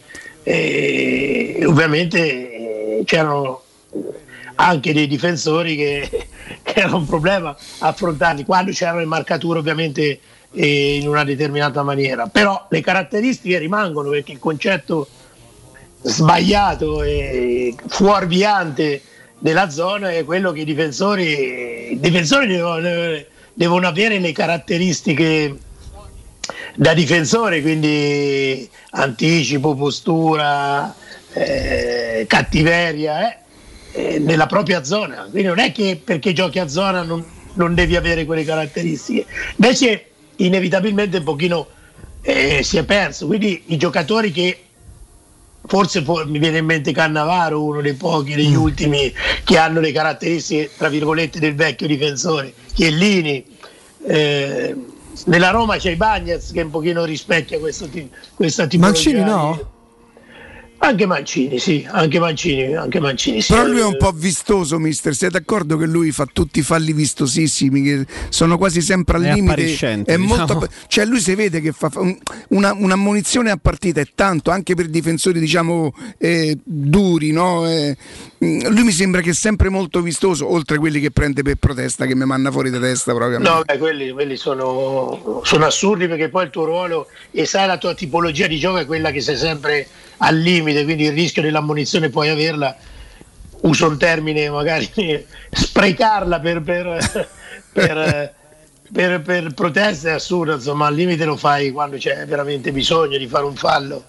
e ovviamente c'erano anche dei difensori che, che era un problema affrontarli quando c'erano le marcature, ovviamente in una determinata maniera, però le caratteristiche rimangono, perché il concetto sbagliato e fuorviante della zona è quello che i difensori, i difensori devono, devono avere le caratteristiche da difensore, quindi anticipo, postura, eh, cattiveria eh, eh, nella propria zona, quindi non è che perché giochi a zona non, non devi avere quelle caratteristiche, invece inevitabilmente un pochino eh, si è perso, quindi i giocatori che forse può, mi viene in mente Cannavaro, uno dei pochi, degli mm. ultimi che hanno le caratteristiche tra virgolette del vecchio difensore, Chiellini, eh, nella Roma c'è Ibañez che un pochino rispecchia questo tipo, questa tipologia. Mancini no? Anche Mancini, sì, anche Mancini, anche Mancini sì. Però lui è un po' vistoso, mister. Siete d'accordo che lui fa tutti i falli vistosissimi, che sono quasi sempre al è limite? È molto, diciamo. Cioè lui si vede che fa una, un'ammonizione a partita, è tanto, anche per difensori diciamo eh, duri, no? Eh, lui mi sembra che è sempre molto vistoso, oltre a quelli che prende per protesta, che mi manna fuori da testa proprio. No, beh, quelli, quelli sono, sono assurdi, perché poi il tuo ruolo e sai la tua tipologia di gioco è quella che sei sempre al limite, quindi il rischio dell'ammonizione puoi averla, uso un termine magari sprecarla per, per, per, per, per protesta è assurdo, insomma al limite lo fai quando c'è veramente bisogno di fare un fallo,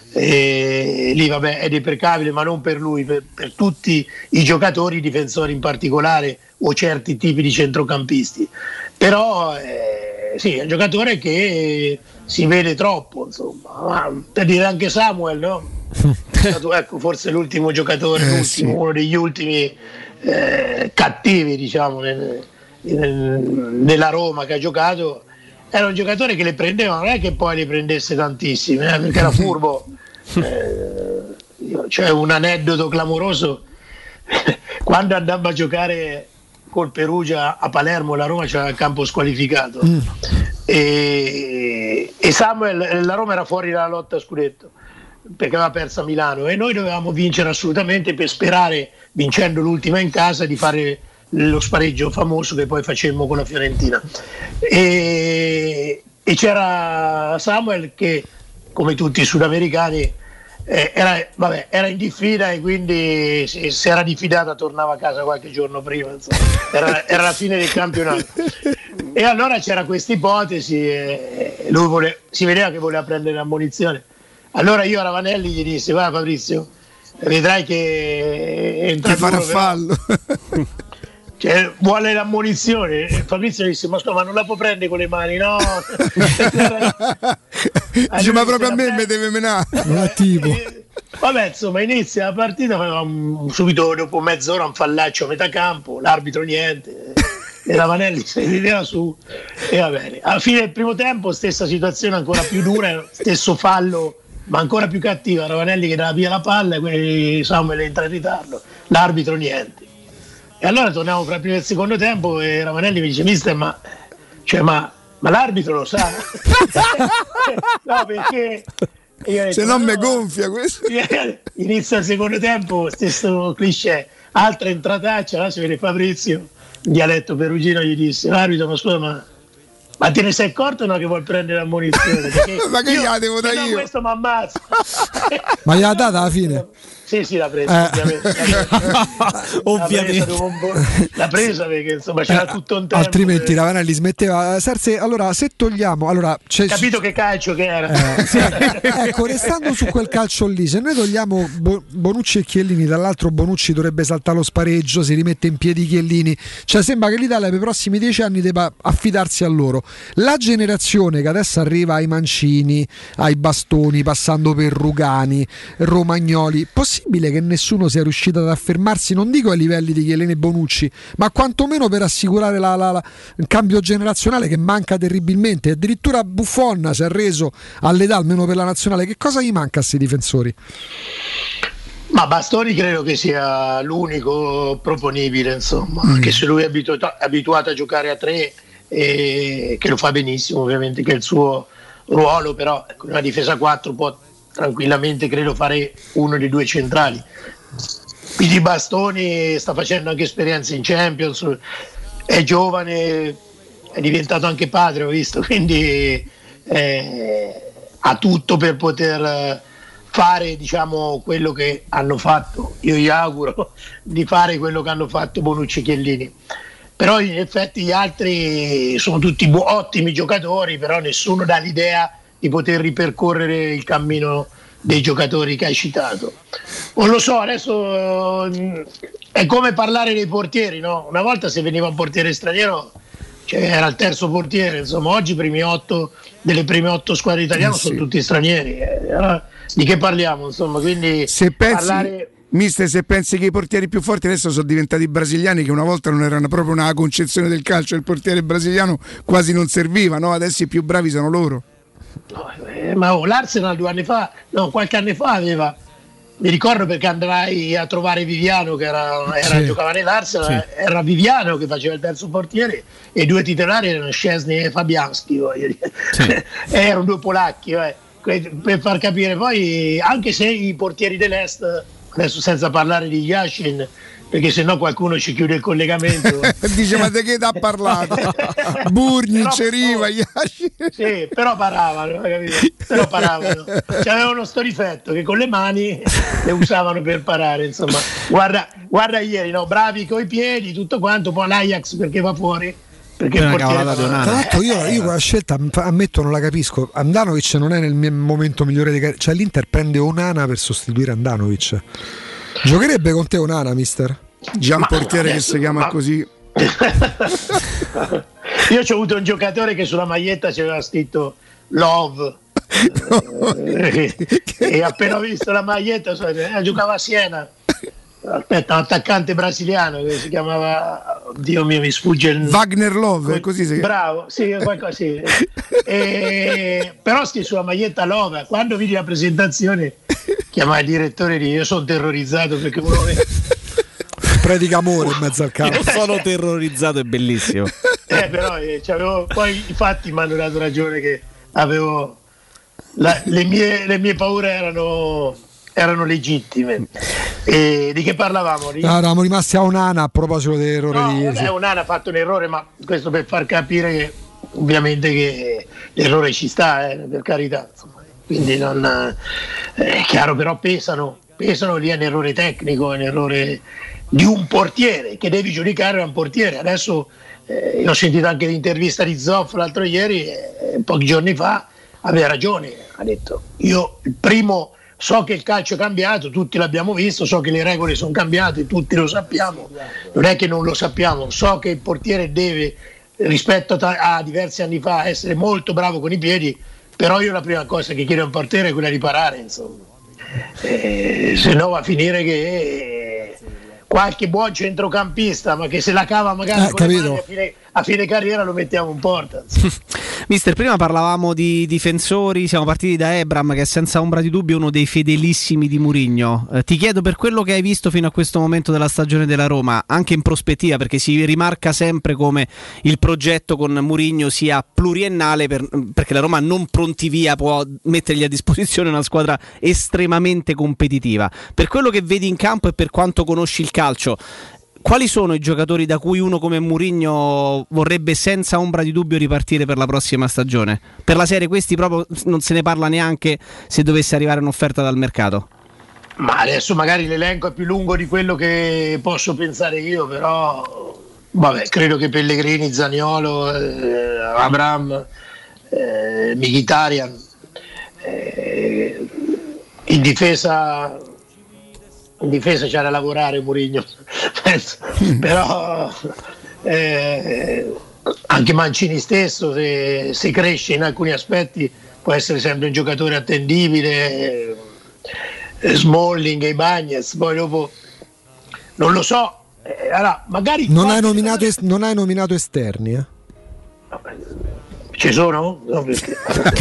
e lì vabbè è deprecabile, ma non per lui, per, per tutti i giocatori, i difensori in particolare o certi tipi di centrocampisti, però eh, sì, è un giocatore che si vede troppo, insomma, per dire anche Samuel, no? Stato, ecco, forse l'ultimo giocatore, eh, l'ultimo, sì. uno degli ultimi eh, cattivi, diciamo, nel, nel, nella Roma che ha giocato. Era un giocatore che le prendeva, non è che poi le prendesse tantissime, eh, perché era furbo. Eh, c'è un aneddoto clamoroso quando andava a giocare col Perugia a Palermo, la Roma c'era il campo squalificato. Mm. E, e Samuel, la Roma era fuori dalla lotta a scudetto perché aveva perso a Milano e noi dovevamo vincere assolutamente per sperare, vincendo l'ultima in casa, di fare lo spareggio famoso che poi facemmo con la Fiorentina. E, e c'era Samuel che, come tutti i sudamericani, eh, era, vabbè, era in diffida e quindi se, se era diffidata tornava a casa qualche giorno prima, insomma. Era, era la fine del campionato. E allora c'era questa ipotesi e lui vole, si vedeva che voleva prendere l'ammonizione. Allora io a Ravanelli gli dissi: guarda Fabrizio, vedrai che entra farà fallo. cioè, vuole l'ammonizione. E Fabrizio disse: ma scusa, ma non la può prendere con le mani, no? Dice, ma proprio a me mi deve menare. Vabbè, insomma, inizia la partita, subito dopo mezz'ora un fallaccio a metà campo, l'arbitro niente, e Ravanelli si rideva su, e va bene. Alla fine del primo tempo stessa situazione ancora più dura, stesso fallo ma ancora più cattiva, Ravanelli che dava via la palla e quindi Samuel entra in ritardo, l'arbitro niente. E allora torniamo fra il primo e il secondo tempo e Ravanelli mi dice: mister, ma, cioè, ma, ma l'arbitro lo sa? No, perché detto, se non no, mi gonfia questo. Inizia il secondo tempo, stesso cliché, altra entrataccia, là si vede Fabrizio, in dialetto perugino, gli disse: l'arbitro, ma scusa, ma, ma te ne sei accorto o no che vuol prendere l'ammonizione? Ma che gliela devo dare io? Questo mi ammazza. Ma gliela data alla fine? Sì, sì, l'ha presa, eh. ovviamente. ovviamente. L'ha presa, l'ha presa perché insomma c'era eh, tutto un tempo. Altrimenti Ravanelli smetteva. Serse, allora, se togliamo, allora, c'è, capito che calcio che era. Eh, sì. Ecco, restando su quel calcio lì, se noi togliamo Bo- Bonucci e Chiellini, dall'altro Bonucci dovrebbe saltare lo spareggio, si rimette in piedi Chiellini. Cioè sembra che l'Italia per i prossimi dieci anni debba affidarsi a loro. La generazione che adesso arriva ai Mancini, ai Bastoni, passando per Rugani, Romagnoli, possibile che nessuno sia riuscito ad affermarsi, non dico ai livelli di Chiellini e Bonucci, ma quantomeno per assicurare la, la, la, il cambio generazionale che manca terribilmente. Addirittura Buffon si è reso all'età, almeno per la nazionale. Che cosa gli manca a questi difensori? Ma Bastoni credo che sia l'unico proponibile, insomma, mm. che se lui è abituato, abituato a giocare a tre, e che lo fa benissimo, ovviamente, che è il suo ruolo, però con una difesa quattro può tranquillamente, credo, fare uno dei due centrali. Quindi Bastoni sta facendo anche esperienze in Champions, è giovane, è diventato anche padre, ho visto, quindi eh, ha tutto per poter fare, diciamo, quello che hanno fatto. Io gli auguro di fare quello che hanno fatto Bonucci e Chiellini. Però in effetti gli altri sono tutti bu- ottimi giocatori, però nessuno dà l'idea di poter ripercorrere il cammino dei giocatori che hai citato. Non lo so, adesso eh, è come parlare dei portieri, no? Una volta se veniva un portiere straniero, cioè, era il terzo portiere, insomma, oggi i primi otto delle prime otto squadre italiane eh sì. sono tutti stranieri. Eh, allora, di che parliamo, insomma? Quindi se pensi, parlare... mister, se pensi che i portieri più forti adesso sono diventati brasiliani, che una volta non erano proprio una concezione del calcio, il portiere brasiliano quasi non serviva, no? Adesso i più bravi sono loro. No, eh, ma oh, l'Arsenal due anni fa, no, qualche anno fa aveva, mi ricordo perché andrai a trovare Viviano che era, era sì. giocava nell'Arsenal, sì. era Viviano che faceva il terzo portiere e i due titolari erano Szczesny e Fabianski, voglio dire. Sì. Erano due polacchi, eh. Per far capire. Poi anche se i portieri dell'Est, adesso senza parlare di Yashin, perché sennò qualcuno ci chiude il collegamento. Dice: ma di che ti ha parlato? Burgni, Ceriva, Yashin. Sì, però paravano, capito? Però paravano. C'avevano sto difetto che con le mani le usavano per parare, insomma. Guarda, guarda ieri, no? Bravi coi piedi, tutto quanto, poi l'Ajax perché va fuori. Perché il portiere... Tra l'altro io, io quella scelta ammetto non la capisco. Andanovic non è nel mio momento migliore di carriera, cioè l'Inter prende Onana per sostituire Andanovic. Giocherebbe con te Onana, mister? Già un portiere adesso, che si chiama ma... così. Io ci ho avuto un giocatore che sulla maglietta ci aveva scritto Love. No. e, e appena ho visto la maglietta eh, giocava a Siena. Aspetta, un attaccante brasiliano che si chiamava, Dio mio, mi sfugge il Wagner Love, così si chiama. Bravo, sì, qualcosa, sì. E, però sti sulla maglietta Love. Quando vidi la presentazione chiamai il direttore di io sono terrorizzato perché uno predica amore in mezzo al campo. Sono terrorizzato, è bellissimo. Eh, però eh, poi i fatti mi hanno dato ragione che avevo la, le, mie, le mie paure erano erano legittime. E di che parlavamo? Di... No, eravamo rimasti a Onana a proposito dell'errore no, di vabbè, Onana ha fatto un errore, ma questo per far capire che ovviamente che l'errore ci sta, eh, per carità, insomma. Quindi non è chiaro, però pesano pesano lì, è un errore tecnico, è un errore di un portiere che devi giudicare un portiere. Adesso eh, ho sentito anche l'intervista di Zoff l'altro ieri, eh, pochi giorni fa, aveva ragione, ha detto io il primo so che il calcio è cambiato, tutti l'abbiamo visto, so che le regole sono cambiate, tutti lo sappiamo, non è che non lo sappiamo, so che il portiere deve, rispetto a, a diversi anni fa, essere molto bravo con i piedi, però io la prima cosa che chiedo a un portiere è quella di parare, insomma. Eh, se no va a finire che qualche buon centrocampista, ma che se la cava magari eh, con le mani a fine, a fine carriera lo mettiamo in porta. Mister, prima parlavamo di difensori, siamo partiti da Ebram, che è senza ombra di dubbio uno dei fedelissimi di Mourinho. Eh, ti chiedo, per quello che hai visto fino a questo momento della stagione della Roma, anche in prospettiva, perché si rimarca sempre come il progetto con Mourinho sia pluriennale, per, perché la Roma non pronti via può mettergli a disposizione una squadra estremamente competitiva. Per quello che vedi in campo e per quanto conosci il calcio, quali sono i giocatori da cui uno come Mourinho vorrebbe senza ombra di dubbio ripartire per la prossima stagione? Per la serie questi proprio non se ne parla neanche se dovesse arrivare un'offerta dal mercato. Ma adesso magari l'elenco è più lungo di quello che posso pensare io, però vabbè, credo che Pellegrini, Zaniolo, eh, Abraham, eh, Mkhitaryan, eh, in difesa in difesa c'è da lavorare Mourinho però eh, anche Mancini stesso, se, se cresce in alcuni aspetti può essere sempre un giocatore attendibile, eh, Smalling e Ibañez, poi dopo non lo so, eh, allora, magari non hai, nominato est- non hai nominato esterni, eh? Ci sono? No, perché...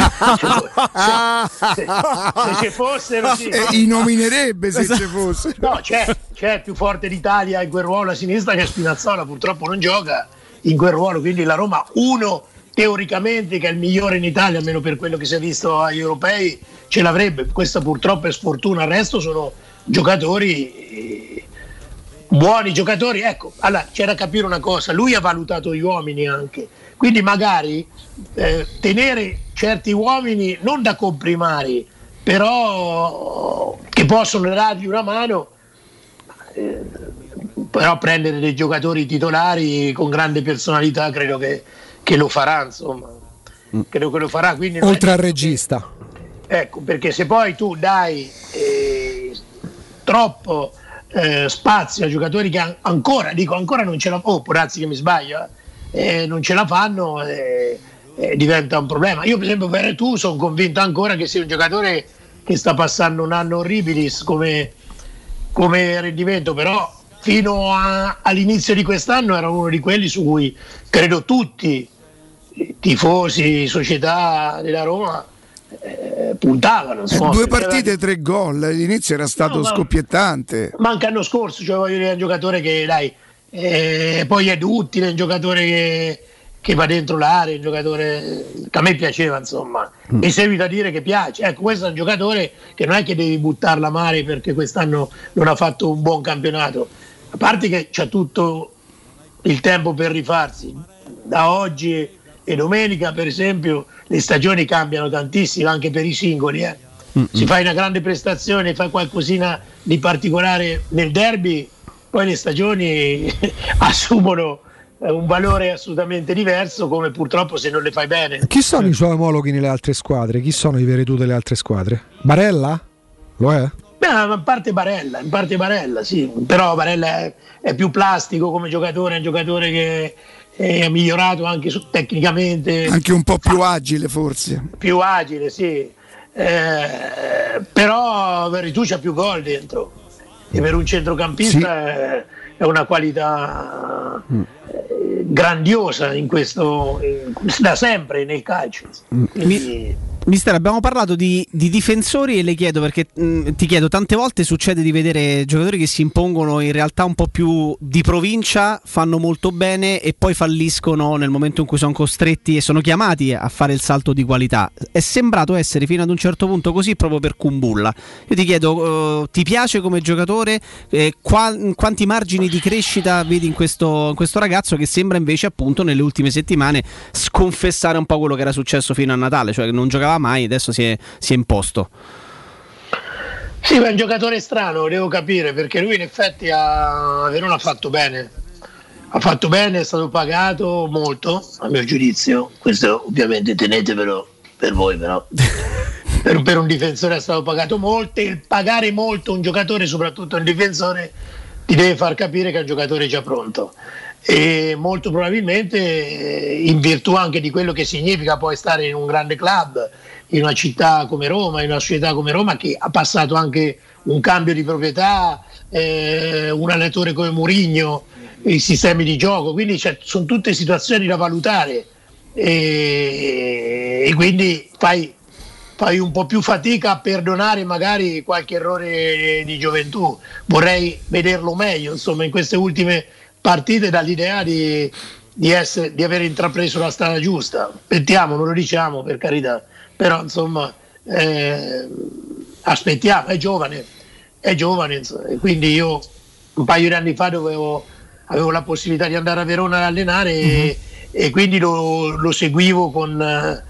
se, se, se ci fossero sì. eh, I nominerebbe se ci fossero. No, c'è, c'è più forte d'Italia in quel ruolo a sinistra che Spinazzola, purtroppo non gioca in quel ruolo, quindi la Roma uno teoricamente che è il migliore in Italia, almeno per quello che si è visto agli europei, ce l'avrebbe. Questa purtroppo è sfortuna, il resto sono giocatori eh, buoni giocatori. Ecco, allora c'è da capire una cosa, lui ha valutato gli uomini anche, quindi magari eh, tenere certi uomini non da comprimari, però che possono dargli una mano, eh, però prendere dei giocatori titolari con grande personalità credo che, che lo farà, insomma, credo che lo farà. Quindi oltre al regista, ecco, perché se poi tu dai eh, troppo eh, spazio a giocatori che an- ancora dico ancora non ce la fanno, oh, purazzi che mi sbaglio, eh. Eh, non ce la fanno, eh, eh, diventa un problema. Io per esempio per tu sono convinto ancora che sia un giocatore che sta passando un anno orribilis come, come rendimento, però fino a, all'inizio di quest'anno era uno di quelli su cui credo tutti tifosi, società della Roma eh, puntavano, insomma, due partite, tre gol, all'inizio era stato no, scoppiettante, ma anche l'anno scorso, cioè voglio dire, un giocatore che dai Eh, poi è duttile, è un giocatore che, che va dentro l'area, un giocatore che a me piaceva, insomma, mm. mi seguita a dire che piace. Ecco, questo è un giocatore che non è che devi buttarla a mare perché quest'anno non ha fatto un buon campionato, a parte che c'ha tutto il tempo per rifarsi. Da oggi e domenica per esempio le stagioni cambiano tantissimo anche per i singoli, eh. Si fa una grande prestazione, fai qualcosina di particolare nel derby, poi le stagioni assumono un valore assolutamente diverso, come purtroppo se non le fai bene. Chi sono i suoi omologhi nelle altre squadre? Chi sono i Veretù delle altre squadre? Barella? Lo è? Beh, in parte Barella, in parte Barella, sì, però Barella è, è più plastico come giocatore, è un giocatore che è migliorato anche su, tecnicamente. Anche un po' più agile forse. Più agile, sì. Eh, però Veretù c'ha più gol dentro. E per un centrocampista sì. è, è una qualità mm. eh, grandiosa in questo, eh, da sempre nel calcio. Quindi... Mister, abbiamo parlato di, di difensori e le chiedo perché mh, ti chiedo, tante volte succede di vedere giocatori che si impongono in realtà un po' più di provincia, fanno molto bene e poi falliscono nel momento in cui sono costretti e sono chiamati a fare il salto di qualità. È sembrato essere fino ad un certo punto così proprio per Kumbulla. Io ti chiedo, uh, ti piace come giocatore? Eh, qua, quanti margini di crescita vedi in questo, in questo ragazzo che sembra invece appunto nelle ultime settimane sconfessare un po' quello che era successo fino a Natale, cioè che non giocava mai, adesso si è, si è imposto. Sì, ma è un giocatore strano, devo capire, perché lui in effetti a Verona ha fatto bene, ha fatto bene, è stato pagato molto, a mio giudizio, questo ovviamente tenetevelo per voi però, per, per un difensore è stato pagato molto, e il pagare molto un giocatore, soprattutto un difensore, ti deve far capire che è un giocatore già pronto, e molto probabilmente in virtù anche di quello che significa poi stare in un grande club, in una città come Roma, in una società come Roma che ha passato anche un cambio di proprietà, eh, un allenatore come Mourinho, i sistemi di gioco, quindi cioè, sono tutte situazioni da valutare, e, e quindi fai, fai un po' più fatica a perdonare magari qualche errore di gioventù. Vorrei vederlo meglio, insomma, in queste ultime partite, dall'idea di, di, essere, di aver intrapreso la strada giusta. Aspettiamo, non lo diciamo per carità, però insomma eh, aspettiamo, è giovane, è giovane insomma. E quindi io un paio di anni fa dovevo, avevo la possibilità di andare a Verona ad allenare, mm-hmm. e, e quindi lo, lo seguivo con,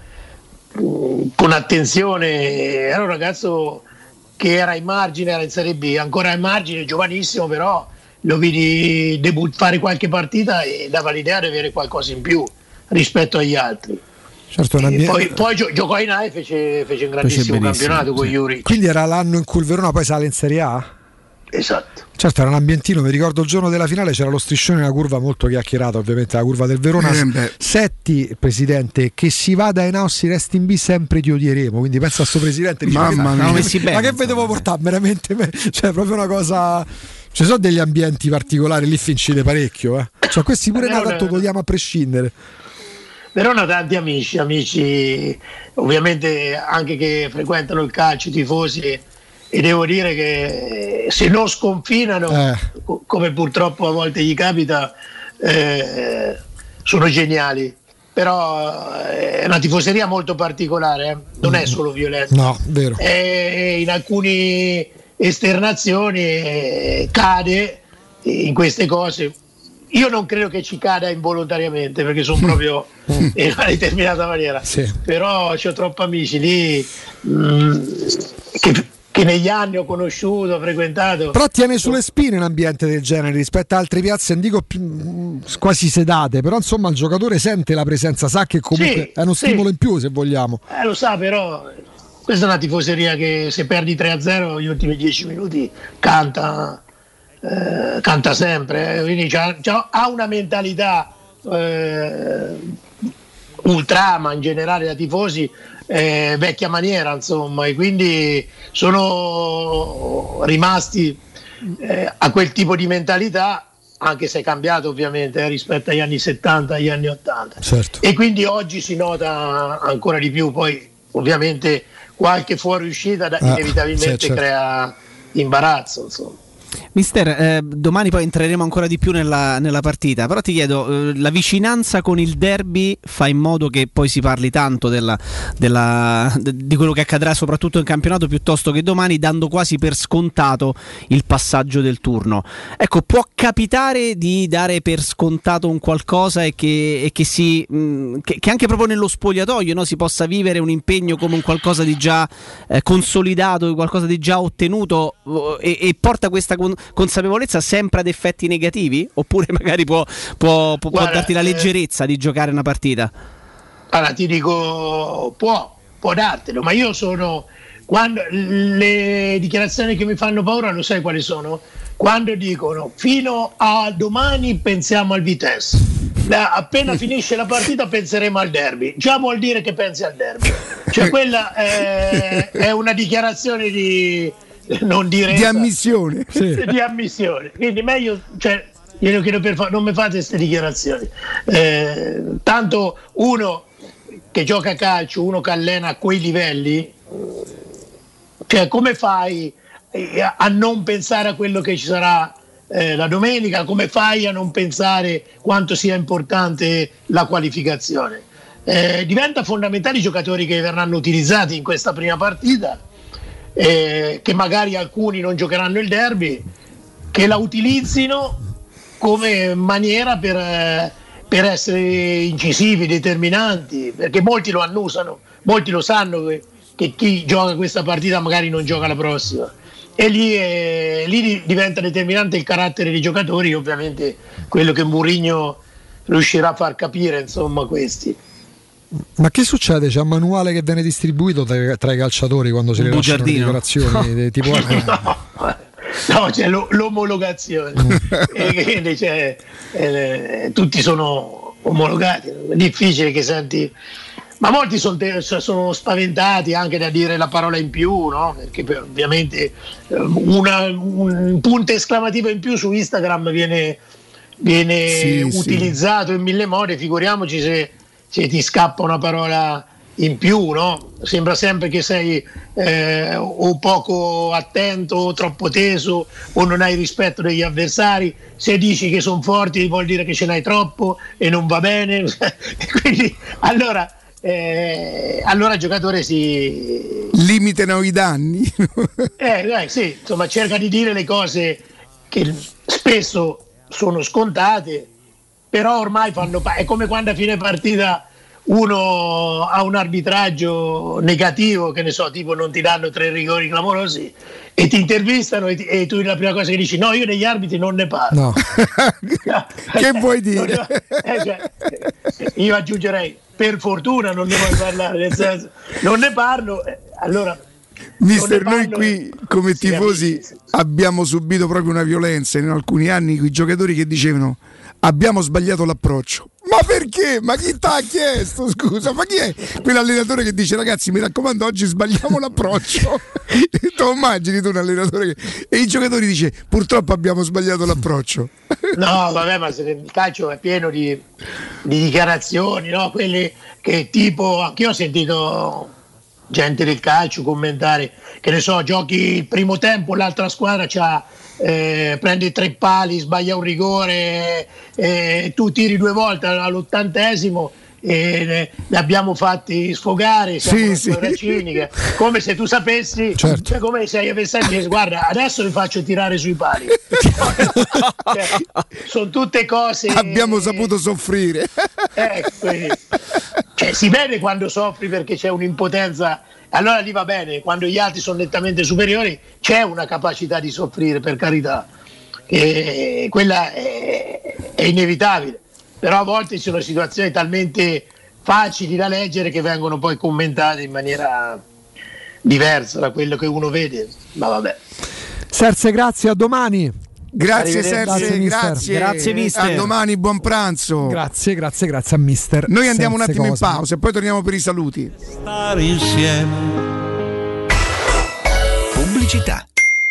con attenzione. Era un ragazzo che era in margine, era in Serie B, ancora in margine, giovanissimo, però lo vidi debut- fare qualche partita e dava l'idea di avere qualcosa in più rispetto agli altri. Certo, ambiente... poi, poi gio- giocò in A e fece, fece un grandissimo campionato con sì. Juric. Quindi era l'anno in cui il Verona poi sale in Serie A? Esatto. Certo, era un ambientino, mi ricordo il giorno della finale c'era lo striscione, una curva molto chiacchierata, ovviamente la curva del Verona. Eh, Setti, presidente, che si vada in A o si resti in B sempre ti odieremo, quindi pensa a sto presidente, dice, Mamma ma, mia. che, bene, ma che ve devo portare veramente? Cioè proprio una cosa, ci sono degli ambienti particolari, lì fincite parecchio, eh. Cioè questi pure Verona, tanto togliamo a prescindere. Verona ha tanti amici, amici ovviamente anche che frequentano il calcio, tifosi, e devo dire che se non sconfinano, eh. co- come purtroppo a volte gli capita, eh, sono geniali. Però è una tifoseria molto particolare, eh. non è solo violenta, no, vero. È, in alcune esternazioni eh, cade in queste cose. Io non credo che ci cada involontariamente, perché sono proprio in una determinata maniera, sì. Però ho troppi amici lì mh, che, che negli anni ho conosciuto, ho frequentato. Però tiene sulle spine un ambiente del genere rispetto a altre piazze, non dico più, quasi sedate, però insomma il giocatore sente la presenza, sa che comunque sì, è uno stimolo sì. in più, se vogliamo. Eh, lo sa, però questa è una tifoseria che se perdi tre a zero gli ultimi dieci minuti canta. Eh, canta sempre, eh, quindi c'ha, c'ha, ha una mentalità eh, ultrama in generale da tifosi, eh, vecchia maniera insomma, e quindi sono rimasti eh, a quel tipo di mentalità, anche se è cambiato ovviamente eh, rispetto agli anni settanta, agli anni ottanta, certo. E quindi oggi si nota ancora di più. Poi ovviamente qualche fuoriuscita da, ah, inevitabilmente sì, certo. crea imbarazzo insomma. Mister, eh, domani poi entreremo ancora di più nella, nella partita, però ti chiedo, eh, la vicinanza con il derby fa in modo che poi si parli tanto della, della, de, di quello che accadrà soprattutto in campionato piuttosto che domani, dando quasi per scontato il passaggio del turno. Ecco, può capitare di dare per scontato un qualcosa e che, e che, si, mh, che, che anche proprio nello spogliatoio, no, si possa vivere un impegno come un qualcosa di già eh, consolidato, qualcosa di già ottenuto, e, e porta questa consapevolezza sempre ad effetti negativi, oppure magari può, può, può, Guarda, può darti la leggerezza eh, di giocare una partita? Allora ti dico, può, può dartelo, ma io sono, quando le dichiarazioni che mi fanno paura, lo sai quali sono? Quando dicono fino a domani pensiamo al Vitesse, appena finisce la partita penseremo al derby, già vuol dire che pensi al derby, cioè quella è, è una dichiarazione di non dire di ammissione, sì. di ammissione, quindi meglio, cioè, glielo chiedo per fa- non mi fate queste dichiarazioni, eh, tanto uno che gioca a calcio, uno che allena a quei livelli, cioè come fai a non pensare a quello che ci sarà eh, la domenica, come fai a non pensare quanto sia importante la qualificazione? Eh, diventa fondamentale i giocatori che verranno utilizzati in questa prima partita, Eh, che magari alcuni non giocheranno il derby, che la utilizzino come maniera per, eh, per essere incisivi, determinanti, perché molti lo annusano, molti lo sanno che, che chi gioca questa partita magari non gioca la prossima, e lì, eh, lì diventa determinante il carattere dei giocatori, ovviamente quello che Mourinho riuscirà a far capire insomma questi. Ma che succede? C'è un manuale che viene distribuito tra, tra i calciatori quando si rilasciano le dichiarazioni? Tipo, eh. No, c'è lo, l'omologazione. Mm. E quindi c'è, eh, tutti sono omologati. È difficile che senti. Ma molti sono, sono spaventati anche da dire la parola in più, no? Perché poi, ovviamente una, un punto esclamativo in più su Instagram viene, viene sì, utilizzato sì. in mille modi, figuriamoci se, se ti scappa una parola in più, no? Sembra sempre che sei eh, o poco attento o troppo teso o non hai rispetto degli avversari. Se dici che sono forti vuol dire che ce n'hai troppo e non va bene. Quindi allora Eh, allora il giocatore si limitano i danni. eh, eh, sì, insomma, cerca di dire le cose che spesso sono scontate, però ormai fanno pa- è come quando a fine partita uno ha un arbitraggio negativo, che ne so, tipo non ti danno tre rigori clamorosi e ti intervistano e, ti, e tu la prima cosa che dici: no, io degli arbitri non ne parlo. No. Che vuoi dire? Eh, cioè, io aggiungerei: per fortuna non ne vuoi parlare, nel senso, non ne parlo, eh, allora mister, noi parlo, qui come sì, tifosi amici, sì. abbiamo subito proprio una violenza in alcuni anni, quei giocatori che dicevano abbiamo sbagliato l'approccio. Ma perché? Ma chi t'ha chiesto? Scusa, ma chi è quell'allenatore che dice ragazzi mi raccomando oggi sbagliamo l'approccio? Tu immagini tu un allenatore che... e i giocatori dice purtroppo abbiamo sbagliato l'approccio. No, vabbè, ma se il calcio è pieno di, di dichiarazioni, no? Quelli che tipo, anch'io ho sentito gente del calcio commentare, che ne so, giochi il primo tempo, l'altra squadra c'ha, eh, prende tre pali, sbaglia un rigore, eh, tu tiri due volte all'ottantesimo e li abbiamo fatti sfogare, siamo sì, una sì. squadra cinica, come se tu sapessi, Certo. cioè come se gli avessi detto guarda adesso li faccio tirare sui pali. Cioè, sono tutte cose Abbiamo saputo soffrire. eh, quindi, cioè, si vede quando soffri perché c'è un'impotenza, allora lì va bene, quando gli altri sono nettamente superiori c'è una capacità di soffrire, per carità, e quella è, è inevitabile, però a volte ci sono situazioni talmente facili da leggere che vengono poi commentate in maniera diversa da quello che uno vede, ma vabbè. Serse, grazie, a domani. Grazie Serse, Grazie, mister. grazie. Grazie, mister. A domani, buon pranzo. Grazie, grazie, grazie a mister. Noi andiamo un Senza attimo cose. in pausa e poi torniamo per i saluti. Stare insieme. Pubblicità.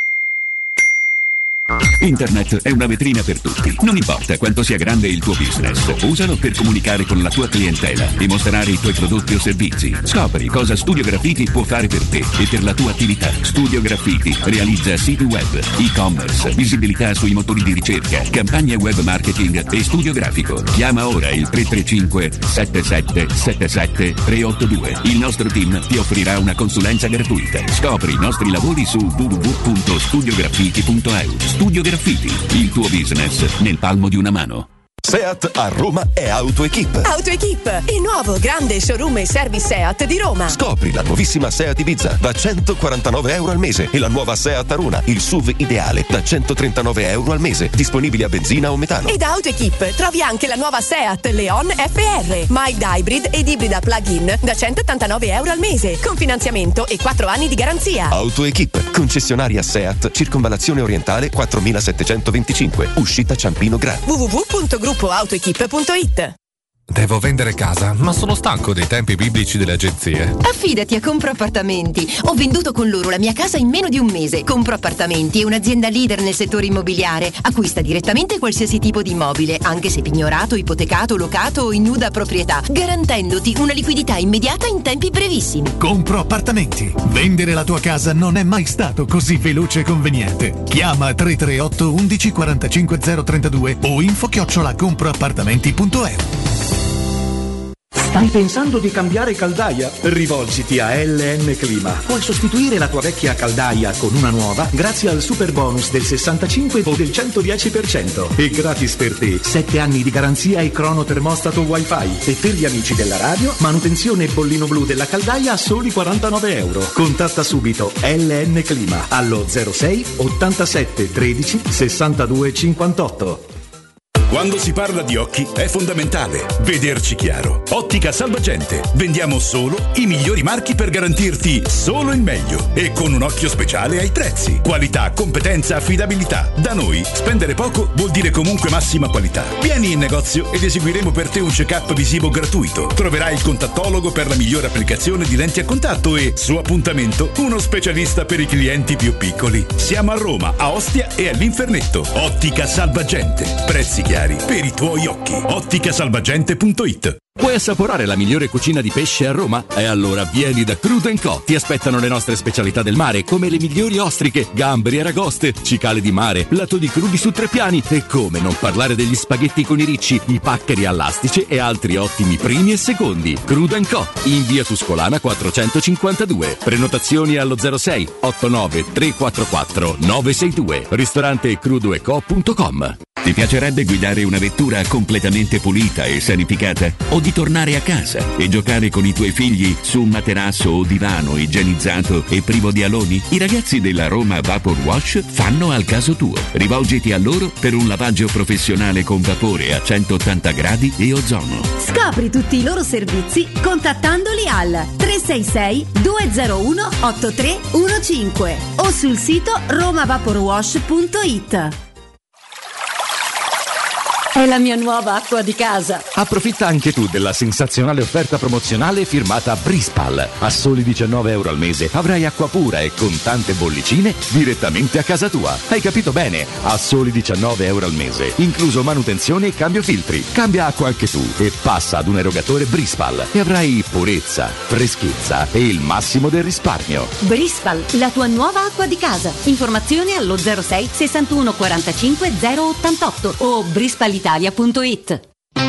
Internet è una vetrina per tutti. Non importa quanto sia grande il tuo business, usalo per comunicare con la tua clientela e mostrare i tuoi prodotti o servizi. Scopri cosa Studio Graffiti può fare per te e per la tua attività. Studio Graffiti realizza siti web, e-commerce, visibilità sui motori di ricerca, campagne web marketing e studio grafico. Chiama ora il tre tre cinque sette sette sette sette tre otto due. Il nostro team ti offrirà una consulenza gratuita. Scopri i nostri lavori su w w w punto studio graffiti punto e u. Studio Graffiti, il tuo business nel palmo di una mano. Seat a Roma è AutoEquip. AutoEquip, il nuovo grande showroom e service Seat di Roma. Scopri la nuovissima Seat Ibiza da centoquarantanove euro al mese e la nuova Seat Arona, il S U V ideale, da centotrentanove euro al mese, disponibili a benzina o metano. E da AutoEquip trovi anche la nuova Seat Leon F R, mild hybrid ed ibrida plug-in da centottantanove euro al mese, con finanziamento e quattro anni di garanzia. AutoEquip, concessionaria Seat, Circonvallazione Orientale quattromilasettecentoventicinque, uscita Ciampino Grande. w w w punto gruppo autoequip punto it. Devo vendere casa, ma sono stanco dei tempi biblici delle agenzie. Affidati a Compro Appartamenti. Ho venduto con loro la mia casa in meno di un mese. Compro Appartamenti è un'azienda leader nel settore immobiliare. Acquista direttamente qualsiasi tipo di immobile, anche se pignorato, ipotecato, locato o in nuda proprietà, garantendoti una liquidità immediata in tempi brevissimi. Compro Appartamenti. Vendere la tua casa non è mai stato così veloce e conveniente. Chiama tre tre otto undici quarantacinque zero trentadue o info chiocciola comproappartamenti punto e u. Stai pensando di cambiare caldaia? Rivolgiti a L N Clima. Puoi sostituire la tua vecchia caldaia con una nuova grazie al super bonus del sessantacinque o del centodieci per cento. E gratis per te sette anni di garanzia e crono termostato wifi. E per gli amici della radio, manutenzione e bollino blu della caldaia a soli quarantanove euro. Contatta subito L N Clima allo zero sei ottantasette tredici sessantadue cinquantotto. Quando si parla di occhi è fondamentale vederci chiaro. Ottica Salvagente. Vendiamo solo i migliori marchi per garantirti solo il meglio e con un occhio speciale ai prezzi. Qualità, competenza, affidabilità. Da noi spendere poco vuol dire comunque massima qualità. Vieni in negozio ed eseguiremo per te un check-up visivo gratuito. Troverai il contattologo per la migliore applicazione di lenti a contatto e, su appuntamento, uno specialista per i clienti più piccoli. Siamo a Roma, a Ostia e all'Infernetto. Ottica Salvagente. Prezzi chiari per i tuoi occhi. ottica salvagente punto it. Vuoi assaporare la migliore cucina di pesce a Roma? E allora vieni da Crudo and Co. Ti aspettano le nostre specialità del mare, come le migliori ostriche, gamberi e aragoste, cicale di mare, plato di crudi su tre piani e come non parlare degli spaghetti con i ricci, i paccheri all'astice e altri ottimi primi e secondi. Crudo and Co. in via Tuscolana quattrocentocinquantadue. Prenotazioni allo zero sei otto nove tre quattro quattro nove sei due. Ristorante crudo e co punto com. Ti piacerebbe guidare una vettura completamente pulita e sanificata? O di tornare a casa e giocare con i tuoi figli su un materasso o divano igienizzato e privo di aloni? I ragazzi della Roma Vapor Wash fanno al caso tuo. Rivolgiti a loro per un lavaggio professionale con vapore a centottanta gradi e ozono. Scopri tutti i loro servizi contattandoli al tre sei sei due zero uno otto tre uno cinque o sul sito roma vapor wash punto it. È la mia nuova acqua di casa. Approfitta anche tu della sensazionale offerta promozionale firmata Brispal. A soli diciannove euro al mese avrai acqua pura e con tante bollicine direttamente a casa tua. Hai capito bene? A soli diciannove euro al mese, incluso manutenzione e cambio filtri. Cambia acqua anche tu e passa ad un erogatore Brispal e avrai purezza, freschezza e il massimo del risparmio. Brispal, la tua nuova acqua di casa. Informazioni allo zero sei sessantuno quarantacinque zero ottantotto o brispal italia punto it.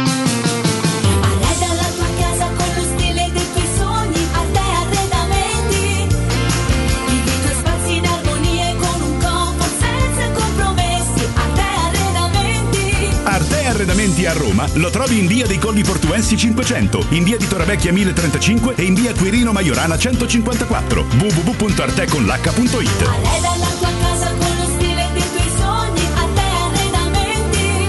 Arredamenti a Roma lo trovi in via dei Colli Portuensi cinquecento, in via di Torrevecchia mille trentacinque e in via Quirino Maiorana centocinquantaquattro. w w w punto arte con l'h punto it. Arreda la tua casa con lo stile dei tuoi sogni. Arte Arredamenti.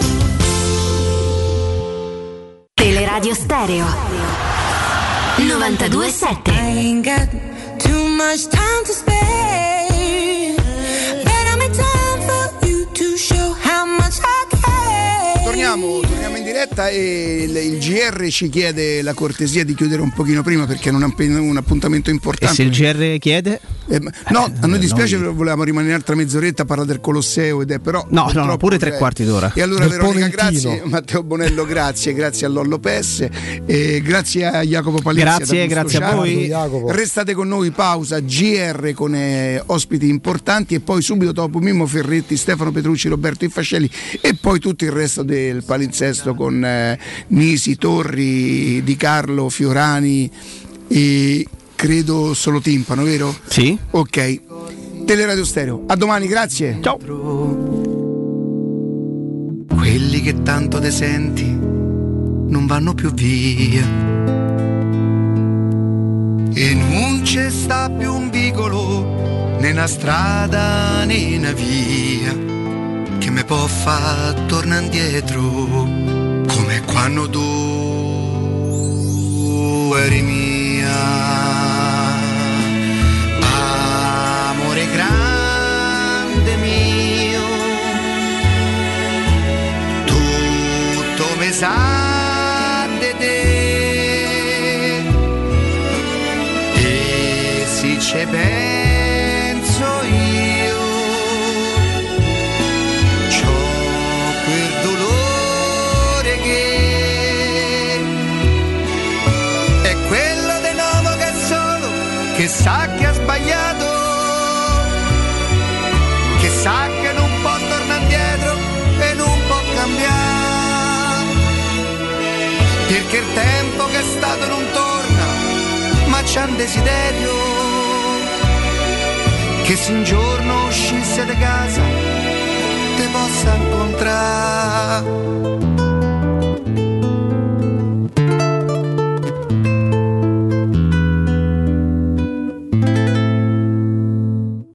Teleradio Stereo novantadue sette. I ain't got too much time to spare, but I'm in time for you to show how much I care. Torniamo, torniamo in diretta e il, il G R ci chiede la cortesia di chiudere un pochino prima perché non ha un appuntamento importante. E se il G R chiede? Eh, no, a noi dispiace, noi... volevamo rimanere un'altra mezz'oretta a parlare del Colosseo ed è però no, no, no, pure tre quarti d'ora. E allora del Veronica, Polentino. grazie, Matteo Bonello, grazie, grazie a Lollo Pesse e grazie a Jacopo Palizia. Grazie, grazie a voi. Jacopo. Restate con noi, pausa, G R con eh, ospiti importanti e poi subito dopo Mimmo Ferretti, Stefano Petrucci, Roberto Infascelli e poi tutto il resto del palinsesto con eh, Nisi, Torri, Di Carlo, Fiorani e credo solo Timpano, vero? Sì. Ok. Teleradio Stereo. A domani, grazie. Ciao. Quelli che tanto te senti non vanno più via e non c'è sta più un vicolo né una strada né una via che mi può far tornare indietro come quando tu eri mia. Amore grande mio, tutto mi sa di te e se ci penso io c'ho quel dolore che è quello di nuovo che solo che sa che ha sbagliato, che sa che non può tornare indietro e non può cambiare, perché il tempo che è stato non torna, ma c'è un desiderio che se un giorno uscisse da casa te possa incontrare.